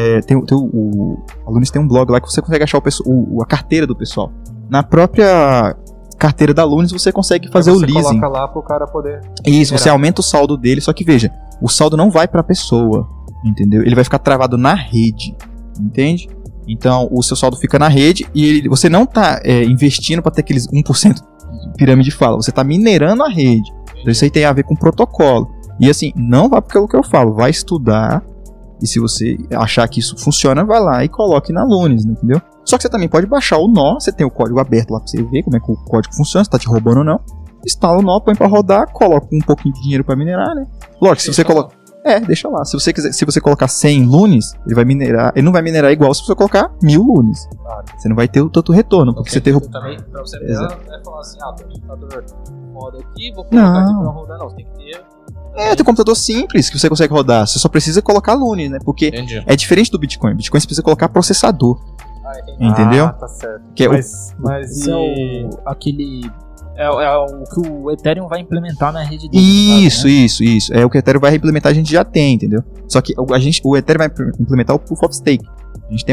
A Lunis tem um blog lá que você consegue achar a carteira do pessoal. Na própria carteira da Lunis você consegue fazer o leasing. Você coloca lá para o cara poder... Isso, você aumenta o saldo dele, só que veja, o saldo não vai para a pessoa, entendeu? Ele vai ficar travado na rede, entende? Então, o seu saldo fica na rede e você não está investindo para ter aqueles 1% de pirâmide fala. Você está minerando a rede. Então, isso aí tem a ver com protocolo. E assim, não vá porque é o que eu falo. Vai estudar, E se você achar que isso funciona, vai lá e coloque na Lunis, entendeu? Só que você também pode baixar o nó, você tem o código aberto lá pra você ver como é que o código funciona, se tá te roubando ou não. Instala o nó, põe pra rodar, coloca um pouquinho de dinheiro pra minerar, né? Lógico, se você coloca... deixa lá. Se você colocar 100 lunes, ele vai minerar. Ele não vai minerar igual se você colocar 1000 lunes. Claro. Você não vai ter tanto retorno, porque você tem... Também, pra você ver, não é falar assim, tem um computador roda aqui, vou colocar aqui pra rodar. Não, você tem que ter... tem um computador simples que você consegue rodar. Você só precisa colocar lunes, né? Porque é diferente do Bitcoin. Bitcoin você precisa colocar processador. Entendeu? Tá certo. Que mas isso é aquele... É o que o Ethereum vai implementar na rede dele. Isso. É o que o Ethereum vai implementar, a gente já tem, entendeu? Só que o Ethereum vai implementar o Proof of Stake. A gente tem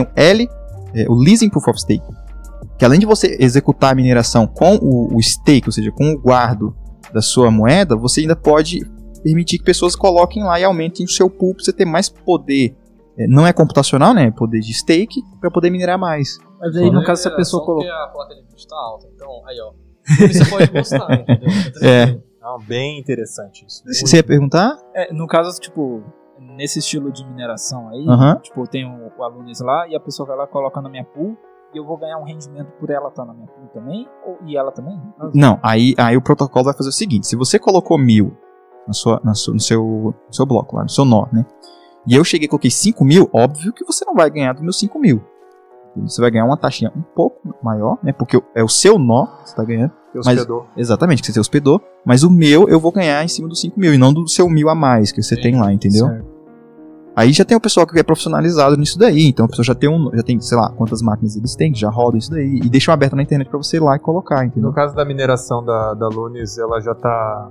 o Leasing Proof of Stake. Que além de você executar a mineração com o stake, ou seja, com o guardo da sua moeda, você ainda pode permitir que pessoas coloquem lá e aumentem o seu pool para você ter mais poder. Não é computacional, né? É poder de stake para poder minerar mais. Mas aí, no caso, se a pessoa colocar... a placa de vídeo está alta, então, aí, ó. Você pode mostrar, entendeu? Não, bem interessante isso. Você ia perguntar? No caso, tipo, nesse estilo de mineração aí, tipo, eu tenho o Alunis lá e a pessoa vai lá e coloca na minha pool e eu vou ganhar um rendimento por ela estar na minha pool também? E ela também? Não, aí o protocolo vai fazer o seguinte: se você colocou 1000 no seu bloco lá, no seu nó, né? E eu cheguei e coloquei 5.000, óbvio que você não vai ganhar dos meus 5.000. Você vai ganhar uma taxinha um pouco maior, né? Porque é o seu nó que você tá ganhando. Exatamente, que você hospedou. Mas o meu eu vou ganhar em cima dos 5.000 e não do seu 1.000 a mais que você tem lá, entendeu? Certo. Aí já tem o pessoal que é profissionalizado nisso daí. Então a pessoa já tem, sei lá, quantas máquinas eles têm, que já rodam isso daí. E deixam aberto na internet pra você ir lá e colocar, entendeu? No caso da mineração da Lunis, ela já tá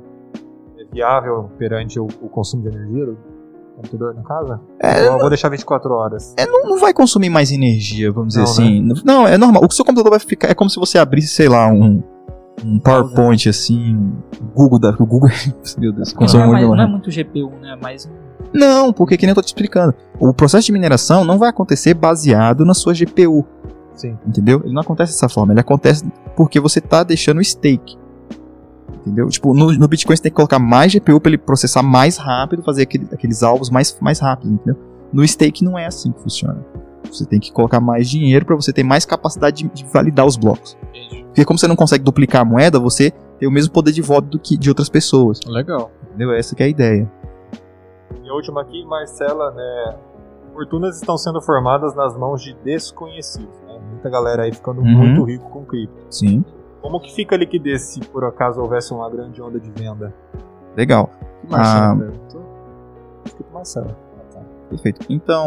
viável perante o consumo de energia do computador na casa? Eu vou deixar 24 horas. Não vai consumir mais energia, vamos dizer assim. Né? Não, é normal. O seu computador vai ficar... É como se você abrisse, sei lá, um PowerPoint, assim... O Google... Meu Deus, consome muito. Não é muito GPU, né? Mas... Não, porque que nem eu tô te explicando. O processo de mineração não vai acontecer baseado na sua GPU. Sim. Entendeu? Ele não acontece dessa forma. Ele acontece porque você tá deixando o stake. Entendeu? Tipo, no Bitcoin você tem que colocar mais GPU pra ele processar mais rápido, fazer aqueles alvos mais rápido, entendeu? No stake não é assim que funciona. Você tem que colocar mais dinheiro pra você ter mais capacidade de validar os blocos. Porque como você não consegue duplicar a moeda, você tem o mesmo poder de voto do que de outras pessoas. Legal. Entendeu? Essa que é a ideia. E a última aqui, Marcela, né? Fortunas estão sendo formadas nas mãos de desconhecidos, né? Muita galera aí ficando muito rico com cripto. Sim. Como que fica a liquidez se por acaso houvesse uma grande onda de venda? Legal. Marcelo perguntou. Acho que é Marcelo. Perfeito. Então,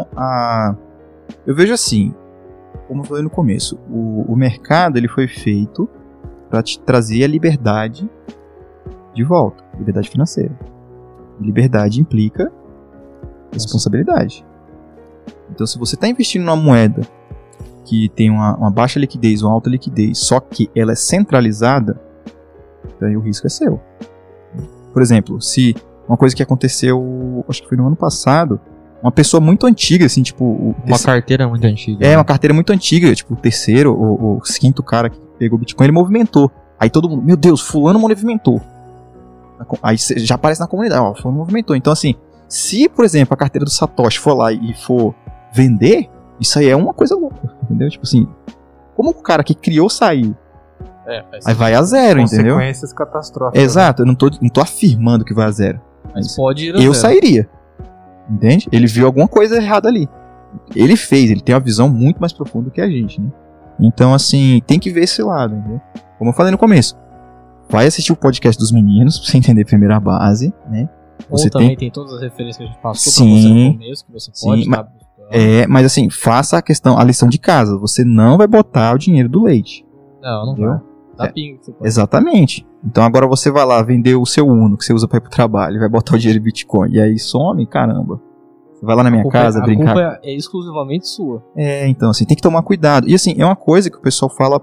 eu vejo assim, como eu falei no começo, o mercado ele foi feito para te trazer a liberdade de volta, liberdade financeira. Liberdade implica responsabilidade. Então, se você está investindo numa moeda que tem uma baixa liquidez ou uma alta liquidez, só que ela é centralizada, daí o risco é seu. Por exemplo, se uma coisa que aconteceu, acho que foi no ano passado, uma pessoa muito antiga, assim, tipo... Uma carteira muito antiga. Uma carteira muito antiga, tipo, o terceiro ou o quinto cara que pegou o Bitcoin, ele movimentou. Aí todo mundo, meu Deus, fulano movimentou. Aí já aparece na comunidade, ó, fulano movimentou. Então, assim, se, por exemplo, a carteira do Satoshi for lá e for vender, isso aí é uma coisa louca, entendeu? Tipo assim, como o cara que criou saiu, aí vai a zero, entendeu? Consequências catastróficas. Exato, eu não tô afirmando que vai a zero. Mas pode ir a eu zero. Sairia, entende? Ele viu alguma coisa errada ali. Ele tem uma visão muito mais profunda que a gente, né? Então, assim, tem que ver esse lado, entendeu? Como eu falei no começo, vai assistir o podcast dos meninos pra você entender primeiro a base, né? Você também tem todas as referências que a gente passou pra você no começo, que você pode estar... mas assim, faça a lição de casa. Você não vai botar o dinheiro do leite. Não vai. Dá pingo que você pode. Exatamente. Então agora você vai lá vender o seu Uno que você usa pra ir pro trabalho, vai botar o dinheiro em Bitcoin. E aí some, caramba. Você vai lá na minha casa brincar. A culpa é exclusivamente sua. Então assim, tem que tomar cuidado. E assim, é uma coisa que o pessoal fala...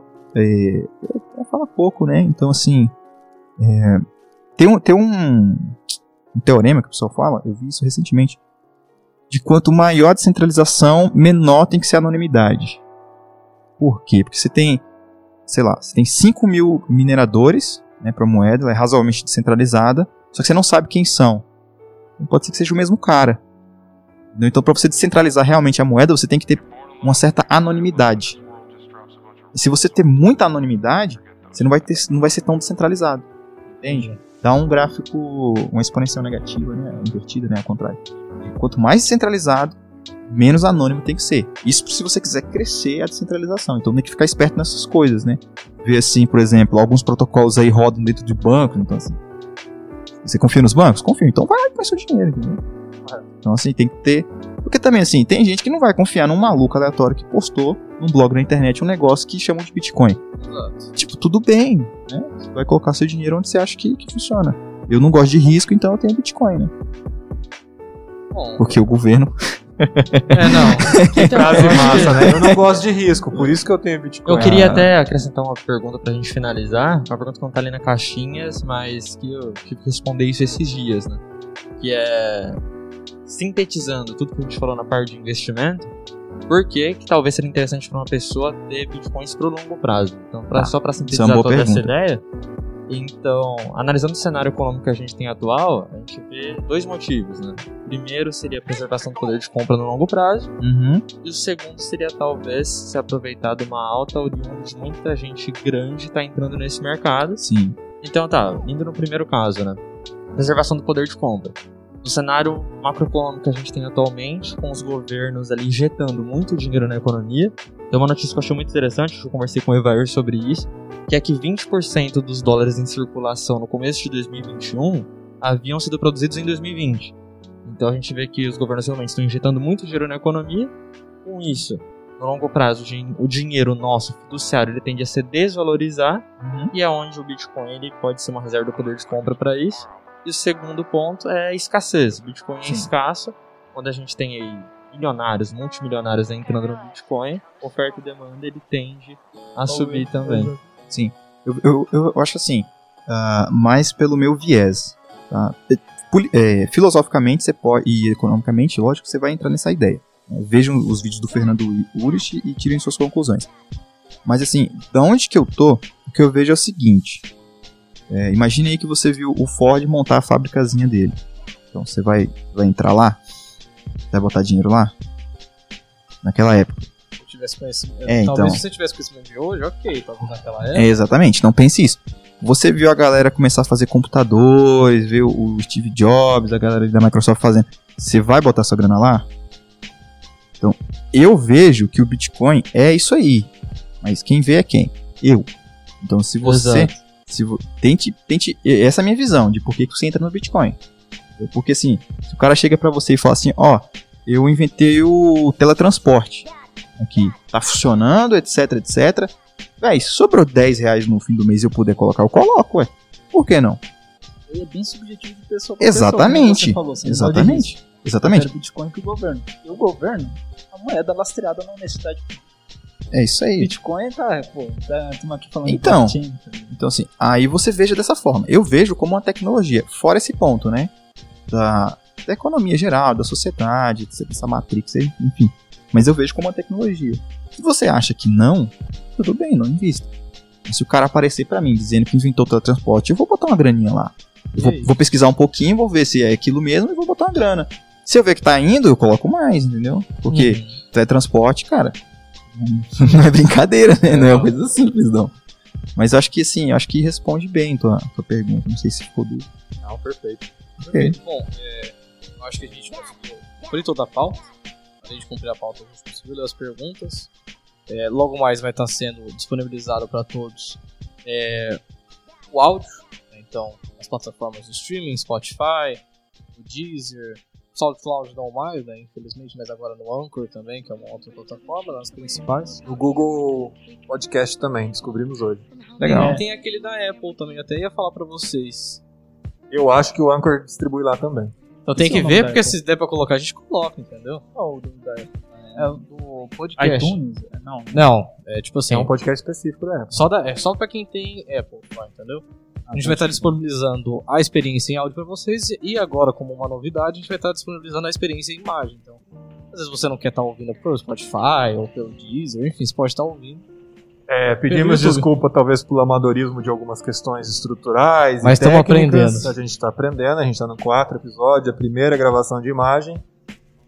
fala pouco, né? Então assim... Tem um teorema que o pessoal fala, eu vi isso recentemente, de quanto maior a descentralização, menor tem que ser a anonimidade. Por quê? Porque você tem, sei lá, você tem 5.000 mineradores, né, para moeda, ela é razoavelmente descentralizada, só que você não sabe quem são. Então pode ser que seja o mesmo cara. Então, para você descentralizar realmente a moeda, você tem que ter uma certa anonimidade. E se você ter muita anonimidade, você não vai ser tão descentralizado. Entende? Dá um gráfico, uma exponencial negativa, né? Invertida, né? Ao contrário. E quanto mais descentralizado, menos anônimo tem que ser. Isso se você quiser crescer a descentralização. Então tem que ficar esperto nessas coisas, né? Ver assim, por exemplo, alguns protocolos aí rodam dentro de banco. Então assim, você confia nos bancos? Confio. Então vai lá e põe seu dinheiro, entendeu? Então assim, tem que ter... Porque também assim, tem gente que não vai confiar num maluco aleatório que postou num blog na internet um negócio que chamam de Bitcoin. Exato. Tipo, tudo bem, né? Você vai colocar seu dinheiro onde você acha que funciona. Eu não gosto de risco, então eu tenho Bitcoin, né? Bom, Porque o governo... não. Que frase massa, né? Eu não gosto de risco, por isso que eu tenho Bitcoin. Eu queria até acrescentar uma pergunta pra gente finalizar. Uma pergunta que não tá ali na caixinhas, mas que eu tive que responder isso esses dias, né? Que é... sintetizando tudo que a gente falou na parte de investimento, por que talvez seria interessante para uma pessoa ter bitcoins pro longo prazo? Então, só para sintetizar toda essa ideia, então, analisando o cenário econômico que a gente tem atual, a gente vê dois motivos, né? O primeiro seria a preservação do poder de compra no longo prazo, e o segundo seria talvez se aproveitar de uma alta oriunda de muita gente grande tá entrando nesse mercado. Sim. Então tá, indo no primeiro caso, né? Preservação do poder de compra. No cenário macroeconômico que a gente tem atualmente, com os governos ali injetando muito dinheiro na economia, tem uma notícia que eu achei muito interessante, eu conversei com o Evair sobre isso, que é que 20% dos dólares em circulação no começo de 2021 haviam sido produzidos em 2020. Então a gente vê que os governos realmente estão injetando muito dinheiro na economia. Com isso, no longo prazo, o dinheiro nosso fiduciário ele tende a se desvalorizar, e é onde o Bitcoin ele pode ser uma reserva do poder de compra para isso. E o segundo ponto é a escassez. O Bitcoin é escasso, quando a gente tem aí milionários, multimilionários entrando no Bitcoin, oferta e demanda ele tende a subir também. Sim, eu acho assim, mais pelo meu viés, tá? Filosoficamente você pode, e economicamente, lógico, você vai entrar nessa ideia. Vejam os vídeos do Fernando Urich e tirem suas conclusões. Mas assim, da onde que eu tô, o que eu vejo é o seguinte... imagine aí que você viu o Ford montar a fábricazinha dele. Então você vai entrar lá, vai botar dinheiro lá, naquela época. Se eu tivesse conhecimento, então, talvez se você tivesse conhecimento de hoje, ok, talvez naquela época. Exatamente, não pense isso. Você viu a galera começar a fazer computadores, viu o Steve Jobs, a galera da Microsoft fazendo. Você vai botar sua grana lá? Então, eu vejo que o Bitcoin é isso aí. Mas quem vê é quem? Eu. Então, se você... Tente, essa é a minha visão de por que você entra no Bitcoin. Porque assim, se o cara chega pra você e fala assim, eu inventei o teletransporte aqui, tá funcionando, etc, etc. Véi, sobrou R$10 no fim do mês e eu puder colocar, eu coloco, ué. Por que não? Ele é bem subjetivo de pessoa pra exatamente, pessoa, como você falou, exatamente. Exatamente. O Bitcoin que o governo. E o governo, a moeda lastreada na honestidade. É isso aí. Bitcoin estamos aqui falando então, de blockchain. Então assim, aí você veja dessa forma. Eu vejo como uma tecnologia, fora esse ponto, né? Da economia geral, da sociedade, dessa matrix, enfim. Mas eu vejo como uma tecnologia. Se você acha que não, tudo bem, não invista. Mas se o cara aparecer pra mim dizendo que inventou o teletransporte, eu vou botar uma graninha lá. Eu vou pesquisar um pouquinho, vou ver se é aquilo mesmo e vou botar uma grana. Se eu ver que tá indo, eu coloco mais, entendeu? Porque teletransporte, cara, não é brincadeira, né? Não é uma coisa simples, não. Mas acho que assim, acho que responde bem tua pergunta. Não sei se ficou dúvida. Não, perfeito. Okay. Bom, eu acho que a gente conseguiu cumprir toda a pauta. Além de cumprir a pauta, a gente conseguiu ler as perguntas. Logo mais vai estar sendo disponibilizado para todos o áudio. Então, as plataformas de streaming, Spotify, o Deezer, o SoundCloud não mais, né, infelizmente, mas agora no Anchor também, que é uma outra plataforma, nas principais. O Google Podcast também, descobrimos hoje. Legal. Tem aquele da Apple também, até ia falar para vocês. Eu acho que o Anchor distribui lá também. Então tem que ver, porque se der pra colocar, a gente coloca, entendeu? Qual o da Apple? É o do podcast? iTunes? Não, é tipo assim... É um podcast específico da Apple. Só pra quem tem Apple, entendeu? A gente vai estar disponibilizando a experiência em áudio pra vocês e agora, como uma novidade, a gente vai estar disponibilizando a experiência em imagem. Então, às vezes você não quer estar ouvindo pelo Spotify ou pelo Deezer, enfim, você pode estar ouvindo. Pedimos desculpa talvez pelo amadorismo de algumas questões estruturais. Mas estamos aprendendo. A gente está aprendendo, a gente está no 4º episódio, a primeira gravação de imagem.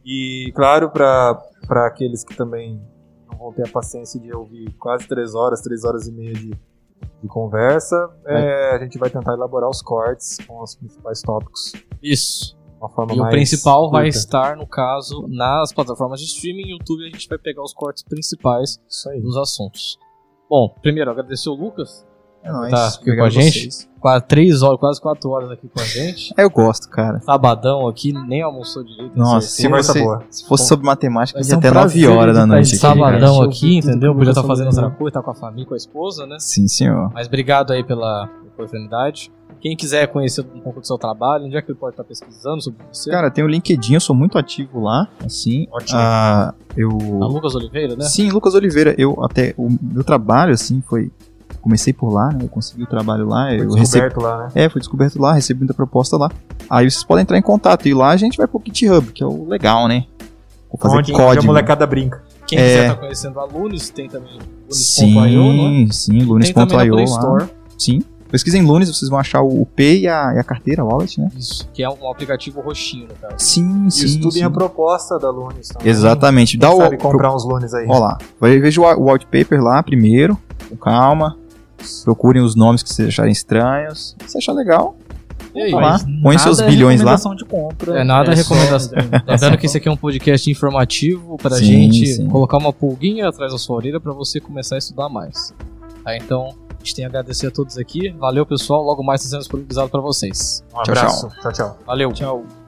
E, claro, para aqueles que também não vão ter a paciência de ouvir quase 3 horas e meia de conversa, a gente vai tentar elaborar os cortes com os principais tópicos. Isso. Uma forma E mais o principal curta. vai estar, no caso, nas plataformas de streaming. YouTube a gente vai pegar os cortes principais Isso aí. dos assuntos. Bom, primeiro, agradecer o Lucas. É nóis. Tá aqui Obrigado com a gente. vocês. Quase 4 horas aqui com a gente. Eu gosto, cara. Sabadão aqui, nem almoçou direito. Nossa, se conversa boa. se fosse sobre matemática, Vai ia ser um até 9 prazer horas da editar noite esse aqui. Sabadão cara. aqui, entendeu? tudo Podia que estar você fazendo falou. outra coisa, tá com a família, com a esposa, né? Sim, senhor. Mas obrigado aí pela oportunidade. Quem quiser conhecer um pouco do seu trabalho, onde é que ele pode estar pesquisando sobre você? Cara, tem o LinkedIn, eu sou muito ativo lá, assim. Ótimo. A Lucas Oliveira, né? Sim, Lucas Oliveira. O meu trabalho, assim, foi... Comecei por lá, né? Eu consegui o trabalho lá. Eu Descoberto lá, né? fui descoberto lá, recebi muita proposta lá. Aí vocês podem entrar em contato. E lá a gente vai pro GitHub, que é o legal, né? Vou fazer Onde a código. molecada brinca. Quem quiser estar conhecendo a Lunes, tem também lunes.io, né? Sim, Tem também na lunes.io Play lá. Store. Sim. Pesquisem Lunes, vocês vão achar o P e a carteira, o wallet, né? Isso, que é um aplicativo roxinho, no caso. Sim, Isso tudo sim. em a proposta da Lunes também. Exatamente. Dá Quem o... sabe comprar uns Lunes aí. Ó lá. Veja o white paper lá primeiro, com calma. Procurem os nomes que vocês acharem estranhos. Se achar legal, E aí? vamos lá. Mas Põe nada seus é bilhões lá. recomendação de compra. É nada só- recomendação. é Lembrando só- que esse aqui é um podcast informativo pra Sim, gente sim. colocar uma pulguinha atrás da sua orelha pra você começar a estudar mais. Tá, então, a gente tem a agradecer a todos aqui. Valeu, pessoal. Logo mais está sendo disponibilizado pra vocês. Um Tchau, abraço. Tchau, tchau. Valeu. Tchau.